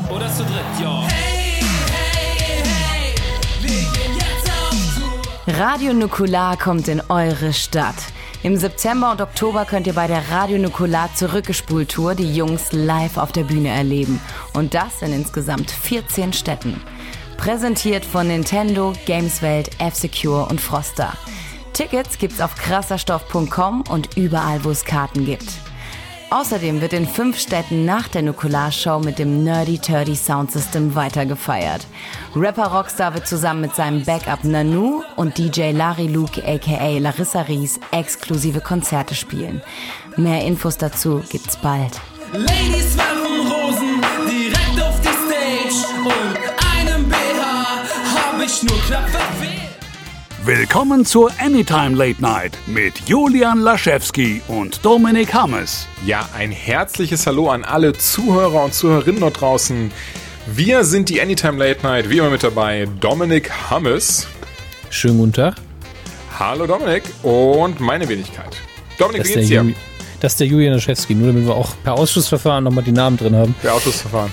Oder zu dritt, ja. Hey, hey, hey, wir gehen jetzt auf Tour. Radio Nukular kommt in eure Stadt. Im September und Oktober könnt ihr bei der Radio Nukular Zurückgespult-Tour die Jungs live auf der Bühne erleben. Und das in insgesamt 14 Städten. Präsentiert von Nintendo, Gameswelt, F-Secure und Froster. Tickets gibt's auf krasserstoff.com und überall, wo es Karten gibt. Außerdem wird in 5 Städten nach der Nukular-Show mit dem Nerdy Turdy Soundsystem weitergefeiert. Rapper Rockstar wird zusammen mit seinem Backup Nanu und DJ Larry Luke aka Larissa Ries exklusive Konzerte spielen. Mehr Infos dazu gibt's bald. Ladies werfen Rosen direkt auf die Stage und einem BH hab ich nur knapp verfehlt. Willkommen zur Anytime Late Night mit Julian Laschewski und Dominik Hammes. Ja, ein herzliches Hallo an alle Zuhörer und Zuhörerinnen dort draußen. Wir sind die Anytime Late Night, wie immer mit dabei Dominik Hammes. Schönen guten Tag. Hallo Dominik und meine Wenigkeit. Dominik, wie geht's dir? Das ist der Julian Laschewski, nur damit wir auch per Ausschussverfahren nochmal die Namen drin haben. Per Ausschussverfahren.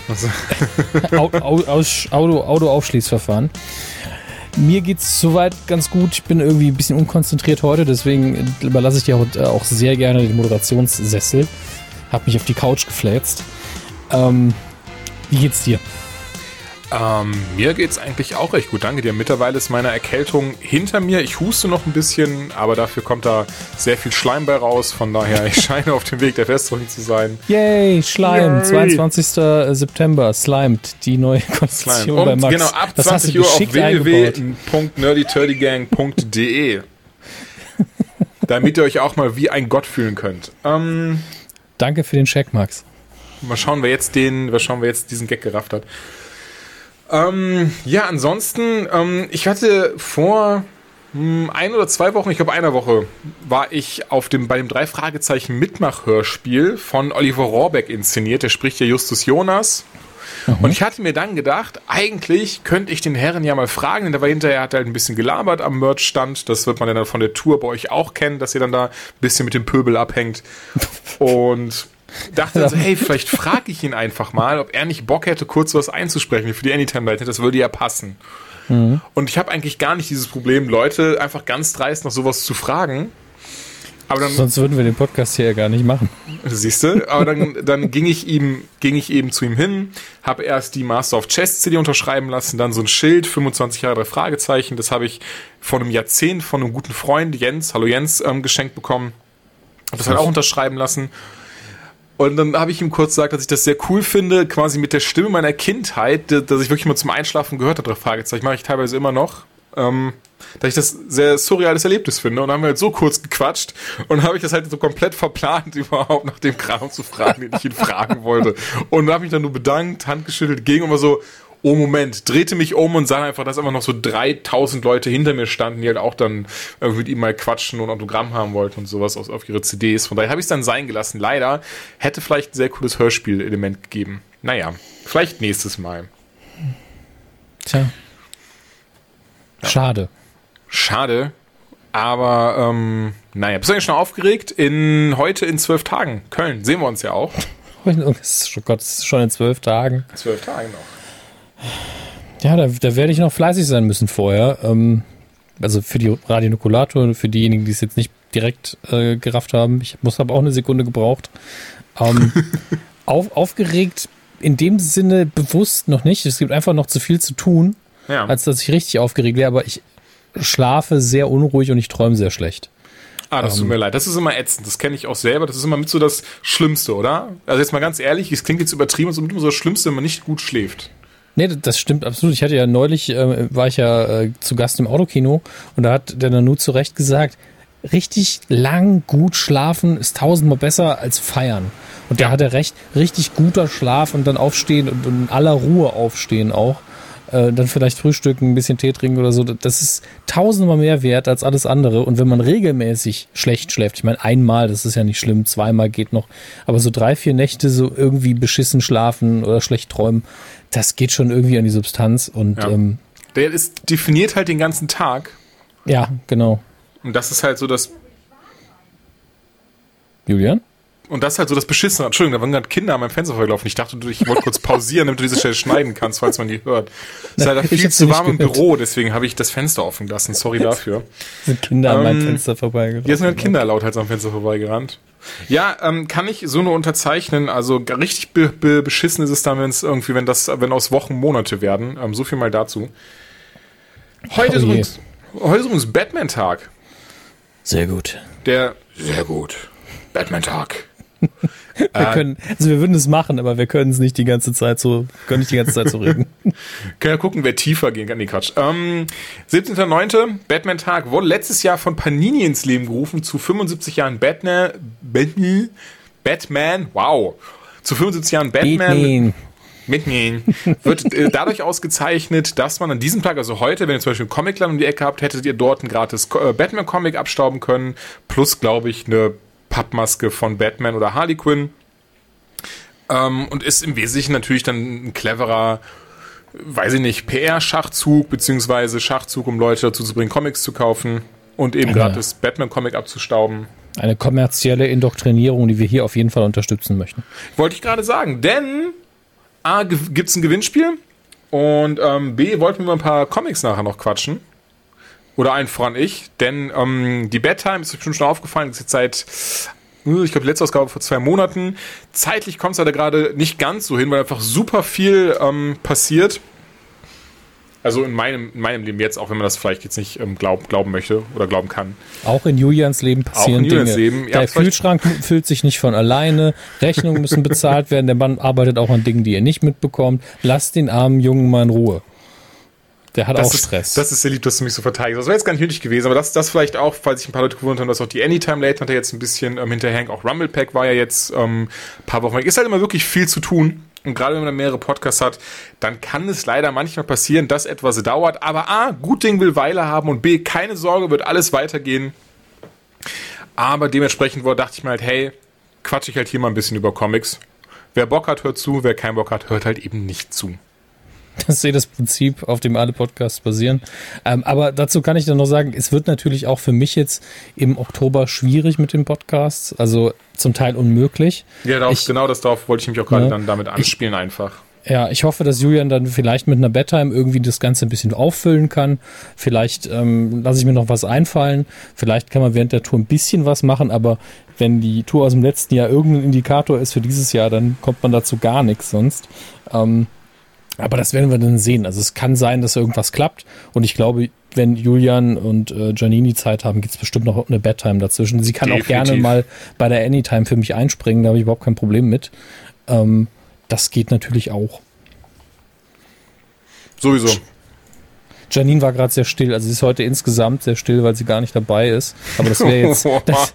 Autoaufschließverfahren. Mir geht's soweit ganz gut. Ich bin irgendwie ein bisschen unkonzentriert heute, deswegen überlasse ich dir auch sehr gerne den Moderationssessel. Hab mich auf die Couch gefläzt. Wie geht's dir? Mir geht's eigentlich auch recht gut, danke dir. Mittlerweile ist meine Erkältung hinter mir. Ich huste noch ein bisschen, aber dafür kommt da sehr viel Schleim bei raus. Von daher, ich scheine auf dem Weg der Besserung zu sein. Yay, Schleim. Yay. 22. September, Slimed, die neue Konstellation bei Max. Genau, ab 20 Uhr auf www.nerdyturdygang.de damit ihr euch auch mal wie ein Gott fühlen könnt. Danke für den Check, Max. Mal schauen, wer jetzt diesen Gag gerafft hat. Ja, ansonsten, ich hatte vor 1 oder 2 Wochen, ich glaube einer Woche, war ich bei dem 3-Fragezeichen-Mitmach-Hörspiel von Oliver Rohrbeck inszeniert. Der spricht ja Justus Jonas. Mhm. Und ich hatte mir dann gedacht, eigentlich könnte ich den Herren ja mal fragen, denn der war hinterher, hat halt ein bisschen gelabert am Merch-Stand. Das wird man dann von der Tour bei euch auch kennen, dass ihr dann da ein bisschen mit dem Pöbel abhängt. Und dachte dann so, hey, vielleicht frage ich ihn einfach mal, ob er nicht Bock hätte, kurz was einzusprechen für die Anytime Night. Das würde ja passen. Mhm. Und ich habe eigentlich gar nicht dieses Problem, Leute einfach ganz dreist nach sowas zu fragen. Aber dann, sonst würden wir den Podcast hier ja gar nicht machen. Siehst du? Aber dann ging ich eben zu ihm hin, habe erst die Master of Chess CD unterschreiben lassen, dann so ein Schild, 25 Jahre Fragezeichen. Das habe ich vor einem Jahrzehnt von einem guten Freund, Jens, hallo Jens, geschenkt bekommen. Habe das halt auch unterschreiben lassen. Und dann habe ich ihm kurz gesagt, dass ich das sehr cool finde, quasi mit der Stimme meiner Kindheit, dass ich wirklich mal zum Einschlafen gehört habe, Fragezeichen, mache ich teilweise immer noch, dass ich das sehr surreales Erlebnis finde. Und dann haben wir halt so kurz gequatscht und habe ich das halt so komplett verplant, überhaupt nach dem Kram zu fragen, den ich ihn fragen wollte. Und habe mich dann nur bedankt, Hand geschüttelt, ging immer so, oh Moment, drehte mich um und sah einfach, dass einfach noch so 3000 Leute hinter mir standen, die halt auch dann mit ihm mal quatschen und Autogramm haben wollten und sowas auf ihre CDs. Von daher habe ich es dann sein gelassen. Leider hätte vielleicht ein sehr cooles Hörspielelement gegeben. Naja, vielleicht nächstes Mal. Tja. Ja. Schade. Aber, naja, bist du eigentlich schon aufgeregt? Heute in 12 Tagen. Köln, sehen wir uns ja auch. Das ist schon in 12 Tagen. 12 Tage noch. Ja, da werde ich noch fleißig sein müssen vorher. Also für die Radio Nukulator, für diejenigen, die es jetzt nicht direkt gerafft haben. Ich habe auch eine Sekunde gebraucht. Aufgeregt in dem Sinne bewusst noch nicht. Es gibt einfach noch zu viel zu tun, als dass ich richtig aufgeregt wäre. Aber ich schlafe sehr unruhig und ich träume sehr schlecht. Das tut mir leid. Das ist immer ätzend. Das kenne ich auch selber. Das ist immer mit so das Schlimmste, oder? Also jetzt mal ganz ehrlich, es klingt jetzt übertrieben, aber es ist immer so das Schlimmste, wenn man nicht gut schläft. Nee, das stimmt absolut. Ich hatte ja neulich, war ich ja zu Gast im Autokino und da hat der Nanu zu Recht gesagt, richtig lang gut schlafen ist 1000-mal besser als feiern. Und da hat er recht, richtig guter Schlaf und dann aufstehen und in aller Ruhe aufstehen auch. Dann vielleicht frühstücken, ein bisschen Tee trinken oder so. Das ist 1000-mal mehr wert als alles andere. Und wenn man regelmäßig schlecht schläft, ich meine einmal, das ist ja nicht schlimm, 2-mal geht noch, aber so 3-4 Nächte so irgendwie beschissen schlafen oder schlecht träumen, das geht schon irgendwie an die Substanz. Und der definiert halt den ganzen Tag. Ja, genau. Und das ist halt so das... Julian? Und das ist halt so das Beschissene. Entschuldigung, da waren gerade Kinder an meinem Fenster vorgelaufen. Ich dachte, ich wollte kurz pausieren, damit du diese Stelle schneiden kannst, falls man die hört. Es ist leider viel zu warm im Büro, deswegen habe ich das Fenster offen gelassen. Sorry dafür. Sind Kinder an meinem Fenster vorbeigerannt. Hier sind halt Kinder lauthals am Fenster vorbeigerannt. Ja, kann ich so nur unterzeichnen. Also richtig beschissen ist es dann, wenn aus Wochen Monate werden. So viel mal dazu. Heute ist übrigens Batman-Tag. Sehr gut. Sehr gut. Batman-Tag. Wir würden es machen, aber wir können nicht die ganze Zeit so reden. Können ja gucken, wer tiefer gehen kann. Nee, Quatsch. 17.09. Batman-Tag wurde letztes Jahr von Panini ins Leben gerufen zu 75 Jahren Batman. Wow. Zu 75 Jahren Batman wird dadurch ausgezeichnet, dass man an diesem Tag, also heute, wenn ihr zum Beispiel einen Comicladen um die Ecke habt, hättet ihr dort ein gratis Batman-Comic abstauben können, plus, glaube ich, eine Pappmaske von Batman oder Harley Quinn. Und ist im Wesentlichen natürlich dann ein cleverer, weiß ich nicht, PR-Schachzug, beziehungsweise Schachzug, um Leute dazu zu bringen, Comics zu kaufen und eben gratis Batman-Comic abzustauben. Eine kommerzielle Indoktrinierung, die wir hier auf jeden Fall unterstützen möchten. Wollte ich gerade sagen, denn A, gibt's ein Gewinnspiel und B, wollten wir mal ein paar Comics nachher noch quatschen. Oder allen voran ich, denn die Bedtime ist bestimmt schon aufgefallen, ist jetzt seit, ich glaube, die letzte Ausgabe vor 2 Monaten. Zeitlich kommt es da gerade nicht ganz so hin, weil einfach super viel passiert. Also in meinem Leben jetzt, auch wenn man das vielleicht jetzt nicht glauben möchte oder glauben kann. Auch in Julians Leben passieren Dinge. Der Kühlschrank füllt sich nicht von alleine, Rechnungen müssen bezahlt werden, der Mann arbeitet auch an Dingen, die er nicht mitbekommt. Lasst den armen Jungen mal in Ruhe. Der hat auch Stress. Das ist sehr lieb, dass du mich so verteidigst. Das wäre jetzt gar nicht nötig gewesen, aber das vielleicht auch, falls sich ein paar Leute gewundert haben, dass auch die Anytime Late hat ja jetzt ein bisschen hinterhängt. Auch Rumble Pack war ja jetzt ein paar Wochen weg. Ist halt immer wirklich viel zu tun. Und gerade wenn man mehrere Podcasts hat, dann kann es leider manchmal passieren, dass etwas dauert. Aber A, gut Ding will Weile haben und B, keine Sorge, wird alles weitergehen. Aber dementsprechend dachte ich mir halt, hey, quatsch ich halt hier mal ein bisschen über Comics. Wer Bock hat, hört zu. Wer keinen Bock hat, hört halt eben nicht zu. Das ist das Prinzip, auf dem alle Podcasts basieren. Aber dazu kann ich dann noch sagen, es wird natürlich auch für mich jetzt im Oktober schwierig mit den Podcasts, also zum Teil unmöglich. Ja, darauf wollte ich mich auch gerade dann damit anspielen einfach. Ja, ich hoffe, dass Julian dann vielleicht mit einer Bedtime irgendwie das Ganze ein bisschen auffüllen kann. Vielleicht lasse ich mir noch was einfallen. Vielleicht kann man während der Tour ein bisschen was machen, aber wenn die Tour aus dem letzten Jahr irgendein Indikator ist für dieses Jahr, dann kommt man dazu gar nichts sonst. Aber das werden wir dann sehen. Also es kann sein, dass irgendwas klappt. Und ich glaube, wenn Julian und Giannini Zeit haben, gibt es bestimmt noch eine Bedtime dazwischen. Sie kann Definitiv. Auch gerne mal bei der Anytime für mich einspringen. Da habe ich überhaupt kein Problem mit. Das geht natürlich auch. Sowieso. Janine war gerade sehr still. Also sie ist heute insgesamt sehr still, weil sie gar nicht dabei ist. Aber das wäre jetzt...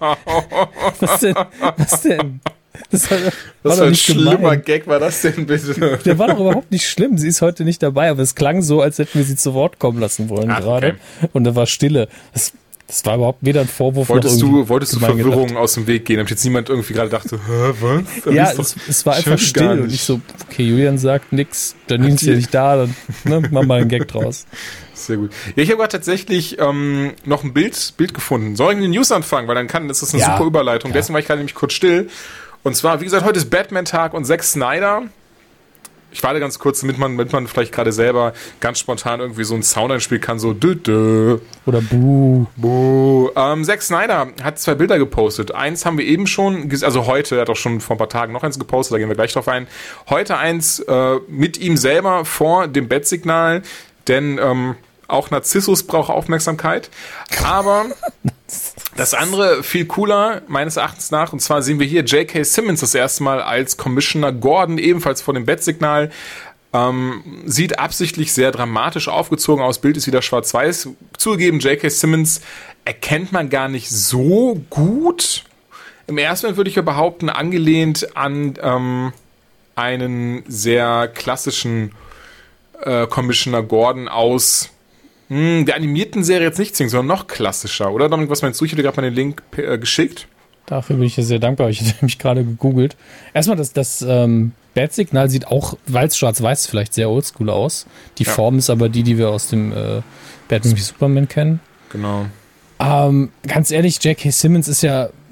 Was denn? Das war ein schlimmer Gag, war das denn bitte? Der war doch überhaupt nicht schlimm. Sie ist heute nicht dabei, aber es klang so, als hätten wir sie zu Wort kommen lassen wollen gerade. Okay. Und da war Stille. Das war überhaupt weder ein Vorwurf wolltest noch Wolltest du Verwirrung aus dem Weg gehen, damit jetzt niemand irgendwie gerade dachte, was? Ja, es war einfach still und ich so, okay, Julian sagt nix, Janine ist ja nicht da, dann mach mal einen Gag draus. Sehr gut. Ja, ich habe gerade tatsächlich noch ein Bild gefunden. Soll ich mit den News anfangen? Weil dann ist das eine super Überleitung. Deswegen war ich gerade nämlich kurz still. Und zwar, wie gesagt, heute ist Batman-Tag und Zack Snyder. Ich warte ganz kurz, damit man vielleicht gerade selber ganz spontan irgendwie so einen Sound einspielen kann, so dö. Oder Buh. Zack Snyder hat 2 Bilder gepostet. Eins haben wir eben schon, also heute, er hat auch schon vor ein paar Tagen noch eins gepostet, da gehen wir gleich drauf ein. Heute eins mit ihm selber vor dem Bettsignal, denn auch Narzissus braucht Aufmerksamkeit. Aber das andere viel cooler, meines Erachtens nach, und zwar sehen wir hier J.K. Simmons das erste Mal als Commissioner Gordon, ebenfalls vor dem Bettsignal. Sieht absichtlich sehr dramatisch aufgezogen aus, Bild ist wieder schwarz-weiß. Zugegeben, J.K. Simmons erkennt man gar nicht so gut. Im ersten Moment würde ich ja behaupten, angelehnt an einen sehr klassischen Commissioner Gordon aus der animierten Serie jetzt nicht zwingend, sondern noch klassischer, oder? Dominik, was meinst du? Ich hätte gerade mal den Link geschickt. Dafür bin ich ja sehr dankbar. Ich hätte mich gerade gegoogelt. Erstmal, das Bat-Signal sieht auch, weil es schwarz-weiß ist, vielleicht sehr oldschool aus. Die Form ist aber die wir aus dem Batman wie Superman kennen. Genau. Ganz ehrlich, J.K. Simmons ist ja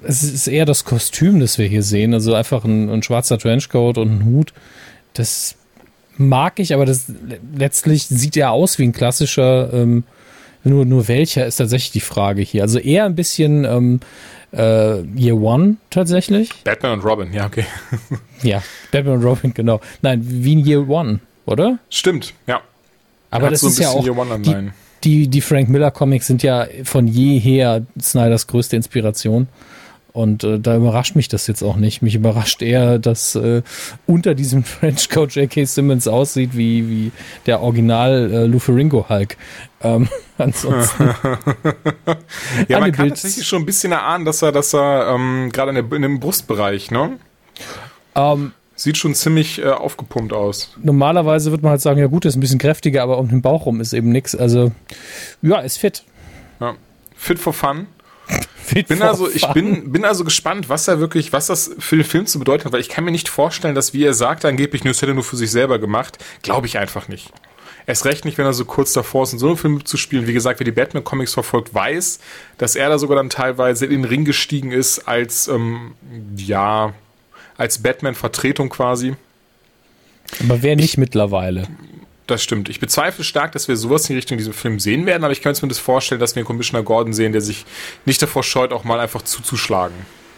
es ist eher das Kostüm, das wir hier sehen. Also einfach ein schwarzer Trenchcoat und ein Hut. Das mag ich, aber das letztlich sieht er aus wie ein klassischer, nur welcher ist tatsächlich die Frage hier. Also eher ein bisschen Year One tatsächlich. Batman und Robin, ja, okay. Ja, Batman und Robin, genau. Nein, wie ein Year One, oder? Stimmt, ja. Aber das so ist ja auch, Year One Anleihen. die Frank Miller Comics sind ja von jeher Snyders größte Inspiration. Und da überrascht mich das jetzt auch nicht. Mich überrascht eher, dass unter diesem Trenchcoat J.K. Simmons aussieht wie der Original Lou Ferrigno Hulk. Ansonsten. Ja, man kann tatsächlich schon ein bisschen erahnen, dass er gerade in dem Brustbereich, ne? Sieht schon ziemlich aufgepumpt aus. Normalerweise wird man halt sagen, ja gut, ist ein bisschen kräftiger, aber um den Bauch rum ist eben nichts. Also, ja, ist fit. Ja. Fit for fun. Ich bin also gespannt, was das für den Film zu bedeuten hat, weil ich kann mir nicht vorstellen, dass, wie er sagt, angeblich das hätte er nur für sich selber gemacht. Glaube ich einfach nicht. Erst recht nicht, wenn er so kurz davor ist, in so einem Film zu spielen. Wie gesagt, wer die Batman-Comics verfolgt, weiß, dass er da sogar dann teilweise in den Ring gestiegen ist als Batman-Vertretung quasi. Aber wer nicht mittlerweile? Das stimmt. Ich bezweifle stark, dass wir sowas in Richtung diesem Film sehen werden, aber ich kann mir zumindest vorstellen, dass wir einen Commissioner Gordon sehen, der sich nicht davor scheut, auch mal einfach zuzuschlagen.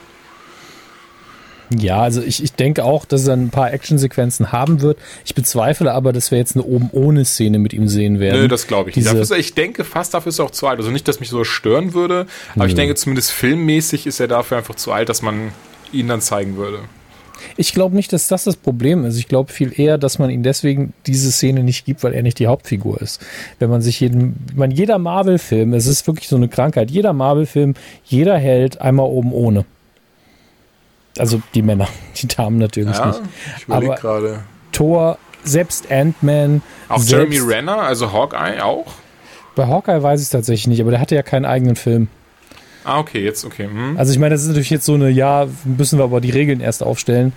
Ja, also ich denke auch, dass er ein paar Actionsequenzen haben wird. Ich bezweifle aber, dass wir jetzt eine oben-ohne-Szene mit ihm sehen werden. Nö, das glaube ich nicht. Ich denke fast, dafür ist er auch zu alt. Also nicht, dass mich so stören würde, aber ich denke zumindest filmmäßig ist er dafür einfach zu alt, dass man ihn dann zeigen würde. Ich glaube nicht, dass das Problem ist. Ich glaube viel eher, dass man ihm deswegen diese Szene nicht gibt, weil er nicht die Hauptfigur ist. Wenn man sich jeder Marvel-Film, es ist wirklich so eine Krankheit, jeder Marvel-Film, jeder Held einmal oben ohne. Also die Männer, die Damen natürlich nicht. Ich überlege gerade. Thor, selbst Ant-Man. Auch Jeremy Renner, also Hawkeye auch? Bei Hawkeye weiß ich es tatsächlich nicht, aber der hatte ja keinen eigenen Film. Okay. Also ich meine, das ist natürlich jetzt so müssen wir aber die Regeln erst aufstellen.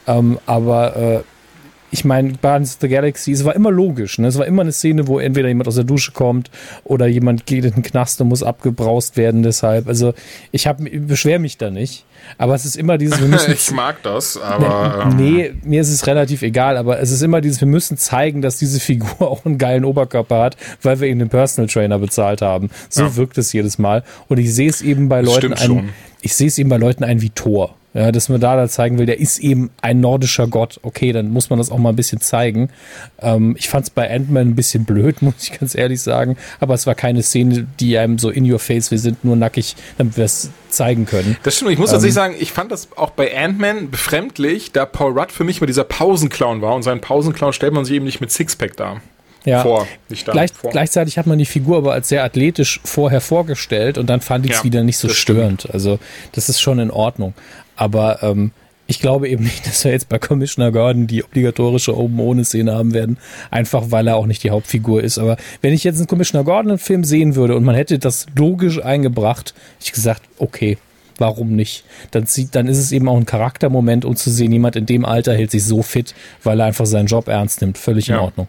Ich meine, Guardians of the Galaxy, es war immer logisch. Ne? Es war immer eine Szene, wo entweder jemand aus der Dusche kommt oder jemand geht in den Knast und muss abgebraust werden deshalb. Also ich beschwere mich da nicht. Aber es ist immer dieses... Ich mag das, aber... Nee, mir ist es relativ egal, aber es ist immer dieses, wir müssen zeigen, dass diese Figur auch einen geilen Oberkörper hat, weil wir ihm den Personal Trainer bezahlt haben. So wirkt es jedes Mal. Und ich sehe es eben bei Leuten wie Thor. Ja, dass man da zeigen will, der ist eben ein nordischer Gott. Okay, dann muss man das auch mal ein bisschen zeigen. Ich fand es bei Ant-Man ein bisschen blöd, muss ich ganz ehrlich sagen. Aber es war keine Szene, die einem so in your face, wir sind nur nackig, damit wir es zeigen können. Das stimmt. Ich muss tatsächlich sagen, ich fand das auch bei Ant-Man befremdlich, da Paul Rudd für mich mal dieser Pausenclown war. Und seinen Pausenclown stellt man sich eben nicht mit Sixpack dar. Gleichzeitig hat man die Figur aber als sehr athletisch vorher vorgestellt und dann fand ich es wieder nicht so störend. Stimmt. Also das ist schon in Ordnung. Aber ich glaube eben nicht, dass wir jetzt bei Commissioner Gordon die obligatorische Oben-ohne-Szene haben werden, einfach weil er auch nicht die Hauptfigur ist. Aber wenn ich jetzt einen Commissioner Gordon-Film sehen würde und man hätte das logisch eingebracht, hätte ich gesagt, okay, warum nicht? Dann ist es eben auch ein Charaktermoment, um zu sehen, jemand in dem Alter hält sich so fit, weil er einfach seinen Job ernst nimmt. Völlig in Ordnung.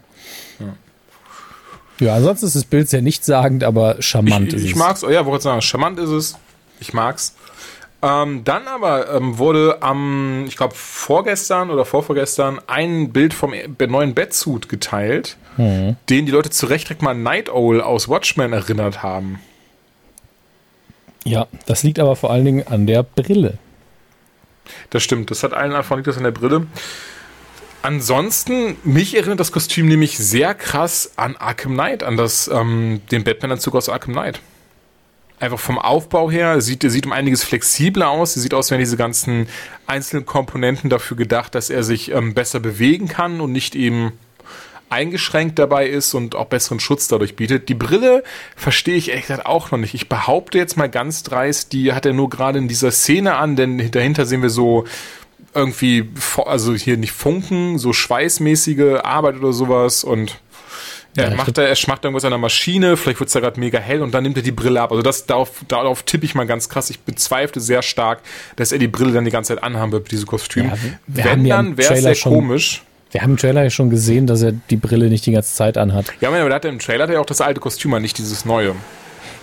Ja, ansonsten ist das Bild sehr nichtssagend, aber charmant ist es. Ich mag's, wollte sagen, charmant ist es. Ich mag's. Dann aber wurde ich glaube vorgestern oder vorvorgestern ein Bild vom neuen Batsuit geteilt, den die Leute zu Recht direkt mal Night Owl aus Watchmen erinnert haben. Ja, das liegt aber vor allen Dingen an der Brille. Das stimmt, das hat allen einfach liegt das an der Brille. Ansonsten, mich erinnert das Kostüm nämlich sehr krass an Arkham Knight, an den Batman-Anzug aus Arkham Knight. Einfach vom Aufbau her, sieht um einiges flexibler aus. Sieht aus, wenn diese ganzen einzelnen Komponenten dafür gedacht, dass er sich besser bewegen kann und nicht eben eingeschränkt dabei ist und auch besseren Schutz dadurch bietet. Die Brille verstehe ich ehrlich gesagt auch noch nicht. Ich behaupte jetzt mal ganz dreist, die hat er nur gerade in dieser Szene an, denn dahinter sehen wir so irgendwie, also hier nicht Funken, so schweißmäßige Arbeit oder sowas und er macht irgendwas an der Maschine, vielleicht wird es da gerade mega hell und dann nimmt er die Brille ab. Also darauf tippe ich mal ganz krass. Ich bezweifle sehr stark, dass er die Brille dann die ganze Zeit anhaben wird, diese Kostüm. Ja, wenn, dann wäre es sehr komisch. Wir haben im Trailer ja schon gesehen, dass er die Brille nicht die ganze Zeit anhat. Ja, aber im Trailer hat er auch das alte Kostüm an, nicht dieses neue.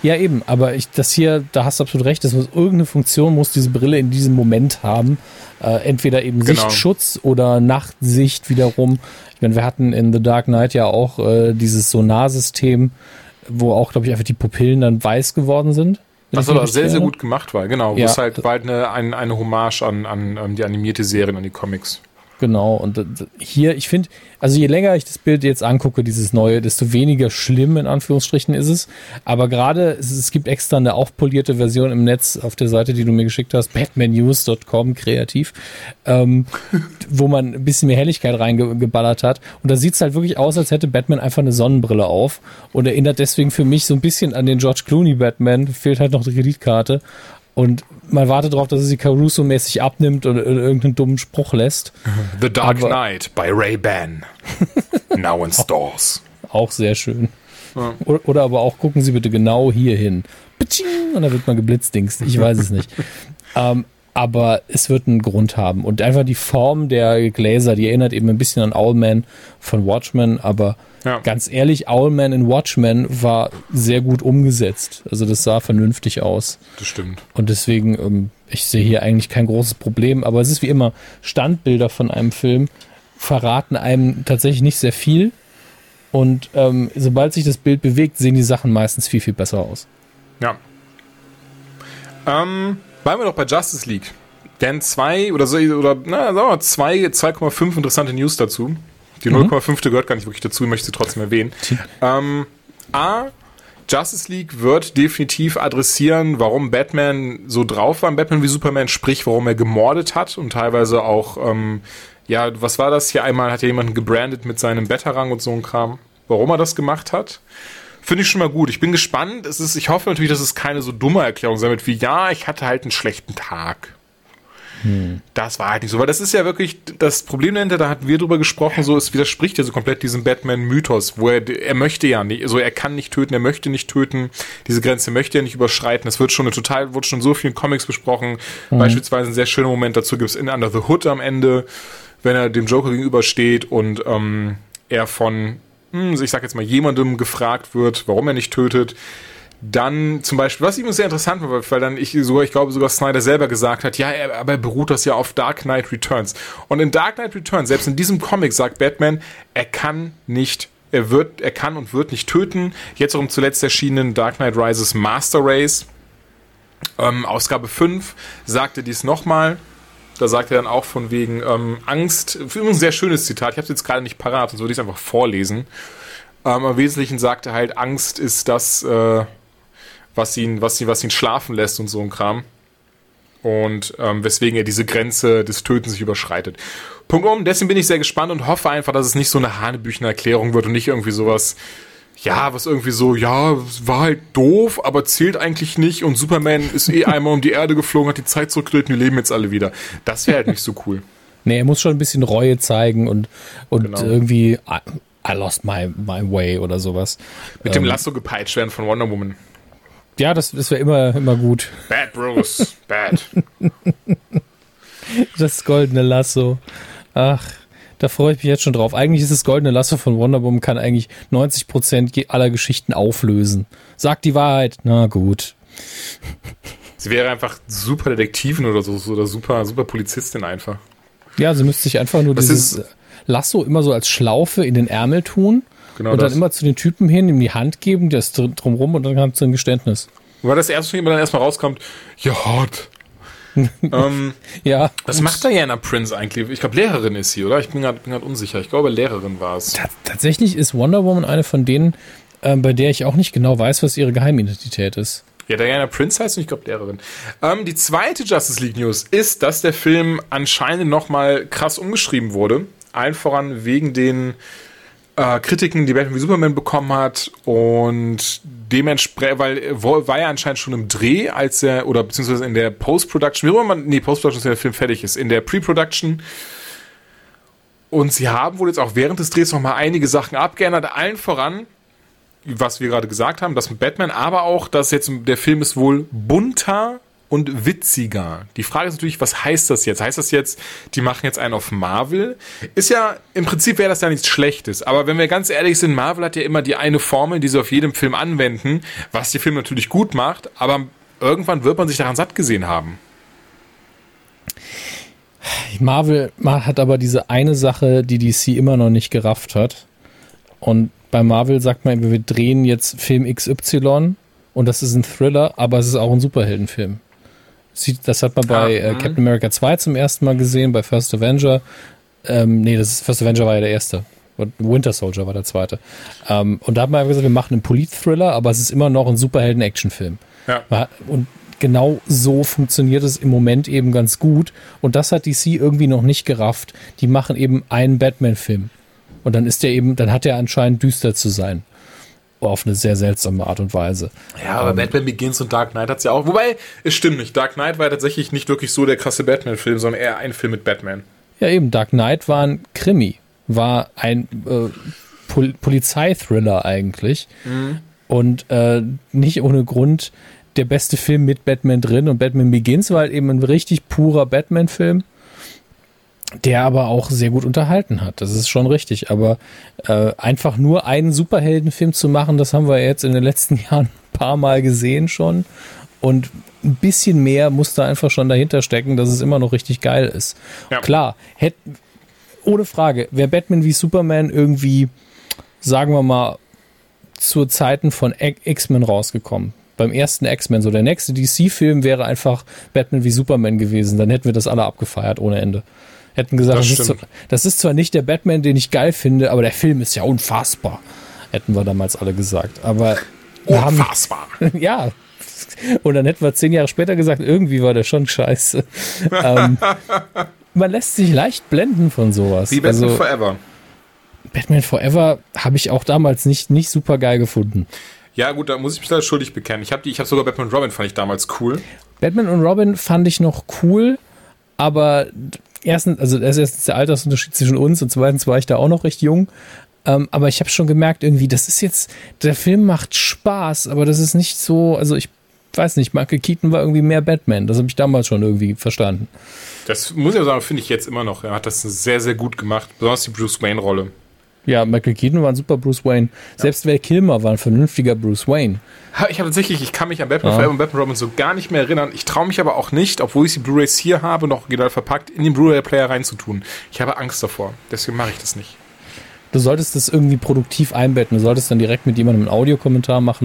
Ja, eben, aber da hast du absolut recht, irgendeine Funktion muss diese Brille in diesem Moment haben. Entweder eben Genau. Sichtschutz oder Nachtsicht wiederum. Ich meine, wir hatten in The Dark Knight ja auch dieses Sonarsystem, wo auch, glaube ich, einfach die Pupillen dann weiß geworden sind. Was aber sehr, sehr gut gemacht war, genau. Ja. Wo es halt bald eine Hommage an die animierte Serie, an die Comics. Genau, und hier, ich finde, also je länger ich das Bild jetzt angucke, dieses neue, desto weniger schlimm in Anführungsstrichen ist es. Aber gerade, es gibt extra eine aufpolierte Version im Netz auf der Seite, die du mir geschickt hast, batmannews.com, kreativ, wo man ein bisschen mehr Helligkeit reingeballert hat. Und da sieht es halt wirklich aus, als hätte Batman einfach eine Sonnenbrille auf und erinnert deswegen für mich so ein bisschen an den George Clooney Batman. Fehlt halt noch die Kreditkarte. Und man wartet darauf, dass er sie Caruso-mäßig abnimmt und irgendeinen dummen Spruch lässt. The Dark Knight by Ray-Ban. Now in stores. Auch sehr schön. Ja. Oder aber auch, gucken Sie bitte genau hier hin. Und dann wird man geblitzdingst. Ich weiß es nicht. Aber es wird einen Grund haben. Und einfach die Form der Gläser, die erinnert eben ein bisschen an Owlman von Watchmen. Aber ganz ehrlich, Owlman in Watchmen war sehr gut umgesetzt. Also das sah vernünftig aus. Das stimmt. Und deswegen, ich sehe hier eigentlich kein großes Problem. Aber es ist wie immer, Standbilder von einem Film verraten einem tatsächlich nicht sehr viel. Und sobald sich das Bild bewegt, sehen die Sachen meistens viel, viel besser aus. Ja. Bleiben wir doch bei Justice League. Denn 2,5 interessante News dazu. Die 0,5 gehört gar nicht wirklich dazu, ich möchte sie trotzdem erwähnen. Justice League wird definitiv adressieren, warum Batman so drauf war in Batman wie Superman, sprich, warum er gemordet hat und teilweise auch, was war das hier einmal, hat ja jemanden gebrandet mit seinem Betterrang und so ein Kram, warum er das gemacht hat. Finde ich schon mal gut. Ich bin gespannt. Ich hoffe natürlich, dass es keine so dumme Erklärung sein wird wie, ich hatte halt einen schlechten Tag. Das war halt nicht so, weil das ist ja wirklich das Problem dahinter, da hatten wir drüber gesprochen, so, es widerspricht ja so komplett diesem Batman-Mythos, wo er möchte ja nicht, also er kann nicht töten, er möchte nicht töten, diese Grenze möchte er nicht überschreiten, das wird schon in so vielen Comics besprochen, beispielsweise ein sehr schöner Moment dazu gibt es in Under the Hood am Ende, wenn er dem Joker gegenübersteht und er von ich sag jetzt mal, jemandem gefragt wird, warum er nicht tötet, dann zum Beispiel, was übrigens sehr interessant war, weil dann ich glaube sogar Snyder selber gesagt hat, aber er beruht das ja auf Dark Knight Returns. Und in Dark Knight Returns, selbst in diesem Comic sagt Batman, er kann und wird nicht töten. Jetzt auch im zuletzt erschienenen Dark Knight Rises Master Race, Ausgabe 5, sagte dies nochmal. Da sagt er dann auch von wegen Angst, ein sehr schönes Zitat, ich habe es jetzt gerade nicht parat, sonst würde ich es einfach vorlesen. Im Wesentlichen sagt er halt, Angst ist das, was ihn schlafen lässt und so ein Kram. Und weswegen er diese Grenze des Tötens sich überschreitet. Deswegen bin ich sehr gespannt und hoffe einfach, dass es nicht so eine hanebüchene Erklärung wird und nicht irgendwie sowas, was irgendwie so, es war halt doof, aber zählt eigentlich nicht und Superman ist einmal um die Erde geflogen, hat die Zeit zurückgedreht und wir leben jetzt alle wieder. Das wäre halt nicht so cool. Nee, er muss schon ein bisschen Reue zeigen und Genau. irgendwie I lost my way oder sowas. Mit dem Lasso gepeitscht werden von Wonder Woman. Ja, das wäre immer gut. Bad Bros, bad. Das goldene Lasso. Ach, da freue ich mich jetzt schon drauf. Eigentlich ist das goldene Lasso von Wonder Woman, kann eigentlich 90% aller Geschichten auflösen. Sagt die Wahrheit. Na gut. Sie wäre einfach super Detektivin oder so oder super Polizistin einfach. Ja, sie müsste sich einfach nur dieses Lasso immer so als Schlaufe in den Ärmel tun und dann immer zu den Typen hin, ihm die Hand geben, der ist drumrum und dann kommt so ein Geständnis. Weil das erste dann erstmal rauskommt, hot. Ja. Was macht Diana Prince eigentlich? Ich glaube, Lehrerin ist sie, oder? Ich bin gerade unsicher. Ich glaube, Lehrerin war es. Tatsächlich ist Wonder Woman eine von denen, bei der ich auch nicht genau weiß, was ihre Geheimidentität ist. Ja, Diana Prince heißt und ich glaube Lehrerin. Die zweite Justice League News ist, dass der Film anscheinend nochmal krass umgeschrieben wurde. Allen voran wegen den Kritiken, die Batman wie Superman bekommen hat und dementsprechend, war ja anscheinend schon im Dreh, beziehungsweise in der Post-Production, Post-Production ist, wenn der Film fertig ist, in der Pre-Production. Und sie haben wohl jetzt auch während des Drehs nochmal einige Sachen abgeändert, allen voran, was wir gerade gesagt haben, das mit Batman, aber auch, dass jetzt der Film ist wohl bunter und witziger. Die Frage ist natürlich, was heißt das jetzt? Heißt das jetzt, die machen jetzt einen auf Marvel? Ist ja, im Prinzip wäre das ja nichts Schlechtes. Aber wenn wir ganz ehrlich sind, Marvel hat ja immer die eine Formel, die sie auf jedem Film anwenden, was die Film natürlich gut macht, aber irgendwann wird man sich daran satt gesehen haben. Marvel hat aber diese eine Sache, die DC immer noch nicht gerafft hat. Und bei Marvel sagt man, wir drehen jetzt Film XY und das ist ein Thriller, aber es ist auch ein Superheldenfilm. Das hat man bei Captain America 2 zum ersten Mal gesehen, bei First Avenger. First Avenger war ja der erste. Und Winter Soldier war der zweite. Und da hat man einfach gesagt, wir machen einen Polit-Thriller, aber es ist immer noch ein Superhelden-Action-Film. Ja. Und genau so funktioniert es im Moment eben ganz gut. Und das hat DC irgendwie noch nicht gerafft. Die machen eben einen Batman-Film. Und dann hat er anscheinend düster zu sein. Auf eine sehr seltsame Art und Weise. Ja, aber Batman Begins und Dark Knight hat's ja auch. Wobei, es stimmt nicht. Dark Knight war tatsächlich nicht wirklich so der krasse Batman-Film, sondern eher ein Film mit Batman. Ja, eben. Dark Knight war ein Krimi. War ein Polizeithriller eigentlich. Mhm. Und nicht ohne Grund der beste Film mit Batman drin. Und Batman Begins war halt eben ein richtig purer Batman-Film, der aber auch sehr gut unterhalten hat. Das ist schon richtig. Aber einfach nur einen Superheldenfilm zu machen, das haben wir jetzt in den letzten Jahren ein paar Mal gesehen schon. Und ein bisschen mehr muss da einfach schon dahinter stecken, dass es immer noch richtig geil ist. Ja. Klar, ohne Frage, wäre Batman wie Superman irgendwie, sagen wir mal, zu Zeiten von X-Men rausgekommen. Beim ersten X-Men, so der nächste DC-Film wäre einfach Batman wie Superman gewesen. Dann hätten wir das alle abgefeiert ohne Ende. Hätten gesagt, das ist zwar nicht der Batman, den ich geil finde, aber der Film ist ja unfassbar. Hätten wir damals alle gesagt. Aber unfassbar. Ja. Und dann hätten wir 10 Jahre später gesagt, irgendwie war der schon scheiße. Man lässt sich leicht blenden von sowas. Wie Batman Forever. Batman Forever habe ich auch damals nicht super geil gefunden. Ja gut, da muss ich mich leider schuldig bekennen. Ich habe sogar Batman und Robin fand ich damals cool. Batman und Robin fand ich noch cool, aber erstens der Altersunterschied zwischen uns und zweitens war ich da auch noch recht jung. Aber ich habe schon gemerkt irgendwie, das ist jetzt, der Film macht Spaß, aber das ist nicht so, also ich weiß nicht, Michael Keaton war irgendwie mehr Batman. Das habe ich damals schon irgendwie verstanden. Das muss ich aber sagen, finde ich jetzt immer noch. Er hat das sehr, sehr gut gemacht. Besonders die Bruce Wayne-Rolle. Ja, Michael Keaton war ein super Bruce Wayne. Selbst Val Kilmer war ein vernünftiger Bruce Wayne. Ich kann mich an Batman Forever und Batman Robin so gar nicht mehr erinnern. Ich traue mich aber auch nicht, obwohl ich die Blu-rays hier habe, noch original verpackt, in den Blu-ray-Player reinzutun. Ich habe Angst davor. Deswegen mache ich das nicht. Du solltest das irgendwie produktiv einbetten. Du solltest dann direkt mit jemandem einen Audiokommentar machen.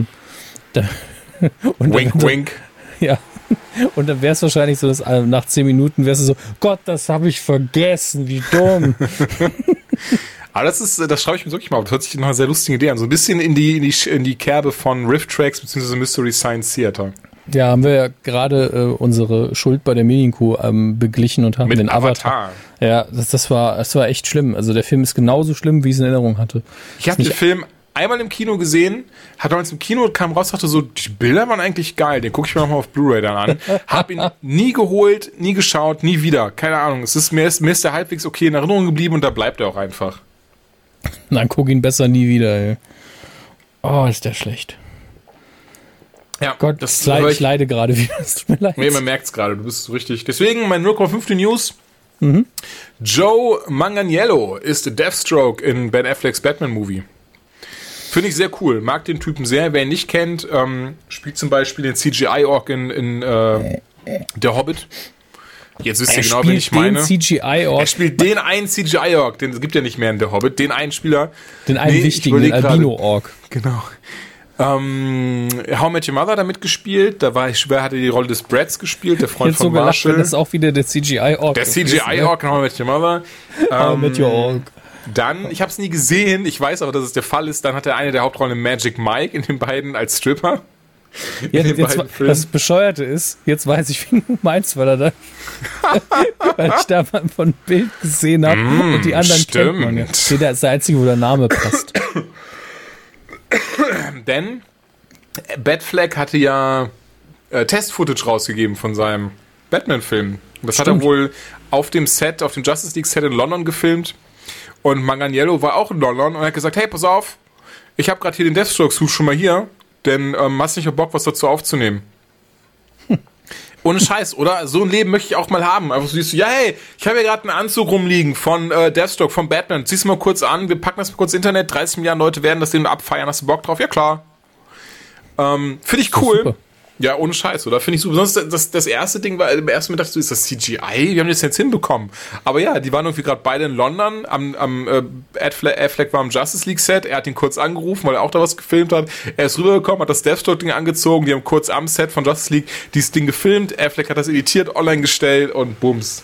Wink, wink. Ja. Und dann wäre es wahrscheinlich so, dass nach 10 Minuten wärst du so, Gott, das habe ich vergessen, wie dumm. Aber das schreibe ich mir wirklich mal auf. Das hört sich nach einer sehr lustigen Idee an. So ein bisschen in die Kerbe von Riff Tracks bzw. Mystery Science Theater. Ja, haben wir ja gerade unsere Schuld bei der Medienkuh beglichen und haben mit den Avatar. Ja, das war echt schlimm. Also der Film ist genauso schlimm, wie ich es in Erinnerung hatte. Ich habe den Film einmal im Kino gesehen, hat damals im Kino, kam raus, dachte so, die Bilder waren eigentlich geil, den gucke ich mir nochmal auf Blu-ray dann an. Hab ihn nie geholt, nie geschaut, nie wieder. Keine Ahnung. Mir ist der halbwegs okay in Erinnerung geblieben und da bleibt er auch einfach. Dann guck ihn besser nie wieder, ey. Oh, ist der schlecht. Ja, Gott, ich leide gerade wieder. Es tut mir leid. Nee, man merkt es gerade, du bist so richtig. Deswegen mein 0,5 News. Mhm. Joe Manganiello ist Deathstroke in Ben Afflecks Batman-Movie. Finde ich sehr cool. Mag den Typen sehr. Wer ihn nicht kennt, spielt zum Beispiel den CGI-Ork in Der Hobbit. Jetzt wisst ihr genau, wen ich meine. CGI-Ork. Er spielt den einen CGI-Ork, den gibt ja nicht mehr in Der Hobbit. Den einen Spieler. Den einen wichtigen, den Albino-Ork. Genau. How I Met Your Mother da mitgespielt. Da hatte die Rolle des Brads gespielt, der Freund von Marshall. Das ist auch wieder der CGI-Ork. Der CGI-Ork in How I Met Your Mother. How I Met Your Ork. Dann, ich habe es nie gesehen, ich weiß aber, dass es der Fall ist, dann hat er eine der Hauptrollen in Magic Mike in den beiden als Stripper. Jetzt, das Bescheuerte ist, jetzt weiß ich, wie du meinst, weil ich da mal von Bild gesehen habe und die anderen kennt man ja. Der ist der Einzige, wo der Name passt. Denn Batfleck hatte ja Test-Footage rausgegeben von seinem Batman-Film. Das hat er wohl auf dem Justice League-Set in London gefilmt. Und Manganiello war auch in London und hat gesagt, hey, pass auf, ich habe gerade hier den Deathstroke-Suit schon mal hier, denn hast nicht Bock, was dazu aufzunehmen. Ohne Scheiß, oder? So ein Leben möchte ich auch mal haben. Einfach so siehst du, ja, hey, ich habe hier gerade einen Anzug rumliegen von Deathstroke, von Batman. Zieh's mal kurz an, wir packen das mal kurz ins Internet, 30 Milliarden Leute werden das Ding abfeiern. Hast du Bock drauf? Ja, klar. Finde ich cool. Super. Ja, ohne Scheiß, oder? Finde ich super. Sonst das erste Ding war, im ersten Moment dachte ich, ist das CGI? Wir haben das jetzt hinbekommen. Aber ja, die waren irgendwie gerade beide in London. Affleck war am Justice League Set. Er hat ihn kurz angerufen, weil er auch da was gefilmt hat. Er ist rübergekommen, hat das Deathstroke-Ding angezogen. Die haben kurz am Set von Justice League dieses Ding gefilmt. Affleck hat das editiert, online gestellt und bums.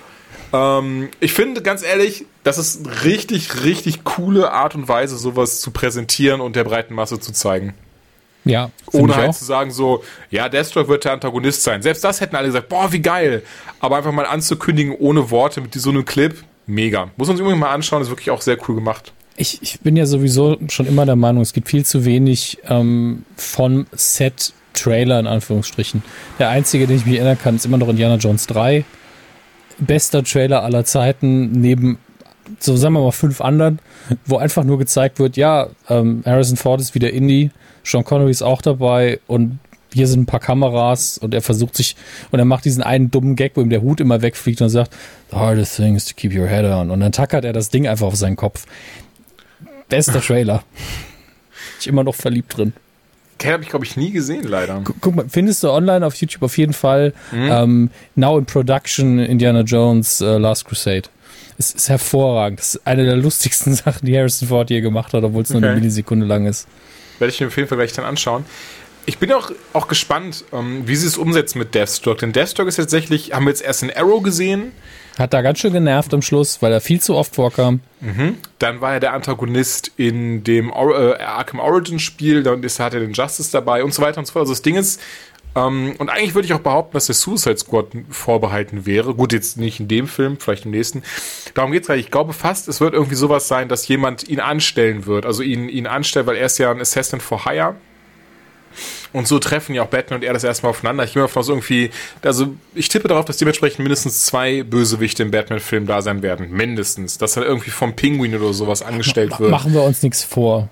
Ich finde, ganz ehrlich, das ist richtig, richtig coole Art und Weise, sowas zu präsentieren und der breiten Masse zu zeigen. Ja, ohne halt zu sagen so, ja, Deathstroke wird der Antagonist sein. Selbst das hätten alle gesagt, boah, wie geil. Aber einfach mal anzukündigen, ohne Worte, mit so einem Clip, mega. Muss man sich übrigens mal anschauen, ist wirklich auch sehr cool gemacht. Ich bin ja sowieso schon immer der Meinung, es gibt viel zu wenig von Set-Trailer in Anführungsstrichen. Der einzige, den ich mich erinnern kann, ist immer noch Indiana Jones 3. Bester Trailer aller Zeiten, neben, so sagen wir mal, 5 anderen, wo einfach nur gezeigt wird, ja, Harrison Ford ist wieder Indy, Sean Connery ist auch dabei und hier sind ein paar Kameras und er versucht sich, und er macht diesen einen dummen Gag, wo ihm der Hut immer wegfliegt und sagt, the hardest thing is to keep your head on. Und dann tackert er das Ding einfach auf seinen Kopf. Bester Trailer. Ich immer noch verliebt drin. Den habe ich, glaube ich, nie gesehen, leider. Guck mal, findest du online auf YouTube auf jeden Fall Now in Production Indiana Jones Last Crusade. Es ist hervorragend. Das ist eine der lustigsten Sachen, die Harrison Ford hier gemacht hat, obwohl es nur eine Millisekunde lang ist. Werde ich mir auf jeden Fall gleich dann anschauen. Ich bin auch gespannt, wie sie es umsetzen mit Deathstroke. Denn Deathstroke ist tatsächlich, haben wir jetzt erst in Arrow gesehen. Hat da ganz schön genervt am Schluss, weil er viel zu oft vorkam. Dann war er der Antagonist in dem Arkham Origins Spiel. Dann hat er den Justice dabei und so weiter und so fort. Also das Ding ist, und eigentlich würde ich auch behaupten, dass der Suicide Squad vorbehalten wäre. Gut, jetzt nicht in dem Film, vielleicht im nächsten. Darum geht's gar nicht. Ich glaube fast, es wird irgendwie sowas sein, dass jemand ihn anstellen wird. Also ihn anstellt, weil er ist ja ein Assassin for Hire. Und so treffen ja auch Batman und er das erstmal aufeinander. Ich gehe mal davon aus, irgendwie, also ich tippe darauf, dass dementsprechend mindestens 2 Bösewichte im Batman-Film da sein werden. Mindestens. Dass er irgendwie vom Pinguin oder sowas angestellt wird. Machen wir uns nichts vor.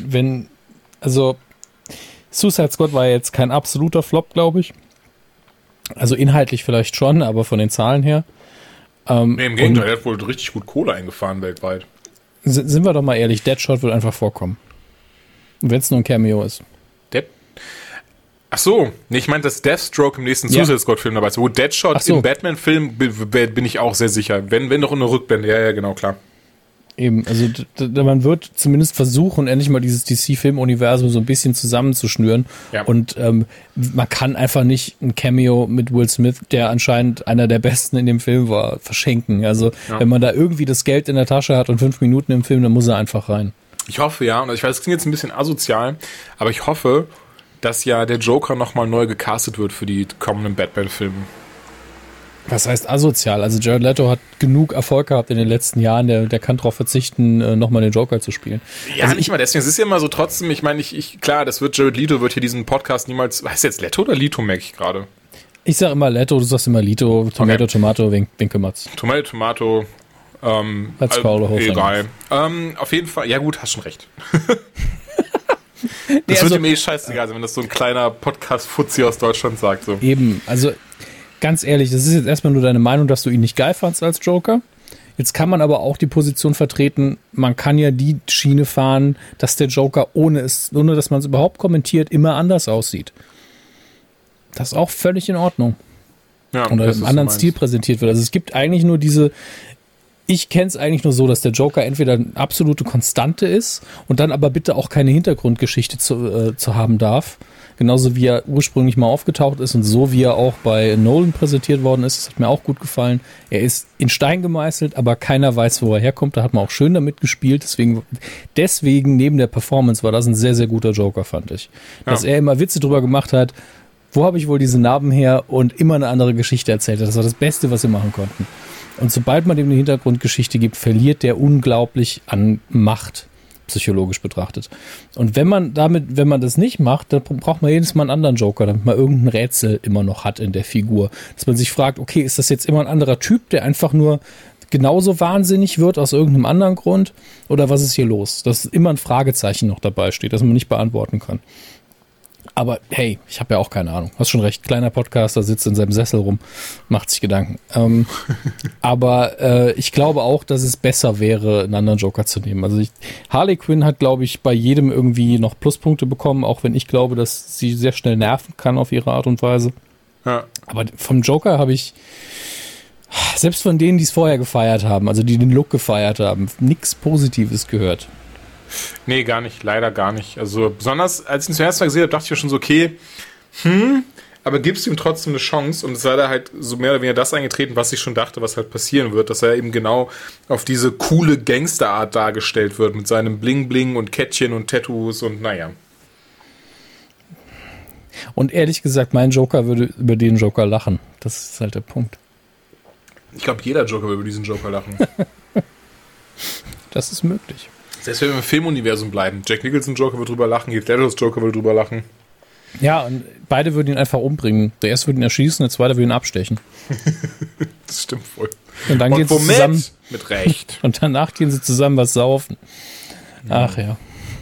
Also Suicide Squad war jetzt kein absoluter Flop, glaube ich. Also inhaltlich vielleicht schon, aber von den Zahlen her. Nee, im Gegenteil, er hat wohl richtig gut Kohle eingefahren weltweit. Sind wir doch mal ehrlich, Deadshot wird einfach vorkommen. Wenn es nur ein Cameo ist. Ach so, nee, ich meinte, dass Deathstroke im nächsten Suicide Squad-Film dabei ist. Wo Deadshot im Batman-Film bin ich auch sehr sicher. Wenn doch in der Rückblende. Ja, genau, klar. Eben, also man wird zumindest versuchen, endlich mal dieses DC-Film-Universum so ein bisschen zusammenzuschnüren. Ja. Und man kann einfach nicht ein Cameo mit Will Smith, der anscheinend einer der Besten in dem Film war, verschenken. Also wenn man da irgendwie das Geld in der Tasche hat und 5 Minuten im Film, dann muss er einfach rein. Ich hoffe, ja. Und ich weiß, es klingt jetzt ein bisschen asozial, aber ich hoffe, dass ja der Joker nochmal neu gecastet wird für die kommenden Batman-Filme. Was heißt asozial? Also Jared Leto hat genug Erfolg gehabt in den letzten Jahren, der kann darauf verzichten, nochmal den Joker zu spielen. Ja, also nicht mal deswegen, es ist ja immer so trotzdem, ich meine, klar, Jared Leto wird hier diesen Podcast niemals, heißt jetzt Leto oder Leto, merke ich gerade? Ich sag immer Leto, du sagst immer Lito, Tomato, okay. Tomato, wen kümmert's? Tomato, Let's call the whole egal. Auf jeden Fall, ja gut, hast schon recht. Das wird ihm scheißegal sein, wenn das so ein kleiner Podcast-Fuzzi aus Deutschland sagt. So. Eben, also ganz ehrlich, das ist jetzt erstmal nur deine Meinung, dass du ihn nicht geil fandst als Joker. Jetzt kann man aber auch die Position vertreten, man kann ja die Schiene fahren, dass der Joker, ohne dass man es überhaupt kommentiert, immer anders aussieht. Das ist auch völlig in Ordnung. Ja, oder im anderen Stil präsentiert wird. Also es gibt eigentlich nur ich kenne es eigentlich nur so, dass der Joker entweder eine absolute Konstante ist und dann aber bitte auch keine Hintergrundgeschichte zu haben darf. Genauso wie er ursprünglich mal aufgetaucht ist und so wie er auch bei Nolan präsentiert worden ist. Das hat mir auch gut gefallen. Er ist in Stein gemeißelt, aber keiner weiß, wo er herkommt. Da hat man auch schön damit gespielt. Deswegen neben der Performance war das ein sehr, sehr guter Joker, fand ich. Dass er immer Witze drüber gemacht hat, wo habe ich wohl diese Narben her, und immer eine andere Geschichte erzählt hat. Das war das Beste, was sie machen konnten. Und sobald man dem eine Hintergrundgeschichte gibt, verliert der unglaublich an Macht, psychologisch betrachtet. Und wenn man das nicht macht, dann braucht man jedes Mal einen anderen Joker, damit man irgendein Rätsel immer noch hat in der Figur. Dass man sich fragt, okay, ist das jetzt immer ein anderer Typ, der einfach nur genauso wahnsinnig wird aus irgendeinem anderen Grund? Oder was ist hier los? Dass immer ein Fragezeichen noch dabei steht, das man nicht beantworten kann. Aber hey, ich habe ja auch keine Ahnung. Hast schon recht, kleiner Podcaster sitzt in seinem Sessel rum, macht sich Gedanken. Aber ich glaube auch, dass es besser wäre, einen anderen Joker zu nehmen. Also Harley Quinn hat, glaube ich, bei jedem irgendwie noch Pluspunkte bekommen, auch wenn ich glaube, dass sie sehr schnell nerven kann auf ihre Art und Weise. Ja. Aber vom Joker habe ich, selbst von denen, die es vorher gefeiert haben, also die den Look gefeiert haben, nichts Positives gehört. Nee, gar nicht, leider gar nicht. Also besonders, als ich ihn zum ersten Mal gesehen habe, dachte ich ja schon so, okay, aber gibst du ihm trotzdem eine Chance, und es sei da halt so mehr oder weniger das eingetreten, was ich schon dachte, was halt passieren wird, dass er eben genau auf diese coole Gangsterart dargestellt wird, mit seinem Bling-Bling und Kettchen und Tattoos und naja. Und ehrlich gesagt, mein Joker würde über den Joker lachen. Das ist halt der Punkt. Ich glaube, jeder Joker will über diesen Joker lachen. Das ist möglich. Selbst wenn wir im Filmuniversum bleiben. Jack Nicholson Joker wird drüber lachen, Heath Ledger's Joker wird drüber lachen. Ja, und beide würden ihn einfach umbringen. Der erste würde ihn erschießen, der zweite würde ihn abstechen. Das stimmt voll. Und dann gehen sie womit? zusammen. Mit Recht. Und danach gehen sie zusammen was saufen. Ach ja.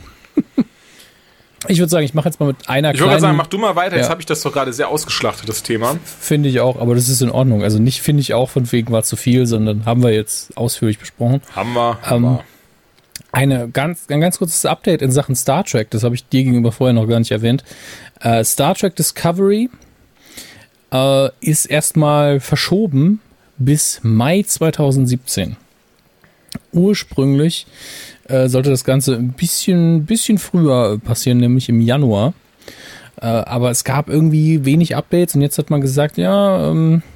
Ich würde sagen, ich mache jetzt mal mit einer Ich würde kleinen... sagen, mach du mal weiter. Jetzt Ja. habe ich das doch gerade sehr ausgeschlachtet, das Thema. Finde ich auch, aber das ist in Ordnung. Also nicht finde ich auch, von wegen war zu viel, sondern haben wir jetzt ausführlich besprochen. Haben wir. Ein ganz kurzes Update in Sachen Star Trek, das habe ich dir gegenüber vorher noch gar nicht erwähnt. Star Trek Discovery ist erstmal verschoben bis Mai 2017. Ursprünglich sollte das Ganze ein bisschen früher passieren, nämlich im Januar. Aber es gab irgendwie wenig Updates und jetzt hat man gesagt, ja,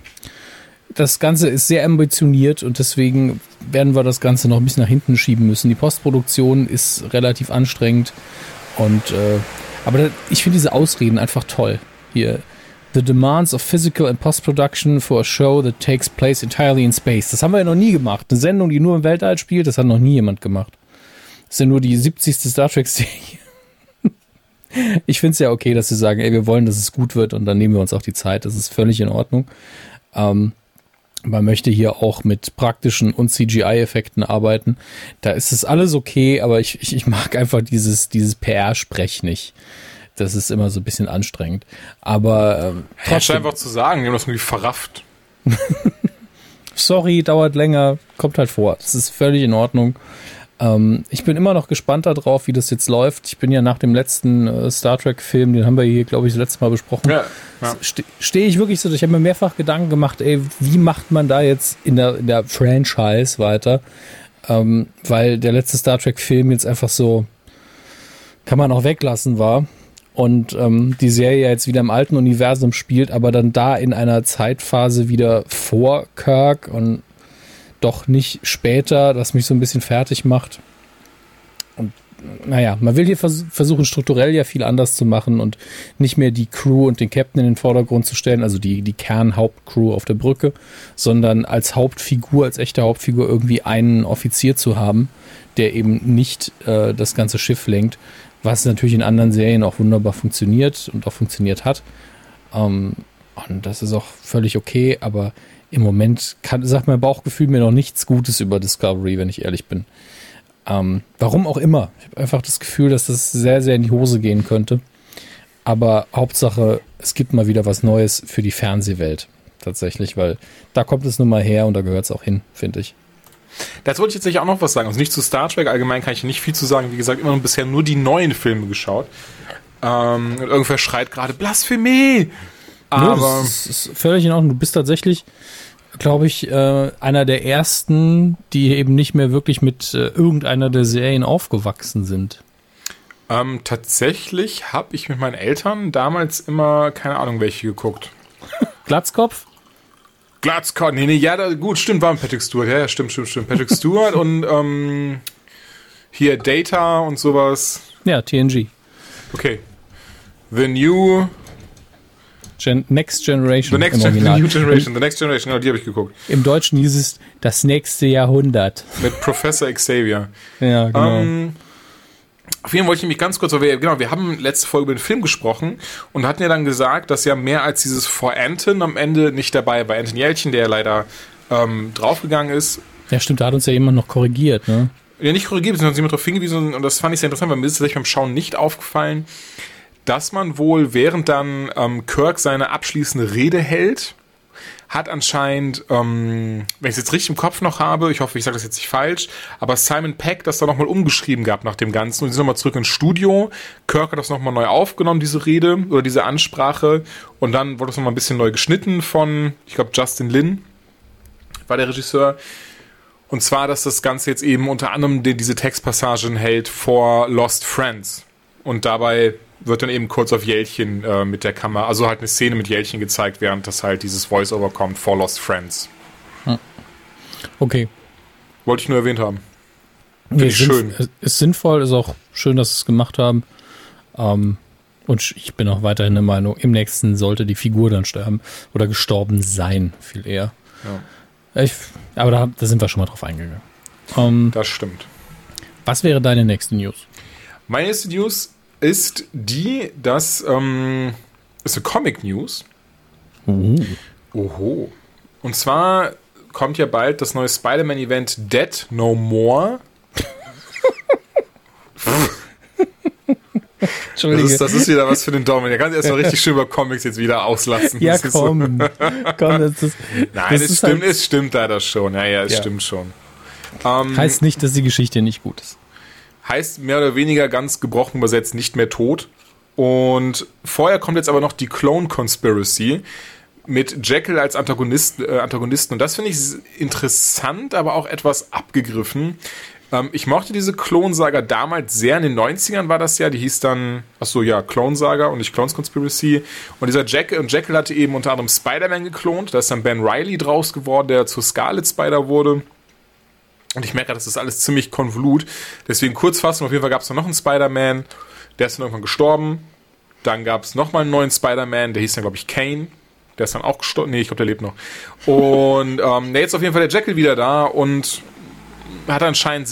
das Ganze ist sehr ambitioniert und deswegen werden wir das Ganze noch ein bisschen nach hinten schieben müssen. Die Postproduktion ist relativ anstrengend und aber ich finde diese Ausreden einfach toll. Hier, the demands of physical and post-production for a show that takes place entirely in space. Das haben wir ja noch nie gemacht. Eine Sendung, die nur im Weltall spielt, das hat noch nie jemand gemacht. Das ist ja nur die 70. Star Trek-Serie. Ich finde es ja okay, dass sie sagen, ey, wir wollen, dass es gut wird und dann nehmen wir uns auch die Zeit. Das ist völlig in Ordnung. Man möchte hier auch mit praktischen und CGI-Effekten arbeiten. Da ist es alles okay, aber ich mag einfach dieses PR-Sprech nicht. Das ist immer so ein bisschen anstrengend. Aber Trotzdem einfach zu sagen, die haben das irgendwie verrafft. Sorry, dauert länger, kommt halt vor. Das ist völlig in Ordnung. Ich bin immer noch gespannt darauf, wie das jetzt läuft. Ich bin ja nach dem letzten Star Trek-Film, den haben wir hier, glaube ich, das letzte Mal besprochen. Ja. Stehe ich wirklich so, ich habe mir mehrfach Gedanken gemacht, ey, wie macht man da jetzt in der Franchise weiter? Weil der letzte Star Trek-Film jetzt einfach so, kann man auch weglassen war. Und die Serie jetzt wieder im alten Universum spielt, aber dann da in einer Zeitphase wieder vor Kirk und doch nicht später, das mich so ein bisschen fertig macht. Und naja, man will hier versuchen, strukturell ja viel anders zu machen und nicht mehr die Crew und den Captain in den Vordergrund zu stellen, also die Kernhauptcrew auf der Brücke, sondern als Hauptfigur, als echte Hauptfigur irgendwie einen Offizier zu haben, der eben nicht das ganze Schiff lenkt, was natürlich in anderen Serien auch wunderbar funktioniert und auch funktioniert hat. Und das ist auch völlig okay, aber im Moment sagt mein Bauchgefühl mir noch nichts Gutes über Discovery, wenn ich ehrlich bin. Warum auch immer. Ich habe einfach das Gefühl, dass das sehr, sehr in die Hose gehen könnte. Aber Hauptsache, es gibt mal wieder was Neues für die Fernsehwelt. Tatsächlich, weil da kommt es nun mal her und da gehört es auch hin, finde ich. Dazu wollte ich tatsächlich auch noch was sagen. Also nicht zu Star Trek, allgemein kann ich nicht viel zu sagen. Wie gesagt, immer noch bisher nur die neuen Filme geschaut. Und irgendwer schreit gerade Blasphemie! Aber das ist völlig in Ordnung. Du bist tatsächlich, glaube ich, einer der ersten, die eben nicht mehr wirklich mit irgendeiner der Serien aufgewachsen sind. Tatsächlich habe ich mit meinen Eltern damals immer, keine Ahnung, welche geguckt. Glatzkopf? Glatzkopf, nee, ja, gut, stimmt, war ein Patrick Stewart, ja, stimmt. Patrick Stewart und hier Data und sowas. Ja, TNG. Okay. The New Next Generation. The New Generation, The Next Generation, genau, die habe ich geguckt. Im Deutschen hieß es das nächste Jahrhundert. Mit Professor Xavier. Ja, genau. Auf jeden Fall wollte ich mich ganz kurz, weil wir haben letzte Folge über den Film gesprochen und hatten ja dann gesagt, dass ja mehr als dieses For Anton am Ende nicht dabei war. Anton Jelchin, der ja leider draufgegangen ist. Ja, stimmt, da hat uns ja jemand noch korrigiert, ne? Ja, nicht korrigiert, sondern uns jemand darauf hingewiesen und das fand ich sehr interessant, weil mir ist tatsächlich beim Schauen nicht aufgefallen, dass man wohl, während dann Kirk seine abschließende Rede hält, hat anscheinend, wenn ich es jetzt richtig im Kopf noch habe, ich hoffe, ich sage das jetzt nicht falsch, aber Simon Pegg das da nochmal umgeschrieben gehabt nach dem Ganzen und die sind nochmal zurück ins Studio. Kirk hat das nochmal neu aufgenommen, diese Rede oder diese Ansprache, und dann wurde das nochmal ein bisschen neu geschnitten von, ich glaube, Justin Lin war der Regisseur. Und zwar, dass das Ganze jetzt eben unter anderem diese Textpassagen hält vor Lost Friends. Und dabei wird dann eben kurz auf Jeltchen mit der Kamera, also halt eine Szene mit Jeltchen gezeigt, während das halt dieses Voice-Over kommt for Lost Friends. Okay. Wollte ich nur erwähnt haben. Nee, ich schön. Ist sinnvoll, ist auch schön, dass sie es gemacht haben. Und ich bin auch weiterhin der Meinung, im nächsten sollte die Figur dann sterben oder gestorben sein, viel eher. Ja. Aber da sind wir schon mal drauf eingegangen. Das stimmt. Was wäre deine nächste News? Meine nächste News ist die, dass ist eine Comic-News. Oho. Und zwar kommt ja bald das neue Spider-Man-Event Dead No More. Entschuldige. Das ist wieder was für den Daumen. Der kann sich erstmal richtig schön über Comics jetzt wieder auslassen. Ja, das komm. Nein, es stimmt leider schon. Ja, es stimmt schon. Heißt nicht, dass die Geschichte nicht gut ist. Heißt mehr oder weniger ganz gebrochen übersetzt nicht mehr tot. Und vorher kommt jetzt aber noch die Clone Conspiracy mit Jekyll als Antagonisten. Und das finde ich interessant, aber auch etwas abgegriffen. Ich mochte diese Clone-Saga damals sehr. In den 90ern war das ja. Die hieß dann, Clone-Saga und nicht Clones Conspiracy. Und dieser Jekyll hatte eben unter anderem Spider-Man geklont. Da ist dann Ben Reilly draus geworden, der zur Scarlet Spider wurde. Und ich merke, das ist alles ziemlich konvolut. Deswegen Kurzfassung, auf jeden Fall gab es noch einen Spider-Man, der ist dann irgendwann gestorben. Dann gab es nochmal einen neuen Spider-Man, der hieß dann, glaube ich, Kane. Der ist dann auch gestorben. Nee, ich glaube, der lebt noch. Und jetzt auf jeden Fall der Jekyll wieder da und hat anscheinend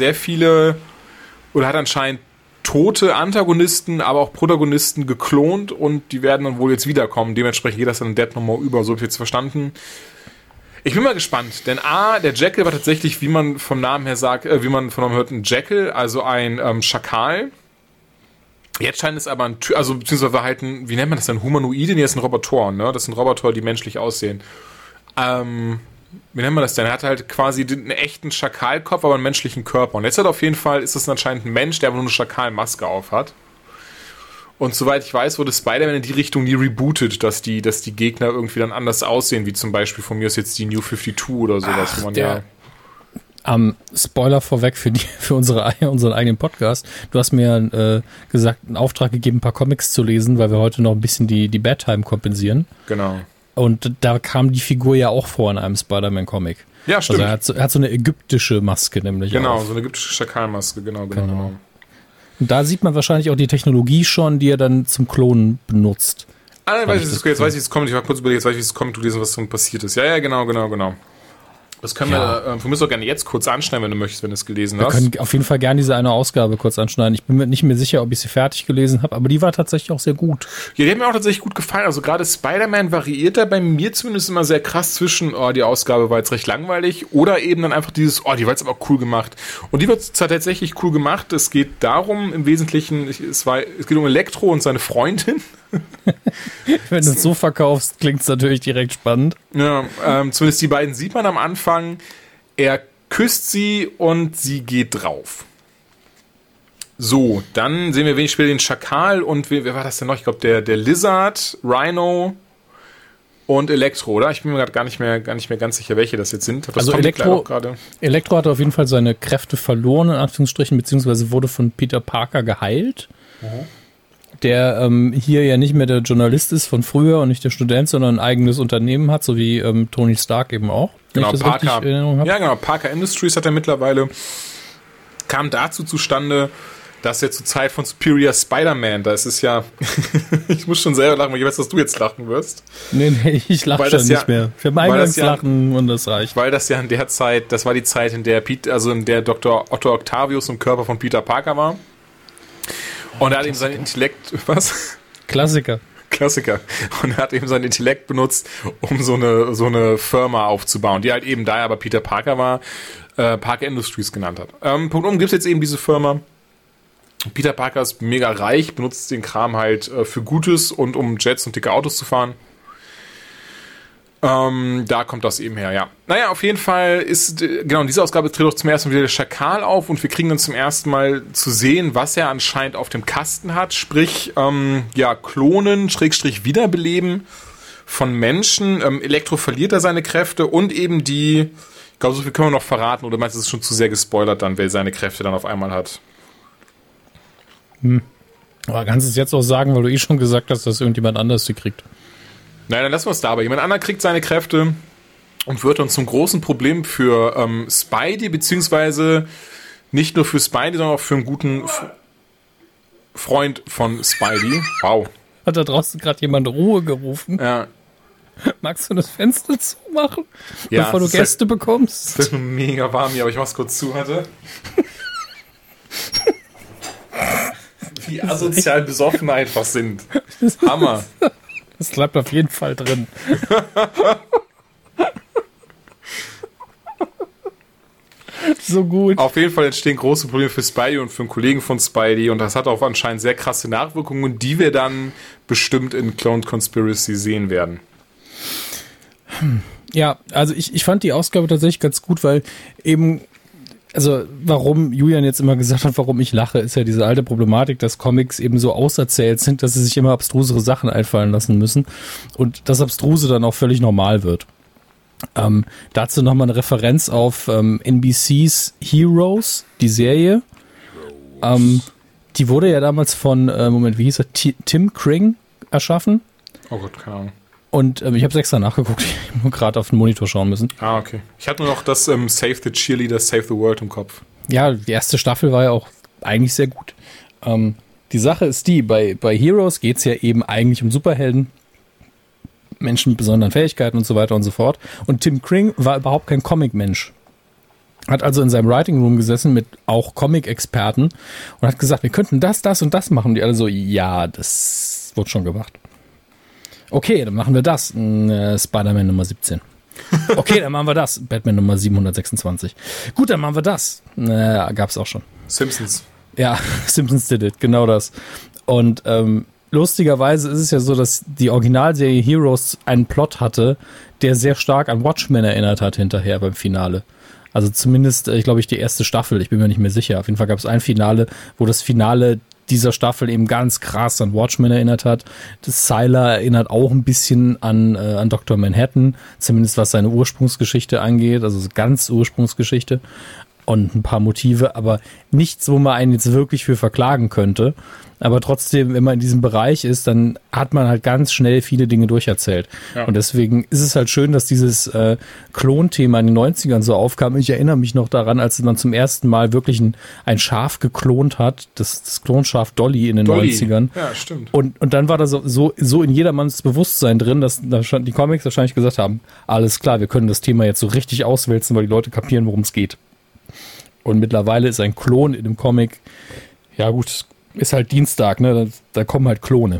tote Antagonisten, aber auch Protagonisten geklont und die werden dann wohl jetzt wiederkommen. Dementsprechend geht das dann in Dead No More über, so habe ich jetzt verstanden. Ich bin mal gespannt, denn der Jekyll war tatsächlich, wie man vom Namen her sagt, wie man von Namen hört, ein Jekyll, also ein Schakal. Jetzt scheint es aber beziehungsweise war halt wie nennt man das denn, Humanoide? Nee, das sind Roboter, ne? Das sind Roboter, die menschlich aussehen. Wie nennt man das denn? Er hat halt quasi einen echten Schakalkopf, aber einen menschlichen Körper. Und jetzt auf jeden Fall ist das anscheinend ein Mensch, der aber nur eine Schakalmaske auf hat. Und soweit ich weiß, wurde Spider-Man in die Richtung nie rebootet, dass die Gegner irgendwie dann anders aussehen, wie zum Beispiel von mir ist jetzt die New 52 oder sowas. Spoiler vorweg für unseren eigenen Podcast. Du hast mir gesagt, einen Auftrag gegeben, ein paar Comics zu lesen, weil wir heute noch ein bisschen die Bad Time kompensieren. Genau. Und da kam die Figur ja auch vor in einem Spider-Man-Comic. Ja, stimmt. Also er hat so eine ägyptische Maske nämlich. Genau, auf. so eine ägyptische Schakalmaske, genau. Und da sieht man wahrscheinlich auch die Technologie schon, die er dann zum Klonen benutzt. Jetzt weiß ich das Comic, ich war kurz überlegt, jetzt weiß ich, wie das Comic gelesen, was so passiert ist. Ja, genau. Das können wir müssen auch gerne jetzt kurz anschneiden, wenn du möchtest, wenn du es gelesen hast. Wir können auf jeden Fall gerne diese eine Ausgabe kurz anschneiden. Ich bin mir nicht mehr sicher, ob ich sie fertig gelesen habe, aber die war tatsächlich auch sehr gut. Ja, die hat mir auch tatsächlich gut gefallen. Also gerade Spider-Man variiert da bei mir zumindest immer sehr krass zwischen, die Ausgabe war jetzt recht langweilig oder eben dann einfach dieses, die war jetzt aber cool gemacht. Und die wird zwar tatsächlich cool gemacht. Es geht darum im Wesentlichen, es geht um Elektro und seine Freundin. Wenn du es so verkaufst, klingt es natürlich direkt spannend. Ja, zumindest die beiden sieht man am Anfang. Er küsst sie und sie geht drauf. So, dann sehen wir wenig später den Schakal und wer war das denn noch? Ich glaube, der Lizard, Rhino und Elektro, oder? Ich bin mir gerade gar nicht mehr ganz sicher, welche das jetzt sind. Also Elektro hat auf jeden Fall seine Kräfte verloren, in Anführungsstrichen, beziehungsweise wurde von Peter Parker geheilt. Der hier ja nicht mehr der Journalist ist von früher und nicht der Student, sondern ein eigenes Unternehmen hat, so wie Tony Stark eben auch. Genau, Parker Industries hat er mittlerweile. Kam dazu zustande, dass er zur Zeit von Superior Spider-Man, da ist es ja, ich muss schon selber lachen, weil ich weiß, dass du jetzt lachen wirst. Nee, ich lache schon nicht mehr. Für mein Lachen und das reicht. Weil das ja in der Zeit, das war die Zeit, in der Dr. Otto Octavius im Körper von Peter Parker war. Und er hat eben sein Intellekt, was? Klassiker. Und er hat eben sein Intellekt benutzt, um so eine Firma aufzubauen, die halt eben, da er aber Peter Parker war, Parker Industries genannt hat. Punkt gibt es jetzt eben diese Firma. Peter Parker ist mega reich, benutzt den Kram halt für Gutes und um Jets und dicke Autos zu fahren. Da kommt das eben her, ja. Naja, auf jeden Fall ist, genau, in dieser Ausgabe tritt auch zum ersten Mal wieder der Schakal auf und wir kriegen dann zum ersten Mal zu sehen, was er anscheinend auf dem Kasten hat, sprich, Klonen, / Wiederbeleben von Menschen. Elektro verliert er seine Kräfte und eben ich glaube, so viel können wir noch verraten, oder meinst du, es ist schon zu sehr gespoilert dann, wer seine Kräfte dann auf einmal hat? Aber kannst du es jetzt auch sagen, weil du schon gesagt hast, dass irgendjemand anders sie kriegt? Naja, dann lassen wir es dabei. Jemand anderer kriegt seine Kräfte und wird dann zum großen Problem für Spidey, beziehungsweise nicht nur für Spidey, sondern auch für einen guten Freund von Spidey. Wow. Hat da draußen gerade jemand Ruhe gerufen? Ja. Magst du das Fenster zumachen, Ja, bevor du Gäste bekommst? Es wird mega warm hier, aber ich mach's kurz zu, hatte. Wie asozial besoffen wir einfach sind. Hammer. Das bleibt auf jeden Fall drin. So gut. Auf jeden Fall entstehen große Probleme für Spidey und für einen Kollegen von Spidey und das hat auch anscheinend sehr krasse Nachwirkungen, die wir dann bestimmt in Clone Conspiracy sehen werden. Ja, also ich fand die Ausgabe tatsächlich ganz gut, weil eben, also warum Julian jetzt immer gesagt hat, warum ich lache, ist ja diese alte Problematik, dass Comics eben so auserzählt sind, dass sie sich immer abstrusere Sachen einfallen lassen müssen und das Abstruse dann auch völlig normal wird. Dazu nochmal eine Referenz auf NBC's Heroes, die Serie. Die wurde ja damals von, wie hieß er, Tim Kring erschaffen. Oh Gott, keine Ahnung. Und ich habe es extra nachgeguckt, ich habe nur gerade auf den Monitor schauen müssen. Ah, okay. Ich hatte nur noch das Save the Cheerleader, Save the World im Kopf. Ja, die erste Staffel war ja auch eigentlich sehr gut. Die Sache ist bei Heroes geht es ja eben eigentlich um Superhelden, Menschen mit besonderen Fähigkeiten und so weiter und so fort. Und Tim Kring war überhaupt kein Comic-Mensch. Hat also in seinem Writing Room gesessen mit auch Comic-Experten und hat gesagt, wir könnten das und das machen. Und die alle so, ja, das wird schon gemacht. Okay, dann machen wir das. Spider-Man Nummer 17. Okay, dann machen wir das. Batman Nummer 726. Gut, dann machen wir das. Gab's auch schon. Simpsons. Ja, Simpsons did it, genau das. Und lustigerweise ist es ja so, dass die Originalserie Heroes einen Plot hatte, der sehr stark an Watchmen erinnert hat hinterher beim Finale. Also zumindest, die erste Staffel, ich bin mir nicht mehr sicher. Auf jeden Fall gab es ein Finale, wo das Finale dieser Staffel eben ganz krass an Watchmen erinnert hat. Das Sylar erinnert auch ein bisschen an Dr. Manhattan, zumindest was seine Ursprungsgeschichte angeht, also ganz Ursprungsgeschichte. Und ein paar Motive, aber nichts, wo man einen jetzt wirklich für verklagen könnte. Aber trotzdem, wenn man in diesem Bereich ist, dann hat man halt ganz schnell viele Dinge durcherzählt. Ja. Und deswegen ist es halt schön, dass dieses Klonthema in den 90ern so aufkam. Ich erinnere mich noch daran, als man zum ersten Mal wirklich ein Schaf geklont hat, das Klonschaf Dolly in den 90ern. Ja, stimmt. Und dann war das so in jedermanns Bewusstsein drin, dass die Comics wahrscheinlich gesagt haben, alles klar, wir können das Thema jetzt so richtig auswälzen, weil die Leute kapieren, worum es geht. Und mittlerweile ist ein Klon in dem Comic, ja gut, ist halt Dienstag, ne? Da kommen halt Klone.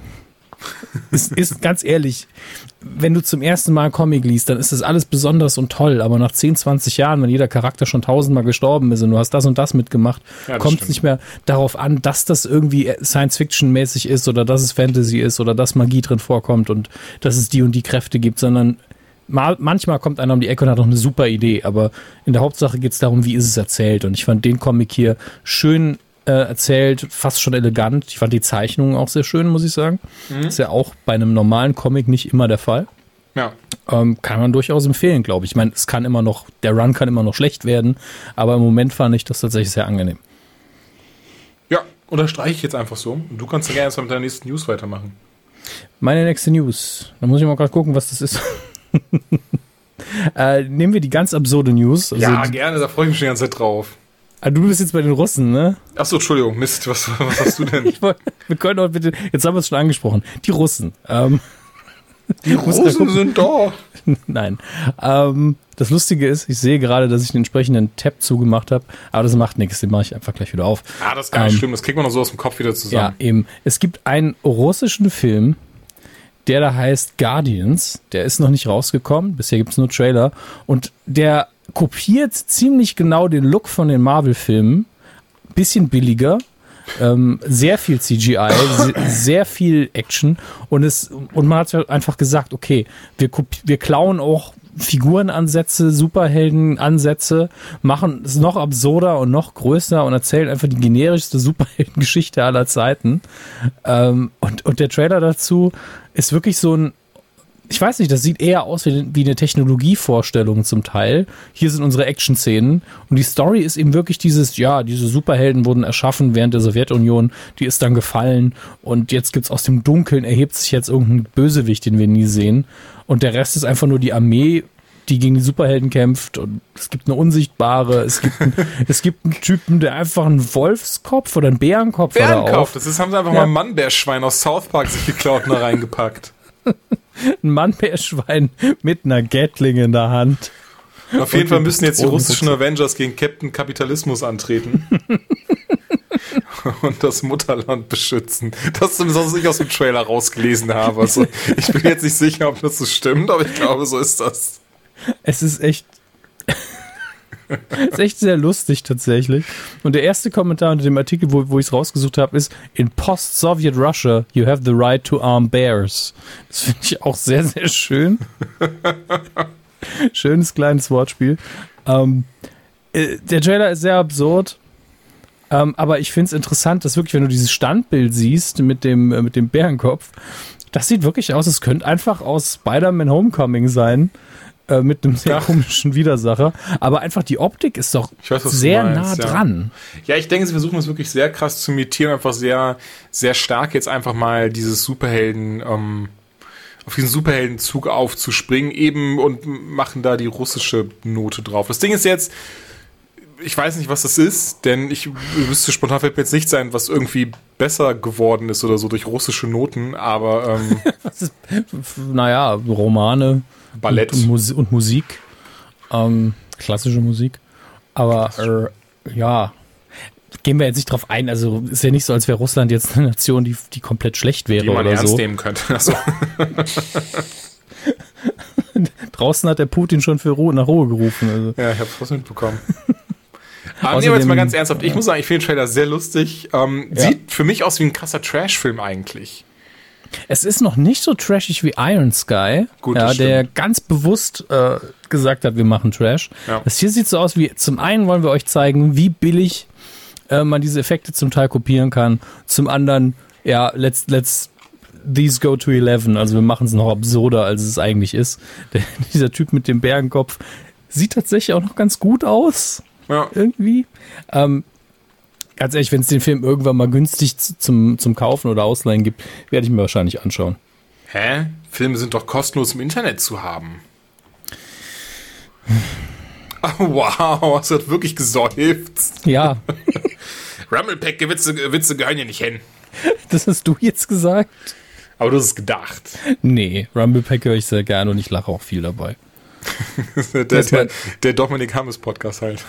ist ganz ehrlich, wenn du zum ersten Mal einen Comic liest, dann ist das alles besonders und toll, aber nach 10, 20 Jahren, wenn jeder Charakter schon 1000-mal gestorben ist und du hast das und das mitgemacht, kommt es nicht mehr darauf an, dass das irgendwie Science-Fiction-mäßig ist oder dass es Fantasy ist oder dass Magie drin vorkommt und dass es die und die Kräfte gibt, sondern manchmal kommt einer um die Ecke und hat noch eine super Idee, aber in der Hauptsache geht es darum, wie ist es erzählt. Und ich fand den Comic hier schön erzählt, fast schon elegant. Ich fand die Zeichnungen auch sehr schön, muss ich sagen. Ist ja auch bei einem normalen Comic nicht immer der Fall. Ja. Kann man durchaus empfehlen, glaube ich. Ich meine, der Run kann immer noch schlecht werden, aber im Moment fand ich das tatsächlich sehr angenehm. Ja, unterstreiche ich jetzt einfach so. Und du kannst ja gerne erstmal mit deiner nächsten News weitermachen. Meine nächste News. Da muss ich mal gerade gucken, was das ist. Nehmen wir die ganz absurde News. Also ja, gerne, da freue ich mich schon die ganze Zeit drauf. Du bist jetzt bei den Russen, ne? Achso, Entschuldigung, Mist, was hast du denn? Wir können doch bitte, jetzt haben wir es schon angesprochen, die Russen. Die Russen sind da. Nein. Das Lustige ist, ich sehe gerade, dass ich den entsprechenden Tab zugemacht habe, aber das macht nichts, den mache ich einfach gleich wieder auf. Ah, das ist gar nicht schlimm, das kriegt man noch so aus dem Kopf wieder zusammen. Ja, eben. Es gibt einen russischen Film, der da heißt Guardians, der ist noch nicht rausgekommen, bisher gibt es nur Trailer und der kopiert ziemlich genau den Look von den Marvel-Filmen, bisschen billiger, sehr viel CGI, sehr viel Action und man hat einfach gesagt, okay, wir klauen auch Figurenansätze, Superheldenansätze, machen es noch absurder und noch größer und erzählen einfach die generischste Superheldengeschichte aller Zeiten. Und der Trailer dazu ist wirklich so ein, ich weiß nicht, das sieht eher aus wie eine Technologievorstellung zum Teil. Hier sind unsere Action-Szenen und die Story ist eben wirklich diese Superhelden wurden erschaffen während der Sowjetunion, die ist dann gefallen und jetzt gibt's aus dem Dunkeln, erhebt sich jetzt irgendein Bösewicht, den wir nie sehen und der Rest ist einfach nur die Armee, die gegen die Superhelden kämpft und es gibt eine Unsichtbare, es gibt einen Typen, der einfach einen Wolfskopf oder einen Bärenkopf hat er auf. Das haben sie einfach mal ein Mannbärschwein aus South Park sich geklaut und da reingepackt. Ein Mannbärschwein mit einer Gatling in der Hand. Auf jeden Fall müssen jetzt die russischen Avengers gegen Captain Kapitalismus antreten. Und das Mutterland beschützen. Das ist zumindest, was ich aus dem Trailer rausgelesen habe. Also, ich bin jetzt nicht sicher, ob das so stimmt, aber ich glaube, so ist das. Es ist echt sehr lustig tatsächlich. Und der erste Kommentar unter dem Artikel, wo ich es rausgesucht habe, ist: In post-Soviet Russia, you have the right to arm bears. Das finde ich auch sehr, sehr schön. Schönes kleines Wortspiel. Der Trailer ist sehr absurd. Aber ich finde es interessant, dass wirklich, wenn du dieses Standbild siehst mit dem Bärenkopf, das sieht wirklich aus, es könnte einfach aus Spider-Man Homecoming sein. Mit einem sehr komischen Widersacher. Aber einfach die Optik ist doch sehr nah dran. Ja, ich denke, sie versuchen es wirklich sehr krass zu imitieren, einfach sehr, sehr stark jetzt einfach mal dieses Superhelden, auf diesen Superheldenzug aufzuspringen eben und machen da die russische Note drauf. Das Ding ist jetzt, ich weiß nicht, was das ist, denn ich wüsste spontan fällt mir jetzt nicht sein, was irgendwie besser geworden ist oder so durch russische Noten, aber Romane. Ballett. Und Musik. Klassische Musik. Aber gehen wir jetzt nicht drauf ein. Also ist ja nicht so, als wäre Russland jetzt eine Nation, die komplett schlecht wäre die man oder ernst so. Nehmen könnte. Also. Draußen hat der Putin schon für nach Ruhe gerufen. Also. Ja, ich hab's fast mitbekommen. Aber nehmen wir jetzt mal ganz ernsthaft. Ich muss sagen, ich finde den Trailer sehr lustig. Sieht für mich aus wie ein krasser Trash-Film eigentlich. Es ist noch nicht so trashig wie Iron Sky, Gut, der ganz bewusst gesagt hat, wir machen Trash. Ja. Das hier sieht so aus wie, zum einen wollen wir euch zeigen, wie billig man diese Effekte zum Teil kopieren kann. Zum anderen, let's these go to 11. Also wir machen es noch absurder, als es eigentlich ist. Dieser Typ mit dem Bärenkopf sieht tatsächlich auch noch ganz gut aus. Ja. Irgendwie. Ganz ehrlich, wenn es den Film irgendwann mal günstig zum Kaufen oder Ausleihen gibt, werde ich mir wahrscheinlich anschauen. Hä? Filme sind doch kostenlos im Internet zu haben. Oh, wow, hast du das wirklich geseufzt? Ja. Rumblepack-Witze gehören ja nicht hin. Das hast du jetzt gesagt? Aber du hast es gedacht. Nee, Rumblepack höre ich sehr gerne und ich lache auch viel dabei. der Dominik Hammes Podcast halt.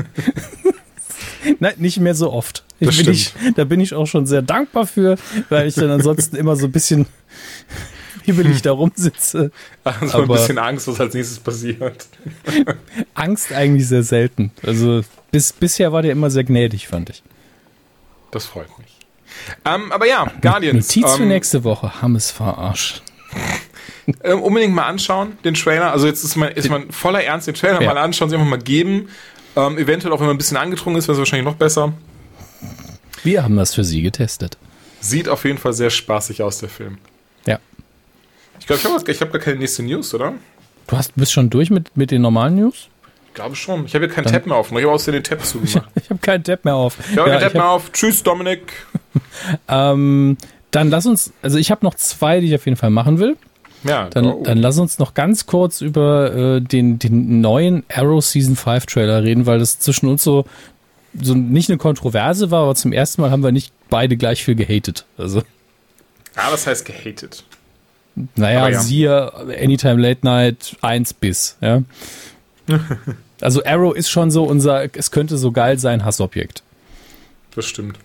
Nein, nicht mehr so oft. Da bin ich auch schon sehr dankbar für, weil ich dann ansonsten immer so ein bisschen hibbelig da rumsitze. Also ein bisschen Angst, was als nächstes passiert. Angst eigentlich sehr selten. Also bisher war der immer sehr gnädig, fand ich. Das freut mich. Aber ja, Guardians. Notiz für nächste Woche. Hammes verarscht. Unbedingt mal anschauen, den Trailer. Also jetzt ist man voller Ernst, den Trailer mal anschauen, sich einfach mal geben. Eventuell auch, wenn man ein bisschen angetrunken ist, wäre es wahrscheinlich noch besser. Wir haben das für Sie getestet. Sieht auf jeden Fall sehr spaßig aus, der Film. Ja. Ich glaube, ich habe gar keine nächste News, oder? Du bist schon durch mit den normalen News? Ich glaube schon. Ich habe hier keinen Tab mehr auf. Ich habe außerdem den Tab zugemacht. Ich habe keinen Tab mehr auf. Ich habe keinen Tab mehr auf. Tschüss, Dominik. Dann lass uns, also ich habe noch 2, die ich auf jeden Fall machen will. Ja, dann lass uns noch ganz kurz über den neuen Arrow Season 5 Trailer reden, weil das zwischen uns so nicht eine Kontroverse war, aber zum ersten Mal haben wir nicht beide gleich viel gehatet. Also. Was heißt gehatet? Naja, siehe Anytime Late Night 1 bis, ja. Also Arrow ist schon so es könnte so geil sein, Hassobjekt. Das stimmt.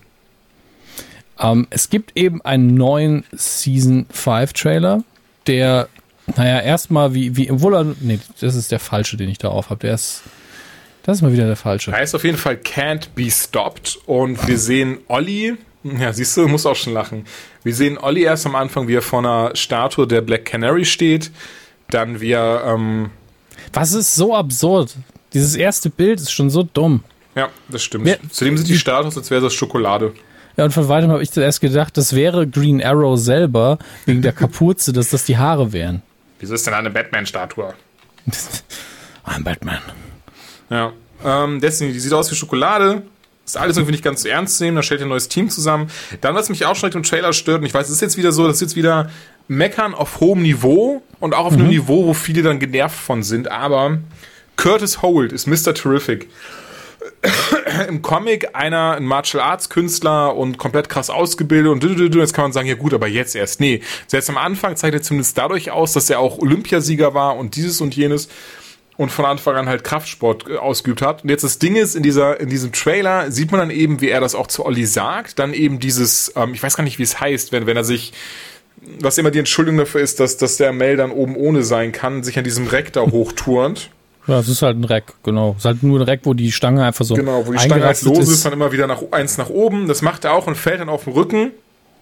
Es gibt eben einen neuen Season 5 Trailer, der, erstmal das ist der falsche, den ich da auf habe. Das ist mal wieder der falsche. Heißt auf jeden Fall Can't Be Stopped und wir sehen Olli, Ja, siehst du, musst auch schon lachen. Wir sehen Olli erst am Anfang, wie er vor einer Statue der Black Canary steht. Dann Was ist so absurd? Dieses erste Bild ist schon so dumm. Ja, das stimmt. Zudem sind die Statues, als wäre das Schokolade. Ja, und von weitem habe ich zuerst gedacht, das wäre Green Arrow selber, wegen der Kapuze, dass das die Haare wären. Wieso ist denn eine Batman-Statue? I'm Batman. Ja. Destiny, die sieht aus wie Schokolade. Ist alles irgendwie nicht ganz so ernst zu nehmen. Da stellt ihr ein neues Team zusammen. Dann, was mich auch schon im Trailer stört, und ich weiß, es ist jetzt wieder so, das ist jetzt wieder Meckern auf hohem Niveau und auch auf einem Niveau, wo viele dann genervt von sind. Aber Curtis Holt ist Mr. Terrific. Im Comic ein Martial Arts Künstler und komplett krass ausgebildet und jetzt kann man sagen, ja gut, aber jetzt erst. Nee, selbst am Anfang zeigt er zumindest dadurch aus, dass er auch Olympiasieger war und dieses und jenes und von Anfang an halt Kraftsport ausgeübt hat. Und jetzt das Ding ist, in diesem Trailer sieht man dann eben, wie er das auch zu Olli sagt, dann eben dieses, ich weiß gar nicht, wie es heißt, wenn er sich, was immer die Entschuldigung dafür ist, dass der Mel dann oben ohne sein kann, sich an diesem Reck da hochturnt. Ja, es ist halt ein Reck, genau. Es ist halt nur ein Reck, wo die Stange einfach so genau, wo die Stange halt los ist, dann immer wieder eins nach oben. Das macht er auch und fällt dann auf den Rücken.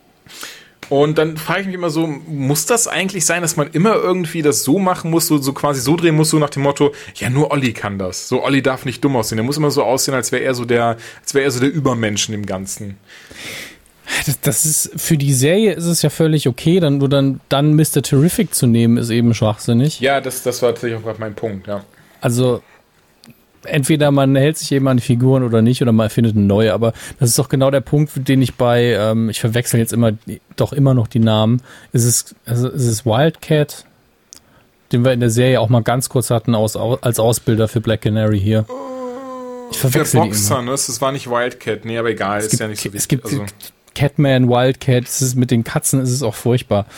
Und dann frage ich mich immer so, muss das eigentlich sein, dass man immer irgendwie das so machen muss, so quasi so drehen muss, so nach dem Motto, ja, nur Olli kann das. So, Olli darf nicht dumm aussehen. Der muss immer so aussehen, als wäre er so der Übermensch in dem Ganzen. Das ist, für die Serie ist es ja völlig okay, dann Mr. Terrific zu nehmen, ist eben schwachsinnig. Ja, das war tatsächlich auch gerade mein Punkt, ja. Also, entweder man hält sich eben an die Figuren oder nicht, oder man findet eine neue, aber das ist doch genau der Punkt, den ich ich verwechsel jetzt immer noch die Namen. Ist es Wildcat, den wir in der Serie auch mal ganz kurz hatten als Ausbilder für Black Canary hier? Ich verwechsel der Boxer, ne? Das war nicht Wildcat, nee, aber egal, ist ja nicht so wichtig. Es gibt Catman, Wildcat, mit den Katzen ist es auch furchtbar.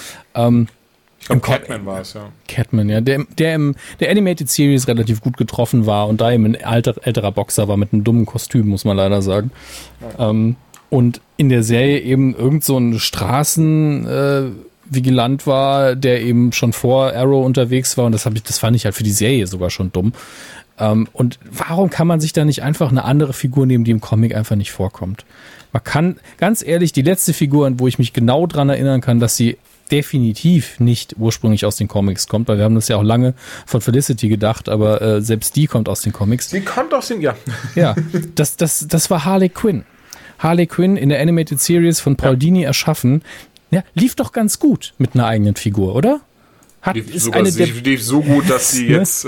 Ich glaube, Catman war es, ja. Catman, ja. Der Animated Series relativ gut getroffen war und da eben ein älterer Boxer war mit einem dummen Kostüm, muss man leider sagen. Ja. Und in der Serie eben irgend so ein Straßenvigilant war, der eben schon vor Arrow unterwegs war und das fand ich halt für die Serie sogar schon dumm. Und warum kann man sich da nicht einfach eine andere Figur nehmen, die im Comic einfach nicht vorkommt? Man kann, ganz ehrlich, die letzte Figur, wo ich mich genau dran erinnern kann, dass sie definitiv nicht ursprünglich aus den Comics kommt, weil wir haben das ja auch lange von Felicity gedacht, aber selbst die kommt aus den Comics. Die kommt aus den, ja. Ja, das war Harley Quinn. Harley Quinn in der Animated Series von Paul Dini erschaffen. Ja, lief doch ganz gut mit einer eigenen Figur, oder? Lief so gut, dass sie jetzt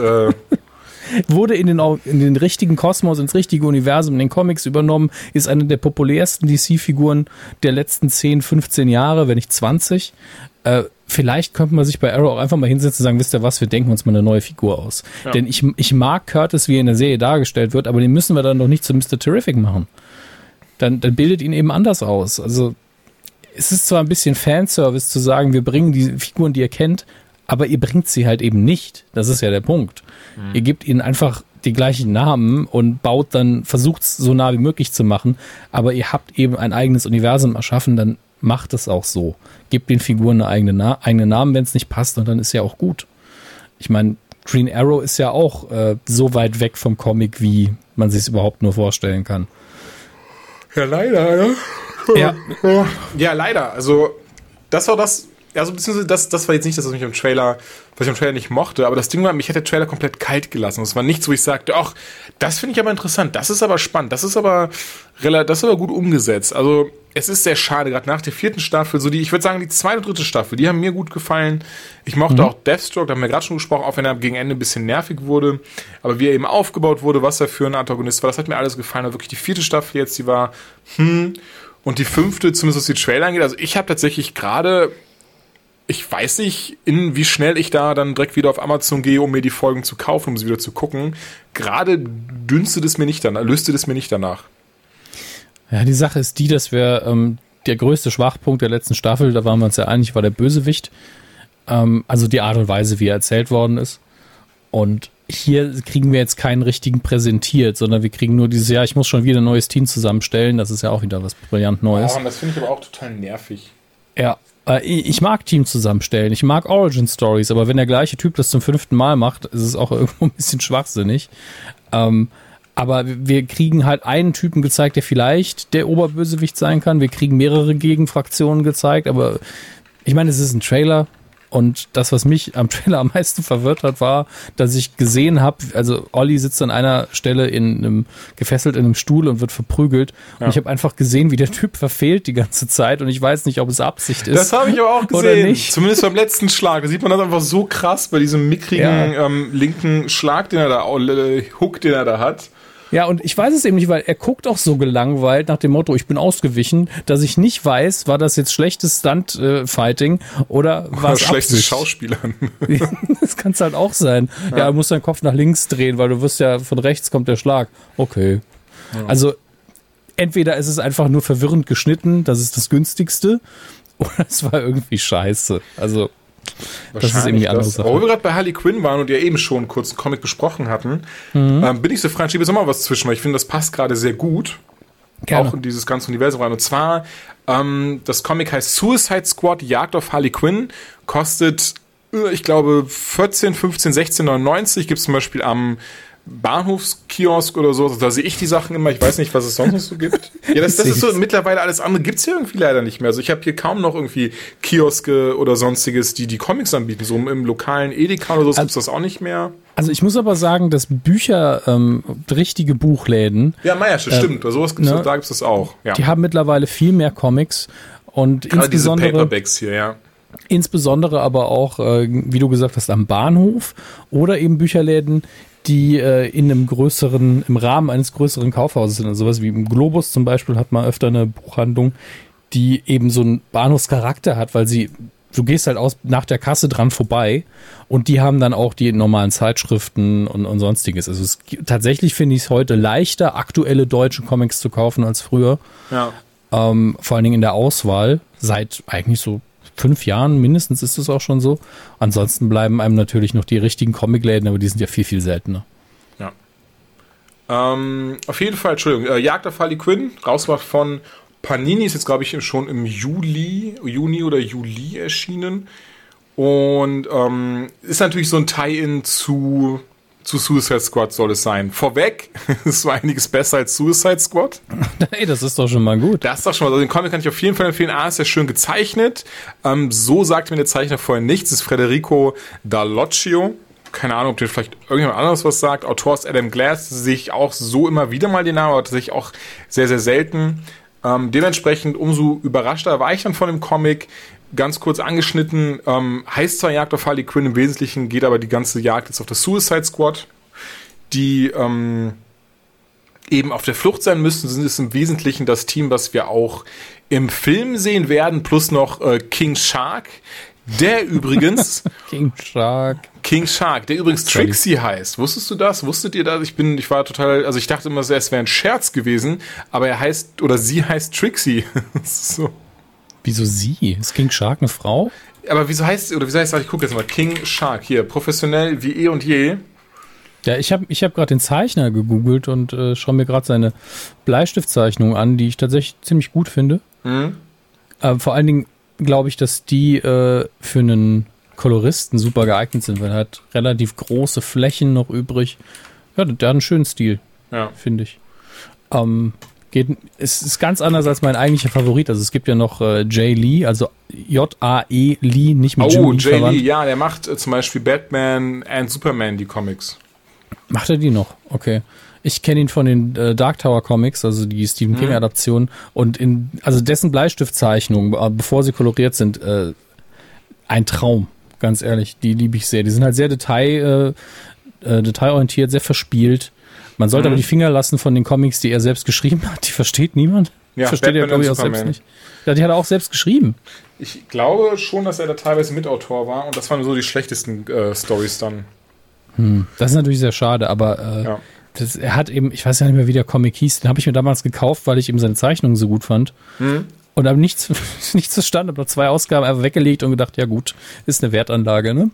wurde in den richtigen Kosmos, ins richtige Universum, in den Comics übernommen, ist eine der populärsten DC-Figuren der letzten 10, 15 Jahre, wenn nicht 20. Vielleicht könnte man sich bei Arrow auch einfach mal hinsetzen und sagen, wisst ihr was, wir denken uns mal eine neue Figur aus. Ja. Denn ich mag Curtis, wie er in der Serie dargestellt wird, aber den müssen wir dann doch nicht zu Mr. Terrific machen. Dann bildet ihn eben anders aus. Also es ist zwar ein bisschen Fanservice zu sagen, wir bringen die Figuren, die ihr kennt, aber ihr bringt sie halt eben nicht. Das ist ja der Punkt. Mhm. Ihr gebt ihnen einfach die gleichen Namen und versucht es so nah wie möglich zu machen, aber ihr habt eben ein eigenes Universum erschaffen, dann macht es auch so. Gebt den Figuren eine eigene Namen, wenn es nicht passt, und dann ist ja auch gut. Ich meine, Green Arrow ist ja auch so weit weg vom Comic, wie man sich es überhaupt nur vorstellen kann. Ja, leider, ja. Ja, leider. Also, das war das. Also, beziehungsweise das war jetzt nicht das, was ich am Trailer nicht mochte, aber das Ding war, mich hat der Trailer komplett kalt gelassen. Das war nichts, wo ich sagte, ach, das finde ich aber interessant, das ist aber spannend, das ist aber gut umgesetzt. Also, es ist sehr schade, gerade nach der 4. Staffel, ich würde sagen, die 2. und 3. Staffel, die haben mir gut gefallen. Ich mochte auch Deathstroke, da haben wir gerade schon gesprochen, auch wenn er gegen Ende ein bisschen nervig wurde. Aber wie er eben aufgebaut wurde, was er für ein Antagonist war, das hat mir alles gefallen. Aber wirklich die 4. Staffel jetzt, die war, und die 5., zumindest was die Trailer angeht, also ich habe tatsächlich gerade, ich weiß nicht, wie schnell ich da dann direkt wieder auf Amazon gehe, um mir die Folgen zu kaufen, um sie wieder zu gucken. Gerade löste das mir nicht danach. Ja, die Sache ist die, dass wir der größte Schwachpunkt der letzten Staffel, da waren wir uns ja einig, war der Bösewicht. Also die Art und Weise, wie er erzählt worden ist. Und hier kriegen wir jetzt keinen richtigen präsentiert, sondern wir kriegen nur dieses, ich muss schon wieder ein neues Team zusammenstellen. Das ist ja auch wieder was brillant Neues. Und das finde ich aber auch total nervig. Ja, ich mag Team zusammenstellen, ich mag Origin Stories, aber wenn der gleiche Typ das zum 5. Mal macht, ist es auch irgendwo ein bisschen schwachsinnig. Aber wir kriegen halt einen Typen gezeigt, der vielleicht der Oberbösewicht sein kann. Wir kriegen mehrere Gegenfraktionen gezeigt, aber ich meine, es ist ein Trailer. Und das, was mich am Trailer am meisten verwirrt hat, war, dass ich gesehen habe, also Olli sitzt an einer Stelle gefesselt in einem Stuhl und wird verprügelt. Und ich habe einfach gesehen, wie der Typ verfehlt die ganze Zeit. Und ich weiß nicht, ob es Absicht ist. Das habe ich aber auch gesehen. Oder nicht. Zumindest beim letzten Schlag. Da sieht man das einfach so krass bei diesem mickrigen linken Schlag, den er da, Hook, den er da hat. Ja, und ich weiß es eben nicht, weil er guckt auch so gelangweilt nach dem Motto, ich bin ausgewichen, dass ich nicht weiß, war das jetzt schlechtes Stunt-Fighting oder war es schlechtes Schauspielern. Das kann es halt auch sein. Ja, du musst deinen Kopf nach links drehen, weil du wirst ja, von rechts kommt der Schlag. Okay. Ja. Also entweder ist es einfach nur verwirrend geschnitten, das ist das günstigste, oder es war irgendwie scheiße. Also das ist irgendwie andere Sache. Wo wir gerade bei Harley Quinn waren und ja eben schon kurz einen Comic besprochen hatten, bin ich so frei und schiebe jetzt noch mal was zwischen, weil ich finde, das passt gerade sehr gut. Gerne. Auch in dieses ganze Universum rein. Und zwar, das Comic heißt Suicide Squad, Jagd auf Harley Quinn, kostet, ich glaube, 14, 15, 16,99. Gibt es zum Beispiel am Bahnhofskiosk oder so, da sehe ich die Sachen immer, ich weiß nicht, was es sonst noch so gibt. Ja, das ist so, mittlerweile alles andere gibt's hier irgendwie leider nicht mehr. Also ich habe hier kaum noch irgendwie Kioske oder sonstiges, die Comics anbieten. So im lokalen Edeka oder so gibt's das auch nicht mehr. Also ich muss aber sagen, dass Bücher, richtige Buchläden. Ja, Meiersche, stimmt. Sowas gibt's, da gibt's das auch. Ja. Die haben mittlerweile viel mehr Comics und gerade insbesondere diese Paperbacks hier, ja. Insbesondere aber auch, wie du gesagt hast, am Bahnhof oder eben Bücherläden, die im Rahmen eines größeren Kaufhauses sind. Also sowas wie im Globus zum Beispiel hat man öfter eine Buchhandlung, die eben so einen Bahnhofscharakter hat, weil du gehst halt nach der Kasse dran vorbei und die haben dann auch die normalen Zeitschriften und sonstiges. Also tatsächlich finde ich es heute leichter, aktuelle deutsche Comics zu kaufen als früher. Ja. Vor allen Dingen in der Auswahl, seit eigentlich so 5 Jahren mindestens ist es auch schon so. Ansonsten bleiben einem natürlich noch die richtigen Comicläden, aber die sind ja viel, viel seltener. Ja. Auf jeden Fall, Entschuldigung, Jagd auf Harley Quinn, rausgebracht von Panini, ist jetzt, glaube ich, schon im Juni oder Juli erschienen. Und ist natürlich so ein Tie-In zu Suicide Squad soll es sein. Vorweg, ist so einiges besser als Suicide Squad. Hey, das ist doch schon mal gut. Das ist doch schon mal, also den Comic kann ich auf jeden Fall empfehlen. Ist ja schön gezeichnet. So sagt mir der Zeichner vorher nichts. Das ist Federico Dall'Ocio. Keine Ahnung, ob dir vielleicht irgendjemand anderes was sagt. Autor ist Adam Glass. Sehe ich auch so immer wieder mal den Namen, aber tatsächlich auch sehr, sehr selten. Dementsprechend umso überraschter war ich dann von dem Comic. Ganz kurz angeschnitten, heißt zwar Jagd auf Harley Quinn, im Wesentlichen geht aber die ganze Jagd jetzt auf das Suicide Squad, die eben auf der Flucht sein müssen, sind es im Wesentlichen das Team, was wir auch im Film sehen werden, plus noch King Shark, der übrigens King Shark, der übrigens Trixie heißt. Wusstest du das? Wusstet ihr das? Ich war total, also ich dachte immer, es wäre ein Scherz gewesen, aber sie heißt Trixie. So. Wieso sie? Ist King Shark eine Frau? Aber wieso heißt, ich gucke jetzt mal, King Shark, hier, professionell wie eh und je. Ja, ich hab gerade den Zeichner gegoogelt und schaue mir gerade seine Bleistiftzeichnung an, die ich tatsächlich ziemlich gut finde. Vor allen Dingen glaube ich, dass die für einen Koloristen super geeignet sind, weil er hat relativ große Flächen noch übrig. Ja, der hat einen schönen Stil, finde ich. Es ist ganz anders als mein eigentlicher Favorit. Also es gibt ja noch Jay Lee, also J.A.E. Lee, nicht mit Jim Lee Jay verwandt. Lee, ja, der macht zum Beispiel Batman and Superman, die Comics. Macht er die noch? Okay. Ich kenne ihn von den Dark Tower Comics, also die Stephen King Adaption, und also dessen Bleistiftzeichnungen, bevor sie koloriert sind, ein Traum, ganz ehrlich. Die liebe ich sehr. Die sind halt sehr detailorientiert, sehr verspielt. Man sollte aber die Finger lassen von den Comics, die er selbst geschrieben hat. Die versteht niemand. Ja, versteht er, glaube ich, auch selbst nicht. Ja, die hat er auch selbst geschrieben. Ich glaube schon, dass er da teilweise Mitautor war und das waren so die schlechtesten Storys dann. Das ist natürlich sehr schade, aber er hat eben, ich weiß ja nicht mehr, wie der Comic hieß, den habe ich mir damals gekauft, weil ich eben seine Zeichnungen so gut fand. Und habe nichts zustande, habe noch 2 Ausgaben einfach weggelegt und gedacht, ja gut, ist eine Wertanlage, ne?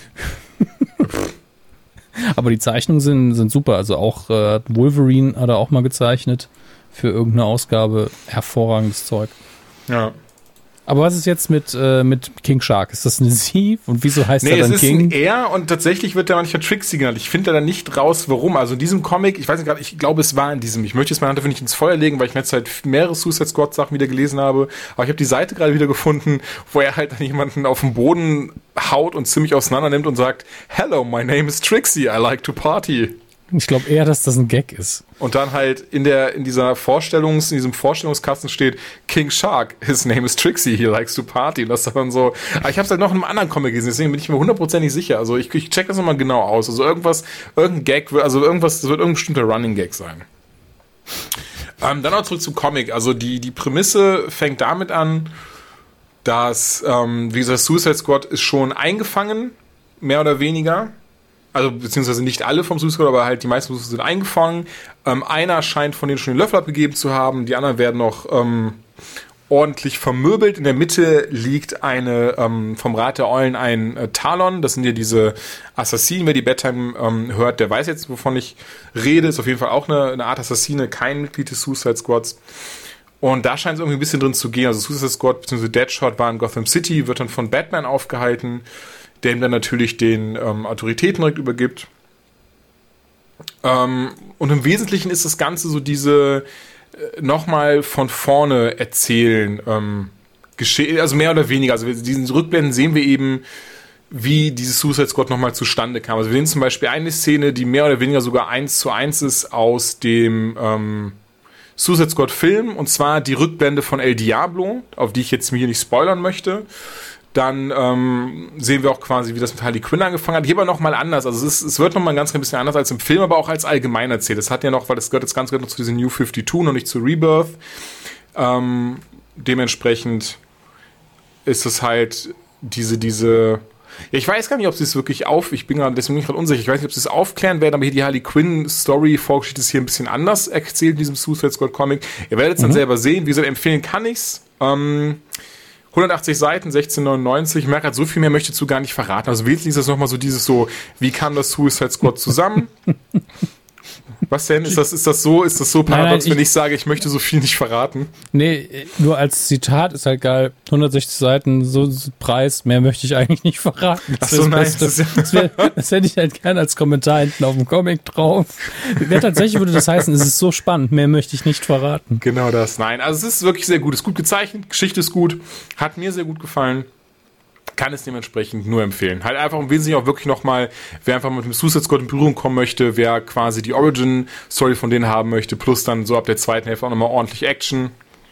Aber die Zeichnungen sind super. Also auch Wolverine hat er auch mal gezeichnet für irgendeine Ausgabe. Hervorragendes Zeug. Ja. Aber was ist jetzt mit King Shark? Ist das eine Sie? Und wieso heißt er dann es ist King? ein Er und tatsächlich wird er manchmal Trixie genannt. Ich finde da nicht raus, warum. Also in diesem Comic, ich weiß nicht gerade, ich glaube, es war in diesem, ich möchte jetzt meine Hand dafür nicht ins Feuer legen, weil ich in letzter Zeit mehrere Suicide Squad Sachen wieder gelesen habe. Aber ich habe die Seite gerade wieder gefunden, wo er halt dann jemanden auf den Boden haut und ziemlich auseinander nimmt und sagt, "Hello, my name is Trixie, I like to party." Ich glaube eher, dass das ein Gag ist. Und dann halt in diesem Vorstellungskasten steht King Shark, his name is Trixie, he likes to party. Und das ist dann so, aber ich habe es halt noch in einem anderen Comic gesehen, deswegen bin ich mir 100% sicher. Also ich check das nochmal genau aus. Also irgendein Gag, das wird irgendein bestimmter Running Gag sein. Dann noch zurück zum Comic. Also die Prämisse fängt damit an, dass, wie gesagt, Suicide Squad ist schon eingefangen, mehr oder weniger. Also, beziehungsweise nicht alle vom Suicide Squad, aber halt die meisten sind eingefangen. Einer scheint von denen schon den Löffel abgegeben zu haben. Die anderen werden noch ordentlich vermöbelt. In der Mitte liegt vom Rat der Eulen ein Talon. Das sind ja diese Assassinen. Wer die Bedtime hört, der weiß jetzt, wovon ich rede. Ist auf jeden Fall auch eine Art Assassine, kein Mitglied des Suicide Squads. Und da scheint es irgendwie ein bisschen drin zu gehen. Also Suicide Squad bzw. Deadshot war in Gotham City, wird dann von Batman aufgehalten, der ihm dann natürlich den Autoritäten direkt übergibt. Und im Wesentlichen ist das Ganze so diese nochmal von vorne erzählen, also mehr oder weniger. Also diesen Rückblenden sehen wir eben, wie dieses Suicide Squad nochmal zustande kam. Also wir sehen zum Beispiel eine Szene, die mehr oder weniger sogar 1:1 ist aus dem Suicide Squad Film, und zwar die Rückblende von El Diablo, auf die ich jetzt mir hier nicht spoilern möchte. Dann sehen wir auch quasi, wie das mit Harley Quinn angefangen hat. Hier aber nochmal anders. Also es wird nochmal ein ganz bisschen anders als im Film, aber auch als allgemein erzählt. Das hat ja noch, weil das gehört jetzt ganz noch zu diesem New 52 und nicht zu Rebirth. Dementsprechend ist es halt diese ja, ich weiß gar nicht, ob sie es wirklich deswegen bin ich gerade unsicher. Ich weiß nicht, ob sie es aufklären werden, aber hier die Harley Quinn Story, Vorgeschichte ist hier ein bisschen anders erzählt in diesem Suicide Squad Comic. Ihr werdet es dann selber sehen. Wie gesagt, empfehlen kann ich's. 180 Seiten, 16,99. Ich merke gerade, so viel mehr möchte ich dazu gar nicht verraten. Also wesentlich ist das nochmal so wie kam das Suicide Squad zusammen? Was denn? Ist das so paradox, wenn ich sage, ich möchte so viel nicht verraten? Nee, nur als Zitat ist halt geil. 160 Seiten, so Preis, mehr möchte ich eigentlich nicht verraten. Das hätte ich halt gerne als Kommentar hinten auf dem Comic drauf. Tatsächlich würde das heißen, es ist so spannend, mehr möchte ich nicht verraten. Genau das. Nein, also es ist wirklich sehr gut. Es ist gut gezeichnet, Geschichte ist gut, hat mir sehr gut gefallen. Kann es dementsprechend nur empfehlen. Halt einfach im Wesentlichen auch wirklich nochmal, wer einfach mit dem Suicide Squad in Berührung kommen möchte, wer quasi die Origin-Story von denen haben möchte, plus dann so ab der zweiten Hälfte auch nochmal ordentlich Action.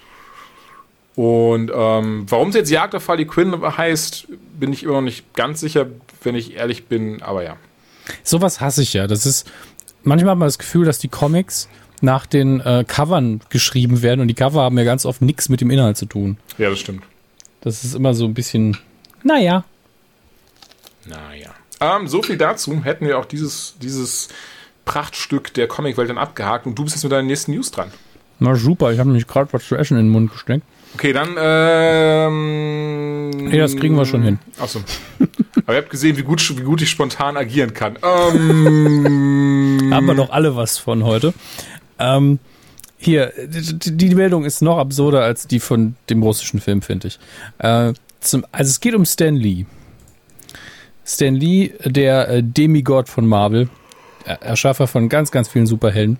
Und warum es jetzt Jagd auf Harley Quinn heißt, bin ich immer noch nicht ganz sicher, wenn ich ehrlich bin, aber ja. Sowas hasse ich ja. Das ist, manchmal hat man das Gefühl, dass die Comics nach den Covern geschrieben werden und die Cover haben ja ganz oft nichts mit dem Inhalt zu tun. Ja, das stimmt. Das ist immer so ein bisschen... Naja. So viel dazu. Hätten wir auch dieses Prachtstück der Comicwelt dann abgehakt und du bist jetzt mit deinen nächsten News dran. Na super, ich habe nämlich gerade was zu essen in den Mund gesteckt. Okay, dann nee, das kriegen wir schon hin. Achso. Aber ihr habt gesehen, wie gut ich spontan agieren kann. Haben wir doch alle was von heute. Hier, die Meldung ist noch absurder als die von dem russischen Film, finde ich. Also es geht um Stan Lee. Stan Lee, der Demigod von Marvel, Erschaffer von ganz, ganz vielen Superhelden.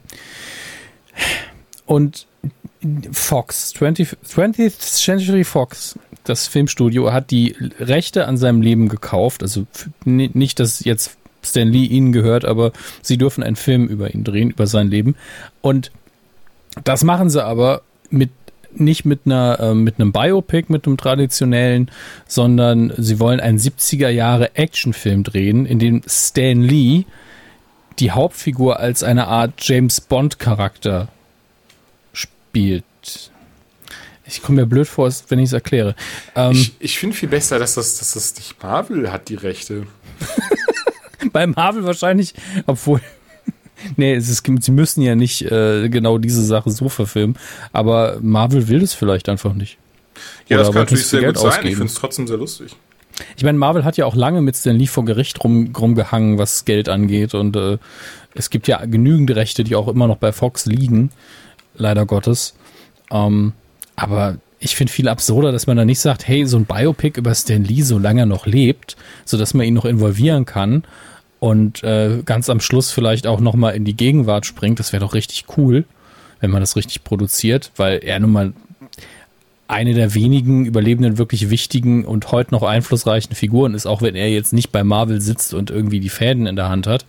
Und Fox, 20th Century Fox, das Filmstudio, hat die Rechte an seinem Leben gekauft. Also nicht, dass jetzt Stan Lee ihnen gehört, aber sie dürfen einen Film über ihn drehen, über sein Leben. Und das machen sie aber nicht mit einem Biopic, mit einem traditionellen, sondern sie wollen einen 70er Jahre Actionfilm drehen, in dem Stan Lee die Hauptfigur als eine Art James Bond Charakter spielt. Ich komme mir blöd vor, wenn ich es erkläre. Ich finde viel besser, dass das nicht Marvel hat, die Rechte. Bei Marvel wahrscheinlich, obwohl... Nee, sie müssen ja nicht genau diese Sache so verfilmen, aber Marvel will es vielleicht einfach nicht. Ja, das kann natürlich sehr gut sein. Ich finde es trotzdem sehr lustig. Ich meine, Marvel hat ja auch lange mit Stan Lee vor Gericht rumgehangen, was Geld angeht, und es gibt ja genügend Rechte, die auch immer noch bei Fox liegen, leider Gottes. Aber ich finde viel absurder, dass man da nicht sagt, hey, so ein Biopic über Stan Lee, solange er noch lebt, sodass man ihn noch involvieren kann und ganz am Schluss vielleicht auch nochmal in die Gegenwart springt. Das wäre doch richtig cool, wenn man das richtig produziert, weil er nun mal eine der wenigen überlebenden, wirklich wichtigen und heute noch einflussreichen Figuren ist, auch wenn er jetzt nicht bei Marvel sitzt und irgendwie die Fäden in der Hand hat.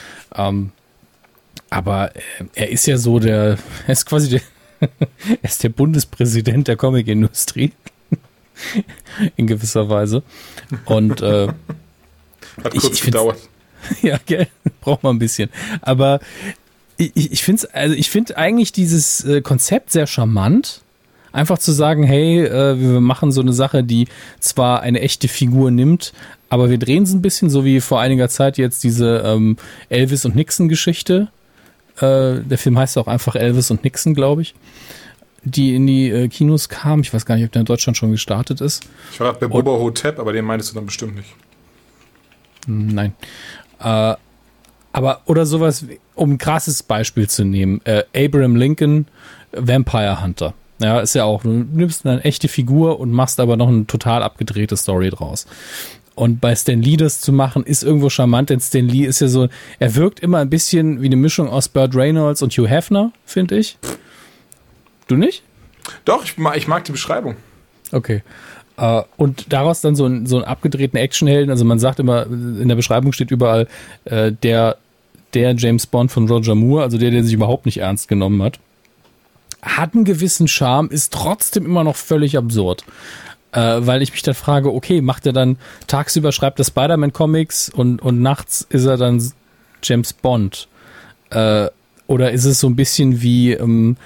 Aber er ist ja so er ist quasi er ist der Bundespräsident der Comic-Industrie. In gewisser Weise. Und hat kurz gedauert. Ja, gell? Braucht man ein bisschen. Aber ich finde eigentlich dieses Konzept sehr charmant. Einfach zu sagen, hey, wir machen so eine Sache, die zwar eine echte Figur nimmt, aber wir drehen es ein bisschen, so wie vor einiger Zeit jetzt diese Elvis und Nixon-Geschichte. Der Film heißt auch einfach Elvis und Nixon, glaube ich, die in die Kinos kam. Ich weiß gar nicht, ob der in Deutschland schon gestartet ist. Ich war gerade bei Bubba Hotep, aber den meintest du dann bestimmt nicht. Nein. Aber, oder sowas, um ein krasses Beispiel zu nehmen, Abraham Lincoln, Vampire Hunter. Ja, ist ja auch, du nimmst eine echte Figur und machst aber noch eine total abgedrehte Story draus. Und bei Stan Lee das zu machen, ist irgendwo charmant, denn Stan Lee ist ja so, er wirkt immer ein bisschen wie eine Mischung aus Burt Reynolds und Hugh Hefner, finde ich. Du nicht? Doch, ich mag die Beschreibung. Okay. Und daraus dann so einen abgedrehten Actionhelden, also man sagt immer, in der Beschreibung steht überall, der James Bond von Roger Moore, also der sich überhaupt nicht ernst genommen hat einen gewissen Charme, ist trotzdem immer noch völlig absurd. Weil ich mich dann frage, okay, macht er dann, tagsüber schreibt er Spider-Man-Comics und nachts ist er dann James Bond? Oder ist es so ein bisschen wie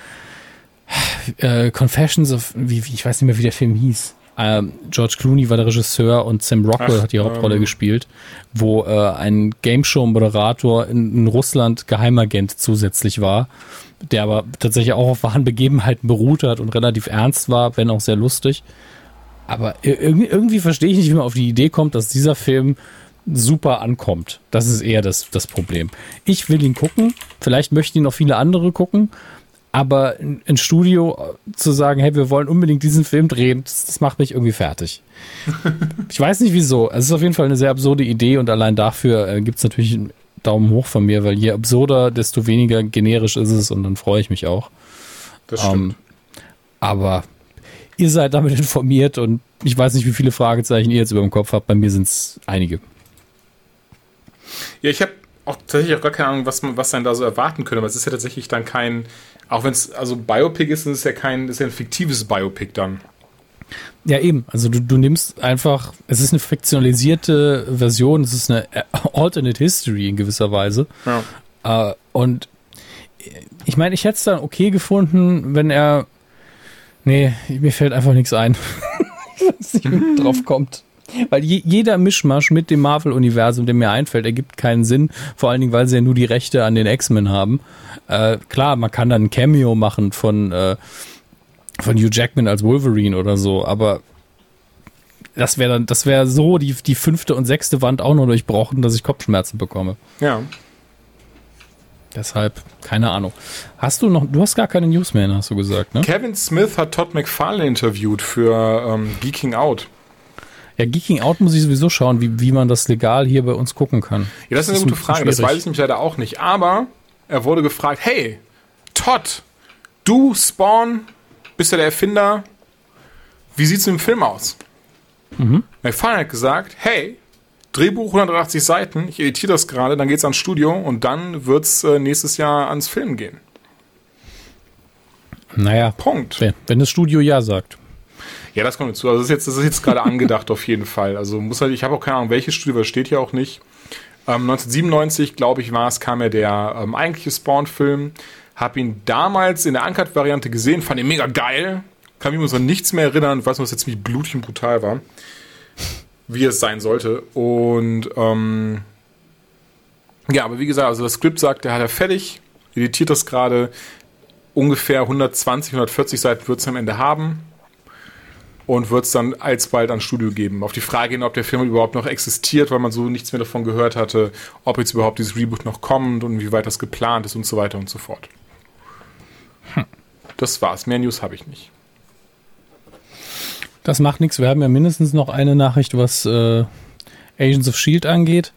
Confessions of, wie ich weiß nicht mehr, wie der Film hieß. George Clooney war der Regisseur und Sam Rockwell hat die Hauptrolle gespielt, wo ein Game-Show-Moderator in Russland Geheimagent zusätzlich war, der aber tatsächlich auch auf wahren Begebenheiten beruht hat und relativ ernst war, wenn auch sehr lustig. Aber irgendwie verstehe ich nicht, wie man auf die Idee kommt, dass dieser Film super ankommt. Das ist eher das Problem. Ich will ihn gucken, vielleicht möchten ihn noch viele andere gucken, aber ein Studio zu sagen, hey, wir wollen unbedingt diesen Film drehen, das macht mich irgendwie fertig. Ich weiß nicht wieso. Es ist auf jeden Fall eine sehr absurde Idee und allein dafür gibt es natürlich einen Daumen hoch von mir, weil je absurder, desto weniger generisch ist es und dann freue ich mich auch. Das stimmt. Aber ihr seid damit informiert und ich weiß nicht, wie viele Fragezeichen ihr jetzt über dem Kopf habt. Bei mir sind es einige. Ja, ich habe auch tatsächlich auch gar keine Ahnung, was dann da so erwarten könnte, aber es ist ja tatsächlich dann kein, auch wenn es also Biopic ist, ist ja ein fiktives Biopic dann. Ja, eben. Also du nimmst einfach, es ist eine fiktionalisierte Version, es ist eine Alternate History in gewisser Weise. Ja. Und ich meine, ich hätte es dann okay gefunden, wenn er, nee, mir fällt einfach nichts ein, was nicht drauf kommt. Weil jeder Mischmasch mit dem Marvel-Universum, der mir einfällt, ergibt keinen Sinn. Vor allen Dingen, weil sie ja nur die Rechte an den X-Men haben. Klar, man kann dann ein Cameo machen von Hugh Jackman als Wolverine oder so, aber das wäre so die 5. und 6. Wand auch noch durchbrochen, dass ich Kopfschmerzen bekomme. Ja. Deshalb, keine Ahnung. Du hast gar keine News mehr, hast du gesagt, ne? Kevin Smith hat Todd McFarlane interviewt für Geeking Out. Ja, Geeking Out muss ich sowieso schauen, wie man das legal hier bei uns gucken kann. Ja, das ist eine gute Frage, das weiß ich nämlich leider auch nicht. Aber er wurde gefragt, hey, Todd, du, Spawn, bist ja der Erfinder, wie sieht's mit dem Film aus? McFarlane hat gesagt, hey, Drehbuch 180 Seiten, ich editiere das gerade, dann geht's ans Studio und dann wird's nächstes Jahr ans Film gehen. Naja, Punkt. Wenn das Studio ja sagt. Ja, das kommt dazu. Also das ist jetzt gerade angedacht auf jeden Fall. Also ich habe auch keine Ahnung, welches Studio, das steht hier auch nicht. 1997, glaube ich, kam ja der eigentliche Spawn-Film. Habe ihn damals in der Uncut-Variante gesehen, fand ihn mega geil. Kann mich übrigens an nichts mehr erinnern. Ich weiß nur, dass es jetzt ziemlich blutig und brutal war. Wie es sein sollte. Und ja, aber wie gesagt, also das Skript sagt, der hat er fertig, editiert das gerade. Ungefähr 120, 140 Seiten wird es am Ende haben. Und wird es dann alsbald ans Studio geben. Auf die Frage hin, ob der Film überhaupt noch existiert, weil man so nichts mehr davon gehört hatte, ob jetzt überhaupt dieses Reboot noch kommt und wie weit das geplant ist und so weiter und so fort. Das war's. Mehr News habe ich nicht. Das macht nichts. Wir haben ja mindestens noch eine Nachricht, was Agents of S.H.I.E.L.D. angeht.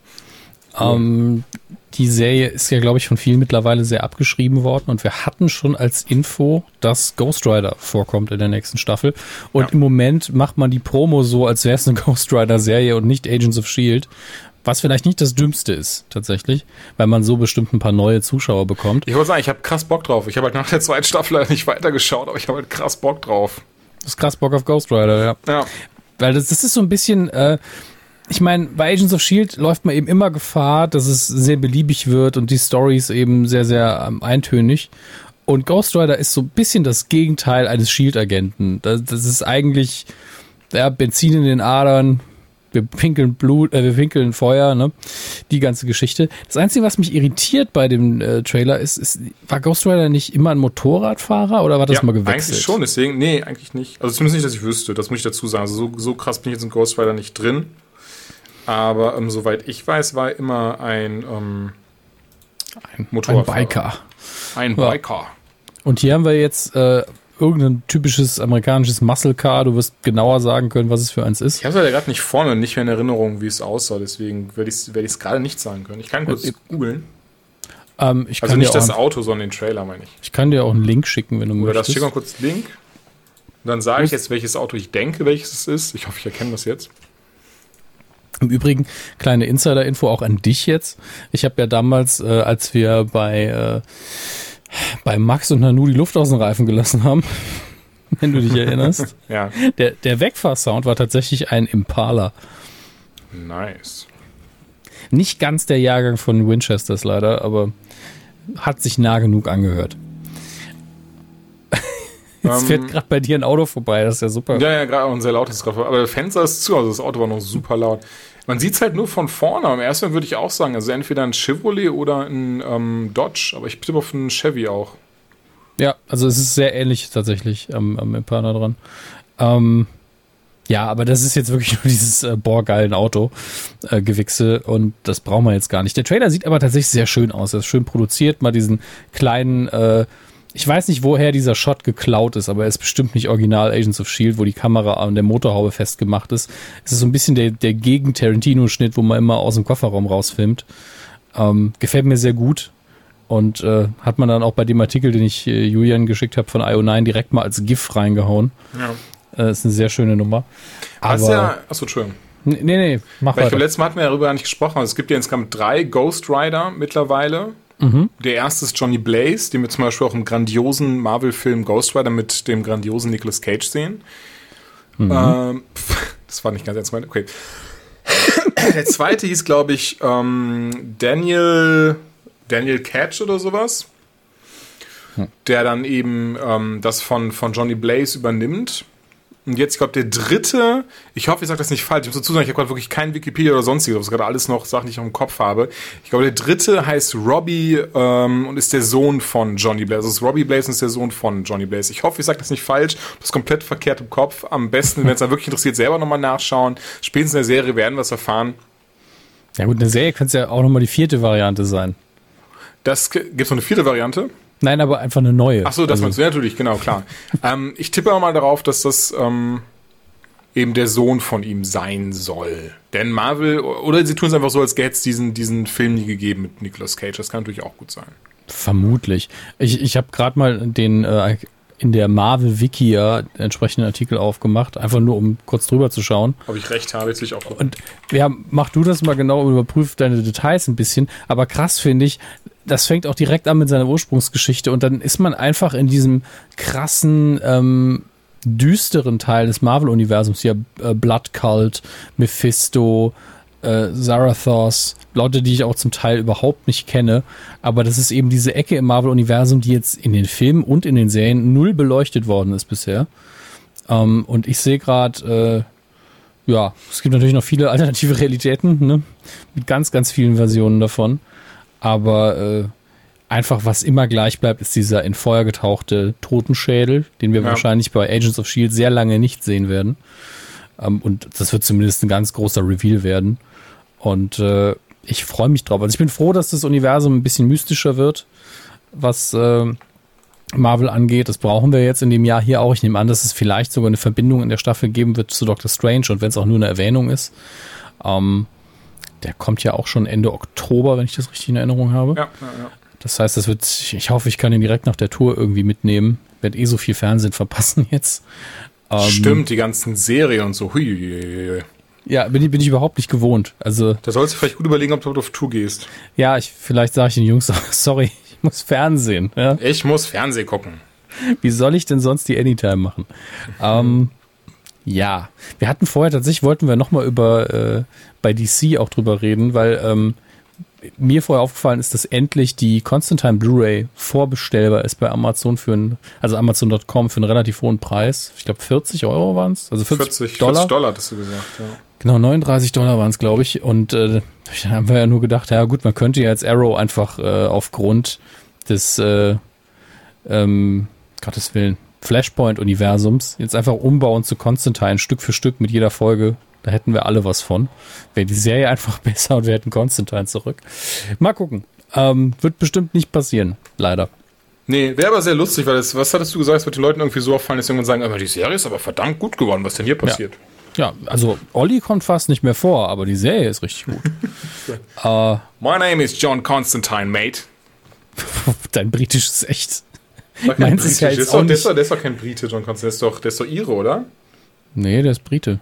Die Serie ist ja, glaube ich, von vielen mittlerweile sehr abgeschrieben worden und wir hatten schon als Info, dass Ghost Rider vorkommt in der nächsten Staffel und im Moment macht man die Promo so, als wäre es eine Ghost Rider-Serie und nicht Agents of S.H.I.E.L.D., was vielleicht nicht das Dümmste ist, tatsächlich, weil man so bestimmt ein paar neue Zuschauer bekommt. Ich wollte sagen, ich habe krass Bock drauf. Ich habe halt nach der zweiten Staffel leider nicht weitergeschaut, aber ich habe halt krass Bock drauf. Du hast krass Bock auf Ghost Rider, ja. Weil das ist so ein bisschen... Ich meine, bei Agents of S.H.I.E.L.D. läuft man eben immer Gefahr, dass es sehr beliebig wird und die Storys eben sehr, sehr eintönig. Und Ghost Rider ist so ein bisschen das Gegenteil eines S.H.I.E.L.D.-Agenten. Das ist eigentlich Benzin in den Adern, wir pinkeln Blut, wir pinkeln Feuer, ne? Die ganze Geschichte. Das Einzige, was mich irritiert bei dem Trailer war Ghost Rider nicht immer ein Motorradfahrer oder war das mal gewechselt? Eigentlich schon, deswegen, nee, eigentlich nicht. Also zumindest nicht, dass ich wüsste, das muss ich dazu sagen. Also so krass bin ich jetzt in Ghost Rider nicht drin. Aber soweit ich weiß, war immer ein Motorradfahrer. Ein Biker. Ein Biker. Und hier haben wir jetzt irgendein typisches amerikanisches Muscle Car. Du wirst genauer sagen können, was es für eins ist. Ich habe es ja gerade nicht vorne, nicht mehr in Erinnerung, wie es aussah. Deswegen werde ich es gerade nicht sagen können. Ich kann kurz googeln. Also nicht das Auto, sondern den Trailer, meine ich. Ich kann dir auch einen Link schicken, wenn du möchtest. Oder das schick mal kurz den Link. Und dann sage ich jetzt, welches Auto ich denke, welches es ist. Ich hoffe, ich erkenne das jetzt. Im Übrigen, kleine Insider-Info auch an dich jetzt. Ich habe ja damals, als wir bei Max und Nanu die Luft aus den Reifen gelassen haben, wenn du dich erinnerst, ja. Der Wegfahrsound war tatsächlich ein Impala. Nice. Nicht ganz der Jahrgang von Winchesters leider, aber hat sich nah genug angehört. Jetzt fährt gerade bei dir ein Auto vorbei, das ist ja super. Ja, gerade auch ein sehr lautes Treffer. Aber der Fenster ist zu, also das Auto war noch super laut. Man sieht es halt nur von vorne. Am ersten Mal würde ich auch sagen, also entweder ein Chevrolet oder ein Dodge, aber ich tippe auf einen Chevy auch. Ja, also es ist sehr ähnlich tatsächlich am Impala dran. Ja, aber das ist jetzt wirklich nur dieses bohrgeilen Auto-Gewichse und das brauchen wir jetzt gar nicht. Der Trailer sieht aber tatsächlich sehr schön aus. Er ist schön produziert, mal diesen kleinen... ich weiß nicht, woher dieser Shot geklaut ist, aber er ist bestimmt nicht original Agents of S.H.I.E.L.D., wo die Kamera an der Motorhaube festgemacht ist. Es ist so ein bisschen der Gegen-Tarantino-Schnitt, wo man immer aus dem Kofferraum rausfilmt. Gefällt mir sehr gut und hat man dann auch bei dem Artikel, den ich Julian geschickt habe von IO9, direkt mal als GIF reingehauen. Ja. Ist eine sehr schöne Nummer. Aber achso, Entschuldigung. Nee, mach weiter. Ich glaube, letztes Mal hatten wir darüber gar nicht gesprochen. Also es gibt ja insgesamt 3 Ghost Rider mittlerweile. Der erste ist Johnny Blaze, den wir zum Beispiel auch im grandiosen Marvel-Film Ghost Rider mit dem grandiosen Nicolas Cage sehen. Das war nicht ganz ernst gemeint. Okay. Der zweite hieß, glaube ich, Daniel Catch oder sowas. Der dann eben das von Johnny Blaze übernimmt. Und jetzt, ich glaube, der dritte, ich hoffe, ich sage das nicht falsch, ich muss dazu sagen, ich habe gerade wirklich kein Wikipedia oder sonstiges, das ist gerade alles noch Sachen, die ich noch im Kopf habe. Ich glaube, der dritte heißt Robbie und ist der Sohn von Johnny Blaze. Also ist Robbie Blaze und ist der Sohn von Johnny Blaze. Ich hoffe, ich sage das nicht falsch, das ist komplett verkehrt im Kopf. Am besten, wenn es dann wirklich interessiert, selber nochmal nachschauen. Spätestens in der Serie werden wir es erfahren. Ja gut, in der Serie könnte es ja auch nochmal die 4. Variante sein. Gibt es noch eine 4. Variante? Nein, aber einfach eine neue. Ach so, das meinst du, ja, natürlich, genau, klar. Ich tippe auch mal darauf, dass das eben der Sohn von ihm sein soll. Denn Marvel, oder sie tun es einfach so, als gäbe es diesen Film nie gegeben mit Nicolas Cage. Das kann natürlich auch gut sein. Vermutlich. Ich habe gerade mal den in der Marvel-Wiki entsprechenden Artikel aufgemacht, einfach nur um kurz drüber zu schauen. Ob ich recht habe, jetzt will ich auch gucken. Und ja, mach du das mal genau und überprüf deine Details ein bisschen. Aber krass finde ich, das fängt auch direkt an mit seiner Ursprungsgeschichte und dann ist man einfach in diesem krassen, düsteren Teil des Marvel-Universums hier, Blood Cult, Mephisto, Zarathos, Leute, die ich auch zum Teil überhaupt nicht kenne, aber das ist eben diese Ecke im Marvel-Universum, die jetzt in den Filmen und in den Serien null beleuchtet worden ist bisher. Und ich sehe gerade, es gibt natürlich noch viele alternative Realitäten, ne? Mit ganz, ganz vielen Versionen davon. Aber einfach, was immer gleich bleibt, ist dieser in Feuer getauchte Totenschädel, den wir wahrscheinlich bei Agents of S.H.I.E.L.D. sehr lange nicht sehen werden. Und das wird zumindest ein ganz großer Reveal werden. Und ich freue mich drauf. Also ich bin froh, dass das Universum ein bisschen mystischer wird, was Marvel angeht. Das brauchen wir jetzt in dem Jahr hier auch. Ich nehme an, dass es vielleicht sogar eine Verbindung in der Staffel geben wird zu Doctor Strange und wenn es auch nur eine Erwähnung ist. Der kommt ja auch schon Ende Oktober, wenn ich das richtig in Erinnerung habe. Ja. Das heißt, ich hoffe, ich kann ihn direkt nach der Tour irgendwie mitnehmen. Werde so viel Fernsehen verpassen jetzt. Stimmt, die ganzen Serien und so. Hui. Ja, bin ich überhaupt nicht gewohnt. Also, Da sollst du vielleicht gut überlegen, ob du auf Tour gehst. ja, vielleicht sage ich den Jungs, sorry, ich muss Fernsehen. Ja? Ich muss Fernsehen gucken. Wie soll ich denn sonst die Anytime machen? Ja, wir hatten vorher tatsächlich, wollten wir nochmal über bei DC auch drüber reden, weil mir vorher aufgefallen ist, dass endlich die Constantine Blu-ray vorbestellbar ist bei Amazon also Amazon.com für einen relativ hohen Preis. Ich glaube 40 Euro waren es, also 40 Dollar. $40 hattest du gesagt, ja. Genau, $39 waren es, glaube ich. Und dann haben wir ja nur gedacht, ja gut, man könnte ja jetzt Arrow einfach aufgrund des Gottes Willen, Flashpoint-Universums jetzt einfach umbauen zu Constantine, Stück für Stück mit jeder Folge. Da hätten wir alle was von. Wäre die Serie einfach besser und wir hätten Constantine zurück. Mal gucken. Wird bestimmt nicht passieren, leider. Nee, wäre aber sehr lustig, weil was hattest du gesagt, es wird den Leuten irgendwie so auffallen, dass sie irgendwann sagen, aber die Serie ist aber verdammt gut geworden, was denn hier passiert? Ja, also Olli kommt fast nicht mehr vor, aber die Serie ist richtig gut. My name is John Constantine, mate. Dein Britisch ist echt. Meins ist ja jetzt auch der nicht... ist doch kein Brite, John Constantine, der ist doch Ire, oder? Nee, der ist Brite.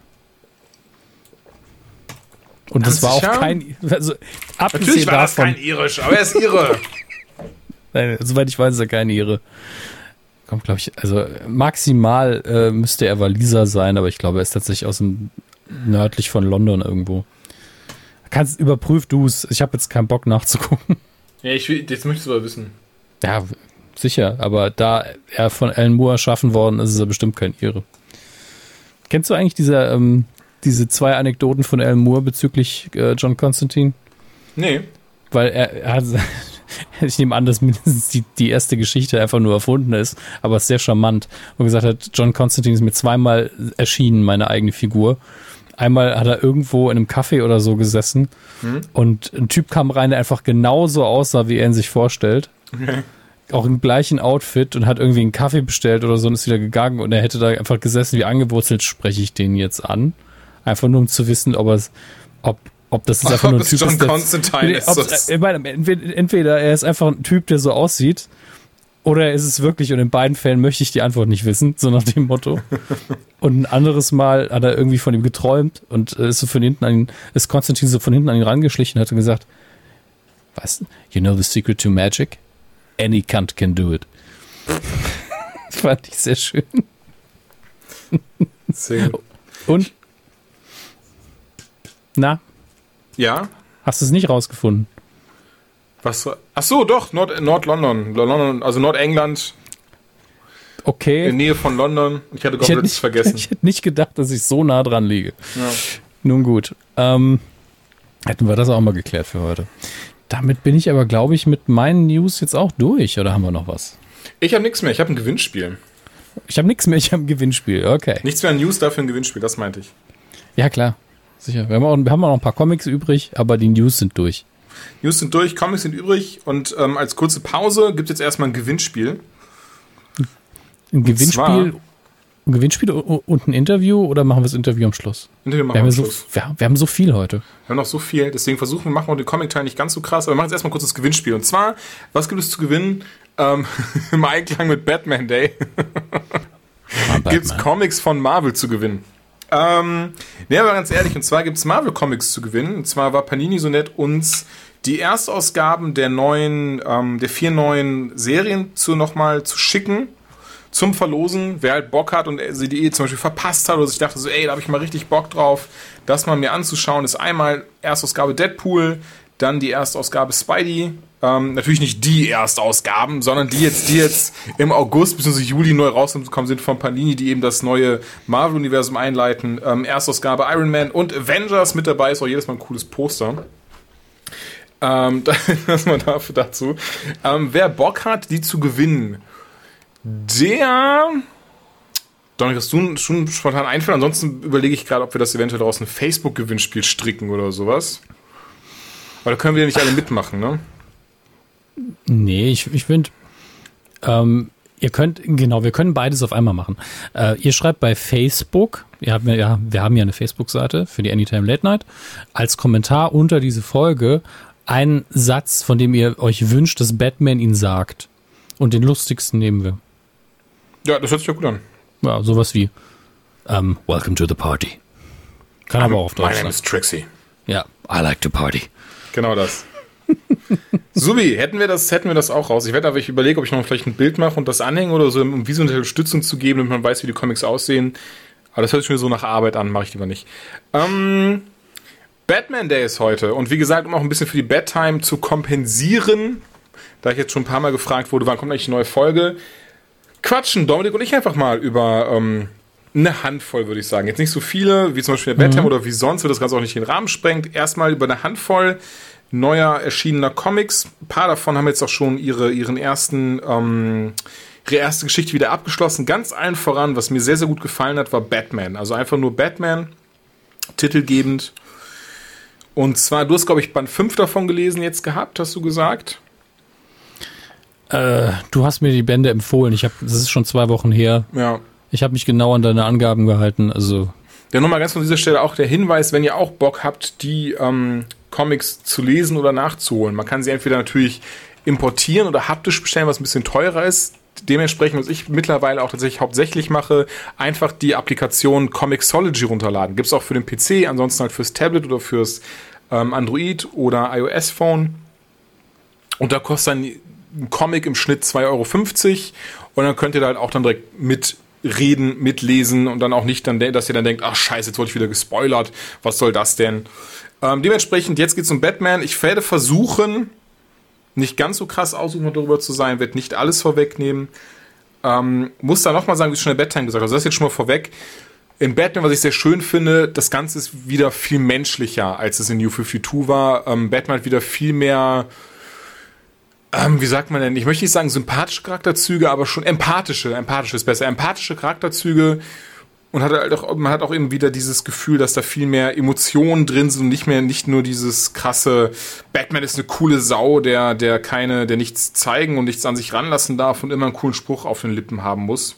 Und das war auch kein... Also, Natürlich war das kein Irisch, aber er ist Ire. Nein, soweit ich weiß, ist er kein Ire. Kommt, glaube ich, also maximal müsste er Waliser sein, aber ich glaube, er ist tatsächlich aus dem nördlich von London irgendwo. Überprüf du es. Ich habe jetzt keinen Bock nachzugucken. Ja, jetzt möchtest du aber wissen. Ja, sicher, aber da er von Alan Moore erschaffen worden ist, ist er bestimmt kein Ire. Kennst du eigentlich diese 2 Anekdoten von Alan Moore bezüglich John Constantine? Nee. Weil er hat, ich nehme an, dass mindestens die erste Geschichte einfach nur erfunden ist, aber es ist sehr charmant. Und gesagt hat, John Constantine ist mir 2-mal erschienen, meine eigene Figur. Einmal hat er irgendwo in einem Café oder so gesessen und ein Typ kam rein, der einfach genauso aussah, wie er ihn sich vorstellt. Okay. Auch im gleichen Outfit und hat irgendwie einen Kaffee bestellt oder so und ist wieder gegangen und er hätte da einfach gesessen, wie angewurzelt spreche ich den jetzt an. Einfach nur um zu wissen, ob das jetzt einfach nur ein Typ John ist. Constantine ist. Entweder er ist einfach ein Typ, der so aussieht, oder er ist es wirklich, und in beiden Fällen möchte ich die Antwort nicht wissen, so nach dem Motto. Und ein anderes Mal hat er irgendwie von ihm geträumt und ist Konstantin so von hinten an ihn rangeschlichen und hat gesagt, was? You know the secret to magic? Any cunt can do it. Das fand ich sehr schön. Und? Na? Ja? Hast du es nicht rausgefunden? Was? Ach so, doch, Nord-London, also Nordengland. Okay. In der Nähe von London. Ich hatte komplett vergessen. Ich hätte nicht gedacht, dass ich so nah dran liege. Ja. Nun gut. Hätten wir das auch mal geklärt für heute. Damit bin ich aber, glaube ich, mit meinen News jetzt auch durch. Oder haben wir noch was? Ich habe nichts mehr. Ich habe ein Gewinnspiel. Ich habe nichts mehr. Ich habe ein Gewinnspiel. Okay. Nichts mehr an News, dafür ein Gewinnspiel. Das meinte ich. Ja, klar. Sicher. Wir haben auch noch ein paar Comics übrig, aber die News sind durch. News sind durch, Comics sind übrig und als kurze Pause gibt es jetzt erstmal ein Gewinnspiel. Ein Gewinnspiel und ein Interview oder machen wir das Interview am Schluss? Interview machen wir am Schluss. Wir haben so viel heute. Wir haben noch so viel, deswegen machen wir den Comic-Teil nicht ganz so krass, aber wir machen jetzt erstmal kurz das Gewinnspiel. Und zwar, was gibt es zu gewinnen? Im Einklang mit Batman Day gibt es Comics von Marvel zu gewinnen. Aber ganz ehrlich, und zwar gibt es Marvel Comics zu gewinnen. Und zwar war Panini so nett, uns die Erstausgaben der 4 neuen Serien nochmal zu schicken zum Verlosen. Wer halt Bock hat und sie die zum Beispiel verpasst hat oder sich dachte so, ey, da habe ich mal richtig Bock drauf, das mal mir anzuschauen, ist einmal Erstausgabe Deadpool, dann die Erstausgabe Spidey. Natürlich nicht die Erstausgaben, sondern die jetzt im August bzw. Juli neu rausgekommen sind von Panini, die eben das neue Marvel-Universum einleiten. Erstausgabe Iron Man und Avengers mit dabei, ist auch jedes Mal ein cooles Poster. Das mal dazu. Wer Bock hat, die zu gewinnen, Dominik, hast du schon spontan einfällt? Ansonsten überlege ich gerade, ob wir das eventuell daraus ein Facebook-Gewinnspiel stricken oder sowas. Aber da können wir ja nicht alle mitmachen, ne? Nee, ich finde, wir können beides auf einmal machen. Ihr schreibt bei Facebook, wir haben ja eine Facebook-Seite für die Anytime Late Night, als Kommentar unter diese Folge einen Satz, von dem ihr euch wünscht, dass Batman ihn sagt. Und den lustigsten nehmen wir. Ja, das hört sich ja gut an. Ja, sowas wie Welcome to the party. Kann aber auch auf Deutsch sein. My name is Trixie. Ja, I like to party. Genau das. Subi, hätten wir das auch raus. Ich überlege, ob ich noch vielleicht ein Bild mache und das anhänge oder so, um visuelle Unterstützung zu geben, damit man weiß, wie die Comics aussehen. Aber das hört sich mir so nach Arbeit an, mache ich lieber nicht. Batman Day ist heute. Und wie gesagt, um auch ein bisschen für die Bedtime zu kompensieren, da ich jetzt schon ein paar Mal gefragt wurde, wann kommt eigentlich eine neue Folge, quatschen Dominik und ich einfach mal über eine Handvoll, würde ich sagen. Jetzt nicht so viele, wie zum Beispiel der Bedtime oder wie sonst, weil das Ganze auch nicht den Rahmen sprengt. Erstmal über eine Handvoll neuer erschienener Comics. Ein paar davon haben jetzt auch schon ihre erste Geschichte wieder abgeschlossen. Ganz allen voran, was mir sehr, sehr gut gefallen hat, war Batman. Also einfach nur Batman, titelgebend. Und zwar, du hast, glaube ich, Band 5 davon gelesen jetzt gehabt, hast du gesagt? Du hast mir die Bände empfohlen. Das ist schon 2 Wochen her. Ja. Ich habe mich genau an deine Angaben gehalten. Also Ja, nochmal ganz von dieser Stelle auch der Hinweis, wenn ihr auch Bock habt, die Comics zu lesen oder nachzuholen. Man kann sie entweder natürlich importieren oder haptisch bestellen, was ein bisschen teurer ist. Dementsprechend, was ich mittlerweile auch tatsächlich hauptsächlich mache, einfach die Applikation Comixology runterladen. Gibt es auch für den PC, ansonsten halt fürs Tablet oder fürs Android oder iOS-Phone. Und da kostet dann ein Comic im Schnitt 2,50 € und dann könnt ihr da halt auch dann direkt mitreden, mitlesen und dann auch nicht, dass ihr dann denkt, ach scheiße, jetzt wurde ich wieder gespoilert, was soll das denn? Dementsprechend, jetzt geht's um Batman. Ich werde versuchen, nicht ganz so krass aussuchen darüber zu sein, werde nicht alles vorwegnehmen. Muss da nochmal sagen, wie schon der Bedtime gesagt hat, also das ist jetzt schon mal vorweg. In Batman, was ich sehr schön finde, das Ganze ist wieder viel menschlicher, als es in New 52 war. Batman hat wieder viel mehr, wie sagt man denn, ich möchte nicht sagen sympathische Charakterzüge, aber schon empathische ist besser, empathische Charakterzüge und man hat auch eben wieder dieses Gefühl, dass da viel mehr Emotionen drin sind und nicht nur dieses krasse, Batman ist eine coole Sau, der nichts zeigen und nichts an sich ranlassen darf und immer einen coolen Spruch auf den Lippen haben muss.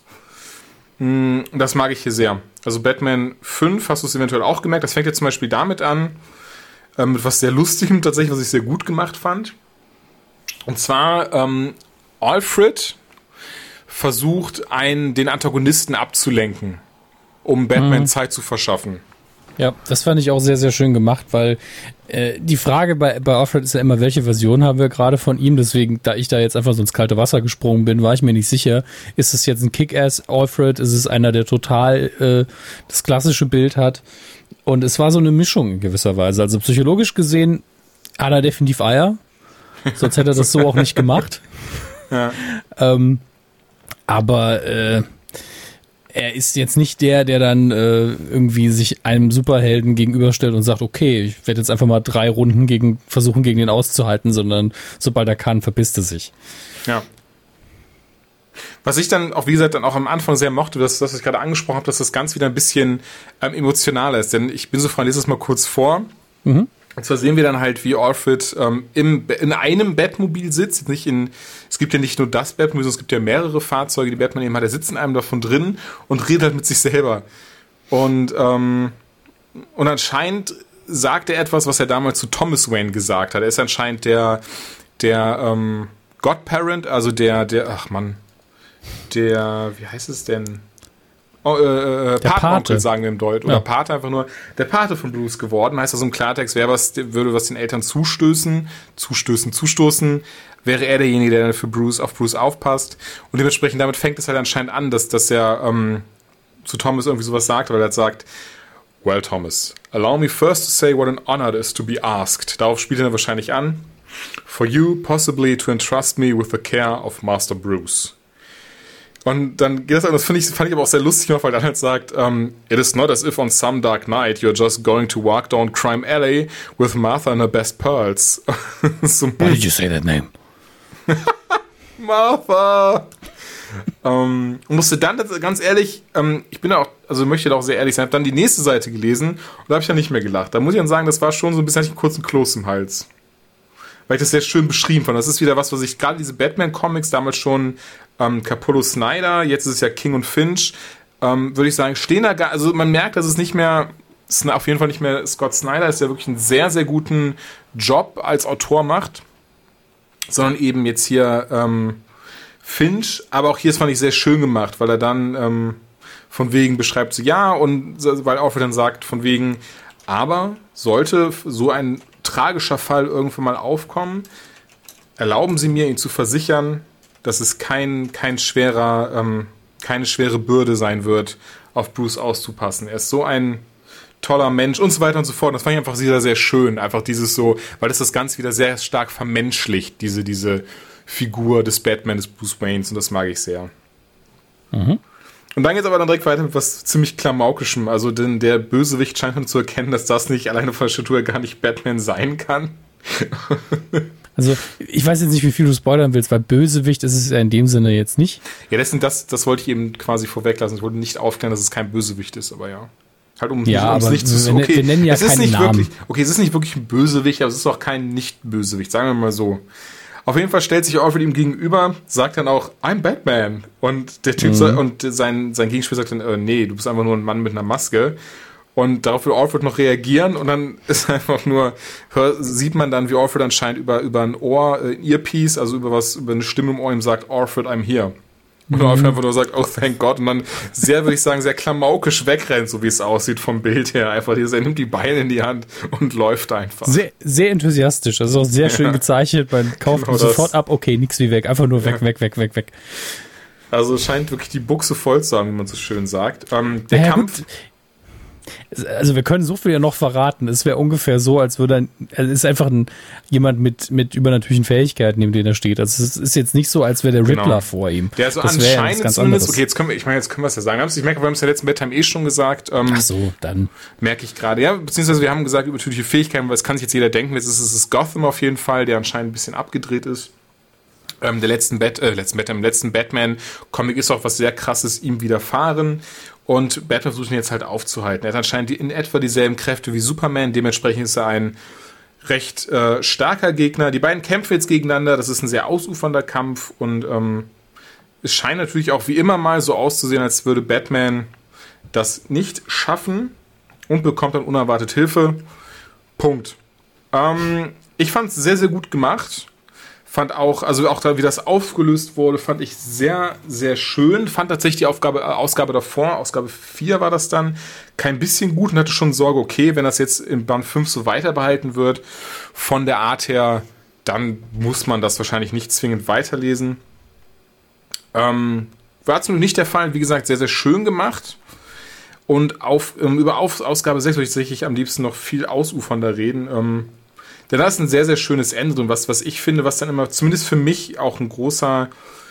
Das mag ich hier sehr. Also Batman 5, hast du es eventuell auch gemerkt, das fängt jetzt zum Beispiel damit an, mit was sehr Lustigem tatsächlich, was ich sehr gut gemacht fand. Und zwar, Alfred versucht, den Antagonisten abzulenken, um Batman Zeit zu verschaffen. Ja, das fand ich auch sehr, sehr schön gemacht, weil die Frage bei Alfred ist ja immer, welche Version haben wir gerade von ihm? Deswegen, da ich da jetzt einfach so ins kalte Wasser gesprungen bin, war ich mir nicht sicher, ist es jetzt ein Kick-Ass Alfred? Ist es einer, der total das klassische Bild hat? Und es war so eine Mischung in gewisser Weise. Also psychologisch gesehen hat er definitiv Eier. Sonst hätte er das so auch nicht gemacht. Ja. Aber er ist jetzt nicht der dann irgendwie sich einem Superhelden gegenüberstellt und sagt, okay, ich werde jetzt einfach mal 3 Runden versuchen, gegen den auszuhalten, sondern sobald er kann, verpisst er sich. Ja. Was ich dann auch, wie gesagt, dann auch am Anfang sehr mochte, dass ich gerade angesprochen habe, dass das Ganze wieder ein bisschen emotionaler ist. Denn ich bin so frei, lese es mal kurz vor. Mhm. Und zwar sehen wir dann halt, wie Alfred in einem Batmobil sitzt. Es gibt ja nicht nur das Batmobil, sondern es gibt ja mehrere Fahrzeuge, die Batman eben hat. Er sitzt in einem davon drin und redet halt mit sich selber. Und anscheinend sagt er etwas, was er damals zu Thomas Wayne gesagt hat. Er ist anscheinend der Godparent, also wie heißt es denn? Patenonkel sagen wir im Deutsch. Oder Pate einfach nur. Der Pate von Bruce geworden. Heißt also im Klartext, würde was den Eltern zustoßen, wäre er derjenige, der dann auf Bruce aufpasst. Und dementsprechend damit fängt es halt anscheinend an, dass er zu Thomas irgendwie sowas sagt, weil er halt sagt, well, Thomas, allow me first to say what an honor it is to be asked. Darauf spielt er dann wahrscheinlich an. For you possibly to entrust me with the care of Master Bruce. Und dann geht das an, fand ich aber auch sehr lustig, weil dann halt sagt, it is not as if on some dark night you're just going to walk down Crime Alley with Martha and her best pearls. So, why did you say that name? Martha! Und musste dann, ganz ehrlich, möchte da auch sehr ehrlich sein, habe dann die nächste Seite gelesen und da habe ich dann nicht mehr gelacht. Da muss ich dann sagen, das war schon so ein bisschen, hatte ich einen kurzen Kloß im Hals. weil ich das sehr schön beschrieben fand. Das ist wieder was ich gerade diese Batman-Comics damals schon Capullo Snyder, jetzt ist es ja King und Finch, würde ich sagen, stehen da also man merkt, dass es nicht mehr, auf jeden Fall nicht mehr Scott Snyder ist, der wirklich einen sehr, sehr guten Job als Autor macht, sondern eben jetzt hier Finch, aber auch hier ist, fand ich, sehr schön gemacht, weil er dann von wegen beschreibt so, ja, und weil Alfred dann sagt, von wegen, aber sollte so ein tragischer Fall irgendwann mal aufkommen, erlauben Sie mir, Ihnen zu versichern, dass es keine schwere Bürde sein wird, auf Bruce aufzupassen. Er ist so ein toller Mensch und so weiter und so fort. Das fand ich einfach sehr, sehr schön. Einfach dieses so, weil das Ganze wieder sehr stark vermenschlicht, diese Figur des Batman, des Bruce Waynes, und das mag ich sehr. Mhm. Und dann geht es aber dann direkt weiter mit was ziemlich Klamaukischem. Also denn der Bösewicht scheint dann zu erkennen, dass das nicht alleine von der Statur gar nicht Batman sein kann. Also ich weiß jetzt nicht, wie viel du spoilern willst, weil Bösewicht ist es ja in dem Sinne jetzt nicht. Ja, das wollte ich eben quasi vorweglassen. Ich wollte nicht aufklären, dass es kein Bösewicht ist, aber ja. Halt nicht zu... Okay, wir nennen ja keinen Namen. Es ist nicht wirklich ein Bösewicht, aber es ist auch kein Nicht-Bösewicht, sagen wir mal so. Auf jeden Fall stellt sich Alfred ihm gegenüber, sagt dann auch, I'm Batman. Und der Typ und sein Gegenspieler sagt dann, nee, du bist einfach nur ein Mann mit einer Maske. Und darauf will Alfred noch reagieren und dann ist einfach nur, sieht man dann, wie Alfred anscheinend über ein Ohr, Earpiece, also über eine Stimme im Ohr ihm sagt, Alfred, I'm here. Und Alfred einfach nur sagt, oh, thank God. Und dann würde ich sagen, sehr klamaukisch wegrennt, so wie es aussieht vom Bild her. Einfach, er nimmt die Beine in die Hand und läuft einfach. Sehr, sehr enthusiastisch, also auch sehr schön gezeichnet. Man kauft genau sofort ab, okay, nix wie weg, einfach nur weg. Also scheint wirklich die Buchse voll zu haben, wie man so schön sagt. Der Kampf... Gut. Also wir können so viel ja noch verraten. Es wäre ungefähr so, als würde es ist einfach jemand mit übernatürlichen Fähigkeiten, neben dem er steht. Also es ist jetzt nicht so, als wäre der Riddler vor ihm. Der also anscheinend ganz zumindest, okay, jetzt können wir es ja sagen. Ich merke, wir haben es ja letzten Bedtime schon gesagt. Ach so, dann. Merke ich gerade. Ja, beziehungsweise wir haben gesagt, übernatürliche Fähigkeiten, weil es kann sich jetzt jeder denken. Jetzt ist es Gotham auf jeden Fall, der anscheinend ein bisschen abgedreht ist. Im letzten Batman-Comic ist auch was sehr Krasses ihm widerfahren. Und Batman versucht ihn jetzt halt aufzuhalten. Er hat anscheinend in etwa dieselben Kräfte wie Superman. Dementsprechend ist er ein recht starker Gegner. Die beiden kämpfen jetzt gegeneinander. Das ist ein sehr ausufernder Kampf. Und es scheint natürlich auch wie immer mal so auszusehen, als würde Batman das nicht schaffen und bekommt dann unerwartet Hilfe. Punkt. Ich fand es sehr, sehr gut gemacht. Fand auch da, wie das aufgelöst wurde, fand ich sehr, sehr schön. Fand tatsächlich die Ausgabe davor, Ausgabe 4 war das dann, kein bisschen gut und hatte schon Sorge, okay, wenn das jetzt in Band 5 so weiter behalten wird, von der Art her, dann muss man das wahrscheinlich nicht zwingend weiterlesen. War zum nicht der Fall, wie gesagt, sehr, sehr schön gemacht. Und über Ausgabe 6 würde ich tatsächlich am liebsten noch viel ausufernder reden. Denn da ist ein sehr, sehr schönes Ende drin, was ich finde, was dann immer, zumindest für mich, auch ein großer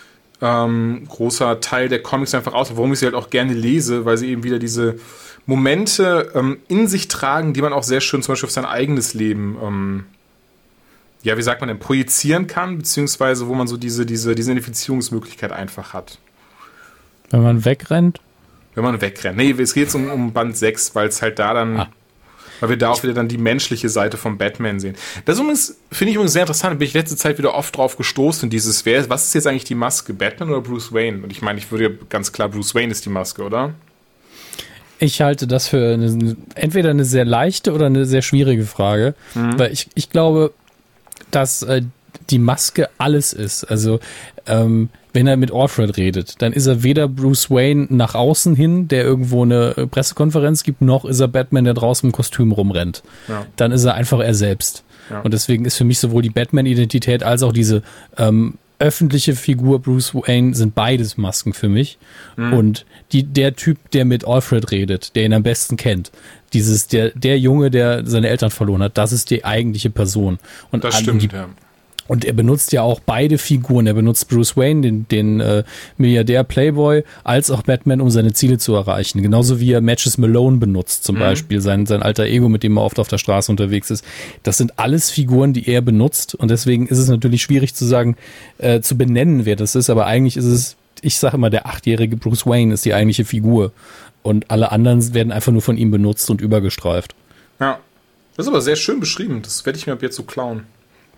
Teil der Comics einfach ausmacht, warum ich sie halt auch gerne lese, weil sie eben wieder diese Momente in sich tragen, die man auch sehr schön zum Beispiel auf sein eigenes Leben, wie sagt man denn, projizieren kann, beziehungsweise wo man so diese Identifizierungsmöglichkeit einfach hat. Wenn man wegrennt? Wenn man wegrennt. Nee, es geht jetzt um Band 6, weil es halt da dann... Weil wir da auch wieder dann die menschliche Seite von Batman sehen. Das finde ich übrigens sehr interessant. Da bin ich letzte Zeit wieder oft drauf gestoßen. Was ist jetzt eigentlich die Maske? Batman oder Bruce Wayne? Und ich meine, ich würde ja ganz klar, Bruce Wayne ist die Maske, oder? Ich halte das für entweder eine sehr leichte oder eine sehr schwierige Frage. Weil ich glaube, dass die Maske alles ist. Also wenn er mit Alfred redet, dann ist er weder Bruce Wayne nach außen hin, der irgendwo eine Pressekonferenz gibt, noch ist er Batman, der draußen im Kostüm rumrennt. Ja. Dann ist er einfach er selbst. Ja. Und deswegen ist für mich sowohl die Batman-Identität als auch diese öffentliche Figur Bruce Wayne sind beides Masken für mich. Und der Typ, der mit Alfred redet, der ihn am besten kennt, der Junge, der seine Eltern verloren hat, das ist die eigentliche Person. Und das stimmt, ja. Und er benutzt ja auch beide Figuren. Er benutzt Bruce Wayne, den Milliardär Playboy, als auch Batman, um seine Ziele zu erreichen. Genauso wie er Matches Malone benutzt, zum Beispiel sein alter Ego, mit dem er oft auf der Straße unterwegs ist. Das sind alles Figuren, die er benutzt. Und deswegen ist es natürlich schwierig zu sagen, zu benennen, wer das ist. Aber eigentlich ist es, ich sage immer, der 8-jährige Bruce Wayne ist die eigentliche Figur. Und alle anderen werden einfach nur von ihm benutzt und übergestreift. Ja, das ist aber sehr schön beschrieben. Das werde ich mir ab jetzt so klauen.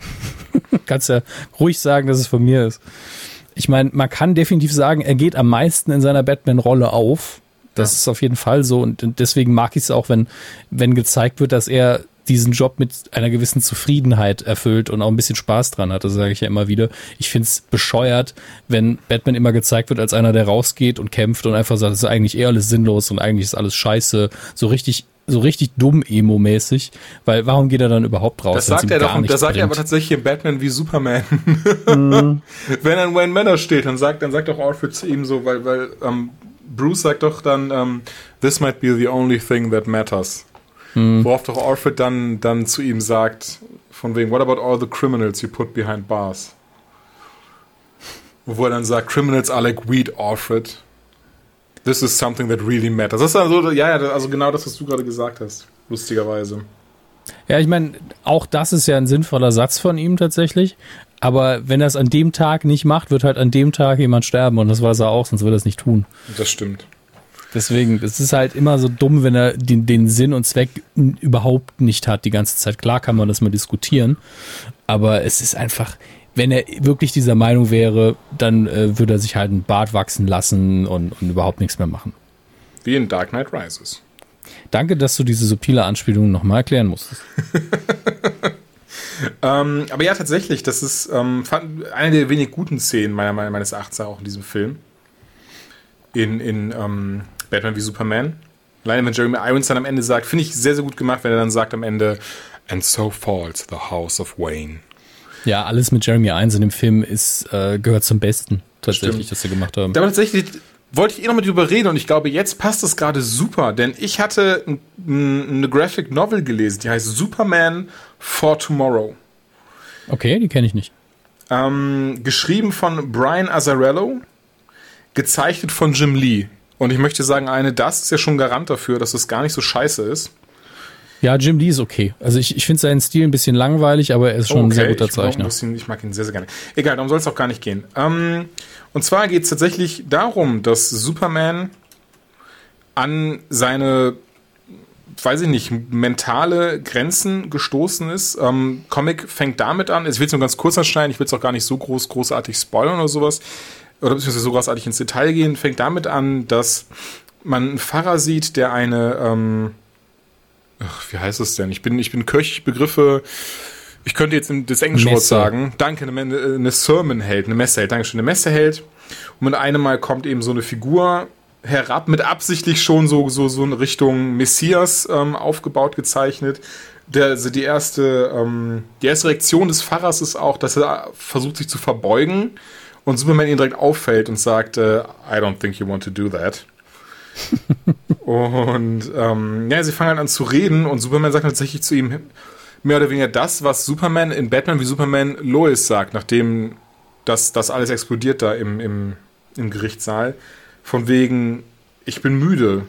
Kannst ja ruhig sagen, dass es von mir ist. Ich meine, man kann definitiv sagen, er geht am meisten in seiner Batman-Rolle auf. Das ist auf jeden Fall so und deswegen mag ich es auch, wenn gezeigt wird, dass er diesen Job mit einer gewissen Zufriedenheit erfüllt und auch ein bisschen Spaß dran hat. Das sage ich ja immer wieder. Ich finde es bescheuert, wenn Batman immer gezeigt wird als einer, der rausgeht und kämpft und einfach sagt, das ist eigentlich alles sinnlos und eigentlich ist alles scheiße. So richtig dumm Emo-mäßig, weil warum geht er dann überhaupt raus? Das sagt er doch, und das sagt er aber tatsächlich in Batman wie Superman. Wenn er in Wayne Manor steht, dann sagt auch Alfred zu ihm so, weil Bruce sagt doch dann, this might be the only thing that matters. Worauf doch Alfred dann zu ihm sagt, von wegen, what about all the criminals you put behind bars? Wo er dann sagt, criminals are like weed, Alfred. This is something that really matters. Das ist dann so, also genau das, was du gerade gesagt hast, lustigerweise. Ja, ich meine, auch das ist ja ein sinnvoller Satz von ihm tatsächlich, aber wenn er es an dem Tag nicht macht, wird halt an dem Tag jemand sterben und das weiß er auch, sonst will er es nicht tun. Das stimmt. Deswegen, es ist halt immer so dumm, wenn er den Sinn und Zweck überhaupt nicht hat die ganze Zeit. Klar kann man das mal diskutieren, aber es ist einfach, wenn er wirklich dieser Meinung wäre, dann würde er sich halt einen Bart wachsen lassen und überhaupt nichts mehr machen. Wie in Dark Knight Rises. Danke, dass du diese subtile Anspielung nochmal erklären musstest. Aber ja, tatsächlich, das ist eine der wenig guten Szenen meines Erachtens auch in diesem Film. In Batman wie Superman. Alleine wenn Jeremy Irons dann am Ende sagt, finde ich sehr, sehr gut gemacht, wenn er dann sagt am Ende, and so falls the House of Wayne. Ja, alles mit Jeremy Irons in dem Film gehört zum Besten, tatsächlich, das sie gemacht haben. Aber tatsächlich wollte ich noch mit drüber reden und ich glaube, jetzt passt das gerade super, denn ich hatte eine Graphic Novel gelesen, die heißt Superman for Tomorrow. Okay, die kenne ich nicht. Geschrieben von Brian Azzarello, gezeichnet von Jim Lee. Und ich möchte sagen, das ist ja schon Garant dafür, dass es gar nicht so scheiße ist. Ja, Jim Lee ist okay. Also ich finde seinen Stil ein bisschen langweilig, aber er ist schon ein sehr guter Zeichner. Ich mag ihn sehr, sehr gerne. Egal, darum soll es auch gar nicht gehen. Und zwar geht es tatsächlich darum, dass Superman an seine, weiß ich nicht, mentale Grenzen gestoßen ist. Comic fängt damit an, ich will es nur ganz kurz anschneiden, ich will es auch gar nicht so großartig spoilern oder sowas, oder beziehungsweise so großartig ins Detail gehen, fängt damit an, dass man einen Pfarrer sieht, der eine, wie heißt es denn? Ich bin Kirchbegriffe, ich könnte jetzt das englische Wort sagen. Danke, eine Sermon hält, eine Messe hält. Dankeschön, eine Messe hält. Und mit einem Mal kommt eben so eine Figur herab, mit absichtlich schon so in Richtung Messias aufgebaut, gezeichnet. Die erste Reaktion des Pfarrers ist auch, dass er versucht, sich zu verbeugen und Superman ihn direkt auffällt und sagt, I don't think you want to do that. Und sie fangen halt an zu reden und Superman sagt tatsächlich zu ihm mehr oder weniger das, was Superman in Batman wie Superman Lois sagt, nachdem das alles explodiert da im Gerichtssaal. Von wegen, ich bin müde.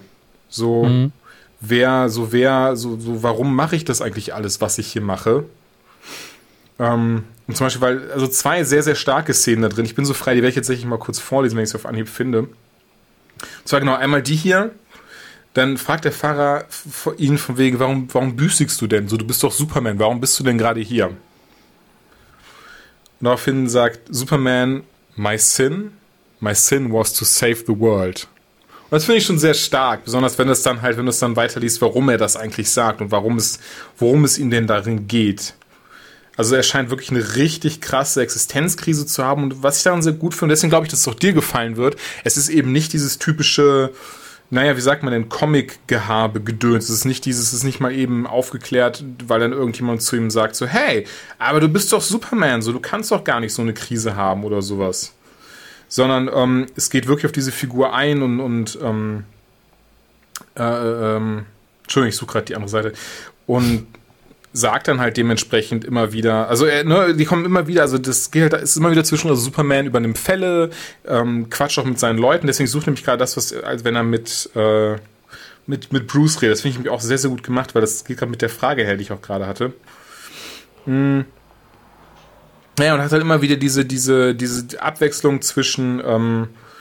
Warum mache ich das eigentlich alles, was ich hier mache? Und zum Beispiel, also 2 sehr, sehr starke Szenen da drin. Ich bin so frei, die werde ich jetzt tatsächlich mal kurz vorlesen, wenn ich es auf Anhieb finde. Und zwar genau einmal die hier. Dann fragt der Pfarrer ihn von wegen, warum büßigst du denn? So, du bist doch Superman, warum bist du denn gerade hier? Und daraufhin sagt Superman, my sin was to save the world. Und das finde ich schon sehr stark, besonders wenn du es dann weiterliest, warum er das eigentlich sagt und worum es ihm denn darin geht. Also er scheint wirklich eine richtig krasse Existenzkrise zu haben und was ich daran sehr gut finde, deswegen glaube ich, dass es auch dir gefallen wird, es ist eben nicht dieses typische, wie sagt man denn, Comic-Gehabe, Gedöns. Es ist nicht mal eben aufgeklärt, weil dann irgendjemand zu ihm sagt so, hey, aber du bist doch Superman, so, du kannst doch gar nicht so eine Krise haben oder sowas. Sondern es geht wirklich auf diese Figur ein und Entschuldigung, ich suche gerade die andere Seite. Und sagt dann halt dementsprechend immer wieder, also die kommen immer wieder, also das geht halt, ist immer wieder zwischen, also Superman übernimmt Fälle, quatscht auch mit seinen Leuten, deswegen sucht nämlich gerade das, als wenn er mit Bruce redet. Das finde ich nämlich auch sehr, sehr gut gemacht, weil das geht gerade mit der Frage her, die ich auch gerade hatte. Und hat halt immer wieder diese Abwechslung zwischen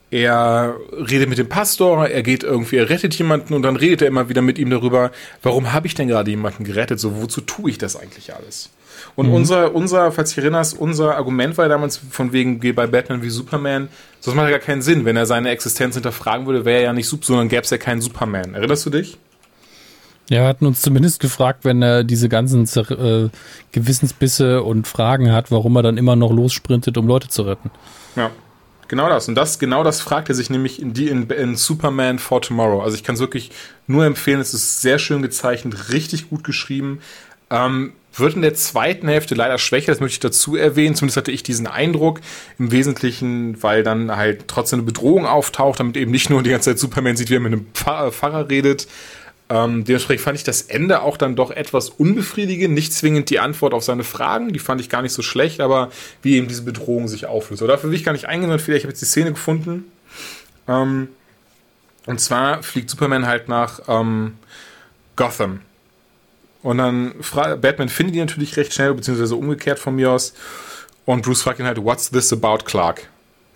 er redet mit dem Pastor, er rettet jemanden und dann redet er immer wieder mit ihm darüber, warum habe ich denn gerade jemanden gerettet, so wozu tue ich das eigentlich alles? Und unser, falls du dich erinnerst, unser Argument war ja damals von wegen, geh bei Batman wie Superman, das macht ja gar keinen Sinn, wenn er seine Existenz hinterfragen würde, wäre er ja nicht sondern gäbe es ja keinen Superman. Erinnerst du dich? Ja, wir hatten uns zumindest gefragt, wenn er diese ganzen Gewissensbisse und Fragen hat, warum er dann immer noch lossprintet, um Leute zu retten. Ja, genau das. Und das fragt er sich nämlich in Superman for Tomorrow. Also ich kann es wirklich nur empfehlen, es ist sehr schön gezeichnet, richtig gut geschrieben. Wird in der zweiten Hälfte leider schwächer, das möchte ich dazu erwähnen. Zumindest hatte ich diesen Eindruck, im Wesentlichen, weil dann halt trotzdem eine Bedrohung auftaucht, damit eben nicht nur die ganze Zeit Superman sieht, wie er mit einem Pfarrer redet. Dementsprechend fand ich das Ende auch dann doch etwas unbefriedigend, nicht zwingend die Antwort auf seine Fragen, die fand ich gar nicht so schlecht, aber wie eben diese Bedrohung sich auflöst. Aber dafür will ich gar nicht eingehen, vielleicht habe ich jetzt die Szene gefunden. Und zwar fliegt Superman halt nach Gotham. Und dann Batman findet ihn natürlich recht schnell, beziehungsweise umgekehrt von mir aus. Und Bruce fragt ihn halt, what's this about, Clark?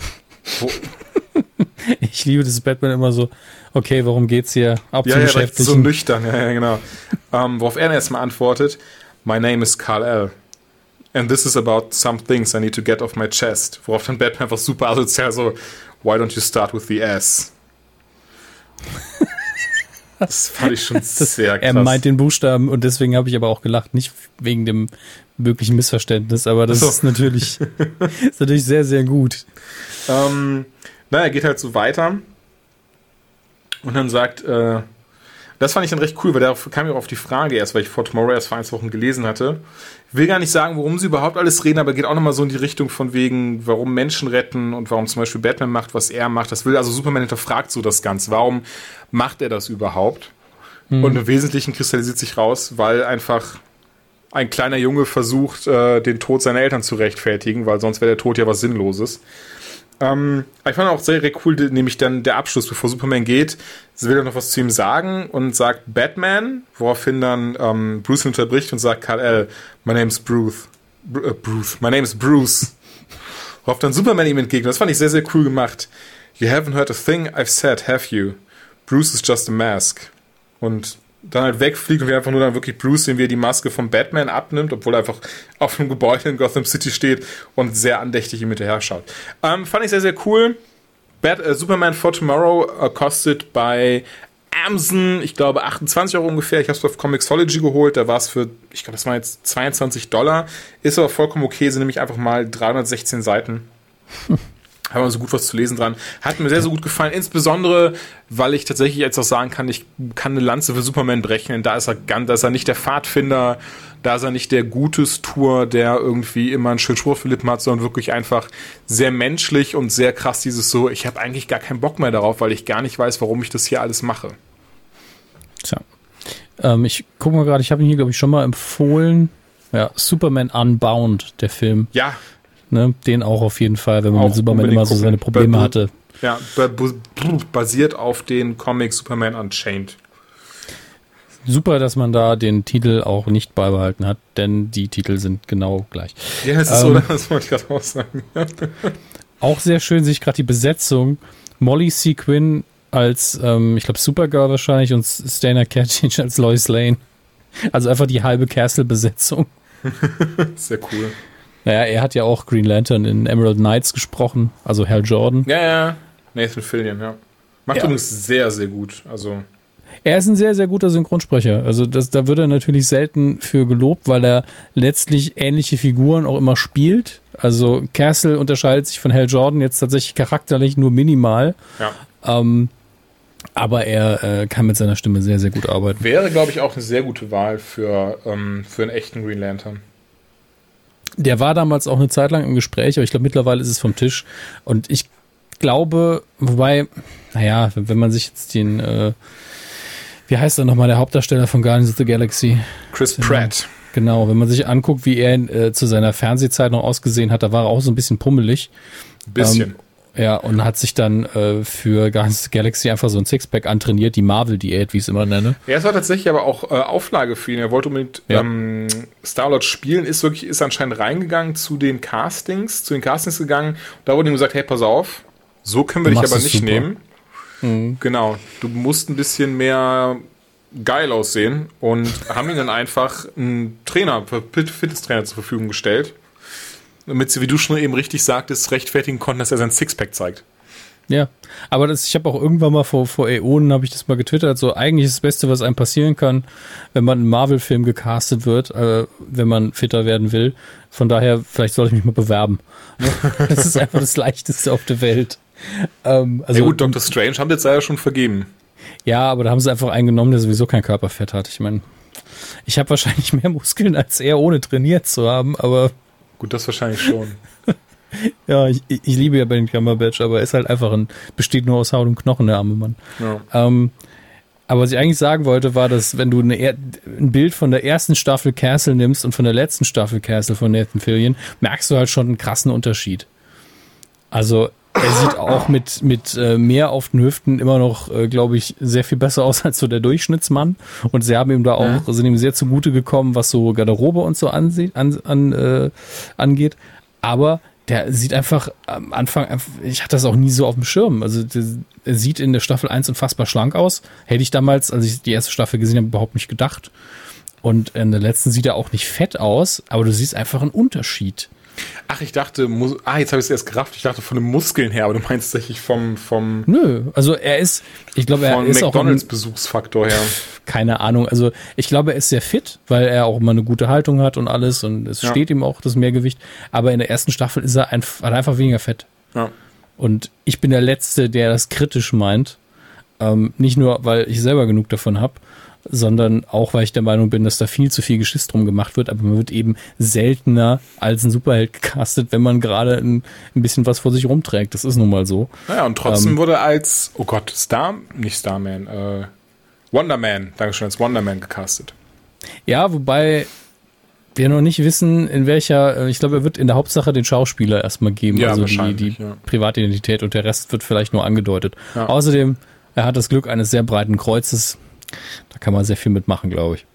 Ich liebe das Batman immer so, okay, worum geht's hier? Beschäftigen. So nüchtern, ja, genau. Worauf er erstmal antwortet, my name is Kal-El. And this is about some things I need to get off my chest. Worauf dann Batman einfach super asozial so, why don't you start with the S? Das fand ich schon sehr krass. Er meint den Buchstaben und deswegen habe ich aber auch gelacht. Nicht wegen dem möglichen Missverständnis, aber das ist natürlich sehr, sehr gut. Er geht halt so weiter und dann sagt, das fand ich dann recht cool, weil darauf kam ich auch auf die Frage erst, weil ich For Tomorrow erst vor 1 Wochen gelesen hatte. Ich will gar nicht sagen, worum sie überhaupt alles reden, aber geht auch nochmal so in die Richtung von wegen, warum Menschen retten und warum zum Beispiel Batman macht, was er macht. Das will also Superman hinterfragt so das Ganze. Warum macht er das überhaupt? Und im Wesentlichen kristallisiert sich raus, weil einfach ein kleiner Junge versucht, den Tod seiner Eltern zu rechtfertigen, weil sonst wäre der Tod ja was Sinnloses. Ich fand auch sehr cool, nämlich dann der Abschluss, bevor Superman geht. Sie will dann noch was zu ihm sagen und sagt Batman, woraufhin dann Bruce unterbricht und sagt Kal-El, my name is Bruce. My name is Bruce. Worauf dann Superman ihm entgegnet. Das fand ich sehr, sehr cool gemacht. You haven't heard a thing I've said, have you? Bruce is just a mask. Und dann halt wegfliegt und wir einfach nur dann wirklich Bruce sehen, wie er die Maske von Batman abnimmt, obwohl er einfach auf einem Gebäude in Gotham City steht und sehr andächtig ihm hinterher schaut. Fand ich sehr, sehr cool. Superman for Tomorrow kostet bei Amazon, ich glaube, 28 € ungefähr. Ich habe es auf Comixology geholt, da war es für, ich glaube, das waren jetzt $22. Ist aber vollkommen okay, sind nämlich einfach mal 316 Seiten. Haben wir so gut was zu lesen dran. Hat mir sehr, sehr gut gefallen. Insbesondere, weil ich tatsächlich jetzt auch sagen kann, ich kann eine Lanze für Superman brechen. Denn da ist er nicht der Pfadfinder, da ist er nicht der Gutes-Tour, der irgendwie immer einen schönen Spruch für Lippen hat, sondern wirklich einfach sehr menschlich und sehr krass dieses so, ich habe eigentlich gar keinen Bock mehr darauf, weil ich gar nicht weiß, warum ich das hier alles mache. Tja. Ich gucke mal gerade, ich habe ihn hier, glaube ich, schon mal empfohlen. Ja, Superman Unbound, der Film. Ja. Ne, den auch auf jeden Fall, wenn man mit Superman immer so seine Probleme hatte. Ja, basiert auf den Comic Superman Unchained. Super, dass man da den Titel auch nicht beibehalten hat, denn die Titel sind genau gleich. Ja, das ist so, das wollte ich gerade auch sagen. Auch sehr schön sehe ich gerade die Besetzung. Molly C. Quinn als, ich glaube, Supergirl wahrscheinlich und Stana Katic als Lois Lane. Also einfach die halbe Castle-Besetzung. Sehr cool. Naja, er hat ja auch Green Lantern in Emerald Knights gesprochen, also Hal Jordan. Ja. Nathan Fillion, ja. Macht übrigens sehr, sehr gut. Also er ist ein sehr, sehr guter Synchronsprecher. Also da wird er natürlich selten für gelobt, weil er letztlich ähnliche Figuren auch immer spielt. Also Castle unterscheidet sich von Hal Jordan jetzt tatsächlich charakterlich nur minimal. Ja. Aber er kann mit seiner Stimme sehr, sehr gut arbeiten. Wäre, glaube ich, auch eine sehr gute Wahl für einen echten Green Lantern. Der war damals auch eine Zeit lang im Gespräch, aber ich glaube, mittlerweile ist es vom Tisch. Und ich glaube, wobei, naja, wenn man sich jetzt den, wie heißt er nochmal, der Hauptdarsteller von Guardians of the Galaxy? Chris Pratt. Genau, wenn man sich anguckt, wie er zu seiner Fernsehzeit noch ausgesehen hat, da war er auch so ein bisschen pummelig. Ein bisschen. Ja, und hat sich dann für Guardians of the Galaxy einfach so ein Sixpack antrainiert, die Marvel-Diät, wie ich es immer nenne. Ja, es war tatsächlich aber auch Auflage für ihn. Er wollte unbedingt Star-Lord spielen, ist anscheinend reingegangen zu den Castings gegangen. Da wurde ihm gesagt, hey, pass auf, So können wir dich aber nicht super. nehmen. Genau, du musst ein bisschen mehr geil aussehen und haben ihm dann einfach einen Fitnesstrainer zur Verfügung gestellt, damit sie, wie du schon eben richtig sagtest, rechtfertigen konnten, dass er sein Sixpack zeigt. Ja, aber ich habe auch irgendwann mal vor Äonen habe ich das mal getwittert, so eigentlich ist das Beste, was einem passieren kann, wenn man in einen Marvel-Film gecastet wird, wenn man fitter werden will. Von daher, vielleicht soll ich mich mal bewerben. Das ist einfach das Leichteste auf der Welt. Also, ja gut, Dr. Strange haben jetzt ja schon vergeben. Ja, aber da haben sie einfach einen genommen, der sowieso kein Körperfett hat. Ich meine, ich habe wahrscheinlich mehr Muskeln als er, ohne trainiert zu haben, aber... Gut, das wahrscheinlich schon. Ja, ich liebe ja Benedict Cumberbatch, aber er ist halt einfach besteht nur aus Haut und Knochen, der arme Mann. Ja. Aber was ich eigentlich sagen wollte, war, dass wenn du ein Bild von der ersten Staffel Castle nimmst und von der letzten Staffel Castle von Nathan Fillion, merkst du halt schon einen krassen Unterschied. Also er sieht auch mit mehr auf den Hüften immer noch, glaube ich, sehr viel besser aus als so der Durchschnittsmann. Und sie haben ihm da auch, sind ihm sehr zugute gekommen, was so Garderobe und so angeht. Aber der sieht einfach am Anfang, ich hatte das auch nie so auf dem Schirm. Also er sieht in der Staffel 1 unfassbar schlank aus. Hätte ich damals, als ich die erste Staffel gesehen habe, überhaupt nicht gedacht. Und in der letzten sieht er auch nicht fett aus, aber du siehst einfach einen Unterschied. Ach, ich dachte, jetzt habe ich es erst gerafft, ich dachte von den Muskeln her, aber du meinst tatsächlich vom Nö, also er ist auch McDonalds-Besuchsfaktor her. Keine Ahnung, also ich glaube, er ist sehr fit, weil er auch immer eine gute Haltung hat und alles und es steht ihm auch das Mehrgewicht, aber in der ersten Staffel hat er einfach weniger Fett. Ja. Und ich bin der Letzte, der das kritisch meint, nicht nur, weil ich selber genug davon habe, sondern auch, weil ich der Meinung bin, dass da viel zu viel Geschiss drum gemacht wird, aber man wird eben seltener als ein Superheld gecastet, wenn man gerade ein bisschen was vor sich rumträgt. Das ist nun mal so. Naja, und trotzdem wurde als, Wonder-Man, Dankeschön, als Wonder-Man gecastet. Ja, wobei wir noch nicht wissen, in welcher, ich glaube, er wird in der Hauptsache den Schauspieler erstmal geben, ja, also die Privatidentität und der Rest wird vielleicht nur angedeutet. Ja. Außerdem, er hat das Glück eines sehr breiten Kreuzes. Da kann man sehr viel mitmachen, glaube ich.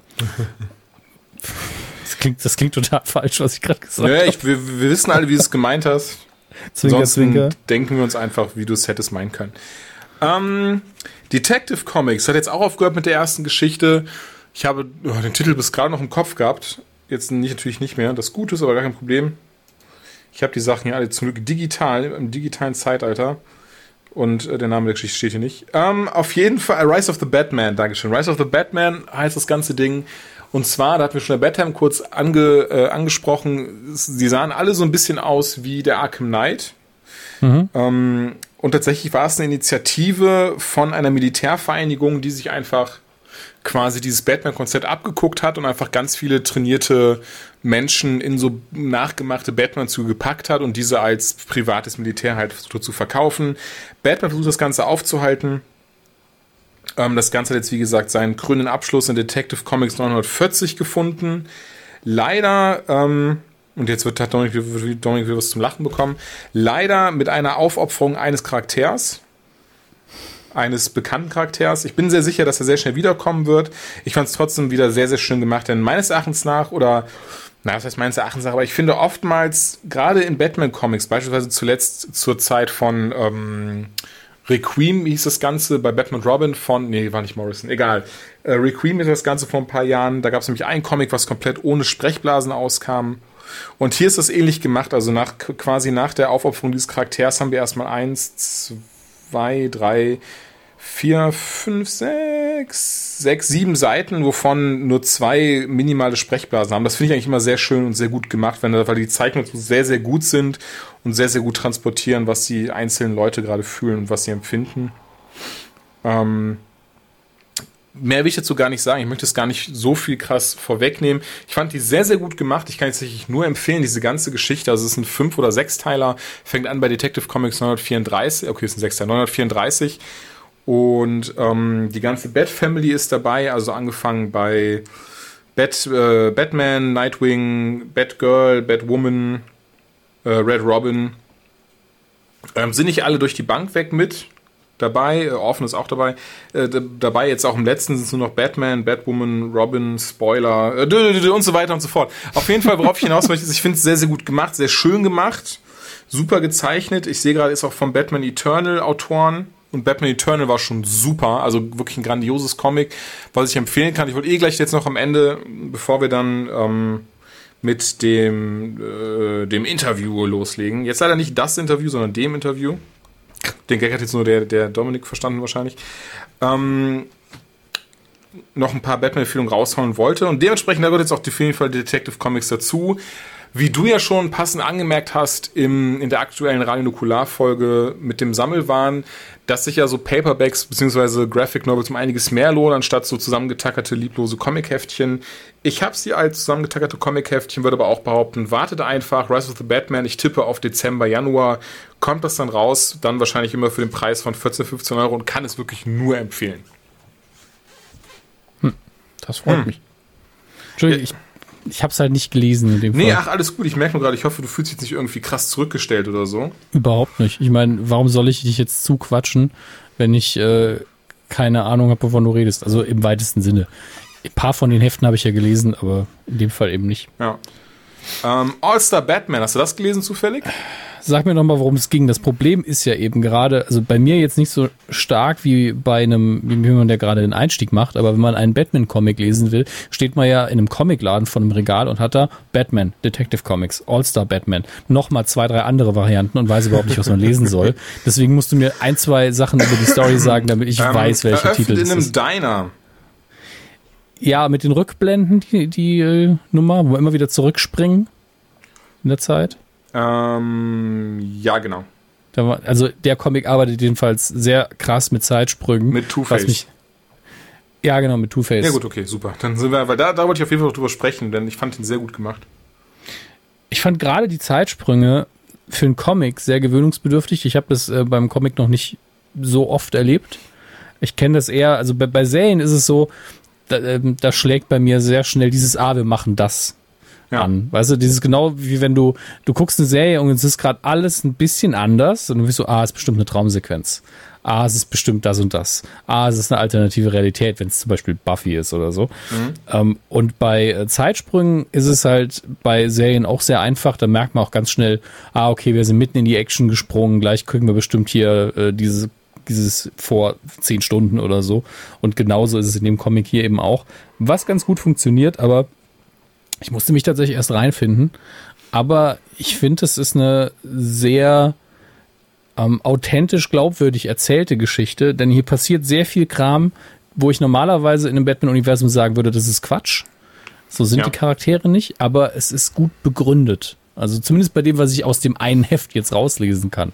Das klingt total falsch, was ich gerade gesagt habe. Wir wissen alle, wie du es gemeint hast. Zwinker. Denken wir uns einfach, wie du es hättest meinen können. Detective Comics hat jetzt auch aufgehört mit der ersten Geschichte. Ich habe den Titel bis gerade noch im Kopf gehabt. Jetzt natürlich nicht mehr. Das Gute ist aber gar kein Problem. Ich habe die Sachen ja alle zum Glück digital, im digitalen Zeitalter. Und der Name der Geschichte steht hier nicht. Auf jeden Fall Rise of the Batman, Dankeschön. Rise of the Batman heißt das ganze Ding. Und zwar, da hatten wir schon der Batman kurz angesprochen, die sahen alle so ein bisschen aus wie der Arkham Knight. Und tatsächlich war es eine Initiative von einer Militärvereinigung, die sich einfach quasi dieses Batman-Konzept abgeguckt hat und einfach ganz viele trainierte Menschen in so nachgemachte Batman-Züge gepackt hat und diese als privates Militär halt versucht zu verkaufen. Batman versucht das Ganze aufzuhalten. Das Ganze hat jetzt, wie gesagt, seinen krönenden Abschluss in Detective Comics 940 gefunden. Leider, und jetzt hat Dominik wieder was zum Lachen bekommen, leider mit einer Aufopferung eines Charakters. Eines bekannten Charakters. Ich bin sehr sicher, dass er sehr schnell wiederkommen wird. Ich fand es trotzdem wieder sehr, sehr schön gemacht, denn meines Erachtens nach, was heißt meines Erachtens nach, aber ich finde oftmals, gerade in Batman-Comics, beispielsweise zuletzt zur Zeit von Requiem hieß das Ganze, bei Batman Robin war nicht Morrison, egal. Requiem ist das Ganze vor ein paar Jahren, da gab es nämlich einen Comic, was komplett ohne Sprechblasen auskam. Und hier ist das ähnlich gemacht, also quasi nach der Aufopferung dieses Charakters haben wir erstmal 1, 2, 3, 4, 5, 6, 7 Seiten, wovon nur 2 minimale Sprechblasen haben. Das finde ich eigentlich immer sehr schön und sehr gut gemacht, weil die Zeichnungen sehr, sehr gut sind und sehr, sehr gut transportieren, was die einzelnen Leute gerade fühlen und was sie empfinden. Mehr will ich dazu gar nicht sagen. Ich möchte es gar nicht so viel krass vorwegnehmen. Ich fand die sehr, sehr gut gemacht. Ich kann jetzt tatsächlich nur empfehlen, diese ganze Geschichte. Also es ist ein 5- oder 6-Teiler. Fängt an bei Detective Comics 934. Okay, es ist ein 6-Teiler, 934. Und die ganze Bat-Family ist dabei. Also angefangen bei Batman, Nightwing, Batgirl, Batwoman, Red Robin. Sind nicht alle durch die Bank weg mit dabei, Orphan ist auch dabei. Dabei jetzt auch im letzten sind es nur noch Batman, Batwoman, Robin, Spoiler und so weiter und so fort. Auf jeden Fall, worauf ich hinaus möchte, ist, ich finde es sehr, sehr gut gemacht, sehr schön gemacht. super gezeichnet. Ich sehe gerade, ist auch von Batman Eternal Autoren. Und Batman Eternal war schon super, also wirklich ein grandioses Comic, was ich empfehlen kann. Ich wollte gleich jetzt noch am Ende, bevor wir dann mit dem Interview loslegen. Jetzt leider nicht das Interview, sondern dem Interview. Den Gag hat jetzt nur der Dominik verstanden wahrscheinlich. Noch ein paar Batman-Empfehlungen raushauen wollte. Und dementsprechend, da gehört jetzt auch auf jeden Fall Detective Comics dazu. Wie du ja schon passend angemerkt hast in der aktuellen Radio Nukular-Folge mit dem Sammelwahn, dass sich ja so Paperbacks bzw. Graphic Novels um einiges mehr lohnen, anstatt so zusammengetackerte, lieblose Comic-Heftchen. Ich habe sie als zusammengetackerte Comic-Heftchen, würde aber auch behaupten, wartet einfach, Rise of the Batman, ich tippe auf Dezember, Januar, kommt das dann raus, dann wahrscheinlich immer für den Preis von 14, 15 Euro und kann es wirklich nur empfehlen. Das freut mich. Entschuldigung, ich habe es halt nicht gelesen in dem Fall. Nee, ach, alles gut. Ich merke nur gerade, ich hoffe, du fühlst dich jetzt nicht irgendwie krass zurückgestellt oder so. Überhaupt nicht. Ich meine, warum soll ich dich jetzt zuquatschen, wenn ich keine Ahnung habe, wovon du redest? Also im weitesten Sinne. Ein paar von den Heften habe ich ja gelesen, aber in dem Fall eben nicht. Ja. All-Star Batman, hast du das gelesen zufällig? Sag mir noch mal, worum es ging. Das Problem ist ja eben gerade, also bei mir jetzt nicht so stark wie bei einem, wie man der gerade den Einstieg macht, aber wenn man einen Batman-Comic lesen will, steht man ja in einem Comicladen von einem Regal und hat da Batman, Detective Comics, All-Star Batman, nochmal 2, 3 andere Varianten und weiß überhaupt nicht, was man lesen soll. Deswegen musst du mir 1, 2 Sachen über die Story sagen, damit ich weiß, welche Titel in das ist. einem Diner. Ja, mit den Rückblenden, die Nummer, wo wir immer wieder zurückspringen in der Zeit. Ja, genau. Also der Comic arbeitet jedenfalls sehr krass mit Zeitsprüngen. Mit Two-Face. Ja, genau, mit Two-Face. Ja gut, okay, super. Dann sind wir, weil da wollte ich auf jeden Fall noch drüber sprechen, denn ich fand ihn sehr gut gemacht. Ich fand gerade die Zeitsprünge für einen Comic sehr gewöhnungsbedürftig. Ich habe das beim Comic noch nicht so oft erlebt. Ich kenne das eher, also bei Serien ist es so, da schlägt bei mir sehr schnell dieses wir machen das. Ja. An. Weißt du, dieses genau wie wenn du guckst eine Serie und es ist gerade alles ein bisschen anders und du bist so, es ist bestimmt eine Traumsequenz. Es ist bestimmt das und das. Es ist eine alternative Realität, wenn es zum Beispiel Buffy ist oder so. Und bei Zeitsprüngen ist es halt bei Serien auch sehr einfach. Da merkt man auch ganz schnell, okay, wir sind mitten in die Action gesprungen, gleich kriegen wir bestimmt hier dieses vor 10 Stunden oder so. Und genauso ist es in dem Comic hier eben auch. Was ganz gut funktioniert, aber ich musste mich tatsächlich erst reinfinden, aber ich finde, es ist eine sehr authentisch glaubwürdig erzählte Geschichte, denn hier passiert sehr viel Kram, wo ich normalerweise in einem Batman-Universum sagen würde, das ist Quatsch. So sind die Charaktere nicht, aber es ist gut begründet. Also zumindest bei dem, was ich aus dem einen Heft jetzt rauslesen kann.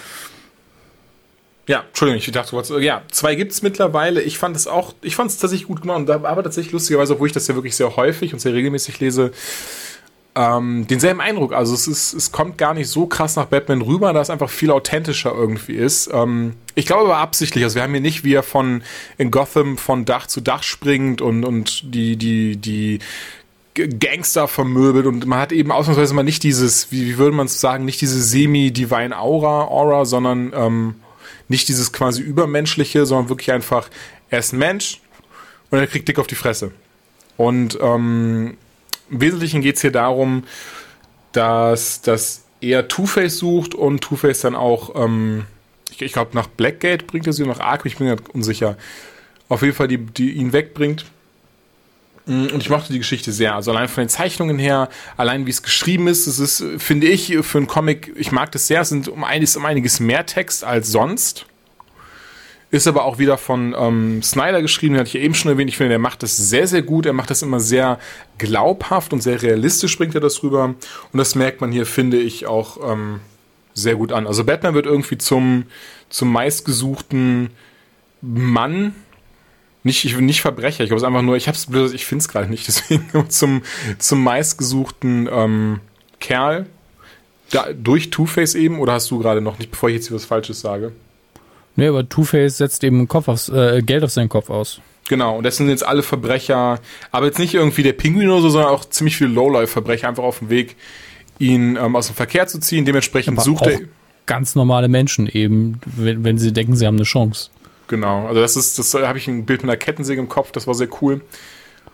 Ja, Entschuldigung, ich dachte, 2 gibt's mittlerweile. Ich fand es tatsächlich gut gemacht, aber tatsächlich lustigerweise, obwohl ich das ja wirklich sehr häufig und sehr regelmäßig lese, denselben Eindruck. Also es kommt gar nicht so krass nach Batman rüber, da es einfach viel authentischer irgendwie ist. Ich glaube aber absichtlich, also wir haben hier nicht, wie er in Gotham von Dach zu Dach springt und die Gangster vermöbelt und man hat eben ausnahmsweise mal nicht dieses, wie würde man es sagen, nicht diese semi-divine Aura, sondern nicht dieses quasi Übermenschliche, sondern wirklich einfach, er ist ein Mensch und er kriegt dick auf die Fresse. Und im Wesentlichen geht es hier darum, dass er Two-Face sucht und Two-Face dann auch, ich glaube nach Blackgate bringt er sie, nach Arkham, ich bin mir unsicher, auf jeden Fall die ihn wegbringt. Und ich mochte die Geschichte sehr. Also allein von den Zeichnungen her, allein wie es geschrieben ist, es ist, finde ich, für einen Comic, ich mag das sehr, es sind um einiges mehr Text als sonst. Ist aber auch wieder von Snyder geschrieben, den hatte ich ja eben schon erwähnt. Ich finde, der macht das sehr, sehr gut. Er macht das immer sehr glaubhaft und sehr realistisch bringt er das rüber. Und das merkt man hier, finde ich, auch sehr gut an. Also Batman wird irgendwie zum meistgesuchten Mann, nicht Verbrecher, ich glaube es ist einfach nur, ich finde es gerade nicht, deswegen zum meistgesuchten Kerl durch Two-Face eben, oder hast du gerade noch nicht, bevor ich jetzt hier was Falsches sage? Nee, aber Two-Face setzt eben Geld auf seinen Kopf aus. Genau, und das sind jetzt alle Verbrecher, aber jetzt nicht irgendwie der Pinguin oder so, sondern auch ziemlich viele Lowlife-Verbrecher einfach auf dem Weg, ihn aus dem Verkehr zu ziehen, dementsprechend aber sucht er ganz normale Menschen eben, wenn sie denken, sie haben eine Chance. Genau, also das habe ich ein Bild mit einer Kettensäge im Kopf, das war sehr cool.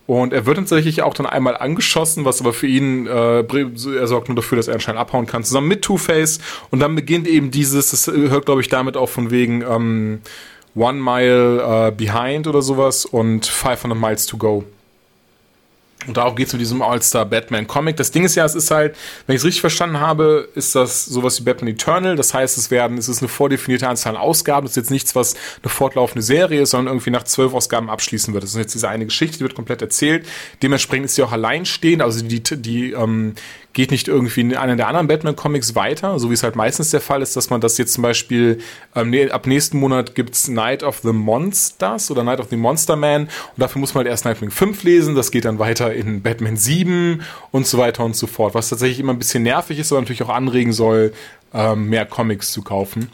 Und er wird tatsächlich auch dann einmal angeschossen, was aber für ihn, er sorgt nur dafür, dass er anscheinend abhauen kann, zusammen mit Two-Face. Und dann beginnt eben das hört, glaube ich, damit auch von wegen One Mile Behind oder sowas und 500 Miles to Go. Und darauf geht es mit diesem All-Star-Batman-Comic. Das Ding ist ja, es ist halt, wenn ich es richtig verstanden habe, ist das sowas wie Batman Eternal. Das heißt, es ist eine vordefinierte Anzahl an Ausgaben. Das ist jetzt nichts, was eine fortlaufende Serie ist, sondern irgendwie nach 12 Ausgaben abschließen wird. Das ist jetzt diese eine Geschichte, die wird komplett erzählt. Dementsprechend ist sie auch alleinstehend. Also die geht nicht irgendwie in einer der anderen Batman-Comics weiter, so wie es halt meistens der Fall ist, dass man das jetzt zum Beispiel, ab nächsten Monat gibt's Night of the Monsters oder Night of the Monster Man und dafür muss man halt erst Nightwing 5 lesen, das geht dann weiter in Batman 7 und so weiter und so fort, was tatsächlich immer ein bisschen nervig ist, aber natürlich auch anregen soll, mehr Comics zu kaufen.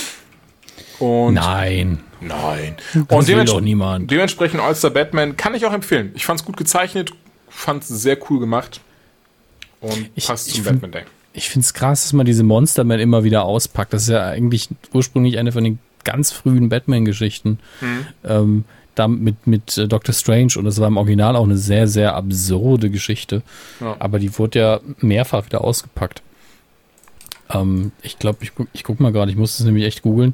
Und Nein. Und doch niemand. Dementsprechend All-Star Batman kann ich auch empfehlen. Ich fand's gut gezeichnet, fand's sehr cool gemacht. Und passt zum Batman Day. Ich finde es krass, dass man diese Monster Man immer wieder auspackt. Das ist ja eigentlich ursprünglich eine von den ganz frühen Batman-Geschichten. Da mit Dr. Strange und das war im Original auch eine sehr, sehr absurde Geschichte. Ja. Aber die wurde ja mehrfach wieder ausgepackt. Ich glaube, ich guck mal gerade, ich muss das nämlich echt googeln.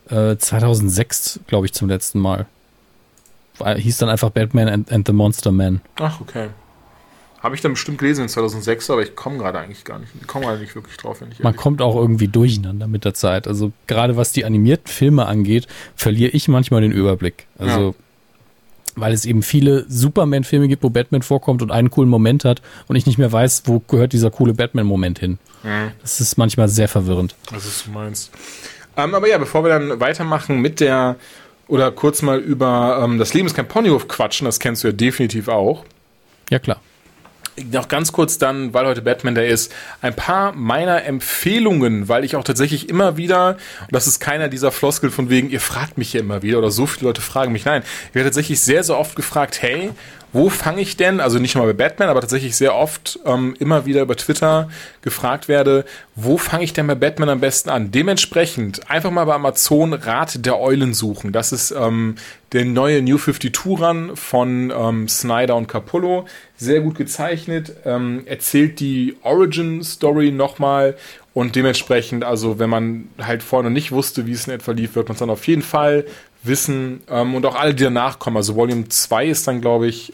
2006, glaube ich, zum letzten Mal. Hieß dann einfach Batman and the Monster Man. Ach, okay. Habe ich dann bestimmt gelesen in 2006, aber ich komme gerade eigentlich gar nicht. Ich komme gerade nicht wirklich drauf. Wenn ich Man kommt auch irgendwie durcheinander mit der Zeit. Also gerade was die animierten Filme angeht, verliere ich manchmal den Überblick. Also weil es eben viele Superman-Filme gibt, wo Batman vorkommt und einen coolen Moment hat und ich nicht mehr weiß, wo gehört dieser coole Batman-Moment hin. Das ist manchmal sehr verwirrend. Das ist, du meinst. Aber ja, bevor wir dann weitermachen oder kurz mal über das Leben ist kein Ponyhof quatschen, das kennst du ja definitiv auch. Ja, klar. Noch ganz kurz dann, weil heute Batman Day ist, ein paar meiner Empfehlungen, weil ich auch tatsächlich immer wieder, und das ist keiner dieser Floskel von wegen, ihr fragt mich ja immer wieder oder so viele Leute fragen mich, nein, ich werde tatsächlich sehr, sehr oft gefragt, hey, wo fange ich denn, also nicht nur bei Batman, aber tatsächlich sehr oft immer wieder über Twitter gefragt werde, wo fange ich denn bei Batman am besten an? Dementsprechend einfach mal bei Amazon Rat der Eulen suchen. Das ist der neue New 52 Run von Snyder und Capullo. Sehr gut gezeichnet, erzählt die Origin-Story nochmal und dementsprechend, also wenn man halt vorher noch nicht wusste, wie es in etwa lief, wird man es dann auf jeden Fall wissen und auch alle, die danach kommen. Also Volume 2 ist dann, glaube ich,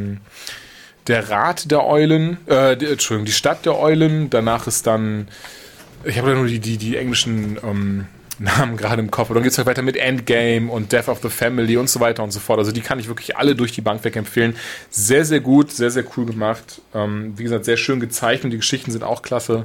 der Rat der Eulen, die Stadt der Eulen. Danach ist dann, ich habe ja nur die englischen Namen gerade im Kopf. Und dann geht es halt weiter mit Endgame und Death of the Family und so weiter und so fort. Also die kann ich wirklich alle durch die Bank weg empfehlen. Sehr, sehr gut, sehr, sehr cool gemacht. Wie gesagt, sehr schön gezeichnet. Die Geschichten sind auch klasse.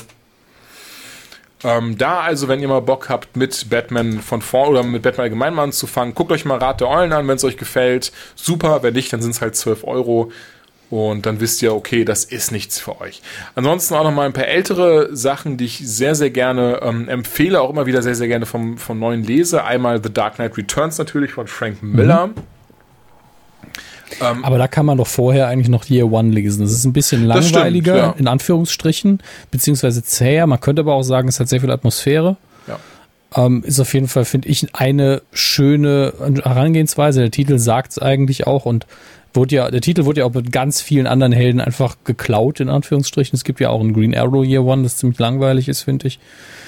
Da also, wenn ihr mal Bock habt, mit Batman von vorn oder mit Batman allgemein mal anzufangen, guckt euch mal Rat der Eulen an, wenn es euch gefällt. Super, wenn nicht, dann sind es halt 12 €. Und dann wisst ihr, okay, das ist nichts für euch. Ansonsten auch noch mal ein paar ältere Sachen, die ich sehr, sehr gerne empfehle, auch immer wieder sehr, sehr gerne vom neuen lese. Einmal The Dark Knight Returns natürlich von Frank Miller. Aber da kann man doch vorher eigentlich noch Year One lesen. Das ist ein bisschen langweiliger, stimmt, ja. In Anführungsstrichen, beziehungsweise zäher. Man könnte aber auch sagen, es hat sehr viel Atmosphäre. Ja. Ist auf jeden Fall, finde ich, eine schöne Herangehensweise. Der Titel sagt es eigentlich auch und der Titel wurde ja auch mit ganz vielen anderen Helden einfach geklaut, in Anführungsstrichen. Es gibt ja auch einen Green Arrow Year One, das ziemlich langweilig ist, finde ich.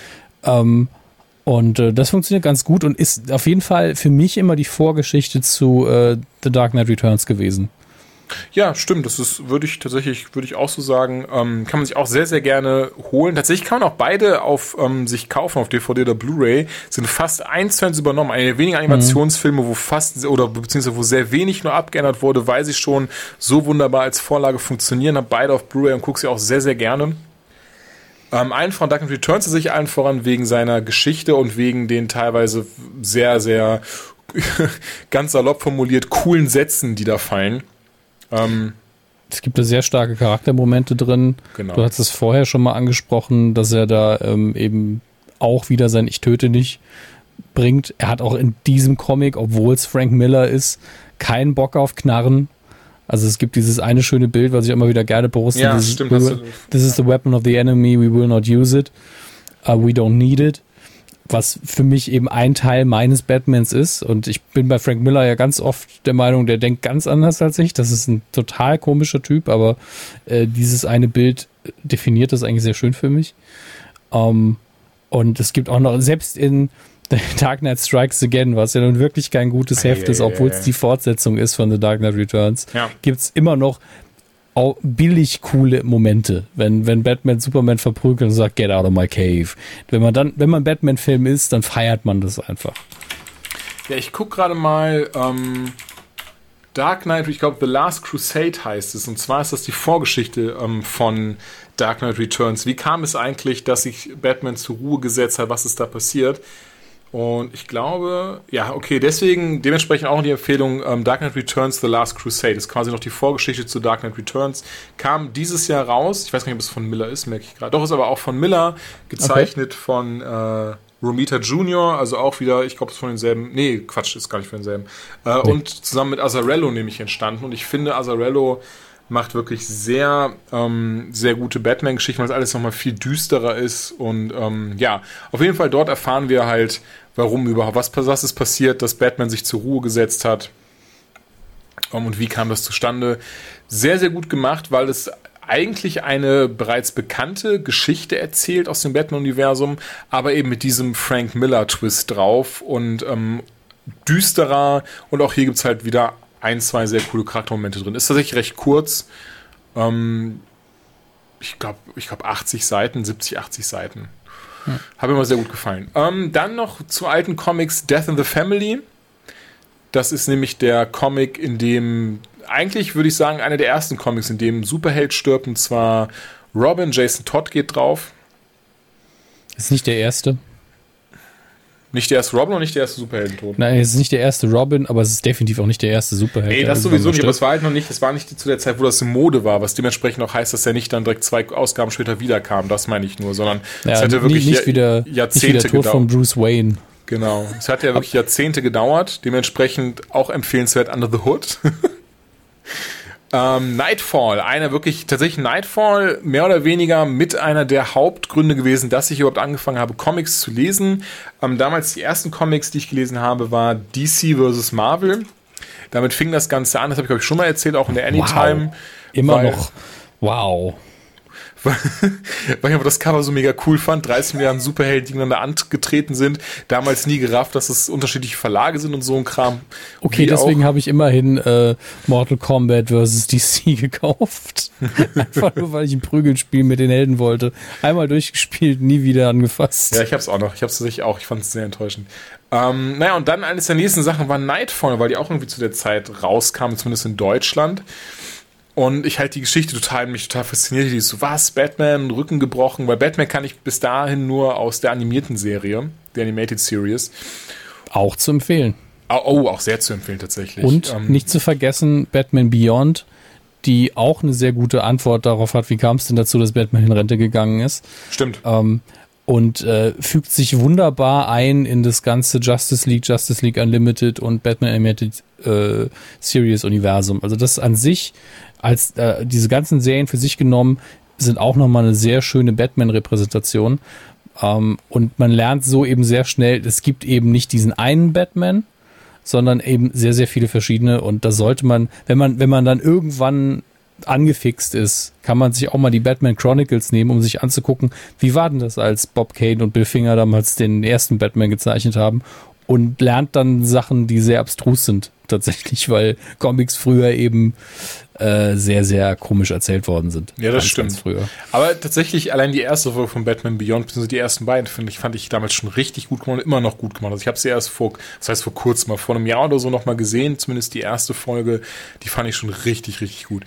Und das funktioniert ganz gut und ist auf jeden Fall für mich immer die Vorgeschichte zu The Dark Knight Returns gewesen. Ja, stimmt. Das ist, würde ich auch so sagen. Kann man sich auch sehr, sehr gerne holen. Tatsächlich kann man auch beide auf sich kaufen, auf DVD oder Blu-ray. Sind fast 1:1 übernommen. Eine der wenigen Animationsfilme, wo beziehungsweise wo sehr wenig nur abgeändert wurde, weil sie schon so wunderbar als Vorlage funktionieren. Habe beide auf Blu-ray und gucke sie auch sehr, sehr gerne. Allen voran Dark Knight Returns sich allen voran wegen seiner Geschichte und wegen den teilweise sehr, sehr ganz salopp formuliert coolen Sätzen, die da fallen. Es gibt da sehr starke Charaktermomente drin. Genau. Du hast es vorher schon mal angesprochen, dass er da eben auch wieder sein Ich töte nicht bringt. Er hat auch in diesem Comic, obwohl es Frank Miller ist, keinen Bock auf Knarren. Also es gibt dieses eine schöne Bild, was ich immer wieder gerne poste. Ja, stimmt. This is the weapon of the enemy, we will not use it. We don't need it. was für mich eben ein Teil meines Batmans ist. Und ich bin bei Frank Miller ja ganz oft der Meinung, der denkt ganz anders als ich. Das ist ein total komischer Typ, aber dieses eine Bild definiert das eigentlich sehr schön für mich. Und es gibt auch noch, selbst in The Dark Knight Strikes Again, was ja nun wirklich kein gutes Heft ist, obwohl es die Fortsetzung ist von The Dark Knight Returns, gibt es immer noch auch billig coole Momente, wenn Batman Superman verprügelt und sagt, get out of my cave. Wenn man Batman-Film ist, dann feiert man das einfach. Ja, ich gucke gerade mal Dark Knight, ich glaube The Last Crusade heißt es, und zwar ist das die Vorgeschichte von Dark Knight Returns. Wie kam es eigentlich, dass sich Batman zur Ruhe gesetzt hat? Was ist da passiert? Und ich glaube, ja, okay, dementsprechend auch die Empfehlung Dark Knight Returns, The Last Crusade. Das ist quasi noch die Vorgeschichte zu Dark Knight Returns. Kam dieses Jahr raus. Ich weiß gar nicht, ob es von Miller ist, merke ich gerade. Doch, ist aber auch von Miller, gezeichnet von Romita Jr., also auch wieder, ich glaube, es ist von denselben, nee, Quatsch, ist gar nicht von denselben. Und zusammen mit Azzarello nämlich entstanden. Und ich finde, Azzarello macht wirklich sehr, sehr gute Batman-Geschichten, weil es alles nochmal viel düsterer ist. Und ja, auf jeden Fall dort erfahren wir halt, warum überhaupt, was ist passiert, dass Batman sich zur Ruhe gesetzt hat und wie kam das zustande. Sehr, sehr gut gemacht, weil es eigentlich eine bereits bekannte Geschichte erzählt aus dem Batman-Universum, aber eben mit diesem Frank Miller-Twist drauf und düsterer. Und auch hier gibt es halt wieder 1, 2 sehr coole Charaktermomente drin. Ist tatsächlich recht kurz. Ich glaube 80 Seiten, 70, 80 Seiten. Hat mir immer sehr gut gefallen. Dann noch zu alten Comics Death in the Family. Das ist nämlich der Comic, in dem, eigentlich würde ich sagen, einer der ersten Comics, in dem ein Superheld stirbt, und zwar Robin. Jason Todd geht drauf. Ist nicht der erste. Nicht der erste Robin und nicht der erste Superheldentod. Nein, es ist nicht der erste Robin, aber es ist definitiv auch nicht der erste Superheld. Nee, das sowieso nicht, aber es war halt noch nicht, es war nicht zu der Zeit, wo das in Mode war, was dementsprechend auch heißt, dass er nicht dann direkt 2 Ausgaben später wiederkam, das meine ich nur, sondern es hatte wirklich nicht wieder Jahrzehnte Tod von Bruce Wayne. Genau, es hat ja wirklich Jahrzehnte gedauert, dementsprechend auch empfehlenswert Under the Hood. Nightfall, tatsächlich Nightfall, mehr oder weniger mit einer der Hauptgründe gewesen, dass ich überhaupt angefangen habe, Comics zu lesen. Damals die ersten Comics, die ich gelesen habe, war DC vs. Marvel. Damit fing das Ganze an, das habe ich, glaube ich, schon mal erzählt, auch in der Anytime. Wow. Immer noch. Wow. Weil ich einfach das Cover so mega cool fand. 30 Milliarden Superhelden, die gegeneinander angetreten sind. Damals nie gerafft, dass es unterschiedliche Verlage sind und so ein Kram. Okay, deswegen habe ich immerhin Mortal Kombat vs. DC gekauft. Einfach nur, weil ich ein Prügelspiel mit den Helden wollte. Einmal durchgespielt, nie wieder angefasst. Ja, ich habe es auch noch. Ich habe es tatsächlich auch. Ich fand es sehr enttäuschend. Naja, und dann eines der nächsten Sachen war Nightfall, weil die auch irgendwie zu der Zeit rauskam, zumindest in Deutschland. Und ich halt die Geschichte mich total fasziniert. Die ist so, was? Batman, Rücken gebrochen? Weil Batman kann ich bis dahin nur aus der animierten Serie, der Animated Series. Auch zu empfehlen. Oh, auch sehr zu empfehlen tatsächlich. Und nicht zu vergessen, Batman Beyond, die auch eine sehr gute Antwort darauf hat, wie kam es denn dazu, dass Batman in Rente gegangen ist. Stimmt. Und fügt sich wunderbar ein in das ganze Justice League Unlimited und Batman Animated Series Universum. Also das an sich, als diese ganzen Serien für sich genommen, sind auch nochmal eine sehr schöne Batman-Repräsentation. Und man lernt so eben sehr schnell, es gibt eben nicht diesen einen Batman, sondern eben sehr, sehr viele verschiedene. Und da sollte man, wenn man dann irgendwann angefixt ist, kann man sich auch mal die Batman Chronicles nehmen, um sich anzugucken, wie war denn das, als Bob Kane und Bill Finger damals den ersten Batman gezeichnet haben, und lernt dann Sachen, die sehr abstrus sind, tatsächlich, weil Comics früher eben sehr, sehr komisch erzählt worden sind. Ja, das stimmt. Ganz früher. Aber tatsächlich, allein die erste Folge von Batman Beyond, beziehungsweise die ersten beiden, fand ich damals schon richtig gut gemacht und immer noch gut gemacht. Also ich habe sie erst vor kurzem, mal vor einem Jahr oder so noch mal gesehen, zumindest die erste Folge, die fand ich schon richtig, richtig gut.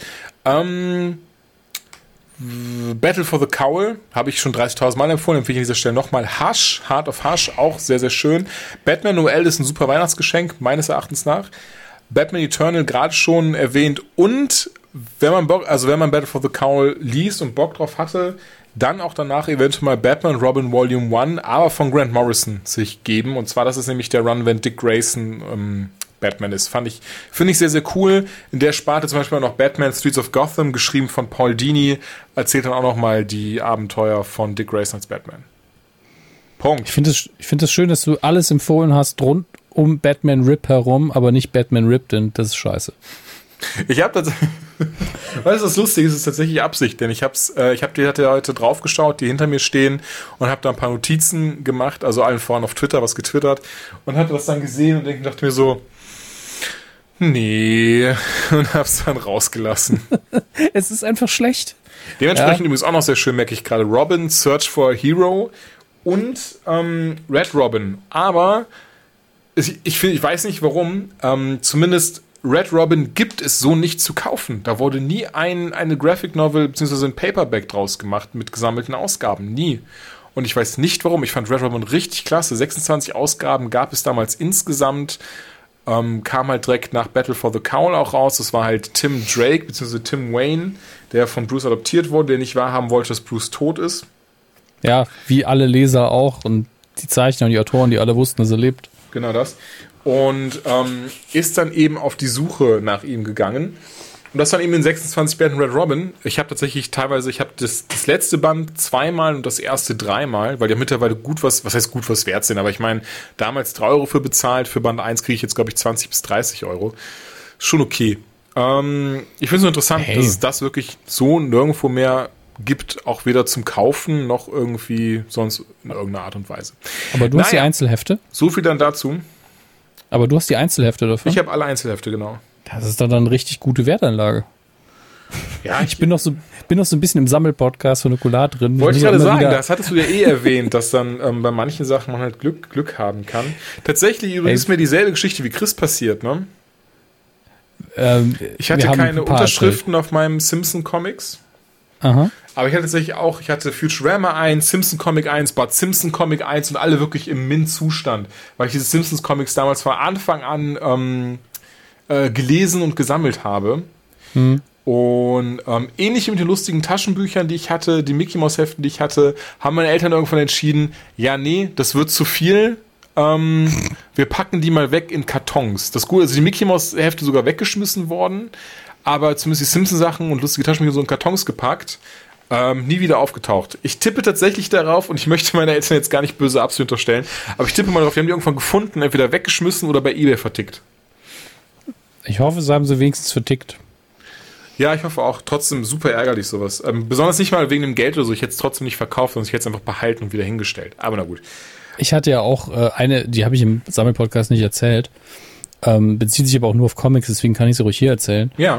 Battle for the Cowl habe ich schon 30.000 Mal empfohlen, empfehle ich an dieser Stelle nochmal. Hush, Heart of Hush, auch sehr, sehr schön. Batman Noel ist ein super Weihnachtsgeschenk, meines Erachtens nach. Batman Eternal gerade schon erwähnt, und wenn man Battle for the Cowl liest und Bock drauf hatte, dann auch danach eventuell mal Batman Robin Volume 1, aber von Grant Morrison sich geben, und zwar, das ist nämlich der Run, wenn Dick Grayson Batman ist. Finde ich sehr, sehr cool. In der Sparte zum Beispiel noch Batman Streets of Gotham, geschrieben von Paul Dini, erzählt dann auch noch mal die Abenteuer von Dick Grayson als Batman. Punkt. Ich finde es schön, dass du alles empfohlen hast rund um Batman Rip herum, aber nicht Batman Rip, denn das ist scheiße. Ich habe tatsächlich, weißt du, was lustig ist, ist tatsächlich Absicht, denn ich hatte heute drauf geschaut, die hinter mir stehen und habe da ein paar Notizen gemacht, also allen voran auf Twitter was getwittert und hatte das dann gesehen und dachte mir so, nee, und hab's dann rausgelassen. Es ist einfach schlecht. Dementsprechend übrigens auch noch sehr schön, merke ich gerade, Robin, Search for a Hero und Red Robin, aber ich weiß nicht warum, zumindest Red Robin gibt es so nicht zu kaufen. Da wurde nie eine Graphic Novel bzw. ein Paperback draus gemacht mit gesammelten Ausgaben. Nie. Und ich weiß nicht warum. Ich fand Red Robin richtig klasse. 26 Ausgaben gab es damals insgesamt. Kam halt direkt nach Battle for the Cowl auch raus. Das war halt Tim Drake bzw. Tim Wayne, der von Bruce adoptiert wurde, der nicht wahrhaben wollte, dass Bruce tot ist. Ja, wie alle Leser auch und die Zeichner und die Autoren, die alle wussten, dass er lebt. Genau das. Und ist dann eben auf die Suche nach ihm gegangen. Und das dann eben in 26 Bänden Red Robin. Ich habe tatsächlich teilweise, das letzte Band zweimal und das erste dreimal, weil die mittlerweile was heißt gut was wert sind, aber ich meine, damals 3 Euro für bezahlt, für Band 1 kriege ich jetzt, glaube ich, 20 bis 30 Euro. Schon okay. Ich finde es so interessant, dass es das wirklich so nirgendwo mehr gibt, auch weder zum Kaufen noch irgendwie sonst in irgendeiner Art und Weise. Aber du hast die Einzelhefte? So viel dann dazu. Aber du hast die Einzelhefte davon? Ich habe alle Einzelhefte, genau. Das ist dann eine richtig gute Wertanlage. Ja, ich bin noch so ein bisschen im Sammelpodcast von Nukular drin. Wollte ich gerade sagen, das hattest du ja erwähnt, dass dann bei manchen Sachen man halt Glück haben kann. Tatsächlich übrigens ist mir dieselbe Geschichte wie Chris passiert, ne? Ich hatte keine Unterschriften auf meinem Simpson-Comics. Aha. Aber ich hatte tatsächlich auch, ich hatte Futurama 1, Simpson Comic 1, Bart Simpson Comic 1 und alle wirklich im Mint-Zustand, weil ich diese Simpsons Comics damals von Anfang an gelesen und gesammelt habe. Und ähnlich mit den lustigen Taschenbüchern, die ich hatte, die Mickey Mouse Heften, die ich hatte, haben meine Eltern irgendwann entschieden, ja nee, das wird zu viel, wir packen die mal weg in Kartons. Das Gute, also die Mickey Mouse Hefte sogar weggeschmissen worden, aber zumindest die Simpson-Sachen und lustige Taschenbücher so in Kartons gepackt, nie wieder aufgetaucht. Ich tippe tatsächlich darauf, und ich möchte meine Eltern jetzt gar nicht böse Absicht unterstellen, aber ich tippe mal darauf, die haben die irgendwann gefunden, entweder weggeschmissen oder bei eBay vertickt. Ich hoffe, es haben sie wenigstens vertickt. Ja, ich hoffe auch. Trotzdem super ärgerlich sowas. Besonders nicht mal wegen dem Geld oder so. Ich hätte es trotzdem nicht verkauft, sondern ich hätte es einfach behalten und wieder hingestellt. Aber na gut. Ich hatte ja auch eine, die habe ich im Sammelpodcast nicht erzählt. Bezieht sich aber auch nur auf Comics, deswegen kann ich sie ruhig hier erzählen. Ja.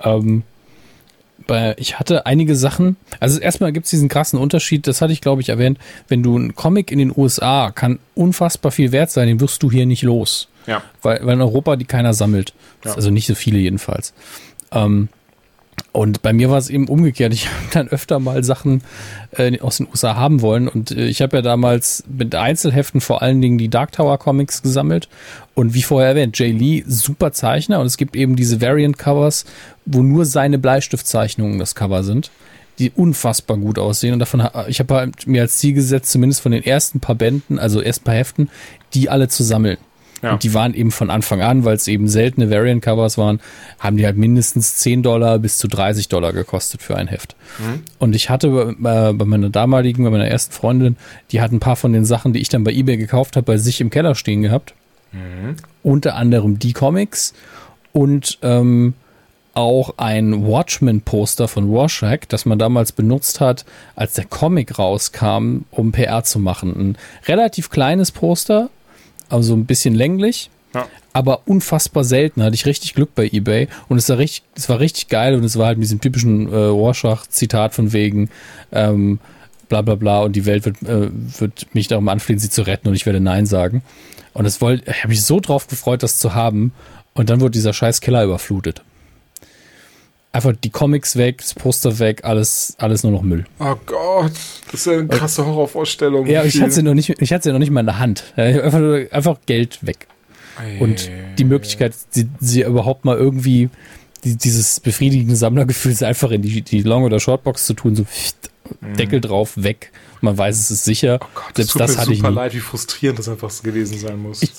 Ich hatte einige Sachen, also erstmal gibt es diesen krassen Unterschied, das hatte ich glaube ich erwähnt, wenn du ein Comic in den USA kann unfassbar viel wert sein, den wirst du hier nicht los. Ja. Weil in Europa die keiner sammelt. Ja. Also nicht so viele jedenfalls. Und bei mir war es eben umgekehrt. Ich habe dann öfter mal Sachen aus den USA haben wollen. Und ich habe ja damals mit Einzelheften vor allen Dingen die Dark Tower Comics gesammelt. Und wie vorher erwähnt, Jay Lee, super Zeichner. Und es gibt eben diese Variant-Covers, wo nur seine Bleistiftzeichnungen das Cover sind, die unfassbar gut aussehen. Und davon, ich habe halt mir als Ziel gesetzt, zumindest von den ersten paar Bänden, also ersten paar Heften, die alle zu sammeln. Ja. Und die waren eben von Anfang an, weil es eben seltene Variant-Covers waren, haben die halt mindestens $10 bis zu $30 gekostet für ein Heft. Und ich hatte bei meiner ersten Freundin, die hat ein paar von den Sachen, die ich dann bei eBay gekauft habe, bei sich im Keller stehen gehabt. Unter anderem die Comics und auch ein Watchmen-Poster von Rorschach, das man damals benutzt hat, als der Comic rauskam, um PR zu machen. Ein relativ kleines Poster, also ein bisschen länglich, ja, aber unfassbar selten. Hatte ich richtig Glück bei eBay und es war richtig geil und es war halt mit diesem typischen Rorschach-Zitat von wegen bla bla bla und die Welt wird mich darum anflehen, sie zu retten und ich werde Nein sagen. Und ich habe mich so drauf gefreut, das zu haben und dann wurde dieser scheiß Keller überflutet. Einfach die Comics weg, das Poster weg, alles nur noch Müll. Oh Gott, das ist ja eine krasse Horrorvorstellung. Ja, ich hatte sie noch nicht mal in der Hand. Einfach Geld weg. Und die Möglichkeit, sie überhaupt mal irgendwie dieses befriedigende Sammlergefühl einfach in die Long- oder Shortbox zu tun, so Deckel drauf, weg. Man weiß, es ist sicher. Oh Gott, selbst das hatte ich nie. Super leid, wie frustrierend das einfach gewesen sein muss.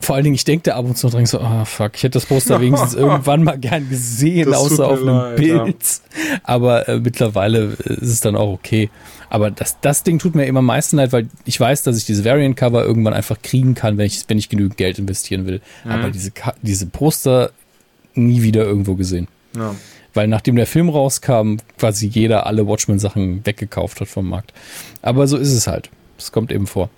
Vor allen Dingen, ich denke da ab und zu dran so, fuck, ich hätte das Poster wenigstens irgendwann mal gern gesehen, Das außer tut mir auf einem leid, Bild. Ja. Aber mittlerweile ist es dann auch okay. Aber das Ding tut mir immer am meisten leid, weil ich weiß, dass ich diese Variant-Cover irgendwann einfach kriegen kann, wenn ich genügend Geld investieren will. Aber diese Poster nie wieder irgendwo gesehen. Ja. Weil nachdem der Film rauskam, quasi jeder alle Watchmen-Sachen weggekauft hat vom Markt. Aber so ist es halt. Das kommt eben vor.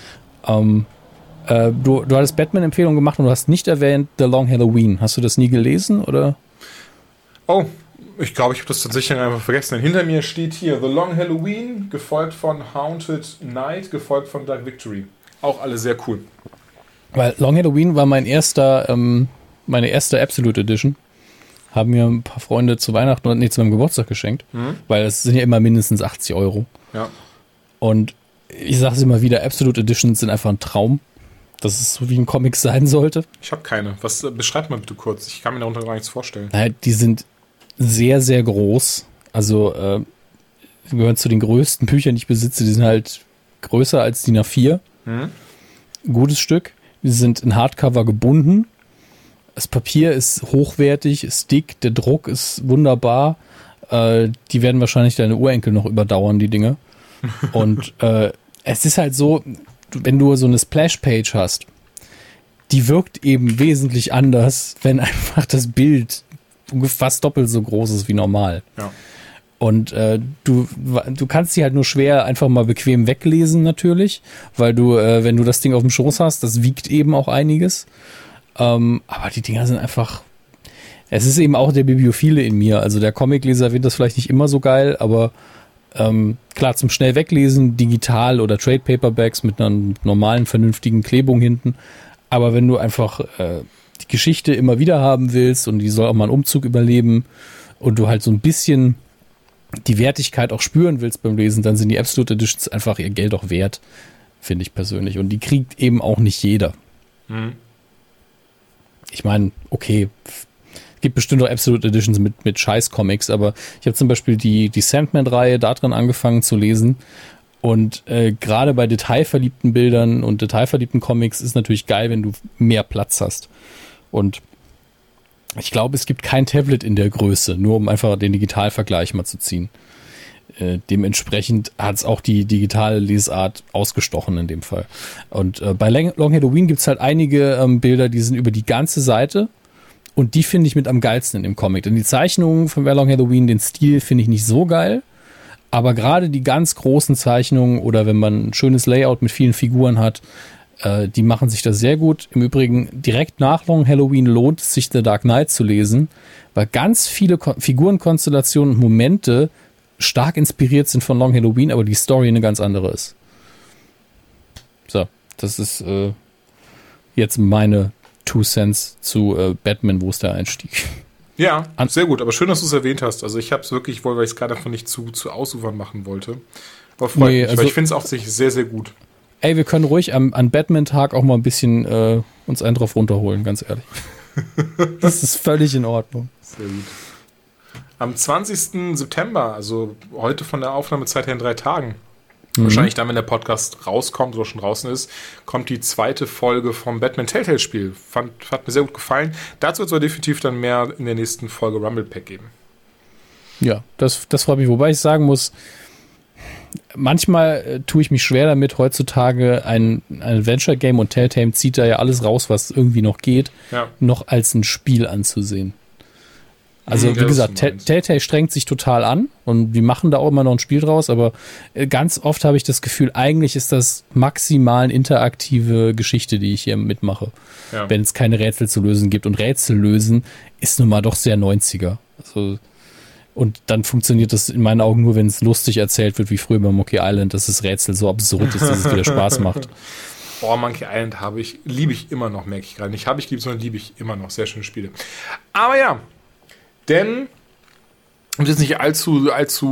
Du hattest Batman-Empfehlungen gemacht und du hast nicht erwähnt The Long Halloween. Hast du das nie gelesen, oder? Oh, ich glaube, ich habe das tatsächlich einfach vergessen. Denn hinter mir steht hier The Long Halloween, gefolgt von Haunted Night, gefolgt von Dark Victory. Auch alle sehr cool. Weil Long Halloween war meine erste Absolute Edition. Haben mir ein paar Freunde zu Weihnachten, zu meinem Geburtstag geschenkt. Weil es sind ja immer mindestens 80 €. Ja. Und ich sage es immer wieder, Absolute Editions sind einfach ein Traum. Das ist so, wie ein Comic sein sollte. Ich habe keine. Beschreib mal bitte kurz. Ich kann mir darunter gar nichts vorstellen. Naja, die sind sehr, sehr groß. Also gehören zu den größten Büchern, die ich besitze. Die sind halt größer als DIN A4. Gutes Stück. Die sind in Hardcover gebunden. Das Papier ist hochwertig, ist dick. Der Druck ist wunderbar. Die werden wahrscheinlich deine Urenkel noch überdauern, die Dinge. Und es ist halt so, wenn du so eine Splash-Page hast, die wirkt eben wesentlich anders, wenn einfach das Bild fast doppelt so groß ist wie normal. Ja. Und du kannst sie halt nur schwer einfach mal bequem weglesen natürlich, weil du, wenn du das Ding auf dem Schoß hast, das wiegt eben auch einiges. Aber die Dinger sind einfach, es ist eben auch der Bibliophile in mir. Also der Comicleser findet das vielleicht nicht immer so geil, aber klar, zum schnell weglesen, digital oder Trade Paperbacks mit einer normalen, vernünftigen Klebung hinten. Aber wenn du einfach die Geschichte immer wieder haben willst und die soll auch mal einen Umzug überleben und du halt so ein bisschen die Wertigkeit auch spüren willst beim Lesen, dann sind die Absolute Editions einfach ihr Geld auch wert, finde ich persönlich. Und die kriegt eben auch nicht jeder. Ich meine, okay, gibt bestimmt auch Absolute Editions mit Scheiß-Comics, aber ich habe zum Beispiel die Sandman-Reihe da drin angefangen zu lesen und gerade bei detailverliebten Bildern und detailverliebten Comics ist natürlich geil, wenn du mehr Platz hast. Und ich glaube, es gibt kein Tablet in der Größe, nur um einfach den Digitalvergleich mal zu ziehen. Dementsprechend hat es auch die digitale Lesart ausgestochen in dem Fall. Und bei Long Halloween gibt es halt einige Bilder, die sind über die ganze Seite. Und die finde ich mit am geilsten in dem Comic. Denn die Zeichnungen von Long Halloween, den Stil finde ich nicht so geil. Aber gerade die ganz großen Zeichnungen oder wenn man ein schönes Layout mit vielen Figuren hat, die machen sich das sehr gut. Im Übrigen, direkt nach Long Halloween lohnt es sich, The Dark Knight zu lesen, weil ganz viele Figurenkonstellationen und Momente stark inspiriert sind von Long Halloween, aber die Story eine ganz andere ist. So, das ist jetzt meine 2 Cents zu Batman, wo ist der Einstieg? Ja, sehr gut, aber schön, dass du es erwähnt hast. Also ich habe es wirklich, weil ich es gerade davon nicht zu ausufern machen wollte. Aber freut mich, also, weil ich finde es auch sehr, sehr gut. Ey, wir können ruhig an Batman-Tag auch mal ein bisschen uns einen drauf runterholen, ganz ehrlich. Das ist völlig in Ordnung. Sehr gut. Am 20. September, also heute von der Aufnahmezeit her in 3 Tagen, wahrscheinlich dann, wenn der Podcast rauskommt oder schon draußen ist, kommt die 2. Folge vom Batman Telltale-Spiel. Hat mir sehr gut gefallen. Dazu wird es aber definitiv dann mehr in der nächsten Folge Rumble Pack geben. Ja, das freut mich. Wobei ich sagen muss, manchmal tue ich mich schwer damit, heutzutage ein Adventure-Game, und Telltale zieht da ja alles raus, was irgendwie noch geht, noch als ein Spiel anzusehen. Also wie gesagt, Telltale strengt sich total an und die machen da auch immer noch ein Spiel draus, aber ganz oft habe ich das Gefühl, eigentlich ist das maximal eine interaktive Geschichte, die ich hier mitmache, wenn es keine Rätsel zu lösen gibt. Und Rätsel lösen ist nun mal doch sehr 90er. Also, und dann funktioniert das in meinen Augen nur, wenn es lustig erzählt wird, wie früher bei Monkey Island, dass das Rätsel so absurd ist, dass es wieder Spaß macht. Boah, Monkey Island liebe ich immer noch, merke ich gerade. Nicht habe ich geliebt, sondern liebe ich immer noch. Sehr schöne Spiele. Aber ja, denn, und jetzt nicht allzu,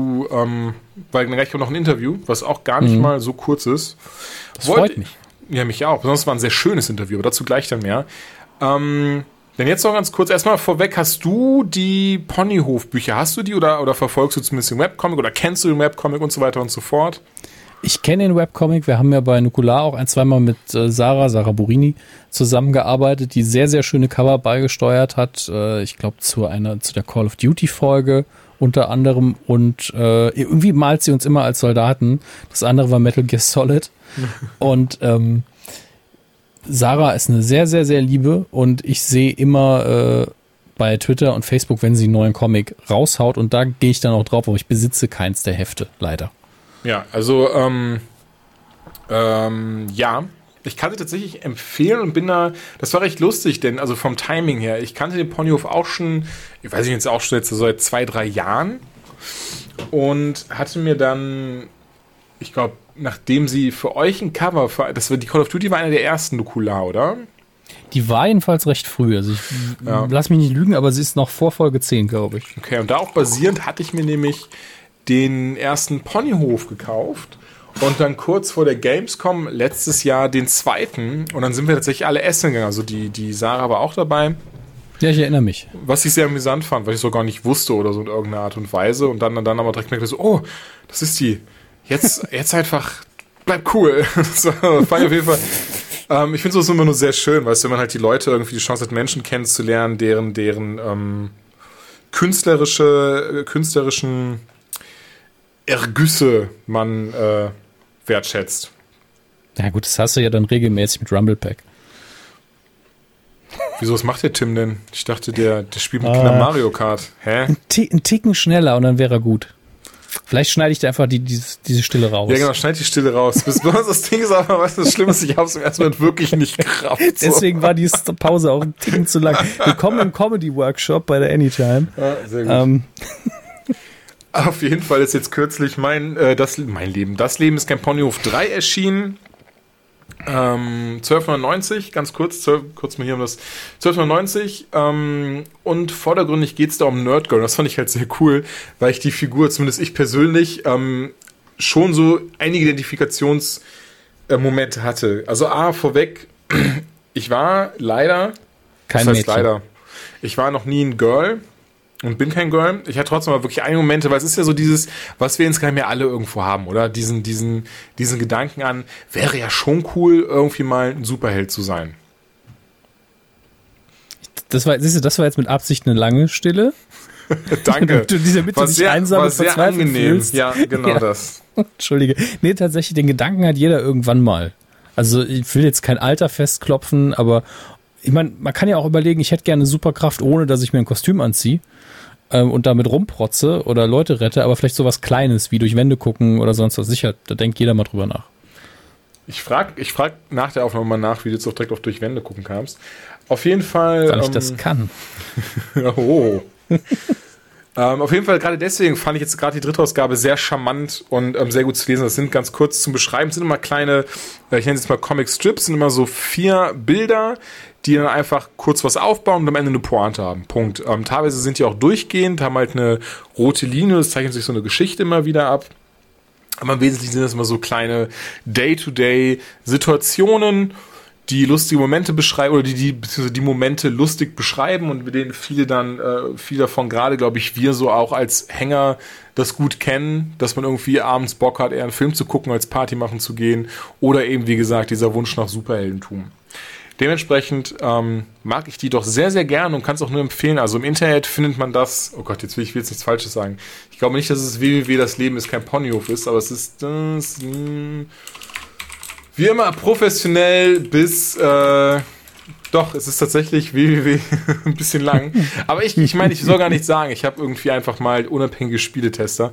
weil gleich kommt noch ein Interview, was auch gar nicht mal so kurz ist. Das freut mich. Ja, mich auch. Besonders war ein sehr schönes Interview, aber dazu gleich dann mehr. Denn jetzt noch ganz kurz, erstmal vorweg, hast du die Ponyhof-Bücher, hast du die oder verfolgst du zumindest den Webcomic oder kennst du den Webcomic und so weiter und so fort? Ich kenne den Webcomic, wir haben ja bei Nukular auch ein, zweimal mit Sarah Burini zusammengearbeitet, die sehr, sehr schöne Cover beigesteuert hat. Ich glaube zu der Call of Duty Folge unter anderem und irgendwie malt sie uns immer als Soldaten. Das andere war Metal Gear Solid. Und Sarah ist eine sehr, sehr, sehr liebe und ich sehe immer bei Twitter und Facebook, wenn sie einen neuen Comic raushaut und da gehe ich dann auch drauf, aber ich besitze keins der Hefte, leider. Ja, also ja, ich kann sie tatsächlich empfehlen und bin da, das war recht lustig, denn also vom Timing her, ich kannte den Ponyhof auch schon, ich weiß nicht, jetzt auch schon so seit 2-3 Jahren und hatte mir dann, ich glaube, nachdem sie für euch ein Cover, die Call of Duty war einer der ersten Nukular, oder? Die war jedenfalls recht früh, also lass mich nicht lügen, aber sie ist noch vor Folge 10, glaube ich. Okay, und darauf basierend hatte ich mir nämlich den ersten Ponyhof gekauft und dann kurz vor der Gamescom letztes Jahr den zweiten und dann sind wir tatsächlich alle essen gegangen, also die Sarah war auch dabei. Ja, ich erinnere mich. Was ich sehr amüsant fand, weil ich es so gar nicht wusste oder so in irgendeiner Art und Weise und dann aber direkt merkte so, oh, das ist die. Jetzt einfach, bleib cool. Das fand ich auf jeden Fall. Ich finde es immer nur sehr schön, weißt du, wenn man halt die Leute irgendwie die Chance hat, Menschen kennenzulernen, deren künstlerischen Ergüsse man wertschätzt. Ja gut, das hast du ja dann regelmäßig mit Rumblepack. Wieso, was macht der Tim denn? Ich dachte, der spielt mit Kinder Mario Kart. Hä? Ein Ticken schneller und dann wäre er gut. Vielleicht schneide ich da einfach diese Stille raus. Ja genau, schneid die Stille raus. Bis das Ding ist aber, weißt du, das Schlimme ist, ich habe es im ersten Moment wirklich nicht gerafft. So. Deswegen war die Pause auch ein Ticken zu lang. Willkommen im Comedy-Workshop bei der Anytime. Ja, sehr gut. Auf jeden Fall ist jetzt kürzlich das Leben ist kein Ponyhof 3 erschienen. 1290, ganz kurz mal hier um das 1290 und vordergründig geht es da um Nerdgirl. Das fand ich halt sehr cool, weil ich die Figur, zumindest ich persönlich, schon so einige Identifikationsmomente hatte. Also vorweg, ich war leider, kein Mädchen. Ich war noch nie ein Girl und bin kein Girl. Ich hatte trotzdem mal wirklich einige Momente, weil es ist ja so dieses, was wir insgeheim ja alle irgendwo haben, oder? Diesen Gedanken an, wäre ja schon cool, irgendwie mal ein Superheld zu sein. Das war jetzt mit Absicht eine lange Stille. Danke. Du diese Mitte sich einsam und verzweifelt fühlst. Ja, genau ja. Das. Entschuldige. Nee, tatsächlich, den Gedanken hat jeder irgendwann mal. Also ich will jetzt kein Alter festklopfen, aber ich meine, man kann ja auch überlegen, ich hätte gerne eine Superkraft, ohne dass ich mir ein Kostüm anziehe und damit rumprotze oder Leute rette, aber vielleicht sowas Kleines, wie durch Wände gucken oder sonst was. Sicher, da denkt jeder mal drüber nach. Ich frag nach der Aufnahme mal nach, wie du jetzt auch direkt auf durch Wände gucken kamst. Auf jeden Fall... Weil ich das kann. Oh. Auf jeden Fall, gerade deswegen fand ich jetzt gerade die dritte Ausgabe sehr charmant und sehr gut zu lesen. Das sind ganz kurz zum Beschreiben, sind immer kleine, ich nenne es jetzt mal Comic Strips, sind immer so 4 Bilder, die dann einfach kurz was aufbauen und am Ende eine Pointe haben. Punkt. Teilweise sind die auch durchgehend, haben halt eine rote Linie, das zeichnet sich so eine Geschichte immer wieder ab. Aber im Wesentlichen sind das immer so kleine Day-to-Day-Situationen, die lustige Momente beschreiben oder die Momente lustig beschreiben und mit denen viele davon gerade, glaube ich, wir so auch als Hänger das gut kennen, dass man irgendwie abends Bock hat, eher einen Film zu gucken, als Party machen zu gehen oder eben, wie gesagt, dieser Wunsch nach Superheldentum. Dementsprechend mag ich die doch sehr, sehr gern und kann es auch nur empfehlen. Also im Internet findet man das, oh Gott, jetzt will ich jetzt nichts Falsches sagen. Ich glaube nicht, dass es www, das Leben ist kein Ponyhof ist, aber es ist das... Wie immer professionell bis, doch, es ist tatsächlich www, ein bisschen lang. Aber ich meine, ich soll gar nichts sagen. Ich habe irgendwie einfach mal unabhängige Spieletester.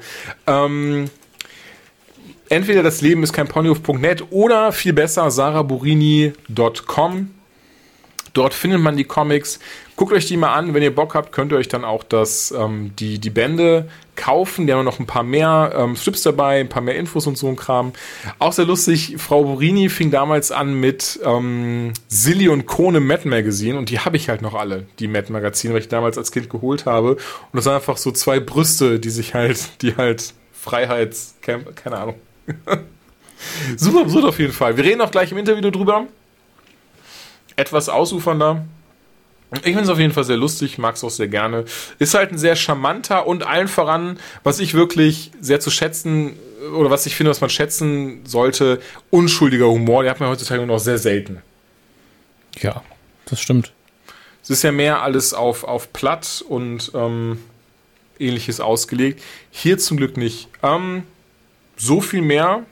Entweder das Leben ist kein Ponyhof.net oder viel besser sarahburini.com. Dort findet man die Comics. Guckt euch die mal an. Wenn ihr Bock habt, könnt ihr euch dann auch die Bände kaufen. Die haben noch ein paar mehr Strips dabei, ein paar mehr Infos und so ein Kram. Auch sehr lustig, Frau Burini fing damals an mit Silly und Kone Mad Magazine und die habe ich halt noch alle, die Mad Magazine, weil ich damals als Kind geholt habe. Und das sind einfach so 2 Brüste, die halt Freiheitscamp, keine Ahnung. Super absurd auf jeden Fall. Wir reden auch gleich im Interview drüber. Etwas ausufernder. Ich finde es auf jeden Fall sehr lustig, mag es auch sehr gerne. Ist halt ein sehr charmanter und allen voran, was ich wirklich sehr zu schätzen oder was ich finde, was man schätzen sollte, unschuldiger Humor, den hat man heutzutage nur noch sehr selten. Ja, das stimmt. Es ist ja mehr alles auf platt und Ähnliches ausgelegt. Hier zum Glück nicht. So viel mehr.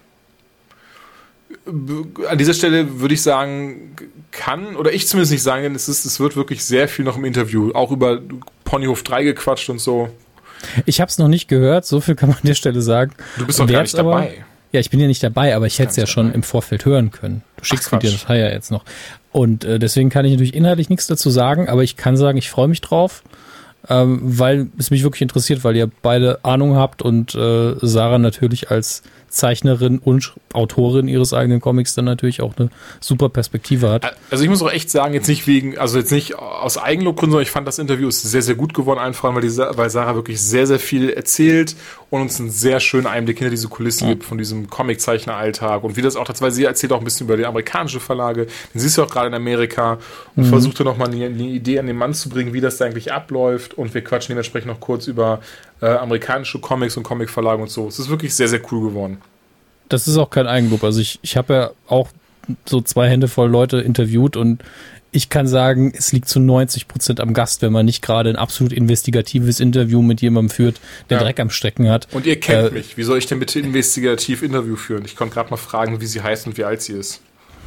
An dieser Stelle würde ich sagen, oder ich zumindest nicht sagen, denn es wird wirklich sehr viel noch im Interview, auch über Ponyhof 3 gequatscht und so. Ich habe es noch nicht gehört, so viel kann man an der Stelle sagen. Du bist doch gar nicht dabei. Ja, ich bin ja nicht dabei, aber ich hätte es ja schon im Vorfeld hören können. Du schickst mir die Datei ja jetzt noch. Und deswegen kann ich natürlich inhaltlich nichts dazu sagen, aber ich kann sagen, ich freue mich drauf, weil es mich wirklich interessiert, weil ihr beide Ahnung habt und Sarah natürlich als Zeichnerin und Autorin ihres eigenen Comics dann natürlich auch eine super Perspektive hat. Also ich muss auch echt sagen, jetzt nicht aus Eigenlob, sondern ich fand das Interview ist sehr, sehr gut geworden, einfach weil Sarah wirklich sehr, sehr viel erzählt und uns einen sehr schönen Einblick hinter diese Kulissen gibt von diesem Comiczeichner-Alltag und wie das auch weil sie erzählt auch ein bisschen über die amerikanische Verlage, denn sie ist ja auch gerade in Amerika und versuchte nochmal eine Idee an den Mann zu bringen, wie das da eigentlich abläuft und wir quatschen dementsprechend noch kurz über amerikanische Comics und Comicverlage und so. Es ist wirklich sehr, sehr cool geworden. Das ist auch kein Eigenlob. Also ich habe ja auch so 2 Hände voll Leute interviewt und ich kann sagen, es liegt zu 90% am Gast, wenn man nicht gerade ein absolut investigatives Interview mit jemandem führt, der Dreck am Stecken hat. Und ihr kennt mich. Wie soll ich denn bitte investigativ Interview führen? Ich konnte gerade mal fragen, wie sie heißt und wie alt sie ist.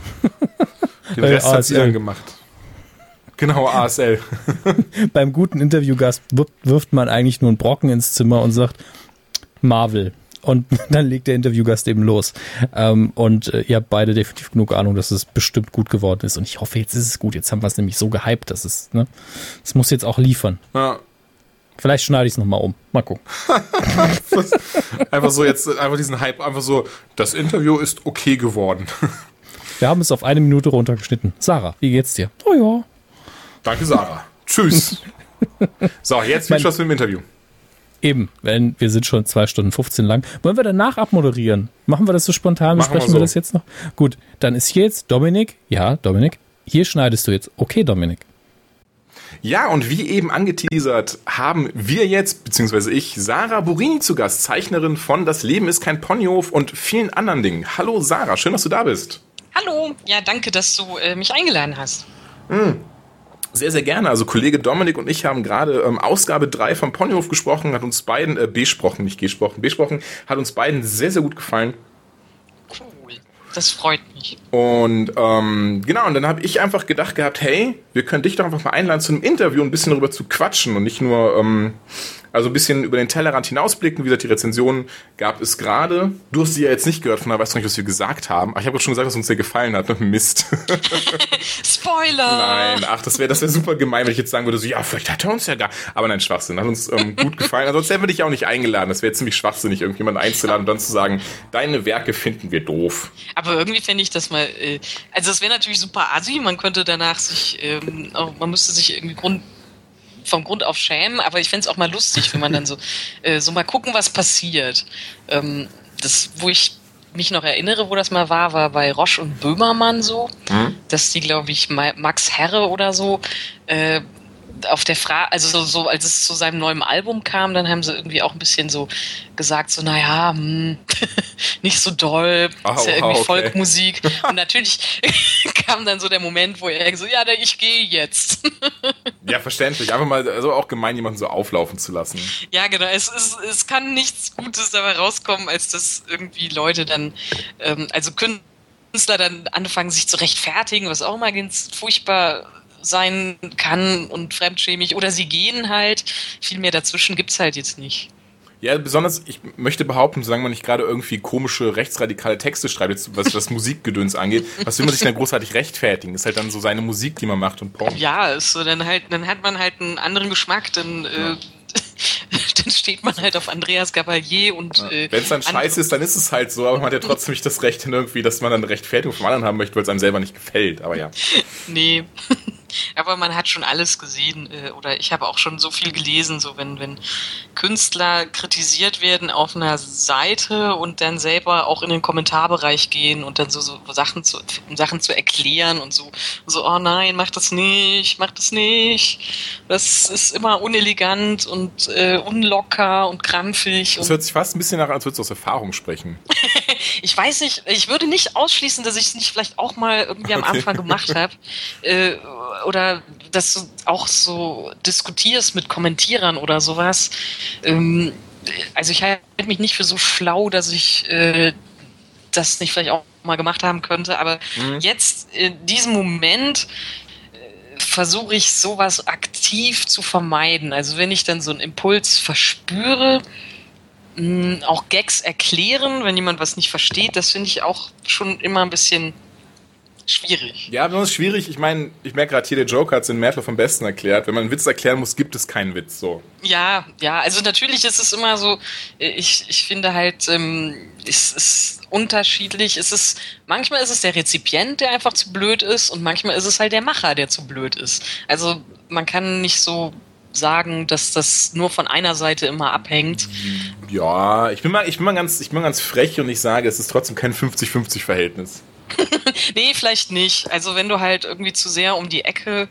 Den Rest hat sie dann gemacht. Genau, ASL. Beim guten Interviewgast wirft man eigentlich nur einen Brocken ins Zimmer und sagt Marvel. Und dann legt der Interviewgast eben los. Und ihr habt beide definitiv genug Ahnung, dass es bestimmt gut geworden ist. Und ich hoffe, jetzt ist es gut. Jetzt haben wir es nämlich so gehypt, dass es muss jetzt auch liefern. Ja. Vielleicht schneide ich es nochmal um. Mal gucken. Einfach diesen Hype, einfach so, das Interview ist okay geworden. Wir haben es auf 1 Minute runtergeschnitten. Sarah, wie geht's dir? Oh ja. Danke, Sarah. Tschüss. So, jetzt viel Spaß mit dem Interview. Eben, wir sind schon 2 Stunden 15 lang. Wollen wir danach abmoderieren? Machen wir das so spontan? Besprechen wir das jetzt noch? Gut, dann ist hier jetzt Dominik. Ja, Dominik. Hier schneidest du jetzt. Okay, Dominik. Ja, und wie eben angeteasert, haben wir jetzt, beziehungsweise ich, Sarah Burini zu Gast, Zeichnerin von Das Leben ist kein Ponyhof und vielen anderen Dingen. Hallo Sarah, schön, dass du da bist. Hallo, ja, danke, dass du mich eingeladen hast. Sehr, sehr gerne. Also Kollege Dominik und ich haben gerade Ausgabe 3 vom Ponyhof gesprochen, hat uns beiden, besprochen, hat uns beiden sehr, sehr gut gefallen. Cool, das freut mich. Und genau, und dann habe ich einfach gedacht gehabt, hey, wir können dich doch einfach mal einladen zu einem Interview, ein bisschen darüber zu quatschen und nicht nur, also ein bisschen über den Tellerrand hinausblicken. Wie gesagt, die Rezensionen gab es gerade. Du hast sie ja jetzt nicht gehört, von daher weißt du nicht, was wir gesagt haben. Aber ich habe schon gesagt, dass uns sehr gefallen hat. Mist. Spoiler! Nein, das wäre super gemein, wenn ich jetzt sagen würde, so, ja, vielleicht hat er uns ja gar... Aber nein, Schwachsinn. Hat uns gut gefallen. Ansonsten hätten wir dich auch nicht eingeladen. Das wäre ziemlich schwachsinnig, irgendjemanden einzuladen und dann zu sagen, deine Werke finden wir doof. Aber irgendwie fände ich das mal... also es wäre natürlich super assi. Man könnte danach sich... man müsste sich irgendwie vom Grund auf schämen, aber ich fände es auch mal lustig, wenn man dann so mal gucken, was passiert. Wo ich mich noch erinnere, wo das mal war bei Roche und Böhmermann so, dass die, glaube ich, Max Herre oder so auf der Frage, also so als es zu seinem neuen Album kam, dann haben sie irgendwie auch ein bisschen so gesagt, so naja, nicht so doll, ist ja irgendwie Folkmusik. Und natürlich kam dann so der Moment, wo er so, ja, ich gehe jetzt. Ja, verständlich. Einfach mal, also auch gemein, jemanden so auflaufen zu lassen. Ja, genau. Es kann nichts Gutes dabei rauskommen, als dass irgendwie Leute dann, also Künstler dann anfangen, sich zu rechtfertigen, was auch immer ganz furchtbar sein kann und fremdschämig, oder sie gehen halt. Viel mehr dazwischen gibt's halt jetzt nicht. Ja, besonders, ich möchte behaupten, solange man nicht gerade irgendwie komische, rechtsradikale Texte schreibt, jetzt, was das Musikgedöns angeht, was will man sich dann großartig rechtfertigen? Ist halt dann so seine Musik, die man macht und Punkt. Ja, ist so, dann hat man halt einen anderen Geschmack, dann steht man halt auf Andreas Gabalier und... Wenn es dann scheiße ist, dann ist es halt so, aber man hat ja trotzdem nicht das Recht irgendwie, dass man dann eine Rechtfertigung vom anderen haben möchte, weil es einem selber nicht gefällt, aber ja. Nee, Aber man hat schon alles gesehen, oder ich habe auch schon so viel gelesen, so wenn Künstler kritisiert werden auf einer Seite und dann selber auch in den Kommentarbereich gehen und dann so Sachen zu erklären und so, oh nein, mach das nicht. Das ist immer unelegant und unlocker und krampfig. Das hört sich fast ein bisschen nach, als würdest du aus Erfahrung sprechen. Ich weiß nicht, ich würde nicht ausschließen, dass ich es nicht vielleicht auch mal irgendwie am Anfang gemacht habe. Oder dass du auch so diskutierst mit Kommentierern oder sowas. Also ich halte mich nicht für so schlau, dass ich das nicht vielleicht auch mal gemacht haben könnte. Aber jetzt, in diesem Moment, versuche ich sowas aktiv zu vermeiden. Also wenn ich dann so einen Impuls verspüre, auch Gags erklären, wenn jemand was nicht versteht, das finde ich auch schon immer ein bisschen schwierig. Ja, das ist schwierig. Ich meine, ich merke gerade hier, der Joker hat es in Merkel vom Besten erklärt. Wenn man einen Witz erklären muss, gibt es keinen Witz. So. Ja, also natürlich ist es immer so, ich finde halt, es ist unterschiedlich. Manchmal ist es der Rezipient, der einfach zu blöd ist und manchmal ist es halt der Macher, der zu blöd ist. Also man kann nicht so sagen, dass das nur von einer Seite immer abhängt. Ja, ich bin mal ganz frech und ich sage, es ist trotzdem kein 50-50-Verhältnis. Nee, vielleicht nicht. Also wenn du halt irgendwie zu sehr um die Ecke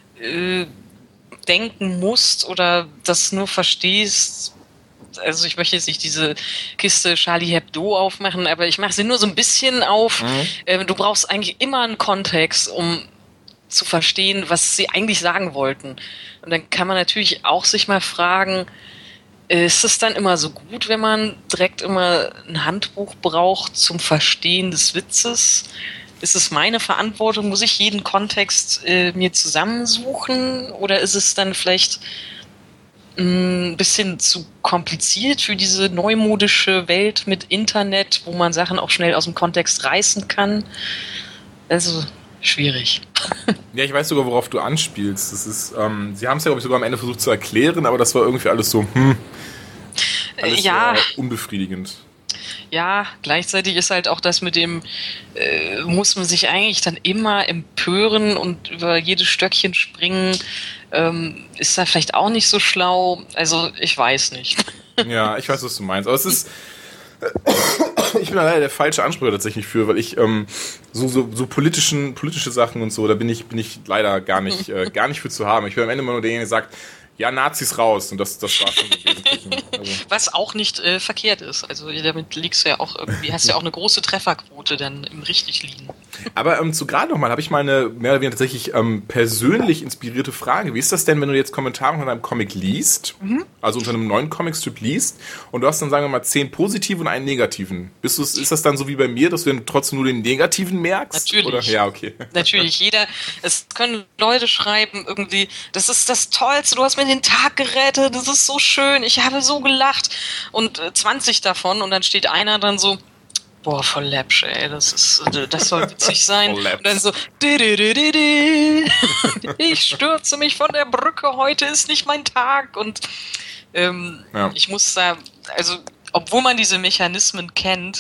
denken musst oder das nur verstehst, also ich möchte jetzt nicht diese Kiste Charlie Hebdo aufmachen, aber ich mache sie nur so ein bisschen auf. Du brauchst eigentlich immer einen Kontext, um zu verstehen, was sie eigentlich sagen wollten. Und dann kann man natürlich auch sich mal fragen, ist es dann immer so gut, wenn man direkt immer ein Handbuch braucht zum Verstehen des Witzes? Ist es meine Verantwortung? Muss ich jeden Kontext mir zusammensuchen? Oder ist es dann vielleicht ein bisschen zu kompliziert für diese neumodische Welt mit Internet, wo man Sachen auch schnell aus dem Kontext reißen kann? Also schwierig. Ja, ich weiß sogar, worauf du anspielst. Das ist, sie haben es ja, glaube ich, sogar am Ende versucht zu erklären, aber das war irgendwie alles so, alles unbefriedigend. Ja, gleichzeitig ist halt auch das mit dem, muss man sich eigentlich dann immer empören und über jedes Stöckchen springen, ist da vielleicht auch nicht so schlau. Also, ich weiß nicht. Ja, ich weiß, was du meinst. Aber es ist, ich bin da leider der falsche Ansprecher tatsächlich für, weil ich so politische Sachen und so, da bin ich leider gar nicht für zu haben. Ich bin am Ende immer nur derjenige, der sagt, ja, Nazis raus, und das war schon im Wesentlichen. Also. Was auch nicht verkehrt ist. Also damit liegst du ja auch irgendwie, hast ja auch eine große Trefferquote dann im Richtigliegen. Aber gerade nochmal, habe ich mal eine mehr oder weniger tatsächlich persönlich inspirierte Frage. Wie ist das denn, wenn du jetzt Kommentare unter einem Comic liest, also unter einem neuen Comicstrip liest, und du hast dann, sagen wir mal, 10 positive und einen negativen? Ist das dann so wie bei mir, dass du dann trotzdem nur den negativen merkst? Natürlich. Oder? Ja, okay. Natürlich. Es können Leute schreiben irgendwie, das ist das Tollste, du hast mir den Tag gerettet, das ist so schön, ich habe so gelacht. Und 20 davon, und dann steht einer dann so, boah, voll läppsch, ey, das soll witzig sein. Und dann so, ich stürze mich von der Brücke, heute ist nicht mein Tag. Und ich muss da, also, obwohl man diese Mechanismen kennt,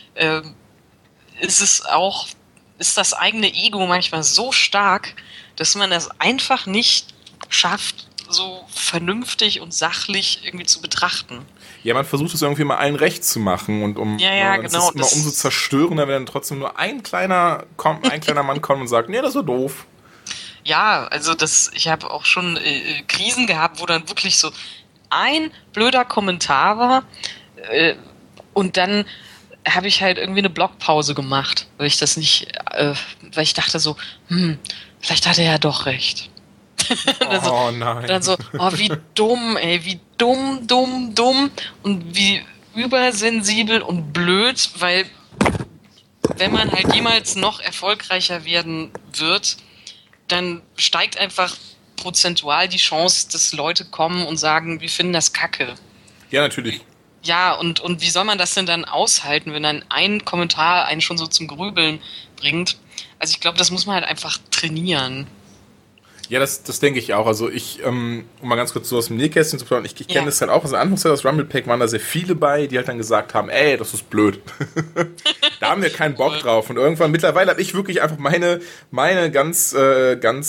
ist das eigene Ego manchmal so stark, dass man das einfach nicht schafft, so vernünftig und sachlich irgendwie zu betrachten. Ja, man versucht es irgendwie mal allen recht zu machen und genau. Das ist immer umso zerstörender, wenn dann trotzdem nur ein kleiner Mann kommt und sagt, nee, das war doof. Ja, also ich habe auch schon Krisen gehabt, wo dann wirklich so ein blöder Kommentar war und dann habe ich halt irgendwie eine Blockpause gemacht, weil ich das nicht, weil ich dachte so, vielleicht hat er ja doch recht. Oh nein. Dann so, oh, wie dumm, ey, wie dumm und wie übersensibel und blöd, weil wenn man halt jemals noch erfolgreicher werden wird, dann steigt einfach prozentual die Chance, dass Leute kommen und sagen, wir finden das kacke. Ja, natürlich. Ja, und wie soll man das denn dann aushalten, wenn dann ein Kommentar einen schon so zum Grübeln bringt? Also ich glaube, das muss man halt einfach trainieren. Ja, das denke ich auch. Also um mal ganz kurz so aus dem Nähkästchen zu plaudern, ich kenne das halt auch. Also Anfangs des Rumble Pack waren da sehr viele bei, die halt dann gesagt haben, ey, das ist blöd. Da haben wir keinen Bock drauf. Und irgendwann, mittlerweile habe ich wirklich einfach meine ganz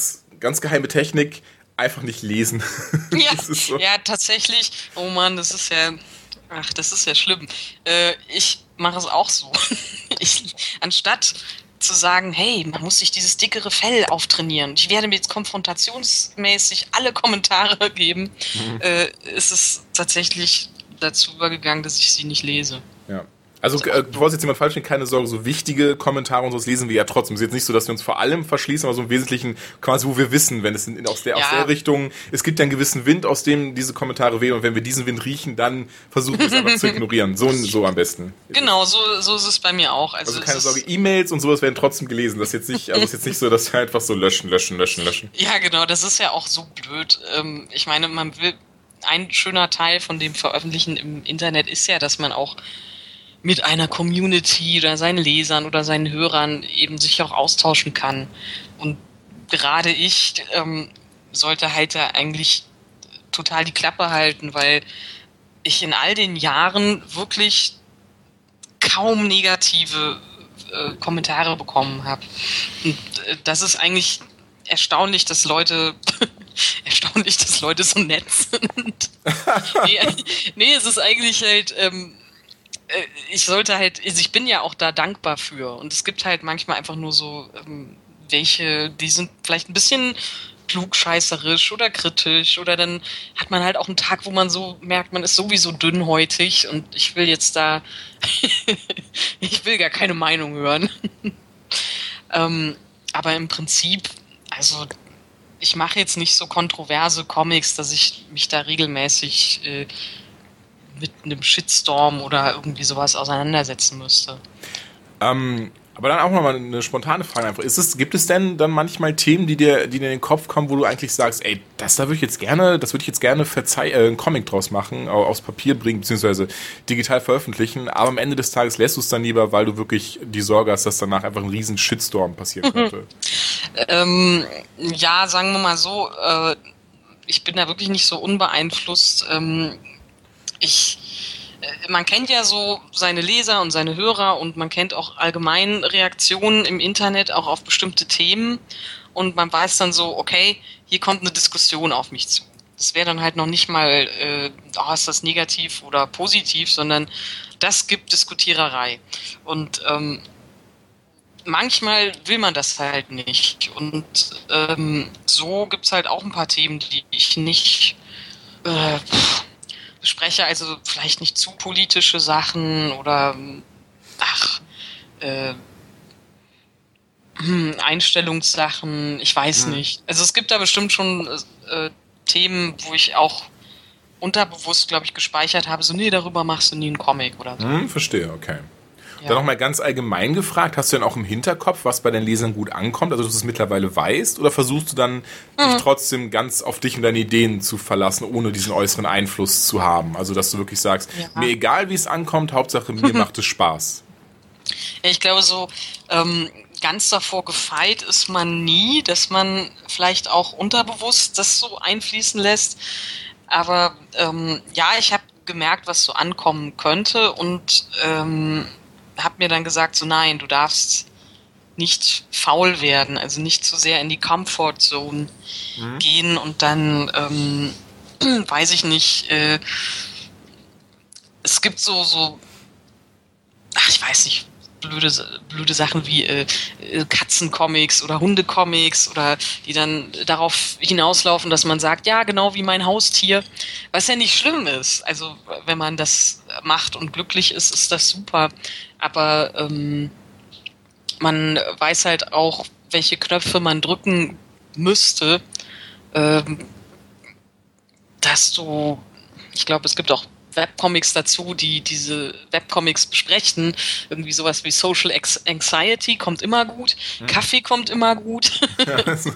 ganz geheime Technik, einfach nicht lesen. Ja, Das ist so. ja, tatsächlich. Oh Mann, das ist ja schlimm. Ich mache es auch so. Anstatt zu sagen, hey, man muss sich dieses dickere Fell auftrainieren. Ich werde mir jetzt konfrontationsmäßig alle Kommentare geben. Ist es tatsächlich dazu übergegangen, dass ich sie nicht lese. Ja. Also, bevor es jetzt jemand falsch versteht, keine Sorge, so wichtige Kommentare und so, das lesen wir ja trotzdem. Es ist jetzt nicht so, dass wir uns vor allem verschließen, aber so im Wesentlichen quasi, wo wir wissen, wenn es aus der Richtung, es gibt ja einen gewissen Wind, aus dem diese Kommentare wehen, und wenn wir diesen Wind riechen, dann versuchen wir es einfach zu ignorieren. So am besten. Genau, so ist es bei mir auch. Also keine Sorge, E-Mails und sowas werden trotzdem gelesen. Das ist jetzt nicht so, dass wir einfach so löschen. Ja, genau, das ist ja auch so blöd. Ich meine, ein schöner Teil von dem Veröffentlichen im Internet ist ja, dass man auch mit einer Community oder seinen Lesern oder seinen Hörern eben sich auch austauschen kann. Und gerade ich sollte halt da eigentlich total die Klappe halten, weil ich in all den Jahren wirklich kaum negative Kommentare bekommen habe. Und das ist eigentlich erstaunlich, dass Leute so nett sind. Nee, es ist eigentlich halt ich bin ja auch da dankbar für, und es gibt halt manchmal einfach nur so welche, die sind vielleicht ein bisschen klugscheißerisch oder kritisch, oder dann hat man halt auch einen Tag, wo man so merkt, man ist sowieso dünnhäutig und ich will jetzt da ich will gar keine Meinung hören. Aber im Prinzip, also ich mache jetzt nicht so kontroverse Comics, dass ich mich da regelmäßig mit einem Shitstorm oder irgendwie sowas auseinandersetzen müsste. Aber dann auch nochmal eine spontane Frage einfach. Gibt es denn dann manchmal Themen, die dir in den Kopf kommen, wo du eigentlich sagst, ey, das würde ich jetzt gerne einen Comic draus machen, aufs Papier bringen, beziehungsweise digital veröffentlichen, aber am Ende des Tages lässt du es dann lieber, weil du wirklich die Sorge hast, dass danach einfach ein riesen Shitstorm passieren könnte? Ja, sagen wir mal so, ich bin da wirklich nicht so unbeeinflusst. Man kennt ja so seine Leser und seine Hörer, und man kennt auch allgemein Reaktionen im Internet auch auf bestimmte Themen, und man weiß dann so, okay, hier kommt eine Diskussion auf mich zu. Das wäre dann halt noch nicht mal, ist das negativ oder positiv, sondern das gibt Diskutiererei. Und manchmal will man das halt nicht. Und so gibt's halt auch ein paar Themen, die ich nicht bespreche, also vielleicht nicht zu politische Sachen oder Einstellungssachen, ich weiß nicht. Also es gibt da bestimmt schon Themen, wo ich auch unterbewusst, glaube ich, gespeichert habe, so, nee, darüber machst du nie einen Comic oder so. Verstehe, okay. Ja. Dann nochmal ganz allgemein gefragt, hast du denn auch im Hinterkopf, was bei den Lesern gut ankommt, also dass du es mittlerweile weißt, oder versuchst du dann dich trotzdem ganz auf dich und deine Ideen zu verlassen, ohne diesen äußeren Einfluss zu haben? Also dass du wirklich sagst, mir egal wie es ankommt, Hauptsache mir macht es Spaß. Ja, ich glaube so, ganz davor gefeit ist man nie, dass man vielleicht auch unterbewusst das so einfließen lässt, aber ich habe gemerkt, was so ankommen könnte, und habe mir dann gesagt, so nein, du darfst nicht faul werden, also nicht zu sehr in die Comfort Zone gehen und dann, weiß ich nicht, es gibt so, ich weiß nicht, blöde Sachen wie Katzencomics oder Hundecomics, oder die dann darauf hinauslaufen, dass man sagt, ja, genau wie mein Haustier, was ja nicht schlimm ist. Also wenn man das macht und glücklich ist, ist das super. Aber man weiß halt auch, welche Knöpfe man drücken müsste, ich glaube, es gibt auch Webcomics dazu, die diese Webcomics besprechen. Irgendwie sowas wie Social Anxiety kommt immer gut. Kaffee kommt immer gut. Das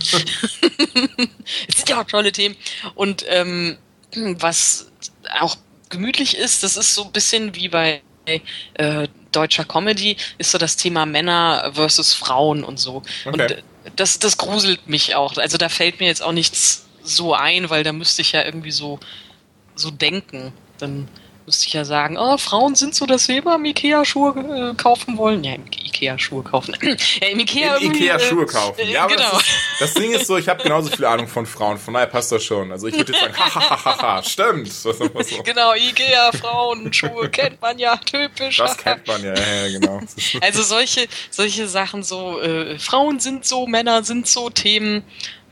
sind ja auch tolle Themen. Und was auch gemütlich ist, das ist so ein bisschen wie bei deutscher Comedy, ist so das Thema Männer versus Frauen und so. Okay. Und das gruselt mich auch. Also da fällt mir jetzt auch nichts so ein, weil da müsste ich ja irgendwie so denken. Dann müsste ich ja sagen, Frauen sind so, dass sie immer im Ikea-Schuhe kaufen wollen. Ja, im Ikea-Schuhe kaufen. Ja, im Ikea Ikea-Schuhe kaufen. Ja, aber genau. das Ding ist so, ich habe genauso viel Ahnung von Frauen, von daher passt das schon. Also ich würde jetzt sagen, hahaha, stimmt. Was so. Genau, Ikea-Frauenschuhe kennt man ja, typisch. Das kennt man ja, genau. Also solche Sachen so, Frauen sind so, Männer sind so, Themen,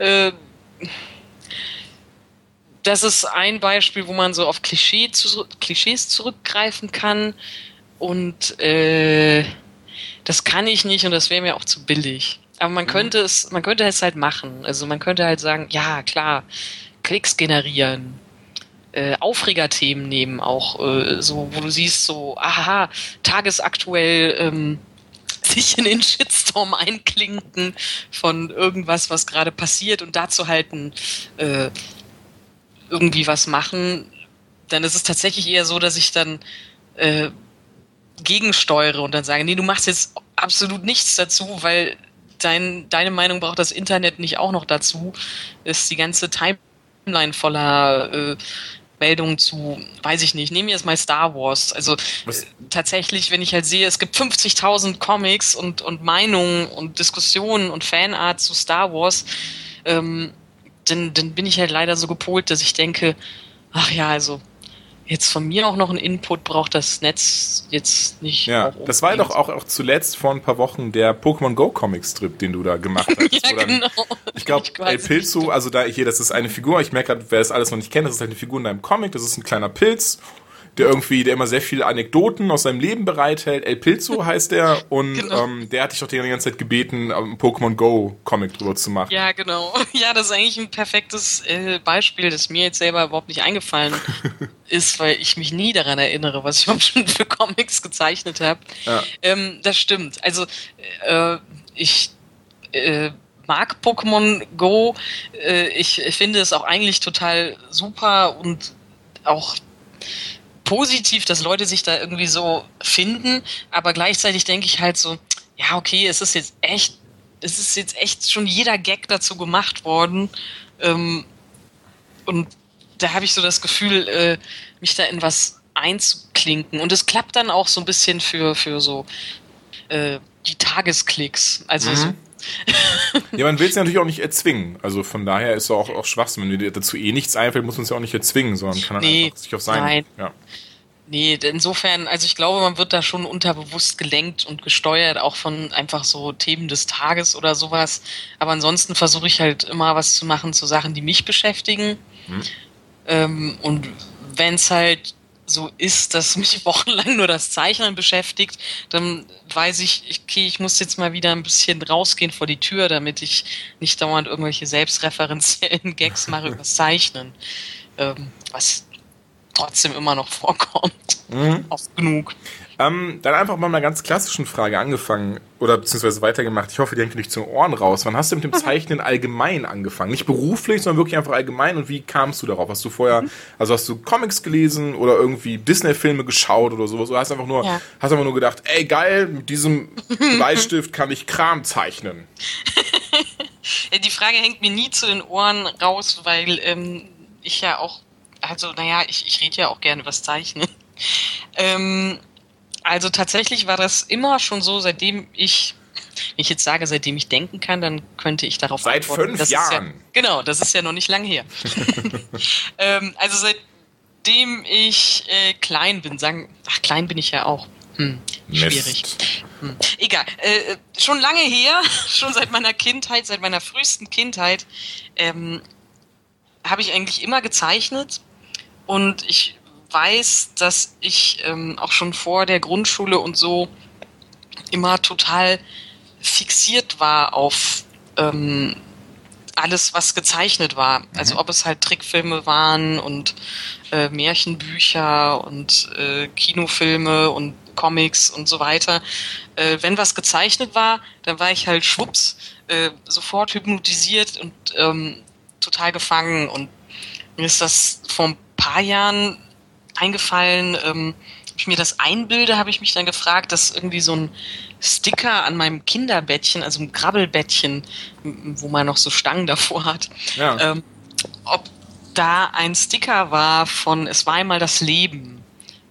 das ist ein Beispiel, wo man so auf Klischees zurückgreifen kann und das kann ich nicht und das wäre mir auch zu billig. Aber man könnte es halt machen. Also man könnte halt sagen, ja klar, Klicks generieren, Aufregerthemen nehmen auch, so wo du siehst so, aha, tagesaktuell sich in den Shitstorm einklinken von irgendwas, was gerade passiert und dazu halt irgendwie was machen, dann ist es tatsächlich eher so, dass ich dann gegensteuere und dann sage, nee, du machst jetzt absolut nichts dazu, weil deine Meinung braucht das Internet nicht auch noch dazu. Ist die ganze Timeline voller Meldungen zu, weiß ich nicht, nehmen wir jetzt mal Star Wars. Also tatsächlich, wenn ich halt sehe, es gibt 50.000 Comics und Meinungen und Diskussionen und Fanart zu Star Wars, dann bin ich halt leider so gepolt, dass ich denke, ach ja, also jetzt von mir auch noch einen Input braucht das Netz jetzt nicht. Ja, das war doch auch zuletzt vor ein paar Wochen der Pokémon Go Comic-Strip, den du da gemacht hast. Ja, genau. Ich glaube, El Pilzo, also das ist eine Figur, ich merke gerade, wer das alles noch nicht kennt, das ist halt eine Figur in deinem Comic, das ist ein kleiner Pilz, der immer sehr viele Anekdoten aus seinem Leben bereithält. El Pilzo heißt der und Genau. Der hat dich doch die ganze Zeit gebeten, einen Pokémon Go Comic drüber zu machen. Ja, genau. Ja, das ist eigentlich ein perfektes Beispiel, das mir jetzt selber überhaupt nicht eingefallen ist, weil ich mich nie daran erinnere, was ich überhaupt schon für Comics gezeichnet habe. Ja. Das stimmt. Also ich mag Pokémon Go. Ich finde es auch eigentlich total super und auch positiv, dass Leute sich da irgendwie so finden, aber gleichzeitig denke ich halt so, ja, okay, es ist jetzt echt schon jeder Gag dazu gemacht worden, und da habe ich so das Gefühl, mich da in was einzuklinken und es klappt dann auch so ein bisschen für so die Tagesklicks, also so. Ja, man will es ja natürlich auch nicht erzwingen. Also von daher ist es auch Schwachsinn. Wenn dir dazu nichts einfällt, muss man es ja auch nicht erzwingen, sondern kann dann einfach sich auf sein. Nein. Ja. Nee, insofern, also ich glaube, man wird da schon unterbewusst gelenkt und gesteuert, auch von einfach so Themen des Tages oder sowas. Aber ansonsten versuche ich halt immer was zu machen zu Sachen, die mich beschäftigen. Und wenn es halt so ist, dass mich wochenlang nur das Zeichnen beschäftigt, dann weiß ich, okay, ich muss jetzt mal wieder ein bisschen rausgehen vor die Tür, damit ich nicht dauernd irgendwelche selbstreferenziellen Gags mache übers Zeichnen. Was trotzdem immer noch vorkommt. Oft genug. Dann einfach mal mit einer ganz klassischen Frage angefangen oder beziehungsweise weitergemacht. Ich hoffe, die hängt nicht zu den Ohren raus. Wann hast du mit dem Zeichnen allgemein angefangen? Nicht beruflich, sondern wirklich einfach allgemein. Und wie kamst du darauf? Hast du vorher, also hast du Comics gelesen oder irgendwie Disney-Filme geschaut oder sowas? Oder hast einfach nur gedacht, ey geil, mit diesem Bleistift kann ich Kram zeichnen? Die Frage hängt mir nie zu den Ohren raus, weil ich ja auch, also naja, ich rede ja auch gerne was zeichnen. Also tatsächlich war das immer schon so, seitdem ich denken kann, dann könnte ich darauf antworten. Seit 5 Jahren? Ja, genau, das ist ja noch nicht lang her. Also seitdem ich klein bin, klein bin ich ja auch. Schwierig. Egal. Schon lange her, schon seit meiner Kindheit, seit meiner frühesten Kindheit, habe ich eigentlich immer gezeichnet und ich weiß, dass ich auch schon vor der Grundschule und so immer total fixiert war auf alles, was gezeichnet war. Also ob es halt Trickfilme waren und Märchenbücher und Kinofilme und Comics und so weiter. Wenn was gezeichnet war, dann war ich halt schwupps sofort hypnotisiert und total gefangen. Und mir ist das vor ein paar Jahren eingefallen, ob ich mir das einbilde, habe ich mich dann gefragt, dass irgendwie so ein Sticker an meinem Kinderbettchen, also ein Krabbelbettchen, wo man noch so Stangen davor hat, ob da ein Sticker war von Es war einmal das Leben.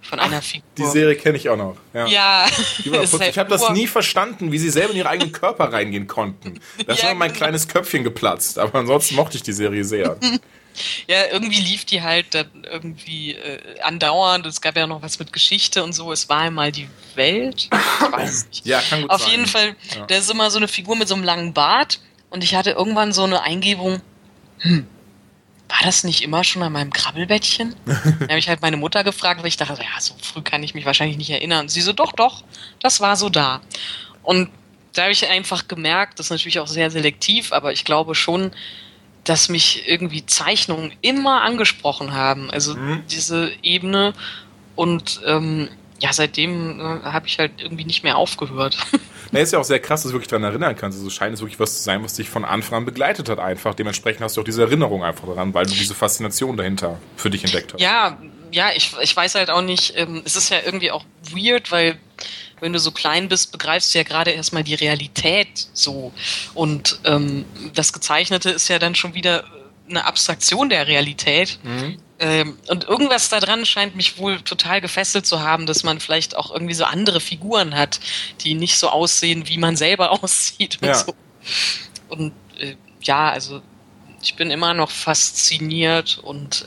von einer Figur. Die Serie kenne ich auch noch. Ja. Ich habe das nie verstanden, wie sie selber in ihre eigenen Körper reingehen konnten. Das war mein kleines Köpfchen geplatzt, aber ansonsten mochte ich die Serie sehr. Ja, irgendwie lief die halt dann irgendwie andauernd. Es gab ja noch was mit Geschichte und so. Es war einmal die Welt. Ich weiß nicht. Ja, kann gut Auf sein. jeden Fall, da ist immer so eine Figur mit so einem langen Bart. Und ich hatte irgendwann so eine Eingebung, war das nicht immer schon an meinem Krabbelbettchen? Dann habe ich halt meine Mutter gefragt, weil ich dachte, ja, so früh kann ich mich wahrscheinlich nicht erinnern. Und sie so, doch, das war so da. Und da habe ich einfach gemerkt, das ist natürlich auch sehr selektiv, aber ich glaube schon, dass mich irgendwie Zeichnungen immer angesprochen haben. Also diese Ebene. Und seitdem habe ich halt irgendwie nicht mehr aufgehört. Na, ist ja auch sehr krass, dass du wirklich daran erinnern kannst. Also scheint es wirklich was zu sein, was dich von Anfang an begleitet hat einfach. Dementsprechend hast du auch diese Erinnerung einfach daran, weil du diese Faszination dahinter für dich entdeckt hast. Ja, ich weiß halt auch nicht, es ist ja irgendwie auch weird, weil wenn du so klein bist, begreifst du ja gerade erstmal die Realität so. Und das Gezeichnete ist ja dann schon wieder eine Abstraktion der Realität. Und irgendwas daran scheint mich wohl total gefesselt zu haben, dass man vielleicht auch irgendwie so andere Figuren hat, die nicht so aussehen, wie man selber aussieht und so. Und also ich bin immer noch fasziniert und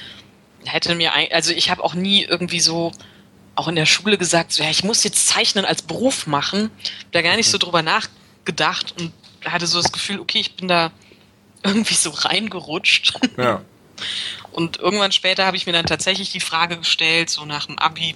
ich habe auch nie irgendwie so auch in der Schule gesagt, so, ja, ich muss jetzt Zeichnen als Beruf machen. Da gar nicht so drüber nachgedacht und hatte so das Gefühl, okay, ich bin da irgendwie so reingerutscht. Ja. Und irgendwann später habe ich mir dann tatsächlich die Frage gestellt, so nach dem Abi,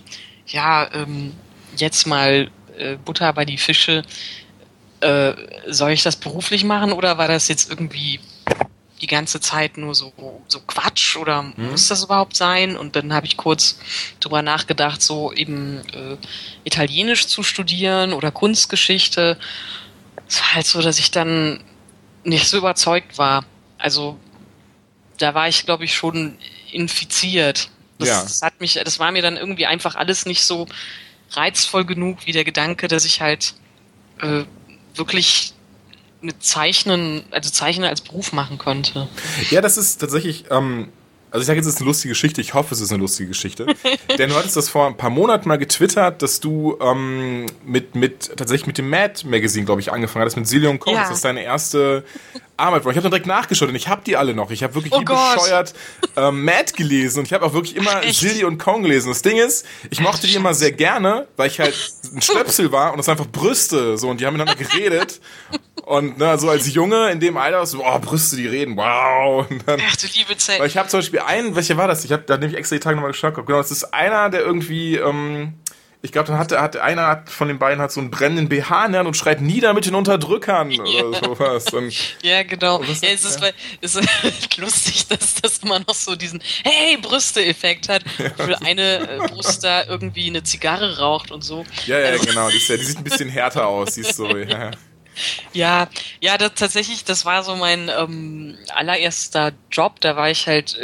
jetzt mal Butter bei die Fische, soll ich das beruflich machen oder war das jetzt irgendwie die ganze Zeit nur so Quatsch oder muss das überhaupt sein? Und dann habe ich kurz drüber nachgedacht, so eben Italienisch zu studieren oder Kunstgeschichte. Es war halt so, dass ich dann nicht so überzeugt war. Also da war ich, glaube ich, schon infiziert. Das war mir dann irgendwie einfach alles nicht so reizvoll genug wie der Gedanke, dass ich halt wirklich mit Zeichnen als Beruf machen könnte. Ja, das ist tatsächlich, also ich sage jetzt, es ist eine lustige Geschichte, ich hoffe, es ist eine lustige Geschichte. Denn du hattest das vor ein paar Monaten mal getwittert, dass du tatsächlich mit dem Mad Magazine, glaube ich, angefangen hattest, mit Silly und Co. Das ist deine erste Arbeit. Ich habe dann direkt nachgeschaut und ich habe die alle noch. Ich habe wirklich wie bescheuert Mad gelesen und ich habe auch wirklich immer Silly und Co. gelesen. Das Ding ist, ich mochte die immer sehr gerne, weil ich halt ein Stöpsel war und das waren einfach Brüste so und die haben miteinander geredet. Und so als Junge in dem Alter so, Brüste, die reden, wow. Und dann, ach du liebe Zeit. weil ich habe zum Beispiel welcher war das? Da nehme ich extra die Tage nochmal geschaut. Genau, das ist einer, der irgendwie, ich glaube, dann hat einer von den beiden so einen brennenden BH in der Hand und schreit nieder mit den Unterdrückern oder sowas. Und, ja, genau. Es ist lustig, dass das immer noch so diesen Hey-Brüste-Effekt hat, weil eine Brust da irgendwie eine Zigarre raucht und so. Ja, genau. Die sieht ein bisschen härter aus. Die ist so, Ja, tatsächlich, das war so mein allererster Job. Da war ich halt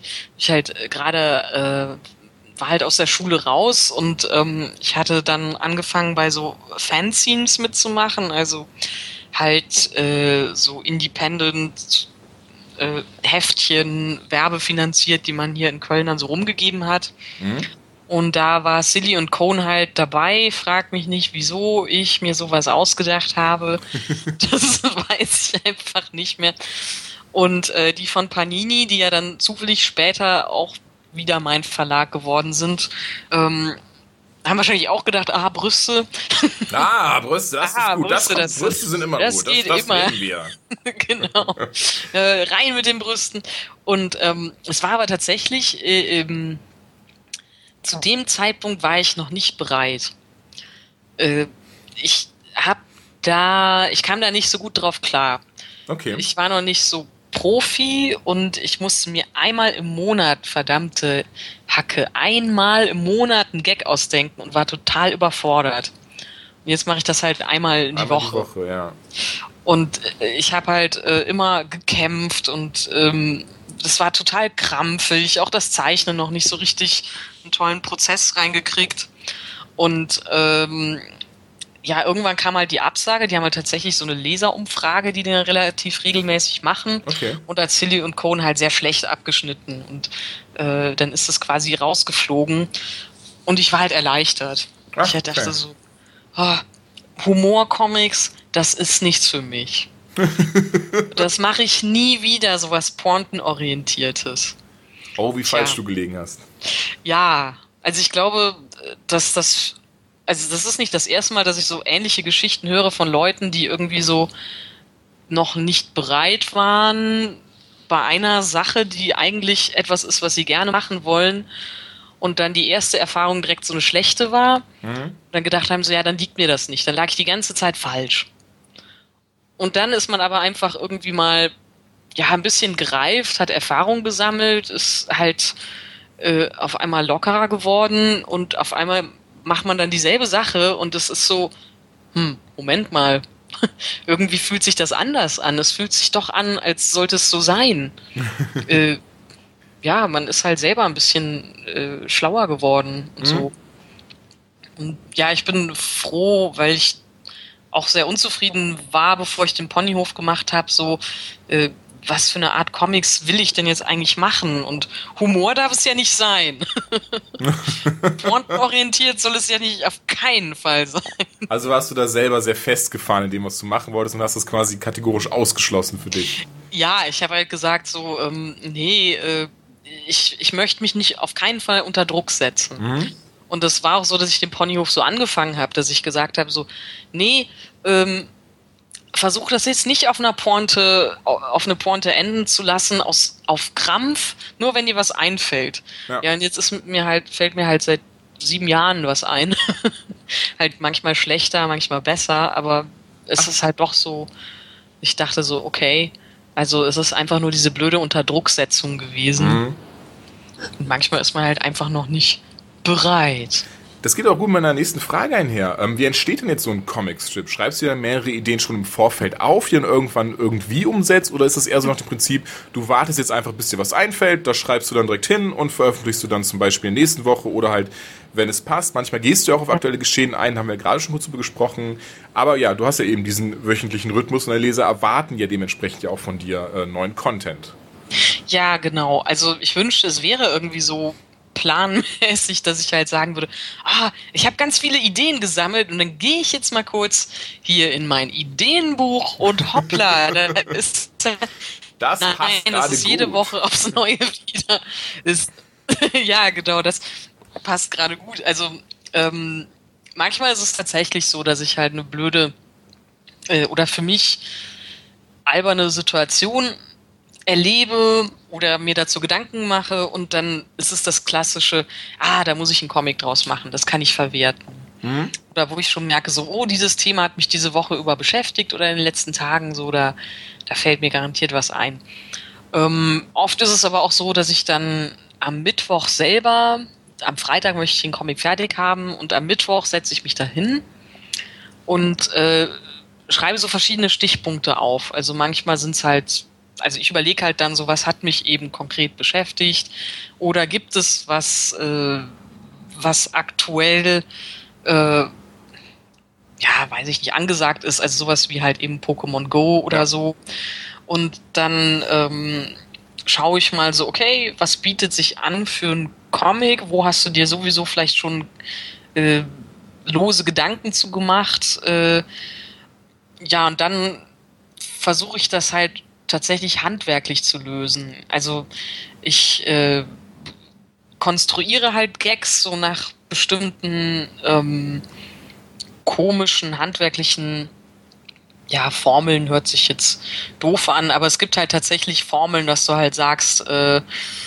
gerade war halt aus der Schule raus und ich hatte dann angefangen bei so Fanzines mitzumachen, also halt so Independent Heftchen, werbefinanziert, die man hier in Köln dann so rumgegeben hat. Und da war Silly und Cone halt dabei. Frag mich nicht, wieso ich mir sowas ausgedacht habe. Das weiß ich einfach nicht mehr. Und die von Panini, die ja dann zufällig später auch wieder mein Verlag geworden sind, haben wahrscheinlich auch gedacht, Brüste. Brüste, das ist gut. Brüste sind immer das gut. Geht das immer. reden wir. Genau. Rein mit den Brüsten. Und es war aber tatsächlich zu dem Zeitpunkt war ich noch nicht bereit. Ich kam da nicht so gut drauf klar. Okay. Ich war noch nicht so Profi und ich musste mir einmal im Monat, verdammte Hacke, einmal im Monat einen Gag ausdenken und war total überfordert. Und jetzt mache ich das halt einmal in die Woche. Ja. Und ich habe halt immer gekämpft und das war total krampfig, auch das Zeichnen noch nicht so richtig einen tollen Prozess reingekriegt. Und irgendwann kam halt die Absage, die haben halt tatsächlich so eine Leserumfrage, die dann relativ regelmäßig machen. Okay. Und als Silly und Cone halt sehr schlecht abgeschnitten. Und dann ist es quasi rausgeflogen. Und ich war halt erleichtert. Ach, ich dachte okay. so, Humor-Comics, das ist nichts für mich. Das mache ich nie wieder, sowas Pointenorientiertes. Oh, wie falsch du gelegen hast. Ja, also ich glaube, dass das ist nicht das erste Mal, dass ich so ähnliche Geschichten höre von Leuten, die irgendwie so noch nicht bereit waren bei einer Sache, die eigentlich etwas ist, was sie gerne machen wollen, und dann die erste Erfahrung direkt so eine schlechte war. Und dann gedacht haben so, ja, dann liegt mir das nicht. Dann lag ich die ganze Zeit falsch. Und dann ist man aber einfach irgendwie mal ein bisschen gereift, hat Erfahrung gesammelt, ist halt auf einmal lockerer geworden und auf einmal macht man dann dieselbe Sache und es ist so, Moment mal, irgendwie fühlt sich das anders an. Es fühlt sich doch an, als sollte es so sein. Man ist halt selber ein bisschen schlauer geworden und so. Und ja, ich bin froh, weil ich auch sehr unzufrieden war, bevor ich den Ponyhof gemacht habe, so was für eine Art Comics will ich denn jetzt eigentlich machen? Und Humor darf es ja nicht sein. Pointenorientiert soll es ja nicht auf keinen Fall sein. Also warst du da selber sehr festgefahren in dem, was du machen wolltest und hast das quasi kategorisch ausgeschlossen für dich. Ja, ich habe halt gesagt so, ich möchte mich nicht auf keinen Fall unter Druck setzen. Und das war auch so, dass ich den Ponyhof so angefangen habe, dass ich gesagt habe so, versuch das jetzt nicht auf eine Pointe enden zu lassen, auf Krampf, nur wenn dir was einfällt. Ja, und jetzt fällt mir halt seit 7 Jahren was ein. Halt manchmal schlechter, manchmal besser, aber es ist halt doch so, ich dachte so, okay, also es ist einfach nur diese blöde Unterdrucksetzung gewesen. Und manchmal ist man halt einfach noch nicht bereit. Das geht auch gut mit meiner nächsten Frage einher. Wie entsteht denn jetzt so ein Comicstrip? Schreibst du ja mehrere Ideen schon im Vorfeld auf, die dann irgendwann irgendwie umsetzt? Oder ist das eher so nach dem Prinzip, du wartest jetzt einfach, bis dir was einfällt, das schreibst du dann direkt hin und veröffentlichst du dann zum Beispiel in der nächsten Woche oder halt, wenn es passt. Manchmal gehst du ja auch auf aktuelle Geschehen ein, haben wir ja gerade schon kurz darüber gesprochen. Aber ja, du hast ja eben diesen wöchentlichen Rhythmus und die Leser erwarten ja dementsprechend ja auch von dir neuen Content. Ja, genau. Also ich wünschte, es wäre irgendwie so planmäßig, dass ich halt sagen würde, ich habe ganz viele Ideen gesammelt und dann gehe ich jetzt mal kurz hier in mein Ideenbuch und hoppla, da ist das ist jede gut. Woche aufs Neue wieder. Ja, genau, das passt gerade gut. Also manchmal ist es tatsächlich so, dass ich halt eine blöde oder für mich alberne Situation erlebe oder mir dazu Gedanken mache und dann ist es das klassische, da muss ich einen Comic draus machen, das kann ich verwerten. Oder wo ich schon merke, so, dieses Thema hat mich diese Woche über beschäftigt oder in den letzten Tagen so, da fällt mir garantiert was ein. Oft ist es aber auch so, dass ich dann am Mittwoch selber, am Freitag möchte ich den Comic fertig haben und am Mittwoch setze ich mich da hin und schreibe so verschiedene Stichpunkte auf. Also manchmal sind es halt, also ich überlege halt dann so, was hat mich eben konkret beschäftigt oder gibt es was aktuell, weiß ich nicht, angesagt ist, also sowas wie halt eben Pokémon Go oder so. Und dann schaue ich mal so, okay, was bietet sich an für einen Comic? Wo hast du dir sowieso vielleicht schon lose Gedanken zu gemacht? Und dann versuche ich das halt tatsächlich handwerklich zu lösen. Also ich konstruiere halt Gags so nach bestimmten komischen, handwerklichen Formeln, hört sich jetzt doof an, aber es gibt halt tatsächlich Formeln, dass du halt sagst, du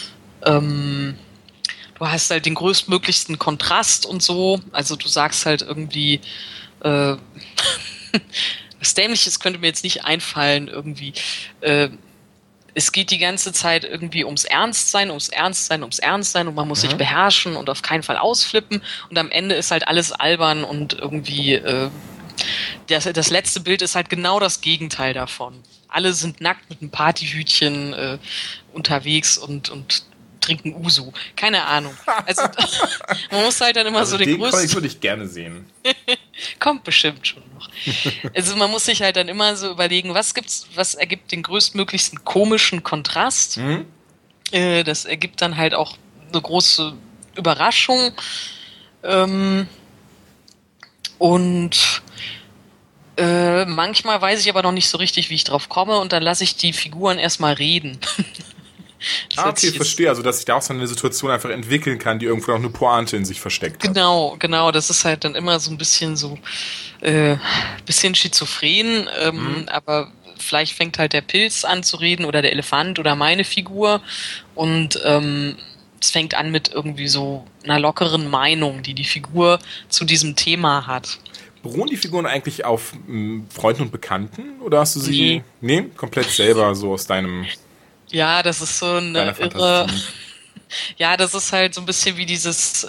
hast halt den größtmöglichsten Kontrast und so, also du sagst halt irgendwie was Dämliches könnte mir jetzt nicht einfallen, irgendwie. Es geht die ganze Zeit irgendwie ums Ernstsein und man muss sich beherrschen und auf keinen Fall ausflippen und am Ende ist halt alles albern und irgendwie das letzte Bild ist halt genau das Gegenteil davon. Alle sind nackt mit einem Partyhütchen unterwegs und trinken Uso. Keine Ahnung. Also man muss halt dann immer so den größten... Den würde ich gerne sehen. Kommt bestimmt schon noch. Also man muss sich halt dann immer so überlegen, was ergibt den größtmöglichsten komischen Kontrast. Das ergibt dann halt auch eine große Überraschung. Und manchmal weiß ich aber noch nicht so richtig, wie ich drauf komme, und dann lasse ich die Figuren erstmal reden. Okay, verstehe. Also, dass sich da auch so eine Situation einfach entwickeln kann, die irgendwo noch eine Pointe in sich versteckt hat. Genau. Das ist halt dann immer so ein bisschen bisschen schizophren, aber vielleicht fängt halt der Pilz an zu reden oder der Elefant oder meine Figur, und es fängt an mit irgendwie so einer lockeren Meinung, die Figur zu diesem Thema hat. Beruhen die Figuren eigentlich auf Freunden und Bekannten, oder hast du sie komplett selber so aus deinem... Ja, das ist so eine irre... Ja, das ist halt so ein bisschen wie dieses...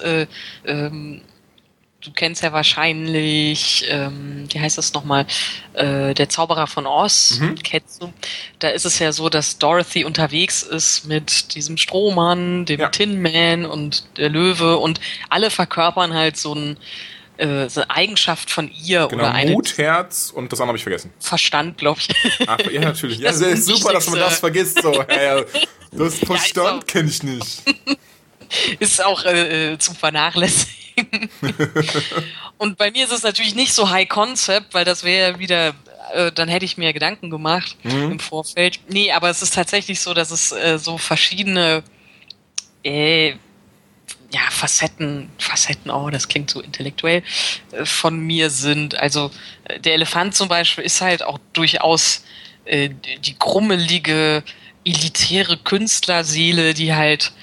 du kennst ja wahrscheinlich, wie heißt das nochmal, der Zauberer von Oz, kennst du? Da ist es ja so, dass Dorothy unterwegs ist mit diesem Strohmann, dem Tin Man und der Löwe, und alle verkörpern halt so eine Eigenschaft von ihr. Genau, oder eine Mut, Herz und das andere habe ich vergessen. Verstand, glaube ich. Ach, ja, natürlich. Ja, sehr super, dass man das vergisst. So. Ja, das Verstand kenne ich nicht. Ist auch zu vernachlässigen. Und bei mir ist es natürlich nicht so High Concept, weil das wäre wieder, dann hätte ich mir Gedanken gemacht im Vorfeld. Nee, aber es ist tatsächlich so, dass es so verschiedene Facetten, das klingt so intellektuell, von mir sind. Also der Elefant zum Beispiel ist halt auch durchaus die grummelige, elitäre Künstlerseele, die halt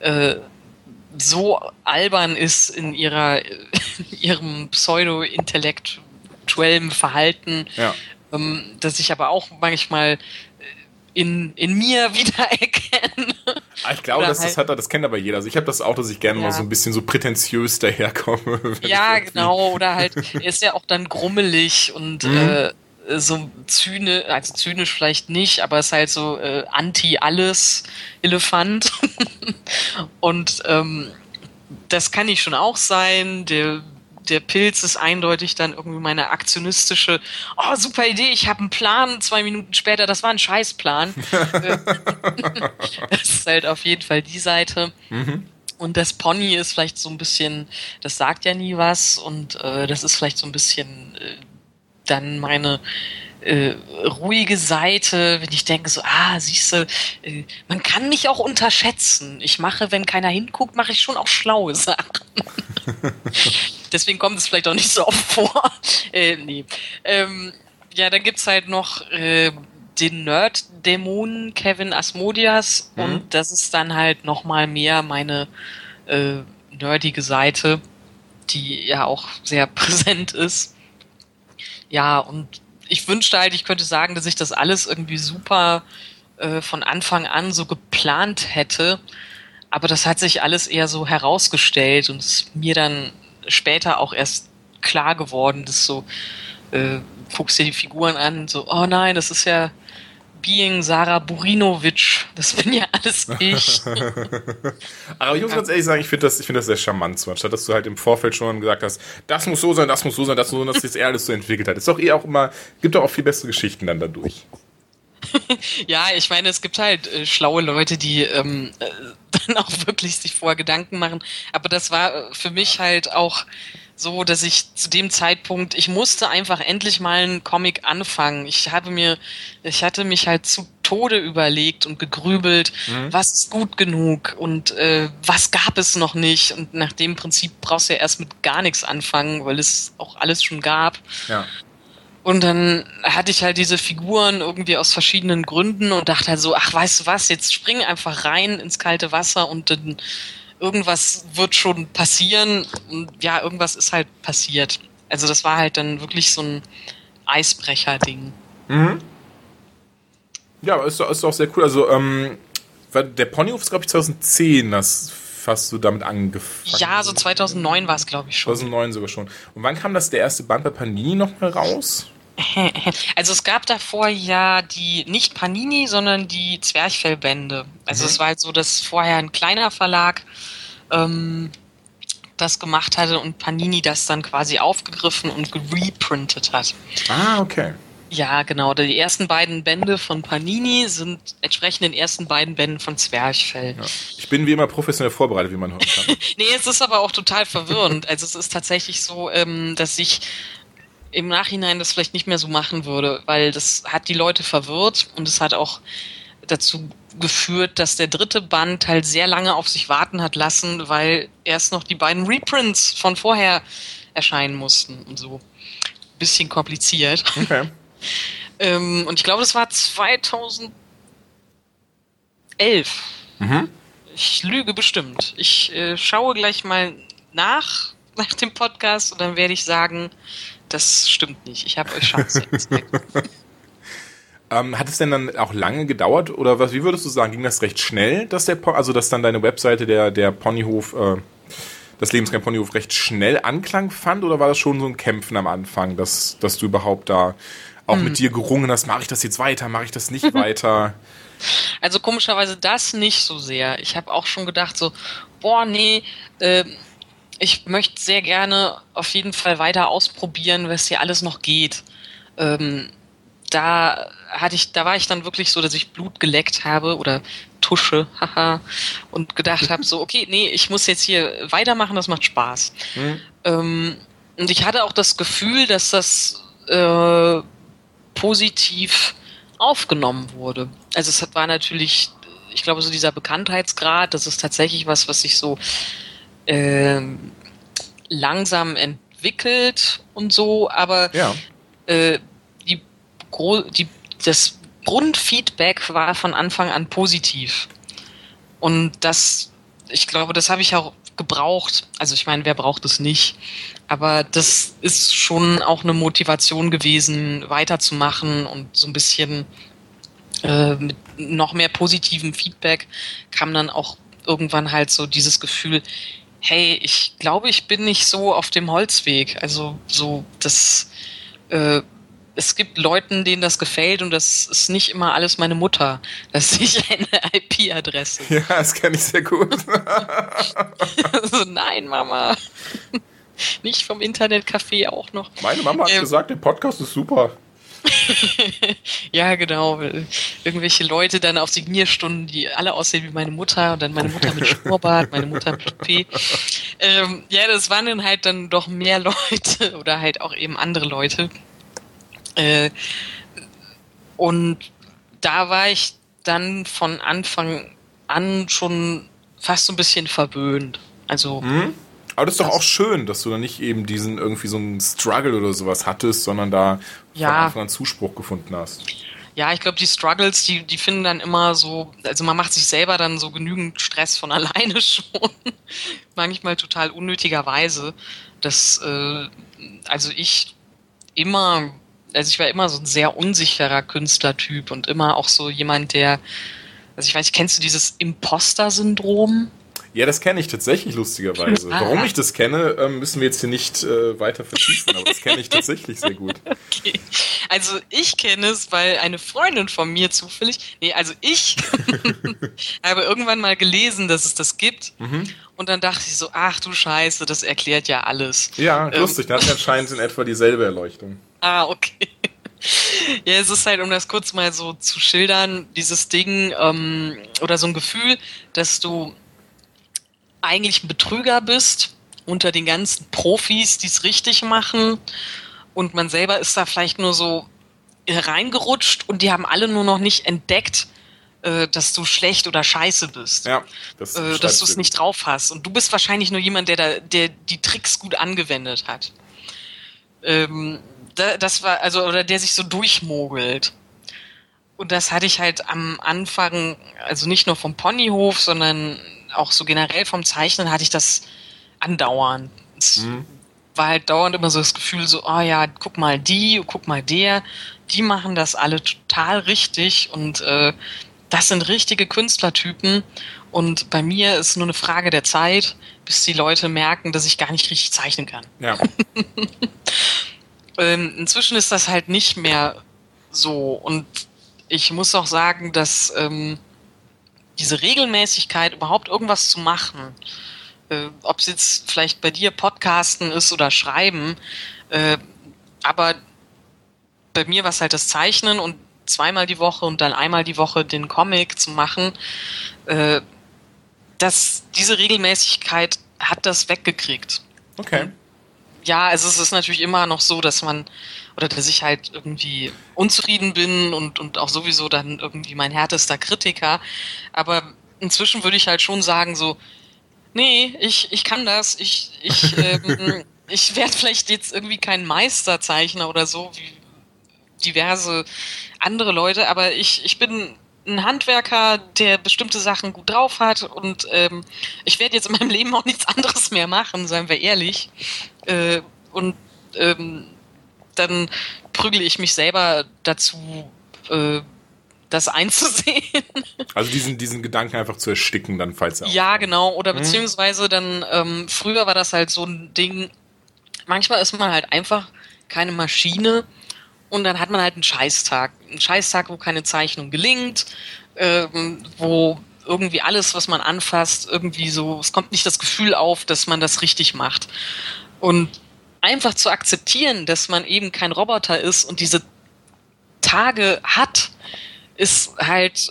so albern ist in ihrem pseudo-intellektuellen Verhalten, dass ich aber auch manchmal in mir wiedererkenne. Ich glaube, das kennt aber jeder. Also ich habe das auch, dass ich gerne mal so ein bisschen so prätentiös daherkomme. Ja, genau. Oder halt, er ist ja auch dann grummelig und so zynisch vielleicht nicht, aber ist halt so Anti-Alles-Elefant. Und das kann ich schon auch sein. Der Pilz ist eindeutig dann irgendwie meine aktionistische, super Idee, ich habe einen Plan, 2 Minuten später, das war ein Scheißplan. Das ist halt auf jeden Fall die Seite. Und das Pony ist vielleicht so ein bisschen, das sagt ja nie was, und das ist vielleicht so ein bisschen dann meine ruhige Seite, wenn ich denke so, siehste, man kann mich auch unterschätzen. Wenn keiner hinguckt, mache ich schon auch schlaue Sachen. Deswegen kommt es vielleicht auch nicht so oft vor. Dann gibt's halt noch den Nerd-Dämonen Kevin Asmodeus, und das ist dann halt nochmal mehr meine nerdige Seite, die ja auch sehr präsent ist. Ja, und ich wünschte halt, ich könnte sagen, dass ich das alles irgendwie super von Anfang an so geplant hätte, aber das hat sich alles eher so herausgestellt und ist mir dann später auch erst klar geworden, dass so, guckst dir die Figuren an, so, oh nein, das ist ja Being Sarah Burinovic, das bin ja alles ich. Aber ich muss ganz ehrlich sagen, ich finde das sehr charmant, so, anstatt dass du halt im Vorfeld schon gesagt hast, das muss so sein, dass sich das eher alles so entwickelt hat. Ist doch auch immer, gibt doch auch viel bessere Geschichten dann dadurch. Ja, ich meine, es gibt halt schlaue Leute, die dann auch wirklich sich vorher Gedanken machen, aber das war für mich halt auch so, dass ich zu dem Zeitpunkt, ich musste einfach endlich mal einen Comic anfangen. Ich hatte mich halt zu Tode überlegt und gegrübelt, was ist gut genug und was gab es noch nicht. Und nach dem Prinzip brauchst du ja erst mit gar nichts anfangen, weil es auch alles schon gab. Ja. Und dann hatte ich halt diese Figuren irgendwie aus verschiedenen Gründen und dachte halt so, ach, weißt du was, jetzt spring einfach rein ins kalte Wasser und dann irgendwas wird schon passieren. Und ja, irgendwas ist halt passiert. Also das war halt dann wirklich so ein Eisbrecher-Ding. Mhm. Ja, aber ist doch sehr cool. Also der Ponyhof ist, glaube ich, 2010, das hast du damit angefangen. Ja, so 2009 war es, glaube ich, schon. 2009 sogar schon. Und wann kam der erste Band bei Panini noch mal raus? Also es gab davor ja die, nicht Panini, sondern die Zwerchfellbände. Also es war halt so, dass vorher ein kleiner Verlag das gemacht hatte und Panini das dann quasi aufgegriffen und gereprintet hat. Ah, okay. Ja, genau. Die ersten beiden Bände von Panini sind entsprechend den ersten beiden Bänden von Zwerchfell. Ja. Ich bin wie immer professionell vorbereitet, wie man hören kann. Nee, es ist aber auch total verwirrend. Also es ist tatsächlich so, dass ich im Nachhinein das vielleicht nicht mehr so machen würde, weil das hat die Leute verwirrt und es hat auch dazu geführt, dass der dritte Band halt sehr lange auf sich warten hat lassen, weil erst noch die beiden Reprints von vorher erscheinen mussten und so. Bisschen kompliziert. Okay. Und ich glaube, das war 2011. Ich lüge bestimmt. Ich schaue gleich mal nach dem Podcast und dann werde ich sagen, das stimmt nicht. Ich habe euch Chance. Hat es denn dann auch lange gedauert oder was? Wie würdest du sagen? Ging das recht schnell, dass dass dann deine Webseite der Ponyhof, das Lebensgang Ponyhof recht schnell Anklang fand oder war das schon so ein Kämpfen am Anfang, dass du überhaupt da auch mit dir gerungen hast, mache ich das jetzt weiter, mache ich das nicht weiter? Also komischerweise das nicht so sehr. Ich habe auch schon gedacht so, ich möchte sehr gerne auf jeden Fall weiter ausprobieren, was hier alles noch geht. Da war ich dann wirklich so, dass ich Blut geleckt habe oder Tusche, haha, und gedacht habe so, okay, nee, ich muss jetzt hier weitermachen, das macht Spaß. Und ich hatte auch das Gefühl, dass das positiv aufgenommen wurde. Also es war natürlich, ich glaube, so dieser Bekanntheitsgrad, das ist tatsächlich was sich so langsam entwickelt und so, aber Ja. Das Grundfeedback war von Anfang an positiv. Und ich glaube, das habe ich auch gebraucht. Also ich meine, wer braucht es nicht? Aber das ist schon auch eine Motivation gewesen, weiterzumachen und so ein bisschen mit noch mehr positivem Feedback kam dann auch irgendwann halt so dieses Gefühl, hey, ich glaube, ich bin nicht so auf dem Holzweg. Also so, es gibt Leuten, denen das gefällt und das ist nicht immer alles meine Mutter. Das ist nicht eine IP-Adresse. Ja, das kenne ich sehr gut. Also, nein, Mama. Nicht vom Internetcafé auch noch. Meine Mama hat gesagt, der Podcast ist super. Ja, genau. Irgendwelche Leute dann auf Signierstunden, die alle aussehen wie meine Mutter und dann meine Mutter mit Schnurrbart, meine Mutter mit Toupet. Ja, das waren dann halt dann doch mehr Leute oder halt auch eben andere Leute. Und da war ich dann von Anfang an schon fast so ein bisschen verwöhnt. Also. Aber das ist doch auch schön, dass du da nicht eben irgendwie so einen Struggle oder sowas hattest, sondern da von Anfang an Zuspruch gefunden hast. Ja, ich glaube, die Struggles, die finden dann immer so, also man macht sich selber dann so genügend Stress von alleine schon. Manchmal total unnötigerweise. Ich war immer so ein sehr unsicherer Künstlertyp und immer auch so jemand, kennst du dieses Imposter-Syndrom? Ja, das kenne ich tatsächlich lustigerweise. Warum ich das kenne, müssen wir jetzt hier nicht weiter vertiefen, aber das kenne ich tatsächlich sehr gut. Okay. Also ich kenne es, weil eine Freundin von mir ich habe irgendwann mal gelesen, dass es das gibt und dann dachte ich so, ach du Scheiße, das erklärt ja alles. Ja, lustig, da hat anscheinend in etwa dieselbe Erleuchtung. Ah, okay. Ja, es ist halt, um das kurz mal so zu schildern, dieses Ding oder so ein Gefühl, dass du eigentlich ein Betrüger bist unter den ganzen Profis, die es richtig machen und man selber ist da vielleicht nur so reingerutscht und die haben alle nur noch nicht entdeckt, dass du schlecht oder scheiße bist. Ja, dass du es nicht drauf hast. Und du bist wahrscheinlich nur jemand, der die Tricks gut angewendet hat. Der sich so durchmogelt. Und das hatte ich halt am Anfang, also nicht nur vom Ponyhof, sondern auch so generell vom Zeichnen hatte ich das andauernd. Es war halt dauernd immer so das Gefühl so, oh ja, guck mal die machen das alle total richtig und das sind richtige Künstlertypen und bei mir ist nur eine Frage der Zeit, bis die Leute merken, dass ich gar nicht richtig zeichnen kann. Ja. Inzwischen ist das halt nicht mehr so und ich muss auch sagen, dass diese Regelmäßigkeit, überhaupt irgendwas zu machen, ob es jetzt vielleicht bei dir Podcasten ist oder Schreiben, aber bei mir war es halt das Zeichnen und zweimal die Woche und dann einmal die Woche den Comic zu machen. Diese Regelmäßigkeit hat das weggekriegt. Okay. Ja, also es ist natürlich immer noch so, dass ich halt irgendwie unzufrieden bin und auch sowieso dann irgendwie mein härtester Kritiker. Aber inzwischen würde ich halt schon sagen so, nee, ich kann das. Ich werde vielleicht jetzt irgendwie kein Meisterzeichner oder so, wie diverse andere Leute, aber ich bin ein Handwerker, der bestimmte Sachen gut drauf hat und ich werde jetzt in meinem Leben auch nichts anderes mehr machen, seien wir ehrlich. Dann prügele ich mich selber dazu, das einzusehen. Also diesen Gedanken einfach zu ersticken, dann falls er Ja, genau. Oder beziehungsweise dann, früher war das halt so ein Ding, manchmal ist man halt einfach keine Maschine und dann hat man halt einen Scheißtag. Einen Scheißtag, wo keine Zeichnung gelingt, wo irgendwie alles, was man anfasst, irgendwie so, es kommt nicht das Gefühl auf, dass man das richtig macht. Und einfach zu akzeptieren, dass man eben kein Roboter ist und diese Tage hat, ist halt,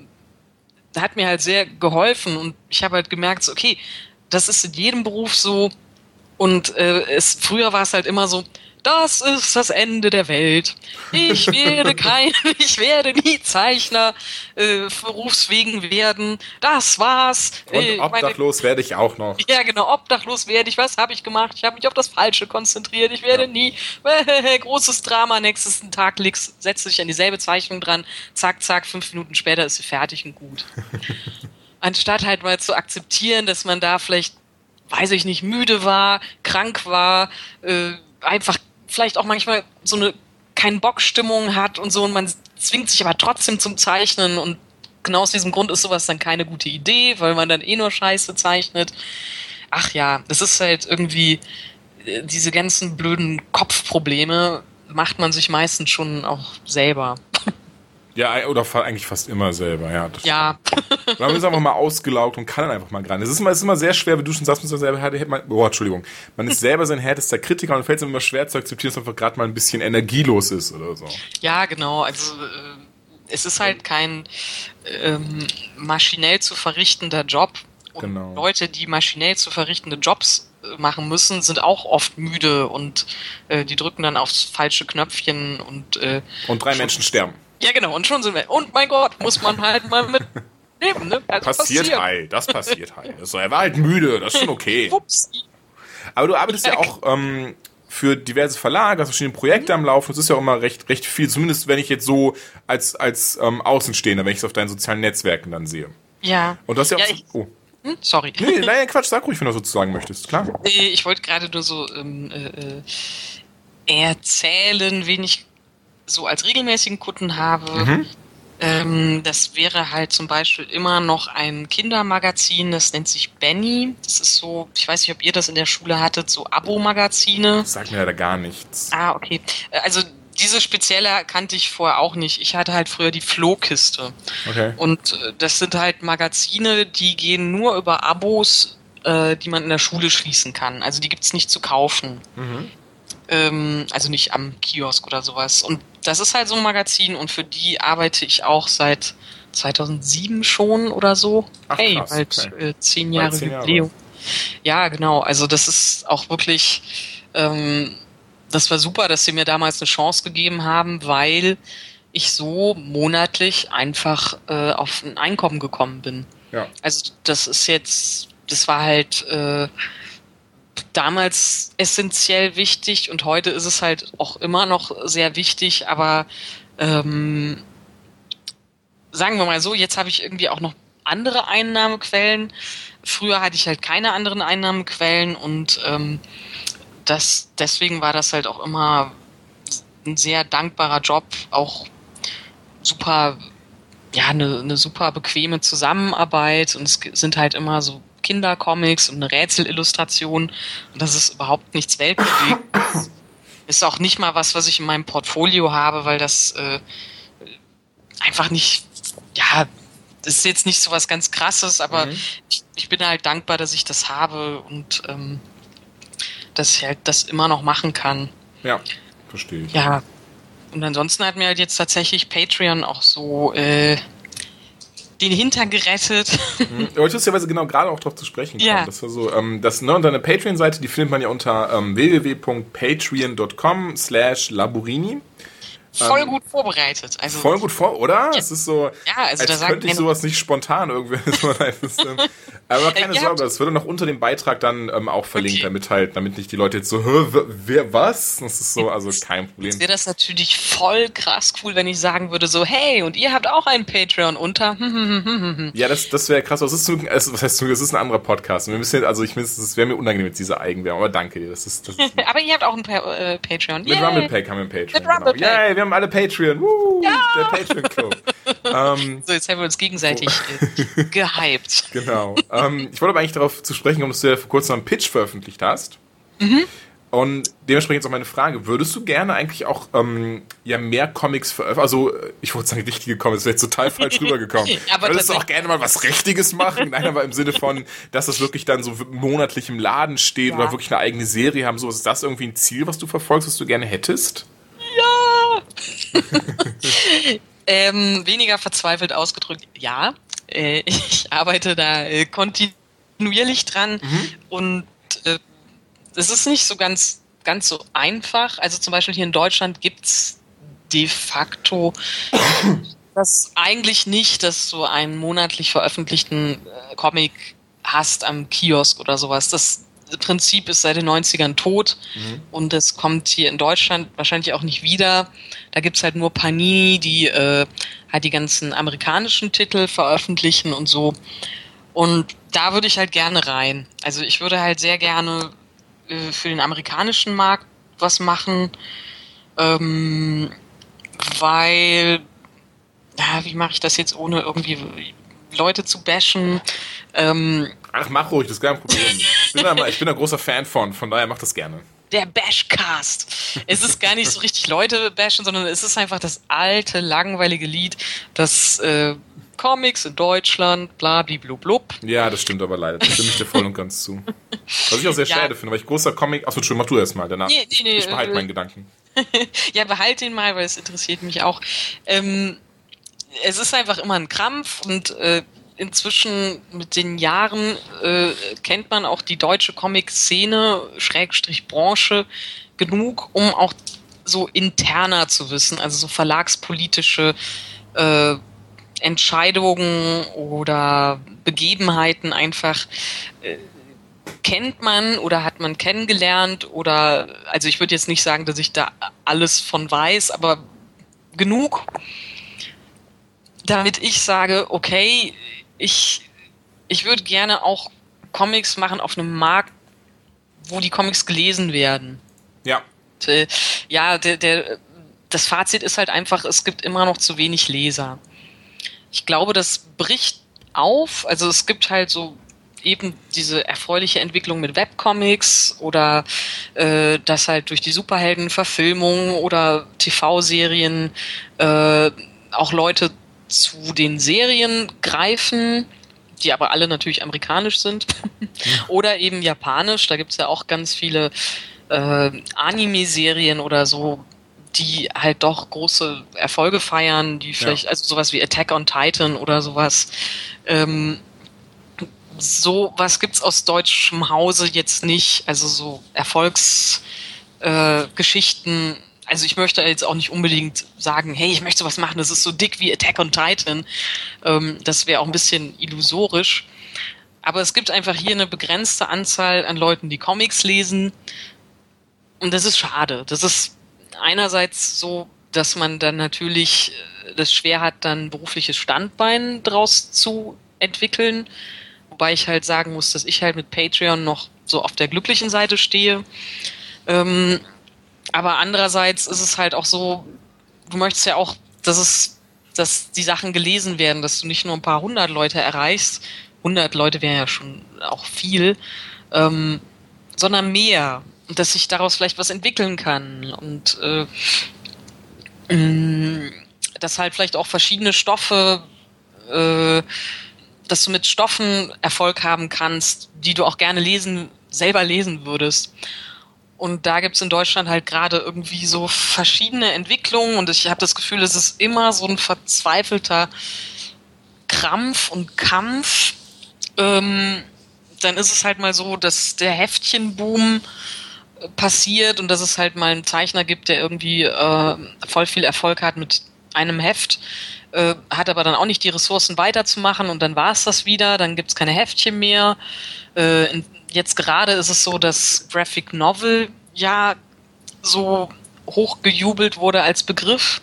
hat mir halt sehr geholfen und ich habe halt gemerkt, so, okay, das ist in jedem Beruf so und früher war es halt immer so, das ist das Ende der Welt. Ich werde nie Zeichner berufswegen werden. Das war's. Und obdachlos werde ich auch noch. Ja, genau, obdachlos werde ich. Was habe ich gemacht? Ich habe mich auf das Falsche konzentriert. Ich werde nie. Großes Drama. Nächsten Tag setzt du dich an dieselbe Zeichnung dran. Zack, zack, 5 Minuten später ist sie fertig und gut. Anstatt halt mal zu akzeptieren, dass man da vielleicht, weiß ich nicht, müde war, krank war, einfach vielleicht auch manchmal so eine Kein-Bock-Stimmung hat und so und man zwingt sich aber trotzdem zum Zeichnen und genau aus diesem Grund ist sowas dann keine gute Idee, weil man dann nur Scheiße zeichnet. Ach ja, das ist halt irgendwie, diese ganzen blöden Kopfprobleme macht man sich meistens schon auch selber. Ja, oder eigentlich fast immer selber, ja. Ja. Man ist einfach mal ausgelaugt und kann dann einfach mal ran. Es ist immer sehr schwer, wie du schon sagst, man ist selber sein härtester Kritiker und fällt es immer schwer zu akzeptieren, dass man einfach gerade mal ein bisschen energielos ist oder so. Ja, genau. Also es ist halt kein maschinell zu verrichtender Job. Und genau. Leute, die maschinell zu verrichtende Jobs machen müssen, sind auch oft müde und die drücken dann aufs falsche Knöpfchen und 3 Menschen sterben. Ja, genau, und schon sind wir. Und mein Gott, muss man halt mal mit leben, ne? Also das passiert halt. Er war halt müde, das ist schon okay. Upsi. Aber du arbeitest ja auch für diverse Verlage, hast verschiedene Projekte am Laufen. Das ist ja auch immer recht viel, zumindest wenn ich jetzt so als Außenstehender, wenn ich es auf deinen sozialen Netzwerken dann sehe. Ja. Und du hast ja auch sorry. Nee, nein, Quatsch, sag ruhig, wenn du so zu sagen möchtest, klar. Ich wollte gerade nur so erzählen, wen ich so als regelmäßigen Kunden habe. Das wäre halt zum Beispiel immer noch ein Kindermagazin, das nennt sich Benny. Das ist so, ich weiß nicht, ob ihr das in der Schule hattet, so Abo-Magazine. Das sagt mir leider gar nichts. Ah, okay. Also diese spezielle kannte ich vorher auch nicht. Ich hatte halt früher die Flohkiste. Okay. Und das sind halt Magazine, die gehen nur über Abos, die man in der Schule schließen kann. Also die gibt's nicht zu kaufen. Also nicht am Kiosk oder sowas. Und das ist halt so ein Magazin und für die arbeite ich auch seit 2007 schon oder so. Ach, hey, krass, bald okay. 10 Jahre Jubiläum. Ja, genau. Also das ist auch wirklich, das war super, dass sie mir damals eine Chance gegeben haben, weil ich so monatlich einfach auf ein Einkommen gekommen bin. Ja. Also das war halt damals essentiell wichtig und heute ist es halt auch immer noch sehr wichtig, aber sagen wir mal so, jetzt habe ich irgendwie auch noch andere Einnahmequellen. Früher hatte ich halt keine anderen Einnahmequellen und deswegen war das halt auch immer ein sehr dankbarer Job, auch super, ja, eine super bequeme Zusammenarbeit und es sind halt immer so Kindercomics und eine Rätselillustration und das ist überhaupt nichts Weltbewegendes. Ist auch nicht mal was ich in meinem Portfolio habe, weil das einfach nicht, ja, das ist jetzt nicht so was ganz Krasses, aber ich bin halt dankbar, dass ich das habe und dass ich halt das immer noch machen kann. Ja, verstehe ich. Ja, Und ansonsten hat mir halt jetzt tatsächlich Patreon auch so den Hintern gerettet. Ja, lustigerweise genau gerade auch darauf zu sprechen kommen. Ja. Das war so, und deine Patreon-Seite, die findet man ja unter www.patreon.com/Laburini. Voll gut vorbereitet. Also, Voll gut oder? Es ist so, ja, also da als sagt könnte ich sowas nicht spontan irgendwie. Aber keine Ja, Sorge, das wird noch unter dem Beitrag dann auch verlinkt, Okay. damit nicht die Leute jetzt so, wer, was? Das ist so, also kein Problem. Jetzt wäre das natürlich voll krass cool, wenn ich sagen würde so, hey, und ihr habt auch einen Patreon unter Ja, das wäre krass. Was heißt, es ist ein anderer Podcast. Wir müssen, das wäre mir unangenehm mit dieser Eigenwerbung, aber danke dir. Das ist Aber ihr habt auch einen Patreon. mit Yay. Rumblepack haben wir einen Patreon. Mit Rumblepack. Genau. Yay, wir haben alle Patreon. Der Patreon-Club. So, jetzt haben wir uns gegenseitig gehypt. Genau. Ich wollte aber eigentlich darauf zu sprechen kommen, dass du ja vor kurzem einen Pitch veröffentlicht hast. Und dementsprechend jetzt auch meine Frage, würdest du gerne eigentlich auch mehr Comics veröffentlichen? Also, ich wollte sagen, richtige Comics, das wäre jetzt total falsch rübergekommen. Aber Würdest du auch gerne mal was Richtiges machen? Nein, aber im Sinne von, dass das wirklich dann so monatlich im Laden steht oder wirklich eine eigene Serie haben. So, ist das irgendwie ein Ziel, was du verfolgst, was du gerne hättest? Weniger verzweifelt ausgedrückt, ja. Ich arbeite da kontinuierlich dran und es ist nicht so ganz so einfach. Also zum Beispiel hier in Deutschland gibt's de facto das eigentlich nicht, dass du einen monatlich veröffentlichten Comic hast am Kiosk oder sowas. Das Prinzip ist seit den 90ern tot und es kommt hier in Deutschland wahrscheinlich auch nicht wieder. Da gibt's halt nur Panini, die halt die ganzen amerikanischen Titel veröffentlichen und so. Und da würde ich halt gerne rein. Also ich würde halt sehr gerne für den amerikanischen Markt was machen, weil, wie mache ich das jetzt, ohne irgendwie Leute zu bashen? Ach, mach ruhig, das ist kein Problem. Ich bin ein großer Fan von daher mach das gerne. Der Bashcast. Es ist gar nicht so richtig Leute bashen, sondern es ist einfach das alte, langweilige Lied, das Comics in Deutschland, blablablub. Ja, das stimmt aber leider. Da stimme ich dir voll und ganz zu. Was ich auch sehr schade finde, weil ich großer Comic... Achso, Entschuldigung, mach du erst mal danach. Nee, ich behalte meinen Gedanken. Ja, behalt den mal, weil es interessiert mich auch. Es ist einfach immer ein Krampf und inzwischen mit den Jahren kennt man auch die deutsche Comic-Szene, Schrägstrich-Branche, genug, um auch so interner zu wissen, also so verlagspolitische Entscheidungen oder Begebenheiten einfach kennt man oder hat man kennengelernt oder, also ich würde jetzt nicht sagen, dass ich da alles von weiß, aber genug, damit ich sage, okay, ich würde gerne auch Comics machen auf einem Markt, wo die Comics gelesen werden. Ja. Und, ja, das Fazit ist halt einfach, es gibt immer noch zu wenig Leser. Ich glaube, das bricht auf. Also es gibt halt so eben diese erfreuliche Entwicklung mit Webcomics oder dass halt durch die Superheldenverfilmung oder TV-Serien auch Leute zu den Serien greifen, die aber alle natürlich amerikanisch sind oder eben japanisch. Da gibt es ja auch ganz viele Anime-Serien oder so, die halt doch große Erfolge feiern, die vielleicht, also sowas wie Attack on Titan oder sowas. So was gibt's aus deutschem Hause jetzt nicht, also so Erfolgsgeschichten. Also ich möchte jetzt auch nicht unbedingt sagen, hey, ich möchte sowas machen, das ist so dick wie Attack on Titan. Das wäre auch ein bisschen illusorisch. Aber es gibt einfach hier eine begrenzte Anzahl an Leuten, die Comics lesen. Und das ist schade. Das ist einerseits so, dass man dann natürlich das schwer hat, dann ein berufliches Standbein draus zu entwickeln. Wobei ich halt sagen muss, dass ich halt mit Patreon noch so auf der glücklichen Seite stehe. Aber andererseits ist es halt auch so, du möchtest ja auch, dass die Sachen gelesen werden, dass du nicht nur ein paar 100 Leute erreichst. 100 Leute wäre ja schon auch viel, sondern mehr. Und dass sich daraus vielleicht was entwickeln kann. Und dass halt vielleicht auch verschiedene Stoffe, dass du mit Stoffen Erfolg haben kannst, die du auch gerne selber lesen würdest. Und da gibt's in Deutschland halt gerade irgendwie so verschiedene Entwicklungen und ich habe das Gefühl, es ist immer so ein verzweifelter Krampf und Kampf. Dann ist es halt mal so, dass der Heftchenboom passiert und dass es halt mal einen Zeichner gibt, der irgendwie voll viel Erfolg hat mit einem Heft, hat aber dann auch nicht die Ressourcen weiterzumachen und dann war es das wieder, dann gibt's keine Heftchen mehr. Jetzt gerade ist es so, dass Graphic Novel ja so hochgejubelt wurde als Begriff.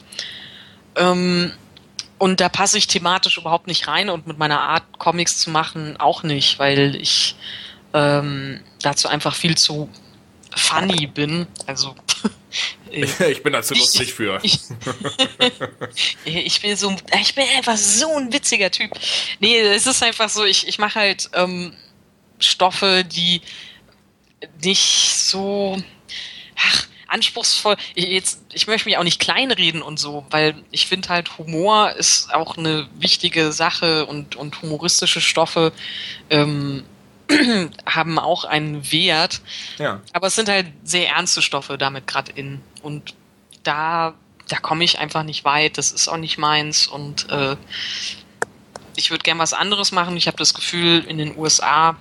Und da passe ich thematisch überhaupt nicht rein und mit meiner Art, Comics zu machen, auch nicht, weil ich dazu einfach viel zu funny bin. Also ich bin da zu lustig für. Ich bin einfach so ein witziger Typ. Nee, es ist einfach so, ich mache halt Stoffe, die nicht so anspruchsvoll. Ich möchte mich auch nicht kleinreden und so, weil ich finde halt, Humor ist auch eine wichtige Sache und humoristische Stoffe haben auch einen Wert. Ja. Aber es sind halt sehr ernste Stoffe damit gerade in. Und da komme ich einfach nicht weit. Das ist auch nicht meins. Und ich würde gern was anderes machen. Ich habe das Gefühl, in den USA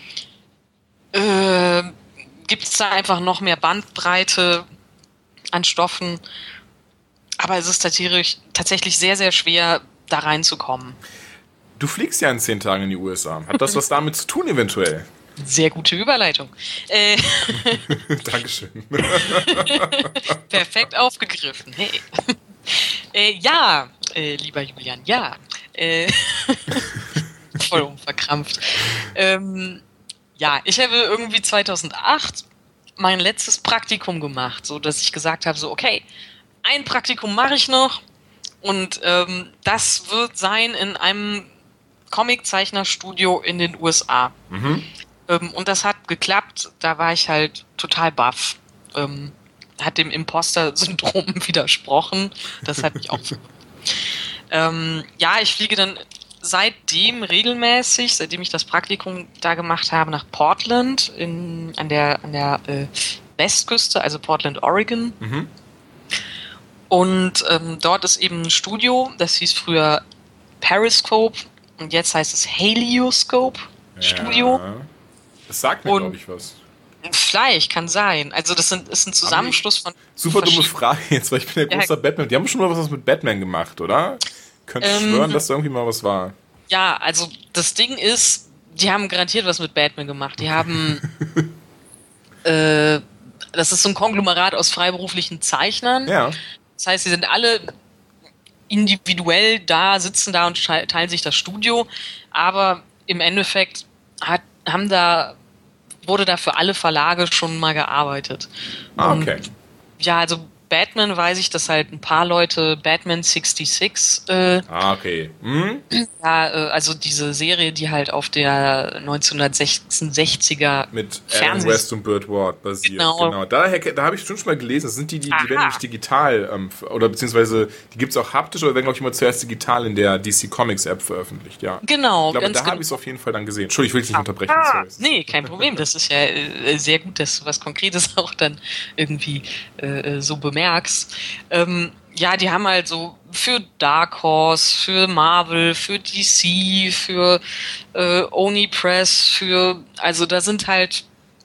gibt es da einfach noch mehr Bandbreite an Stoffen. Aber es ist tatsächlich sehr, sehr schwer, da reinzukommen. Du fliegst ja in 10 Tagen in die USA. Hat das was damit zu tun eventuell? Sehr gute Überleitung. Dankeschön. Perfekt aufgegriffen. Hey. Ja, lieber Julian, ja. Voll unverkrampft. Ja, ich habe irgendwie 2008 mein letztes Praktikum gemacht, so dass ich gesagt habe, so okay, ein Praktikum mache ich noch und das wird sein in einem Comiczeichnerstudio in den USA. Mhm. Und das hat geklappt, da war ich halt total baff. Hat dem Imposter-Syndrom widersprochen, das hat mich auch ja, ich fliege dann seitdem regelmäßig, seitdem ich das Praktikum da gemacht habe, nach Portland an der Westküste, also Portland, Oregon. Mhm. Und dort ist eben ein Studio, das hieß früher Periscope und jetzt heißt es Helioscope Studio. Ja, das sagt mir, glaube ich, was. Vielleicht, kann sein. Also das ist ein Zusammenschluss von... Super dumme Frage jetzt, weil ich bin ja großer Batman. Die haben schon mal was mit Batman gemacht, oder? Könnte ich schwören, dass da irgendwie mal was war. Ja, also das Ding ist, die haben garantiert was mit Batman gemacht. Die haben... das ist so ein Konglomerat aus freiberuflichen Zeichnern. Ja. Das heißt, sie sind alle individuell da, sitzen da und teilen sich das Studio. Aber im Endeffekt wurde da für alle Verlage schon mal gearbeitet. Okay. Und, ja, also Batman weiß ich, dass halt ein paar Leute Batman 66 okay. Hm? Ja, also diese Serie, die halt auf der 1966er mit Adam West und Burt Ward basiert. Genau. Da habe ich schon mal gelesen, das sind die werden nicht digital oder beziehungsweise die gibt es auch haptisch oder werden, glaube ich, immer zuerst digital in der DC Comics App veröffentlicht, ja. Genau. Ich glaube, da habe ich es auf jeden Fall dann gesehen. Entschuldigung, ich will dich nicht unterbrechen. Nee, kein Problem. Das ist ja sehr gut, dass du was Konkretes auch dann irgendwie so bemerkst. Ja, die haben halt so für Dark Horse, für Marvel, für DC, für Oni Press, also da sind halt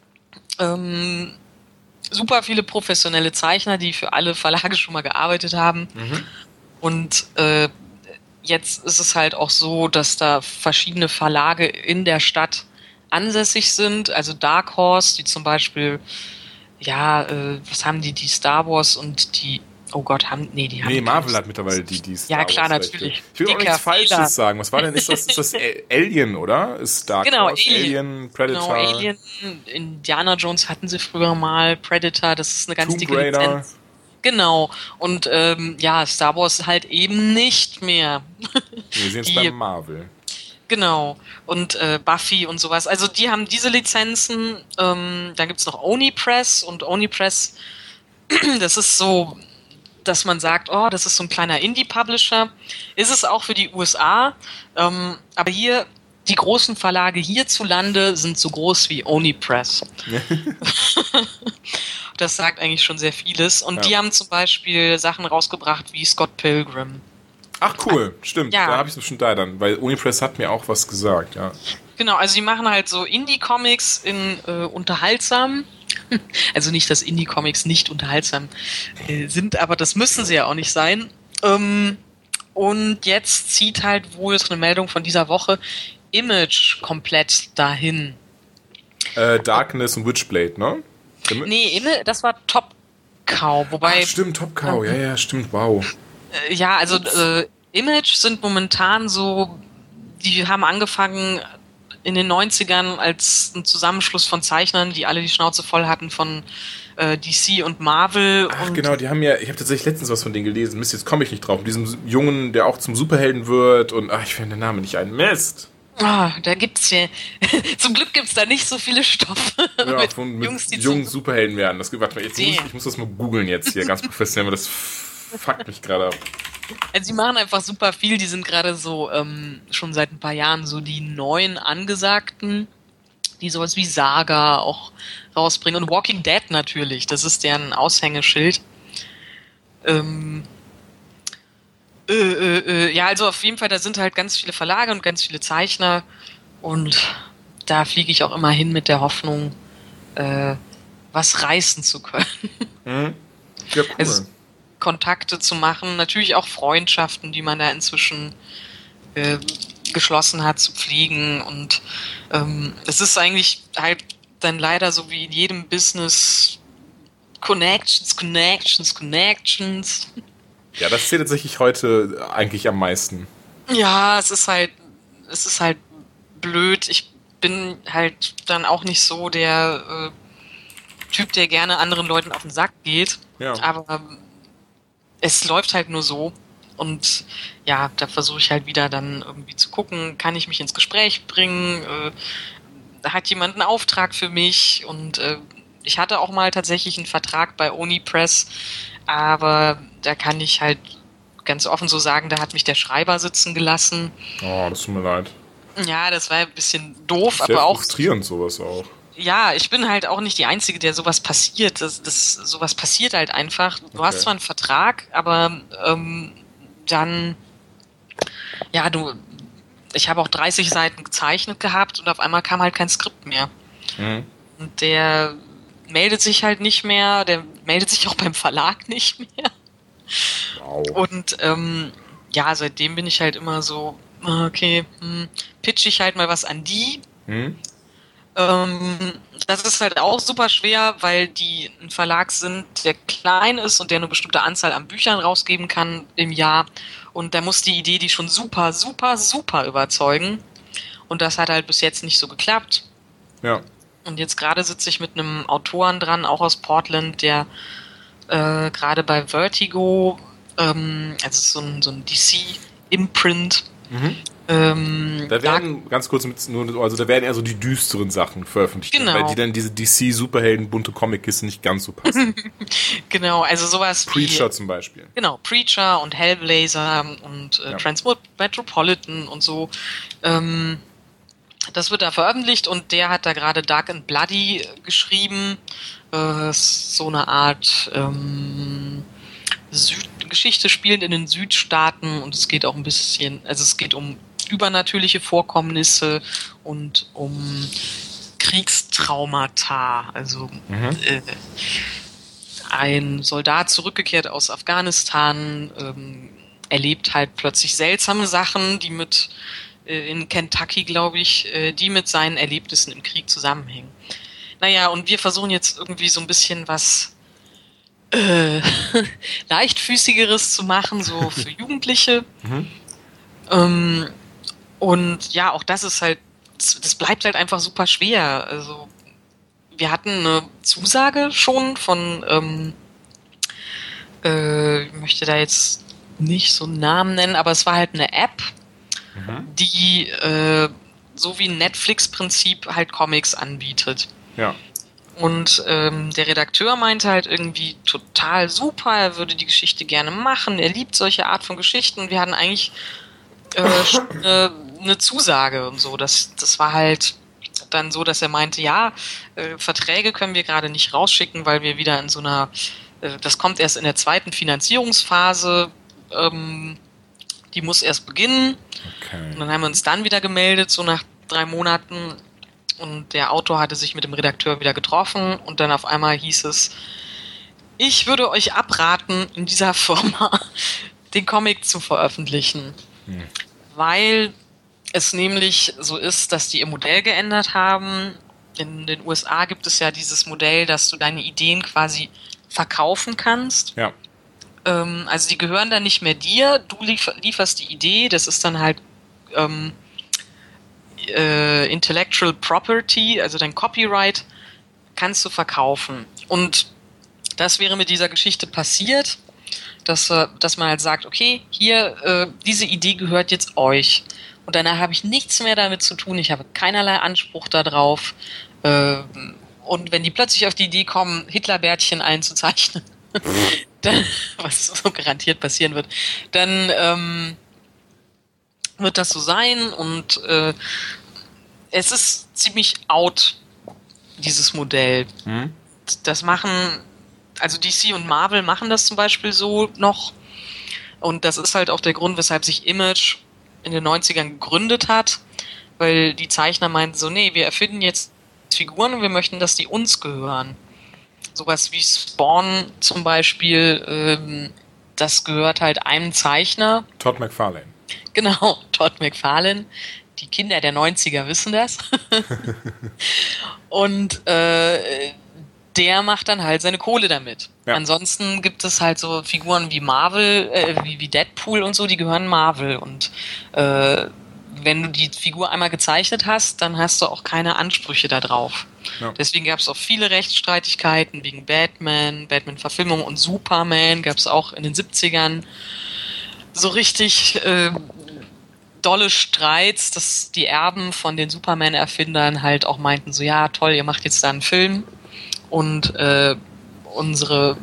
super viele professionelle Zeichner, die für alle Verlage schon mal gearbeitet haben. Mhm. Und jetzt ist es halt auch so, dass da verschiedene Verlage in der Stadt ansässig sind, also Dark Horse, die zum Beispiel was haben die Star Wars und die, oh Gott, die Marvel hat mittlerweile die Star Wars. Ja, klar, natürlich. Ich will auch nichts Falsches sagen. Was war denn, ist das Alien, oder? Ist Dark Horse, Alien, Predator. Genau, Alien, Indiana Jones hatten sie früher mal, Predator, das ist eine ganz dicke Lizenz. Genau, und Star Wars halt eben nicht mehr. Wir sehen es bei Marvel. Genau, und Buffy und sowas. Also die haben diese Lizenzen. Dann gibt's noch Oni Press und Oni Press, das ist so, dass man sagt, oh, das ist so ein kleiner Indie-Publisher. Ist es auch für die USA. Aber hier, die großen Verlage hierzulande sind so groß wie Oni Press. das sagt eigentlich schon sehr vieles. Und Ja. die haben zum Beispiel Sachen rausgebracht wie Scott Pilgrim. Ach cool, stimmt. Ja. Da habe ich es bestimmt da dann, weil Unipress hat mir auch was gesagt, ja. Genau, also die machen halt so Indie-Comics in unterhaltsam. Also nicht, dass Indie-Comics nicht unterhaltsam sind, aber das müssen sie ja auch nicht sein. Und jetzt zieht halt wohl, ist eine Meldung von dieser Woche, Image komplett dahin. Darkness und Witchblade, ne? Nee, das war Top Cow, wobei... Ach, stimmt, Top Cow, ja, stimmt, wow. Ja, also Image sind momentan so, die haben angefangen in den 90ern als ein Zusammenschluss von Zeichnern, die alle die Schnauze voll hatten von DC und Marvel. Ach und genau, die haben ja, ich habe tatsächlich letztens was von denen gelesen, Mist, jetzt komme ich nicht drauf, mit diesem Jungen, der auch zum Superhelden wird und, ich finde den Namen nicht ein, Mist. Da gibt's ja, zum Glück gibt's da nicht so viele Stoffe Ja, mit von Jungs, die jungen Superhelden werden. Warte mal, jetzt Nee. ich muss das mal googeln jetzt hier, ganz professionell, weil das fuckt mich gerade ab. Also die machen einfach super viel, die sind gerade so schon seit ein paar Jahren so die neuen Angesagten, die sowas wie Saga auch rausbringen und Walking Dead natürlich, das ist deren Aushängeschild. Ja, also auf jeden Fall, da sind halt ganz viele Verlage und ganz viele Zeichner und da fliege ich auch immer hin mit der Hoffnung, was reißen zu können. Ja, cool. Also, Kontakte zu machen, natürlich auch Freundschaften, die man da inzwischen geschlossen hat, zu pflegen und es ist eigentlich halt dann leider so wie in jedem Business Connections. Ja, das zählt tatsächlich heute eigentlich am meisten. Ja, es ist halt blöd. Ich bin halt dann auch nicht so der Typ, der gerne anderen Leuten auf den Sack geht. Ja. Aber es läuft halt nur so. Und ja, da versuche ich halt wieder dann irgendwie zu gucken, kann ich mich ins Gespräch bringen? Hat jemand einen Auftrag für mich? Und ich hatte auch mal tatsächlich einen Vertrag bei Unipress, aber da kann ich halt ganz offen so sagen, da hat mich der Schreiber sitzen gelassen. Oh, das tut mir leid. Ja, das war ein bisschen doof, Sehr aber auch... frustrierend sowas auch. Ja, ich bin halt auch nicht die Einzige, der sowas passiert. Sowas passiert halt einfach. Du hast zwar einen Vertrag, aber dann... Ja, ich habe auch 30 Seiten gezeichnet gehabt und auf einmal kam halt kein Skript mehr. Und der meldet sich halt nicht mehr, der meldet sich auch beim Verlag nicht mehr. Wow. Und ja, seitdem bin ich halt immer so, okay, pitch ich halt mal was an die. Das ist halt auch super schwer, weil die ein Verlag sind, der klein ist und der eine bestimmte Anzahl an Büchern rausgeben kann im Jahr. Und da muss die Idee die schon super, super, super überzeugen. Und das hat halt bis jetzt nicht so geklappt. Ja. Und jetzt gerade sitze ich mit einem Autoren dran, auch aus Portland, der gerade bei Vertigo, also so ein DC-Imprint, Da werden, ganz kurz, da werden eher so die düsteren Sachen veröffentlicht, Genau. weil die dann diese DC-Superhelden bunte Comic-Kiste nicht ganz so passen. genau, also sowas Preacher wie, zum Beispiel. genau, Preacher und Hellblazer und Transmetropolitan und so. Das wird da veröffentlicht und der hat da gerade Dark and Bloody geschrieben. So eine Art Geschichte spielend in den Südstaaten und es geht auch ein bisschen, also es geht um übernatürliche Vorkommnisse und um Kriegstraumata. Also ein Soldat zurückgekehrt aus Afghanistan erlebt halt plötzlich seltsame Sachen, die mit in Kentucky, glaube ich, die mit seinen Erlebnissen im Krieg zusammenhängen. Naja, und wir versuchen jetzt irgendwie so ein bisschen was leichtfüßigeres zu machen, so für Jugendliche. Und ja, auch das ist halt, das bleibt halt einfach super schwer. Also wir hatten eine Zusage schon von, ich möchte da jetzt nicht so einen Namen nennen, aber es war halt eine App, die so wie ein Netflix-Prinzip halt Comics anbietet. Ja. Und der Redakteur meinte halt irgendwie total super, er würde die Geschichte gerne machen, er liebt solche Art von Geschichten. Wir hatten eigentlich eine Zusage und so. Das war halt dann so, dass er meinte, ja, Verträge können wir gerade nicht rausschicken, weil wir wieder in so einer, das kommt erst in der zweiten Finanzierungsphase, die muss erst beginnen. Okay. Und dann haben wir uns dann wieder gemeldet, so nach 3 Monaten. Und der Autor hatte sich mit dem Redakteur wieder getroffen. Und dann auf einmal hieß es, ich würde euch abraten, in dieser Firma den Comic zu veröffentlichen. Weil es nämlich so ist, dass die ihr Modell geändert haben. In den USA gibt es ja dieses Modell, dass du deine Ideen quasi verkaufen kannst. Ja. Also die gehören dann nicht mehr dir, du lieferst die Idee, das ist dann halt Intellectual Property, also dein Copyright kannst du verkaufen. Und das wäre mit dieser Geschichte passiert, dass man halt sagt, okay, hier, diese Idee gehört jetzt euch. Und danach habe ich nichts mehr damit zu tun, ich habe keinerlei Anspruch darauf. Und wenn die plötzlich auf die Idee kommen, Hitlerbärtchen einzuzeichnen, dann, was so garantiert passieren wird, dann wird das so sein und es ist ziemlich out, dieses Modell. Das machen, also DC und Marvel machen das zum Beispiel so noch und das ist halt auch der Grund, weshalb sich Image in den 90ern gegründet hat, weil die Zeichner meinten so, nee, wir erfinden jetzt Figuren und wir möchten, dass die uns gehören. Sowas wie Spawn zum Beispiel, das gehört halt einem Zeichner. Todd McFarlane. Genau, Todd McFarlane. Die Kinder der 90er wissen das. Und der macht dann halt seine Kohle damit. Ja. Ansonsten gibt es halt so Figuren wie Marvel, wie Deadpool und so, die gehören Marvel. Und wenn du die Figur einmal gezeichnet hast, dann hast du auch keine Ansprüche da drauf. Ja. Deswegen gab es auch viele Rechtsstreitigkeiten wegen Batman-Verfilmung und Superman gab es auch in den 70ern so richtig dolle Streits, dass die Erben von den Superman-Erfindern halt auch meinten, so ja, toll, ihr macht jetzt da einen Film und unsere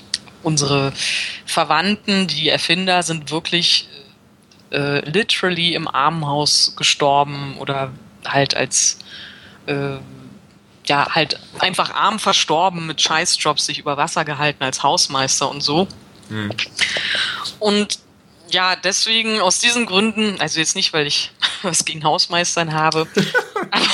Verwandten, die Erfinder, sind wirklich literally im Armenhaus gestorben oder halt als halt einfach arm verstorben, mit Scheißjobs sich über Wasser gehalten als Hausmeister und so. Und ja, deswegen aus diesen Gründen, also jetzt nicht, weil ich was gegen Hausmeistern habe, aber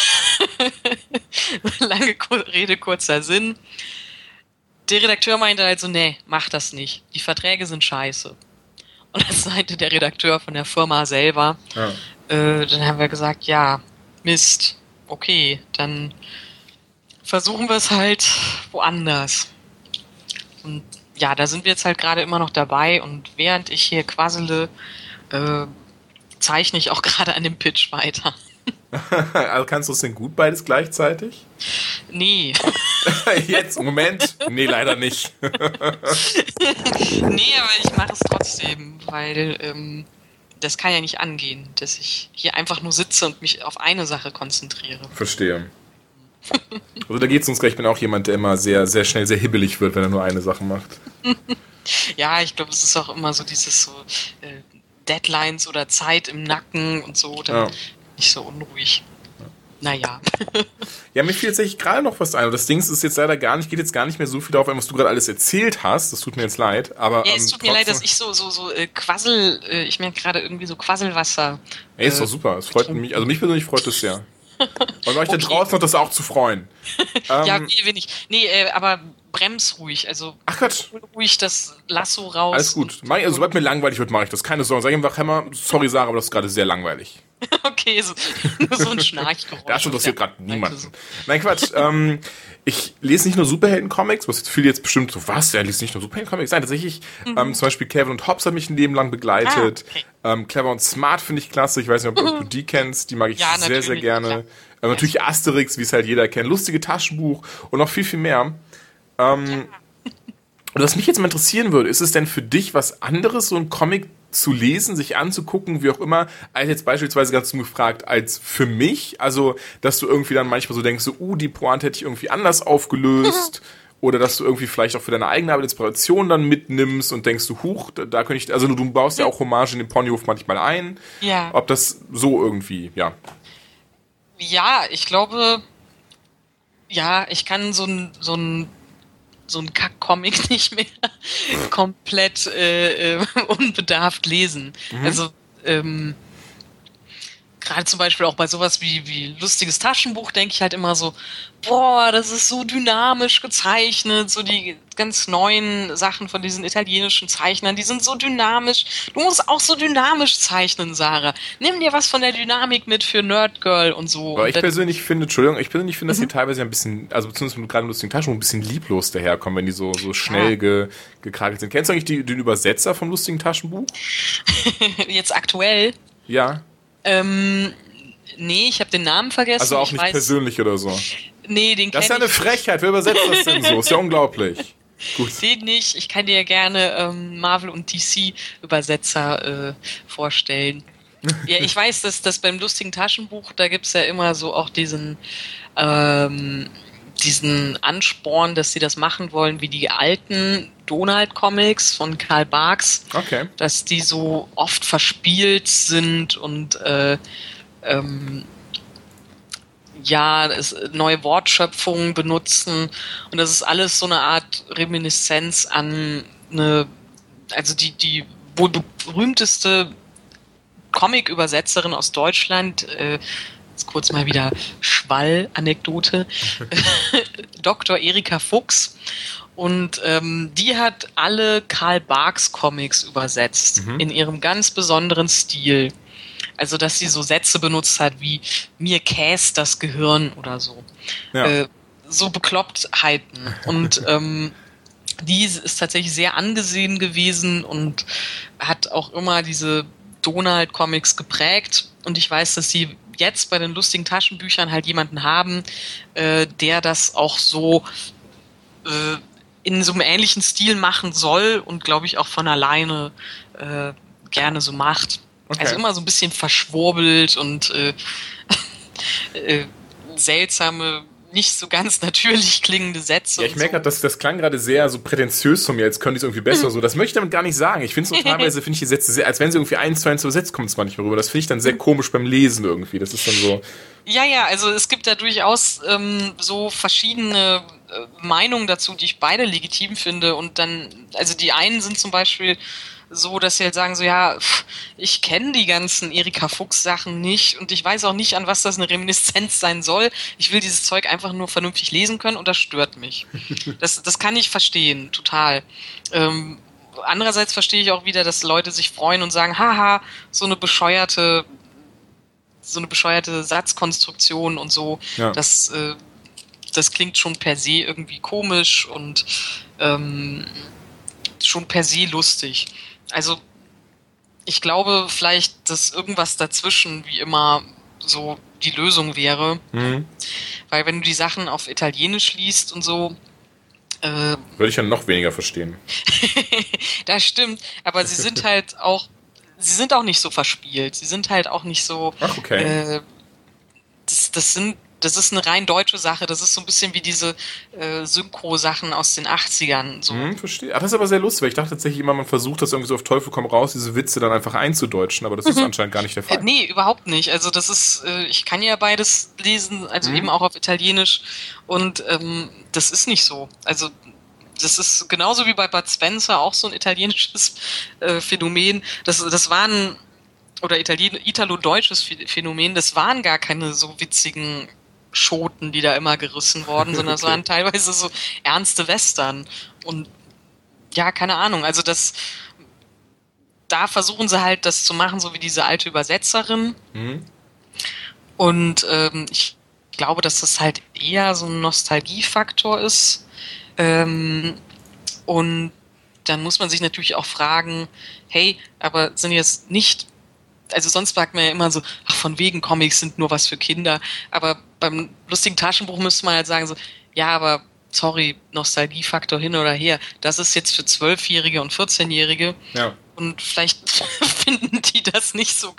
lange Rede, kurzer Sinn. Der Redakteur meinte halt so, nee, mach das nicht. Die Verträge sind scheiße. Und das meinte der Redakteur von der Firma selber. Ja. Dann haben wir gesagt, ja, Mist, okay, dann versuchen wir es halt woanders. Und ja, da sind wir jetzt halt gerade immer noch dabei und während ich hier quassele, zeichne ich auch gerade an dem Pitch weiter. Also kannst du es denn gut beides gleichzeitig? Nee. Jetzt, Moment. Nee, leider nicht. Nee, aber ich mache es trotzdem, weil das kann ja nicht angehen, dass ich hier einfach nur sitze und mich auf eine Sache konzentriere. Verstehe. Also da geht's uns gleich, ich bin auch jemand, der immer sehr, sehr schnell sehr hibbelig wird, wenn er nur eine Sache macht. Ja, ich glaube, es ist auch immer so dieses so Deadlines oder Zeit im Nacken und so, dann nicht so unruhig. Naja. Ja, mir fiel tatsächlich gerade noch was ein. Das Ding ist jetzt leider geht jetzt gar nicht mehr so viel darauf ein, was du gerade alles erzählt hast. Das tut mir jetzt leid. Aber, ja, es tut mir leid, dass ich so Quassel, ich merke gerade irgendwie so Quasselwasser. Ey, ist doch super. Es freut mich, also mich persönlich freut es sehr. Und euch da draußen hat das auch zu freuen. Ja, will ich. Nee, aber brems ruhig. Also ach Gott. Ruhig das Lasso raus. Alles gut. Also, sobald mir langweilig wird, mache ich das. Keine Sorge. Sag einfach, Hammer, sorry Sarah, aber das ist gerade sehr langweilig. Okay, nur so ein Schnarchgeräusch. Das interessiert gerade niemanden. Nein, Quatsch. Ich lese nicht nur Superhelden-Comics, was viele jetzt bestimmt so, was? Er liest nicht nur Superhelden-Comics? Nein, tatsächlich, zum Beispiel Calvin und Hobbes hat mich ein Leben lang begleitet. Okay. Clever und Smart finde ich klasse. Ich weiß nicht, ob du die kennst. Die mag ich sehr, sehr gerne. Natürlich Asterix, wie es halt jeder kennt. Lustige Taschenbuch und noch viel, viel mehr. Und was mich jetzt mal interessieren würde, ist es denn für dich was anderes, so ein Comic zu lesen, sich anzugucken, wie auch immer, als jetzt beispielsweise ganz gefragt, als für mich, also, dass du irgendwie dann manchmal so denkst, so, die Pointe hätte ich irgendwie anders aufgelöst, oder dass du irgendwie vielleicht auch für deine eigene Arbeit Inspiration dann mitnimmst und denkst, huch, da könnte ich, also du baust ja auch Hommage in den Ponyhof manchmal ein, ob das so irgendwie, Ja, ich glaube, ja, ich kann so ein Kack-Comic nicht mehr komplett unbedarft lesen. Also gerade zum Beispiel auch bei sowas wie lustiges Taschenbuch denke ich halt immer so, boah, das ist so dynamisch gezeichnet, so die ganz neuen Sachen von diesen italienischen Zeichnern, die sind so dynamisch. Du musst auch so dynamisch zeichnen, Sarah. Nimm dir was von der Dynamik mit für Nerdgirl und so. Aber ich persönlich finde, dass die teilweise ein bisschen, also beziehungsweise gerade im lustigen Taschenbuch ein bisschen lieblos daherkommen, wenn die so schnell gekrakelt sind. Kennst du eigentlich den Übersetzer vom lustigen Taschenbuch? Jetzt aktuell? Ja. Nee, ich habe den Namen vergessen. Also auch nicht persönlich oder so. Nee, den Das ist ja eine Frechheit. Wer übersetzt das denn so? Ist ja unglaublich. Gut. Den nicht. Ich kann dir gerne Marvel- und DC-Übersetzer vorstellen. Ja, ich weiß, dass beim lustigen Taschenbuch, da gibt's ja immer so auch diesen Ansporn, dass sie das machen wollen, wie die alten Donald-Comics von Karl Barks. Okay. Dass die so oft verspielt sind und neue Wortschöpfungen benutzen. Und das ist alles so eine Art Reminiszenz an die wohl berühmteste Comic-Übersetzerin aus Deutschland, jetzt kurz mal wieder Schwall-Anekdote, Dr. Erika Fuchs. Und die hat alle Karl Barks Comics übersetzt, in ihrem ganz besonderen Stil. Also, dass sie so Sätze benutzt hat wie mir käst das Gehirn oder so. Ja. So Beklopptheiten. Und die ist tatsächlich sehr angesehen gewesen und hat auch immer diese Donald-Comics geprägt. Und ich weiß, dass sie jetzt bei den lustigen Taschenbüchern halt jemanden haben, der das auch so in so einem ähnlichen Stil machen soll und, glaube ich, auch von alleine gerne so macht. Okay. Also immer so ein bisschen verschwurbelt und seltsame, nicht so ganz natürlich klingende Sätze. Ja, ich merke gerade, das klang gerade sehr so prätentiös von mir, jetzt könnte ich es irgendwie besser so. Das möchte ich damit gar nicht sagen. Ich finde so teilweise, finde ich die Sätze sehr, als wenn sie irgendwie 1:1 übersetzt, kommt es manchmal rüber. Das finde ich dann sehr komisch beim Lesen irgendwie. Das ist dann so. Ja, also es gibt da durchaus so verschiedene Meinungen dazu, die ich beide legitim finde. Und dann, also die einen sind zum Beispiel so, dass sie halt sagen so, ja, ich kenne die ganzen Erika Fuchs Sachen nicht und ich weiß auch nicht, an was das eine Reminiszenz sein soll. Ich will dieses Zeug einfach nur vernünftig lesen können und das stört mich. Das kann ich verstehen, total. Andererseits verstehe ich auch wieder, dass Leute sich freuen und sagen, haha, so eine bescheuerte Satzkonstruktion und so, ja. Das klingt schon per se irgendwie komisch und schon per se lustig. Also ich glaube vielleicht, dass irgendwas dazwischen wie immer so die Lösung wäre. Weil wenn du die Sachen auf Italienisch liest und so, würde ich ja noch weniger verstehen. Das stimmt, aber sie sind halt auch nicht so verspielt. Sie sind halt auch nicht so. Ach, okay. Das ist eine rein deutsche Sache. Das ist so ein bisschen wie diese Synchro-Sachen aus den 80ern. So. Verstehe. Aber das ist aber sehr lustig, weil ich dachte tatsächlich immer, man versucht das irgendwie so auf Teufel komm raus, diese Witze dann einfach einzudeutschen, aber das ist anscheinend gar nicht der Fall. Nee, überhaupt nicht. Also das ist, ich kann ja beides lesen, also eben auch auf Italienisch und das ist nicht so. Also das ist genauso wie bei Bud Spencer auch so ein italienisches Phänomen. Das waren, oder italo-deutsches Phänomen, das waren gar keine so witzigen Schoten, die da immer gerissen wurden, sondern es waren teilweise so ernste Western. Und ja, keine Ahnung, also da versuchen sie halt das zu machen, so wie diese alte Übersetzerin. Und ich glaube, dass das halt eher so ein Nostalgiefaktor ist. Und dann muss man sich natürlich auch fragen, hey, aber sind jetzt nicht, also sonst sagt man ja immer so, ach, von wegen Comics sind nur was für Kinder, aber beim lustigen Taschenbuch müsste man halt sagen so, ja, aber sorry, Nostalgiefaktor hin oder her, das ist jetzt für 12-Jährige und 14-Jährige und vielleicht finden die das nicht so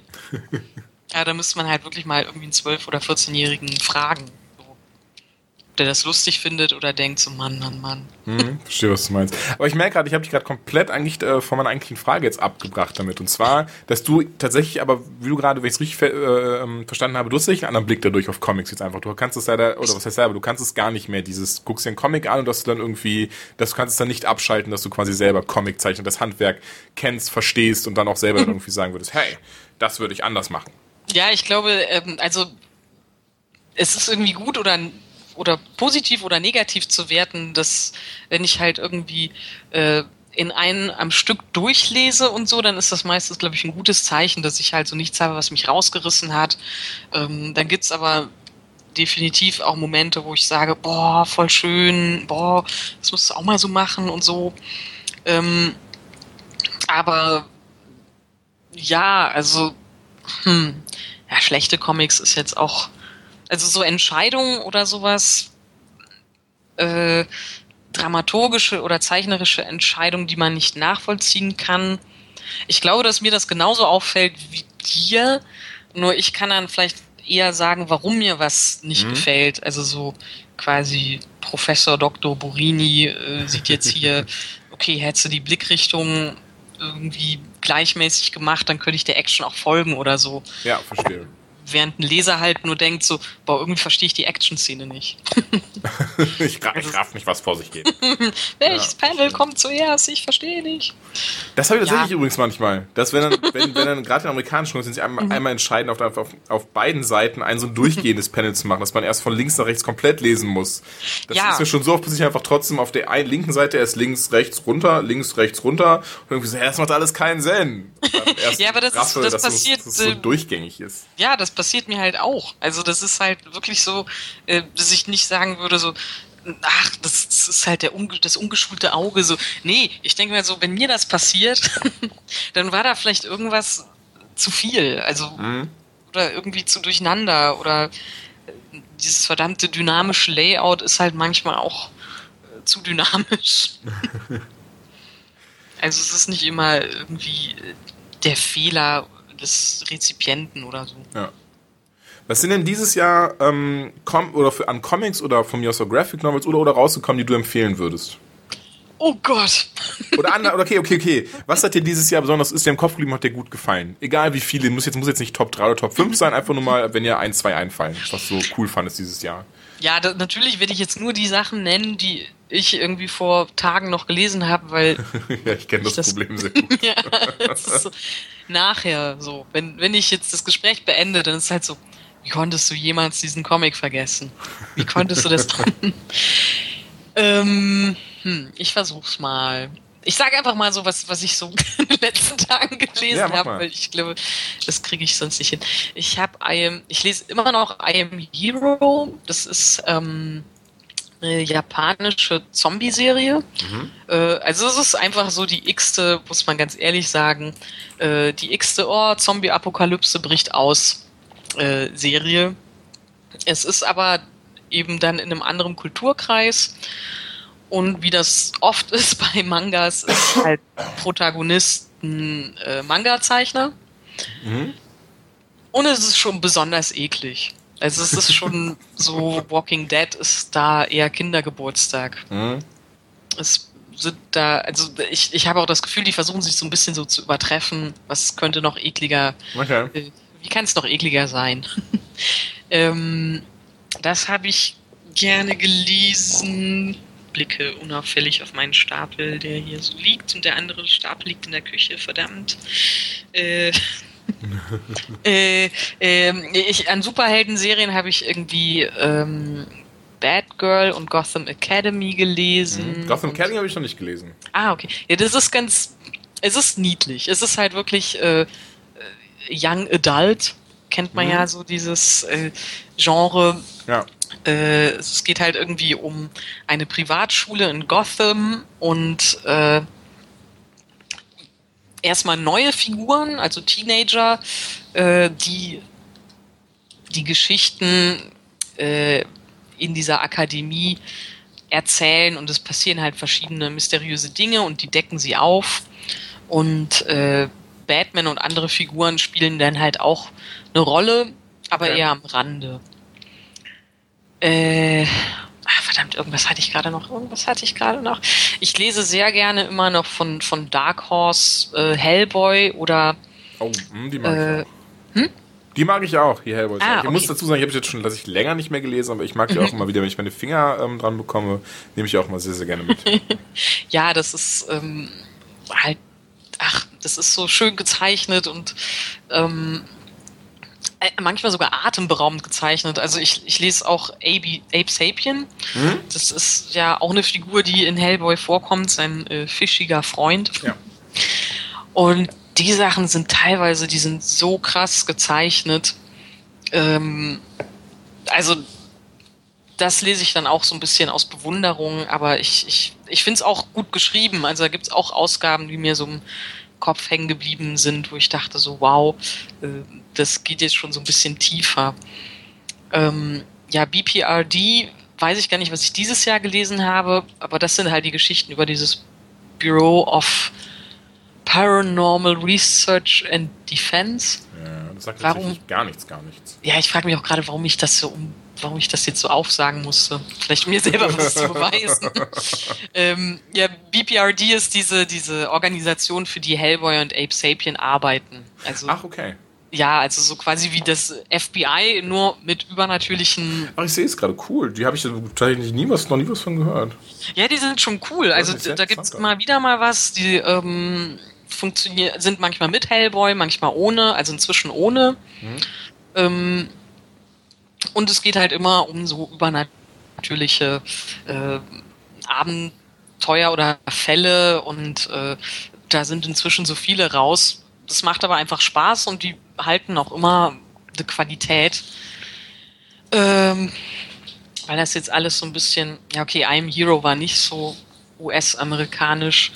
geil. Ja, da müsste man halt wirklich mal irgendwie einen 12- oder 14-Jährigen fragen. So. der das lustig findet oder denkt so, Mann. Verstehe, was du meinst. Aber ich merke gerade, ich habe dich gerade komplett eigentlich von meiner eigentlichen Frage jetzt abgebracht damit. Und zwar, dass du tatsächlich, aber wie du gerade, wenn ich es richtig verstanden habe, du hast tatsächlich einen anderen Blick dadurch auf Comics jetzt einfach. Du kannst es leider, oder was heißt selber, du kannst es gar nicht mehr, guckst dir einen Comic an und dass du dann irgendwie, du kannst es dann nicht abschalten, dass du quasi selber Comic zeichnen, das Handwerk kennst, verstehst und dann auch selber irgendwie sagen würdest, hey, das würde ich anders machen. Ja, ich glaube, also es ist irgendwie gut oder positiv oder negativ zu werten, dass wenn ich halt irgendwie in einen am Stück durchlese und so, dann ist das meistens, glaube ich, ein gutes Zeichen, dass ich halt so nichts habe, was mich rausgerissen hat. Dann gibt's aber definitiv auch Momente, wo ich sage, boah, voll schön, boah, das musst du auch mal so machen und so. Aber ja, also ja, schlechte Comics ist jetzt auch, also so Entscheidungen oder sowas, dramaturgische oder zeichnerische Entscheidungen, die man nicht nachvollziehen kann. Ich glaube, dass mir das genauso auffällt wie dir, nur ich kann dann vielleicht eher sagen, warum mir was nicht gefällt. Also so quasi Professor Dr. Burini sieht jetzt hier, okay, hättest du die Blickrichtung irgendwie gleichmäßig gemacht, dann könnte ich der Action auch folgen oder so. Ja, verstehe. Während ein Leser halt nur denkt so, boah, irgendwie verstehe ich die Action-Szene nicht. ich raff nicht, was vor sich geht. Welches Panel kommt zuerst? Ich verstehe nicht. Das habe ich tatsächlich übrigens manchmal. Dass wenn dann gerade in amerikanischen Comics sind sie einmal entscheiden, auf beiden Seiten ein so ein durchgehendes Panel zu machen, dass man erst von links nach rechts komplett lesen muss. Das ist mir schon so oft, dass ich einfach trotzdem auf der linken Seite erst links, rechts, runter und irgendwie so, das macht alles keinen Sinn. Ja, aber das passiert, dass es so durchgängig ist. Ja, das passiert mir halt auch. Also das ist halt wirklich so, dass ich nicht sagen würde so, ach, das ist halt das ungeschulte Auge so. Nee, ich denke mir so, wenn mir das passiert, dann war da vielleicht irgendwas zu viel. Also oder irgendwie zu durcheinander oder dieses verdammte dynamische Layout ist halt manchmal auch zu dynamisch. Also es ist nicht immer irgendwie der Fehler des Rezipienten oder so. Ja. Was sind denn dieses Jahr an Comics oder von mir aus so Graphic Novels oder rausgekommen, die du empfehlen würdest? Oh Gott! Okay. Was hat dir dieses Jahr besonders, ist dir im Kopf geblieben, hat dir gut gefallen? Egal wie viele, muss jetzt nicht Top 3 oder Top 5 sein, einfach nur mal, wenn dir 1, 2 einfallen, was du cool fandest dieses Jahr. Ja, natürlich werde ich jetzt nur die Sachen nennen, die ich irgendwie vor Tagen noch gelesen habe, weil... ja, ich kenne das Problem sehr gut. ja, das ist so, nachher so, wenn ich jetzt das Gespräch beende, dann ist es halt so, wie konntest du jemals diesen Comic vergessen? Wie konntest du das tun? Ich versuch's mal. Ich sage einfach mal so, was ich so in den letzten Tagen gelesen habe, weil ich glaube, das kriege ich sonst nicht hin. Ich lese immer noch I Am Hero. Das ist eine japanische Zombie-Serie. Also es ist einfach so die x-te, muss man ganz ehrlich sagen, die x-te Zombie-Apokalypse bricht aus Serie. Es ist aber eben dann in einem anderen Kulturkreis. Und wie das oft ist bei Mangas, ist halt Protagonisten Manga-Zeichner. Und es ist schon besonders eklig. Also es ist schon so, Walking Dead ist da eher Kindergeburtstag. Es sind da, also ich habe auch das Gefühl, die versuchen sich so ein bisschen so zu übertreffen. Was könnte noch ekliger, wie kann es noch ekliger sein? Das habe ich gerne gelesen. Blicke unauffällig auf meinen Stapel, der hier so liegt, und der andere Stapel liegt in der Küche, verdammt. An Superhelden-Serien habe ich irgendwie Batgirl und Gotham Academy gelesen. Gotham Academy habe ich noch nicht gelesen. Ah, okay. Ja, das ist es ist niedlich. Es ist halt wirklich Young Adult, kennt man ja so dieses Genre. Ja. Es geht halt irgendwie um eine Privatschule in Gotham und erstmal neue Figuren, also Teenager, die Geschichten in dieser Akademie erzählen, und es passieren halt verschiedene mysteriöse Dinge und die decken sie auf, und Batman und andere Figuren spielen dann halt auch eine Rolle, aber eher am Rande. verdammt, irgendwas hatte ich gerade noch. Ich lese sehr gerne immer noch von Dark Horse Hellboy oder... Oh, die mag ich auch. Die mag ich auch, die Hellboys. Ich muss dazu sagen, ich habe jetzt schon länger nicht mehr gelesen, aber ich mag die auch immer wieder, wenn ich meine Finger dran bekomme, nehme ich auch immer sehr, sehr gerne mit. Ja, das ist halt, das ist so schön gezeichnet und manchmal sogar atemberaubend gezeichnet. Also ich lese auch Abe Sapien. Das ist ja auch eine Figur, die in Hellboy vorkommt, sein fischiger Freund. Ja. Und die Sachen sind teilweise, die sind so krass gezeichnet. Also das lese ich dann auch so ein bisschen aus Bewunderung, aber ich finde es auch gut geschrieben. Also da gibt es auch Ausgaben, die mir so im Kopf hängen geblieben sind, wo ich dachte so, wow, das geht jetzt schon so ein bisschen tiefer. BPRD, weiß ich gar nicht, was ich dieses Jahr gelesen habe, aber das sind halt die Geschichten über dieses Bureau of Paranormal Research and Defense. Ja, das sagt tatsächlich gar nichts. Ja, ich frage mich auch gerade, warum ich das jetzt so aufsagen musste. Vielleicht mir selber was zu beweisen. BPRD ist diese Organisation, für die Hellboy und Abe Sapien arbeiten. Also, ach, okay. Ja, also so quasi wie das FBI, nur mit übernatürlichen... Ach, ich sehe es gerade, cool. Die habe ich tatsächlich noch nie was von gehört. Ja, die sind schon cool. Also da gibt es immer wieder mal was, die sind manchmal mit Hellboy, manchmal ohne, also inzwischen ohne. Und es geht halt immer um so übernatürliche Abenteuer oder Fälle und da sind inzwischen so viele raus. Das macht aber einfach Spaß und die halten auch immer eine Qualität. Weil das jetzt alles so ein bisschen, ja okay, I Am Hero war nicht so US-amerikanisch.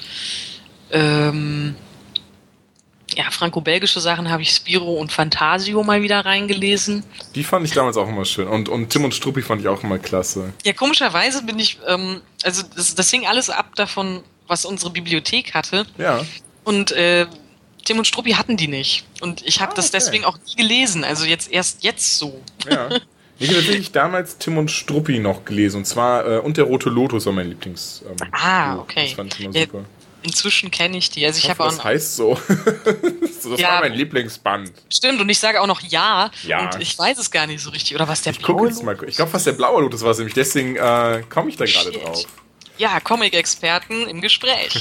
Franco-belgische Sachen habe ich Spiro und Fantasio mal wieder reingelesen. Die fand ich damals auch immer schön. Und Tim und Struppi fand ich auch immer klasse. Ja, komischerweise bin ich, also das hing alles ab davon, was unsere Bibliothek hatte. Ja. Und Tim und Struppi hatten die nicht. Und ich habe das deswegen auch nie gelesen. Also erst jetzt so. Ja. Ich habe tatsächlich damals Tim und Struppi noch gelesen. Und zwar Und der rote Lotus war mein Lieblings. Okay. Das fand ich immer super. Inzwischen kenne ich die. Also ich habe auch. Das heißt so. Das war mein Lieblingsband. Stimmt, und ich sage auch noch ja. Ja. Und ich weiß es gar nicht so richtig. Oder was der blaue Lotus? Ich glaube, was der blaue Lotus war, nämlich deswegen komme ich da gerade drauf. Ja, Comic-Experten im Gespräch.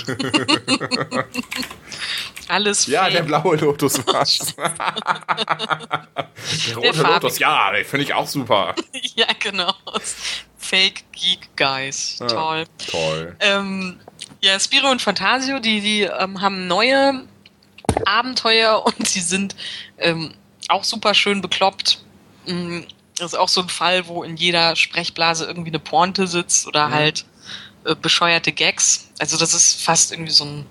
Alles ja, fake. Der blaue Lotus war's. Der rote Lotus, ja, den finde ich auch super. Ja, genau. Fake Geek Guys. Toll. Toll. Spiro und Fantasio, die haben neue Abenteuer und sie sind auch super schön bekloppt. Das ist auch so ein Fall, wo in jeder Sprechblase irgendwie eine Pointe sitzt oder halt bescheuerte Gags. Also das ist fast irgendwie so ein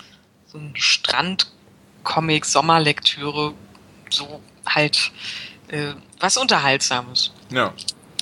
Strand-Comic, Sommerlektüre, so halt was Unterhaltsames. Ja.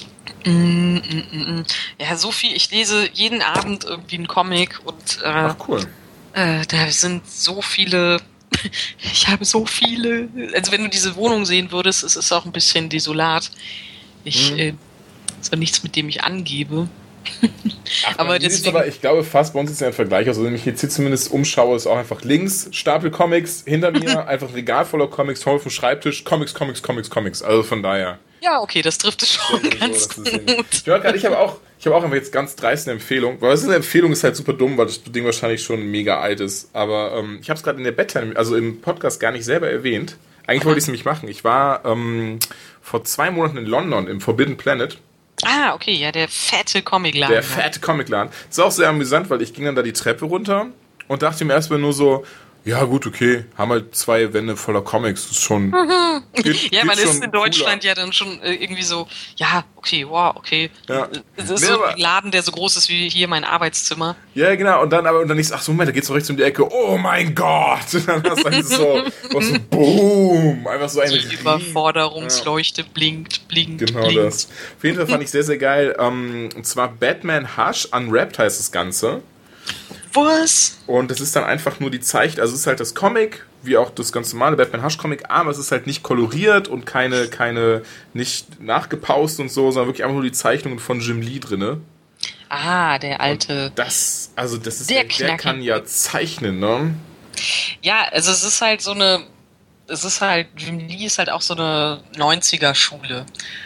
Ja, so viel. Ich lese jeden Abend irgendwie einen Comic und ach, cool. Da sind so viele. Ich habe so viele. Also wenn du diese Wohnung sehen würdest, es ist auch ein bisschen desolat. Es ist nichts, mit dem ich angebe. Aber ich glaube fast bei uns ist ja ein Vergleich. Also wenn ich jetzt hier zumindest umschaue, ist auch einfach links Stapel Comics, hinter mir einfach ein Regal voller Comics, voll auf dem Schreibtisch, Comics. Also von daher. Ja, okay, das trifft es schon ganz gut. Ich habe auch einfach jetzt ganz dreist eine Empfehlung, weil eine Empfehlung ist halt super dumm, weil das Ding wahrscheinlich schon mega alt ist. Aber ich habe es gerade in der Bedtime, also im Podcast gar nicht selber erwähnt. Eigentlich wollte ich es nämlich machen. Ich war vor 2 Monaten in London im Forbidden Planet. Ah, okay, ja, der fette Comicladen. Der fette Comicladen. Das ist auch sehr amüsant, weil ich ging dann da die Treppe runter und dachte mir erstmal nur so, ja gut, okay, haben halt 2 Wände voller Comics, das ist schon... Ja, man ist in Deutschland ja dann schon irgendwie so, ja, okay, wow, okay. Ja. Es ist so ein Laden, der so groß ist wie hier mein Arbeitszimmer. Ja, genau, und dann ich, ach so, Moment, da geht's so rechts um die Ecke, oh mein Gott! Und dann hast du eigentlich so boom, einfach so ein Die Überforderungsleuchte blinkt. Genau das. Auf jeden Fall fand ich sehr, sehr geil, und zwar Batman Hush Unwrapped heißt das Ganze. Was? Und es ist dann einfach nur die Zeichnung, also es ist halt das Comic, wie auch das ganz normale Batman Hush Comic, aber es ist halt nicht koloriert und keine nicht nachgepaust und so, sondern wirklich einfach nur die Zeichnungen von Jim Lee drinne. Der alte. Das ist Der der kann ja zeichnen, ne? Ja, also es ist halt Jim Lee ist halt auch so eine 90er-Schule.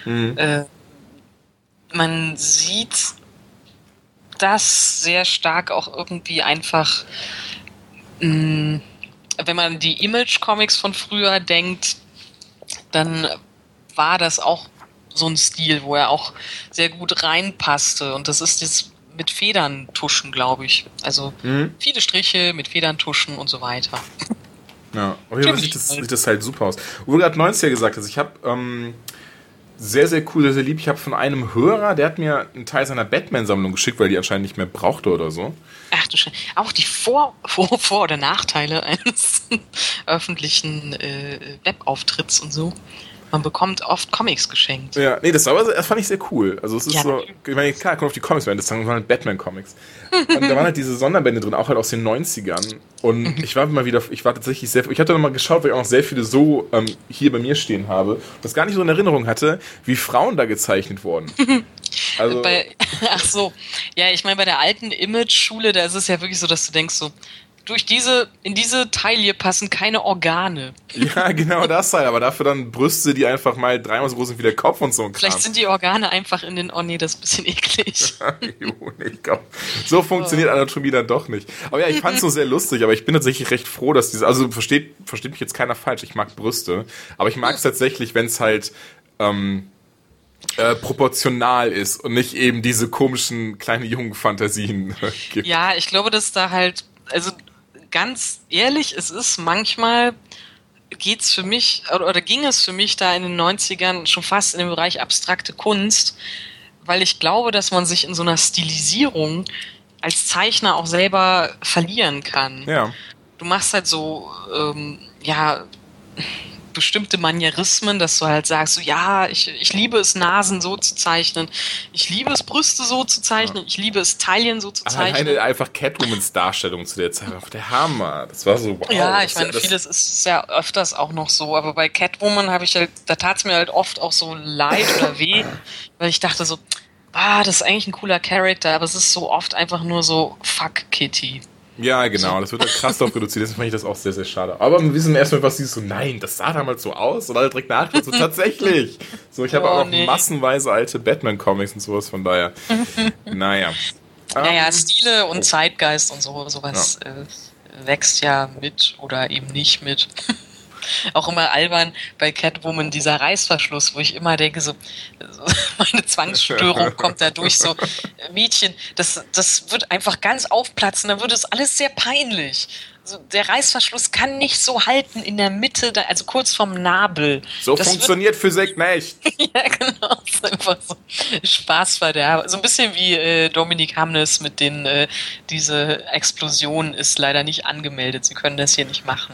Man sieht das sehr stark auch irgendwie einfach, wenn man die Image-Comics von früher denkt, dann war das auch so ein Stil, wo er auch sehr gut reinpasste. Und das ist das mit Federn tuschen, glaube ich. Also viele Striche mit Federn tuschen und so weiter. Ja, auf jeden Fall sieht das halt super aus. Wo du gerade 90er gesagt hast, ich habe sehr, sehr cool, sehr, sehr lieb, ich habe von einem Hörer, der hat mir einen Teil seiner Batman-Sammlung geschickt, weil die anscheinend nicht mehr brauchte oder so. Ach du Scheiße. Auch die Vor- oder Nachteile eines öffentlichen Webauftritts und so. Man bekommt oft Comics geschenkt. Ja, nee, das fand ich sehr cool. Also es ist Ja, so, ich meine, klar, kommt auf die Comics rein, das waren halt Batman-Comics. Und da waren halt diese Sonderbände drin, auch halt aus den 90ern. Und ich war tatsächlich ich hatte noch mal geschaut, weil ich auch noch sehr viele so hier bei mir stehen habe, das gar nicht so in Erinnerung hatte, wie Frauen da gezeichnet wurden. Also, Ach so. Ja, ich meine, bei der alten Image-Schule, da ist es ja wirklich so, dass du denkst so, in diese Taille passen keine Organe. ja, genau das halt, aber dafür dann Brüste, die einfach mal dreimal so groß sind wie der Kopf und so ein Kram. Vielleicht sind die Organe einfach in den, oh nee, das ist ein bisschen eklig. Ich glaub, so funktioniert Anatomie dann doch nicht. Aber ja, ich fand's so sehr lustig, aber ich bin tatsächlich recht froh, dass also versteht mich jetzt keiner falsch, ich mag Brüste, aber ich mag es tatsächlich, wenn es halt proportional ist und nicht eben diese komischen kleinen Jungen-Fantasien gibt. Ja, ich glaube, dass da halt, also ganz ehrlich, es ist manchmal geht's für mich oder ging es für mich da in den 90ern schon fast in den Bereich abstrakte Kunst, weil ich glaube, dass man sich in so einer Stilisierung als Zeichner auch selber verlieren kann. Ja. Du machst halt so, bestimmte Manierismen, dass du halt sagst, so, ja, ich liebe es, Nasen so zu zeichnen, ich liebe es, Brüste so zu zeichnen, ich liebe es, Taillen so zu zeichnen. Alleine einfach Catwomans Darstellung zu der Zeit, der Hammer. Das war so, wow. Ja, ich meine, vieles ist ja öfters auch noch so, aber bei Catwoman da tat es mir halt oft auch so leid oder weh, weil ich dachte so, das ist eigentlich ein cooler Charakter, aber es ist so oft einfach nur so, fuck Kitty. Ja, genau, das wird halt krass drauf reduziert, deswegen fand ich das auch sehr, sehr schade. Aber wir wissen erstmal, was siehst du, nein, das sah damals so aus und alle direkt nachgedacht, so tatsächlich. So, ich habe auch noch massenweise alte Batman-Comics und sowas, von daher, naja. Naja, Stile und Zeitgeist und sowas wächst ja mit oder eben nicht mit. Auch immer albern bei Catwoman, dieser Reißverschluss, wo ich immer denke, so meine Zwangsstörung kommt da durch, so Mädchen, das wird einfach ganz aufplatzen, dann wird es alles sehr peinlich. Also der Reißverschluss kann nicht so halten in der Mitte, also kurz vorm Nabel. So das funktioniert Physik nicht. Ja, genau. Das ist einfach so Spaßverderber. So ein bisschen wie Dominik Hamnes mit den, diese Explosion ist leider nicht angemeldet. Sie können das hier nicht machen.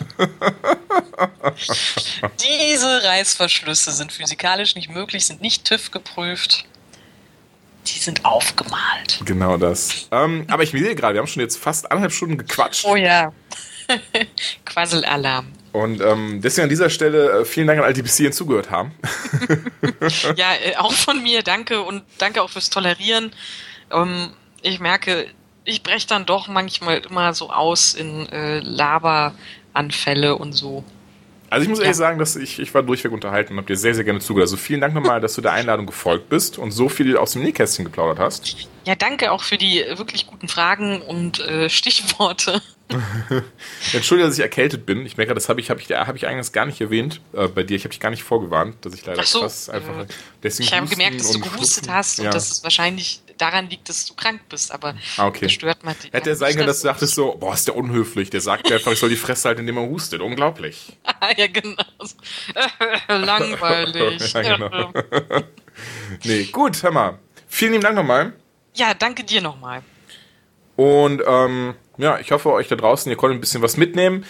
Diese Reißverschlüsse sind physikalisch nicht möglich, sind nicht TÜV geprüft. Die sind aufgemalt. Genau das. Aber ich sehe gerade, wir haben schon jetzt fast 1,5 Stunden gequatscht. Oh ja. Quasselalarm. Und deswegen an dieser Stelle vielen Dank an alle, die bis hierhin zugehört haben. Ja, auch von mir danke und danke auch fürs Tolerieren. Ich merke, ich breche dann doch manchmal immer so aus in Laberanfälle und so. Also ich muss ehrlich sagen, dass ich war durchweg unterhalten und habe dir sehr, sehr gerne zugehört. Also vielen Dank nochmal, dass du der Einladung gefolgt bist und so viel aus dem Nähkästchen geplaudert hast. Ja, danke auch für die wirklich guten Fragen und Stichworte. Entschuldige, dass ich erkältet bin. Ich merke, das habe ich eigentlich gar nicht erwähnt bei dir. Ich habe dich gar nicht vorgewarnt, dass ich leider krass einfach deswegen. Ich habe gemerkt, dass du gehustet hast und dass es wahrscheinlich daran liegt, dass du krank bist, aber das stört man. Hätte es sein können, dass du dachtest so, boah, ist der unhöflich. Der sagt mir einfach, ich soll die Fresse halten, indem er hustet. Unglaublich. Ja, genau. Langweilig. Ja, genau. Nee, gut, hör mal. Vielen lieben Dank nochmal. Ja, danke dir nochmal. Und ja, ich hoffe, euch da draußen, ihr konntet ein bisschen was mitnehmen.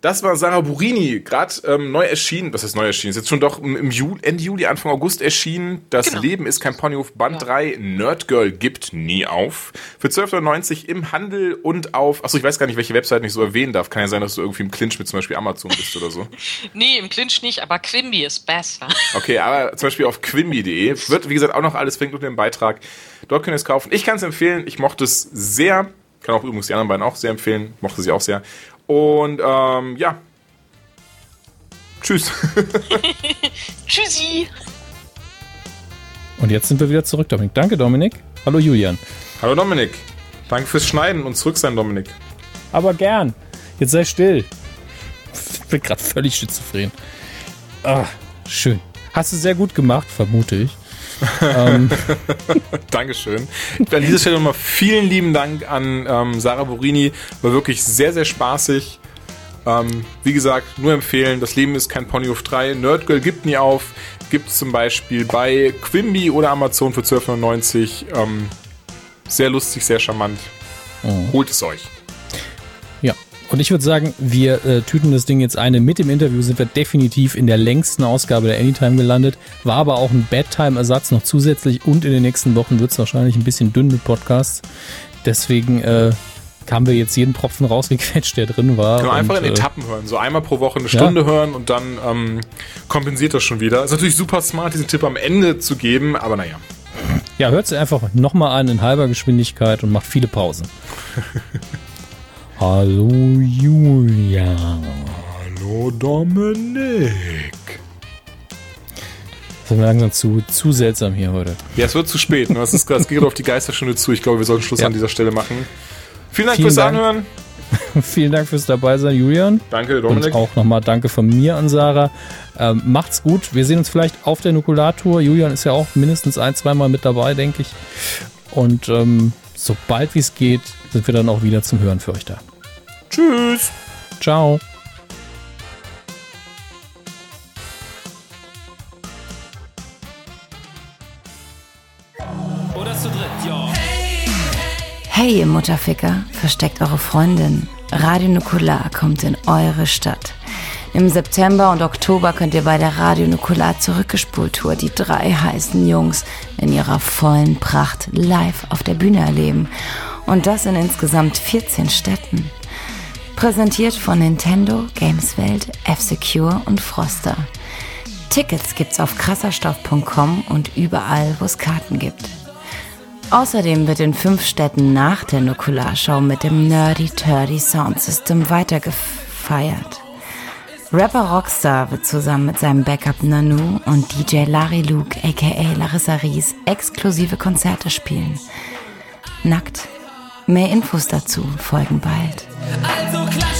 Das war Sarah Burini, gerade neu erschienen. Was ist neu erschienen? Ist jetzt schon doch im Ende Juli, Anfang August erschienen. Das Leben ist kein Ponyhof, Band 3, Nerdgirl gibt nie auf. Für 12,90 € im Handel und auf, achso, ich weiß gar nicht, welche Webseiten ich so erwähnen darf. Kann ja sein, dass du irgendwie im Clinch mit zum Beispiel Amazon bist oder so. Nee, im Clinch nicht, aber Quimby ist besser. Okay, aber zum Beispiel auf quimby.de wird, wie gesagt, auch noch alles verlinkt unter dem Beitrag. Dort könnt ihr es kaufen. Ich kann es empfehlen. Ich mochte es sehr. Kann auch übrigens die anderen beiden auch sehr empfehlen. Mochte sie auch sehr. Und ja. Tschüss. Tschüssi. Und jetzt sind wir wieder zurück, Dominik. Danke, Dominik. Hallo, Julian. Hallo, Dominik. Danke fürs Schneiden und zurück sein, Dominik. Aber gern. Jetzt sei still. Ich bin gerade völlig schizophren. Ah, schön. Hast du sehr gut gemacht, vermute ich. Dankeschön. An dieser Stelle nochmal vielen lieben Dank an Sarah Burini. War wirklich sehr, sehr spaßig. Wie gesagt, nur empfehlen. Das Leben ist kein Ponyhof 3. Nerdgirl gibt nie auf. Gibt es zum Beispiel bei Quimby oder Amazon für 12,99 €. Sehr lustig, sehr charmant. Holt es euch. Ja. Und ich würde sagen, wir tüten das Ding jetzt ein. Mit dem Interview sind wir definitiv in der längsten Ausgabe der Anytime gelandet. War aber auch ein Bedtime-Ersatz noch zusätzlich. Und in den nächsten Wochen wird es wahrscheinlich ein bisschen dünn mit Podcasts. Deswegen haben wir jetzt jeden Tropfen rausgequetscht, der drin war. Genau, einfach in Etappen hören. So einmal pro Woche eine Stunde hören und dann kompensiert das schon wieder. Ist natürlich super smart, diesen Tipp am Ende zu geben, aber naja. Ja, hört es einfach nochmal an in halber Geschwindigkeit und macht viele Pausen. Hallo Julian. Hallo Dominik. Das ist mir langsam zu seltsam hier heute. Ja, es wird zu spät. Ne? Es geht auf die Geisterstunde zu. Ich glaube, wir sollten Schluss an dieser Stelle machen. Vielen Dank fürs Anhören. Vielen Dank fürs Dabeisein, Julian. Danke, Dominik. Und auch nochmal danke von mir an Sarah. Macht's gut. Wir sehen uns vielleicht auf der Nukulartour. Julian ist ja auch mindestens 1-2 Mal mit dabei, denke ich. Und sobald wie es geht, sind wir dann auch wieder zum Hören für euch da. Tschüss. Ciao. Oder zu dritt, ja. Hey, ihr Mutterficker, versteckt eure Freundin. Radio Nukular kommt in eure Stadt. Im September und Oktober könnt ihr bei der Radio Nukular Zurückgespult-Tour die 3 heißen Jungs in ihrer vollen Pracht live auf der Bühne erleben. Und das in insgesamt 14 Städten. Präsentiert von Nintendo, Gameswelt, F-Secure und Froster. Tickets gibt's auf krasserstoff.com und überall, wo es Karten gibt. Außerdem wird in 5 Städten nach der Nukular-Show mit dem Nerdy Turdy Sound System weitergefeiert. Rapper Rockstar wird zusammen mit seinem Backup Nanu und DJ Larry Luke aka Larissa Ries exklusive Konzerte spielen. Nackt. Mehr Infos dazu folgen bald. Also klein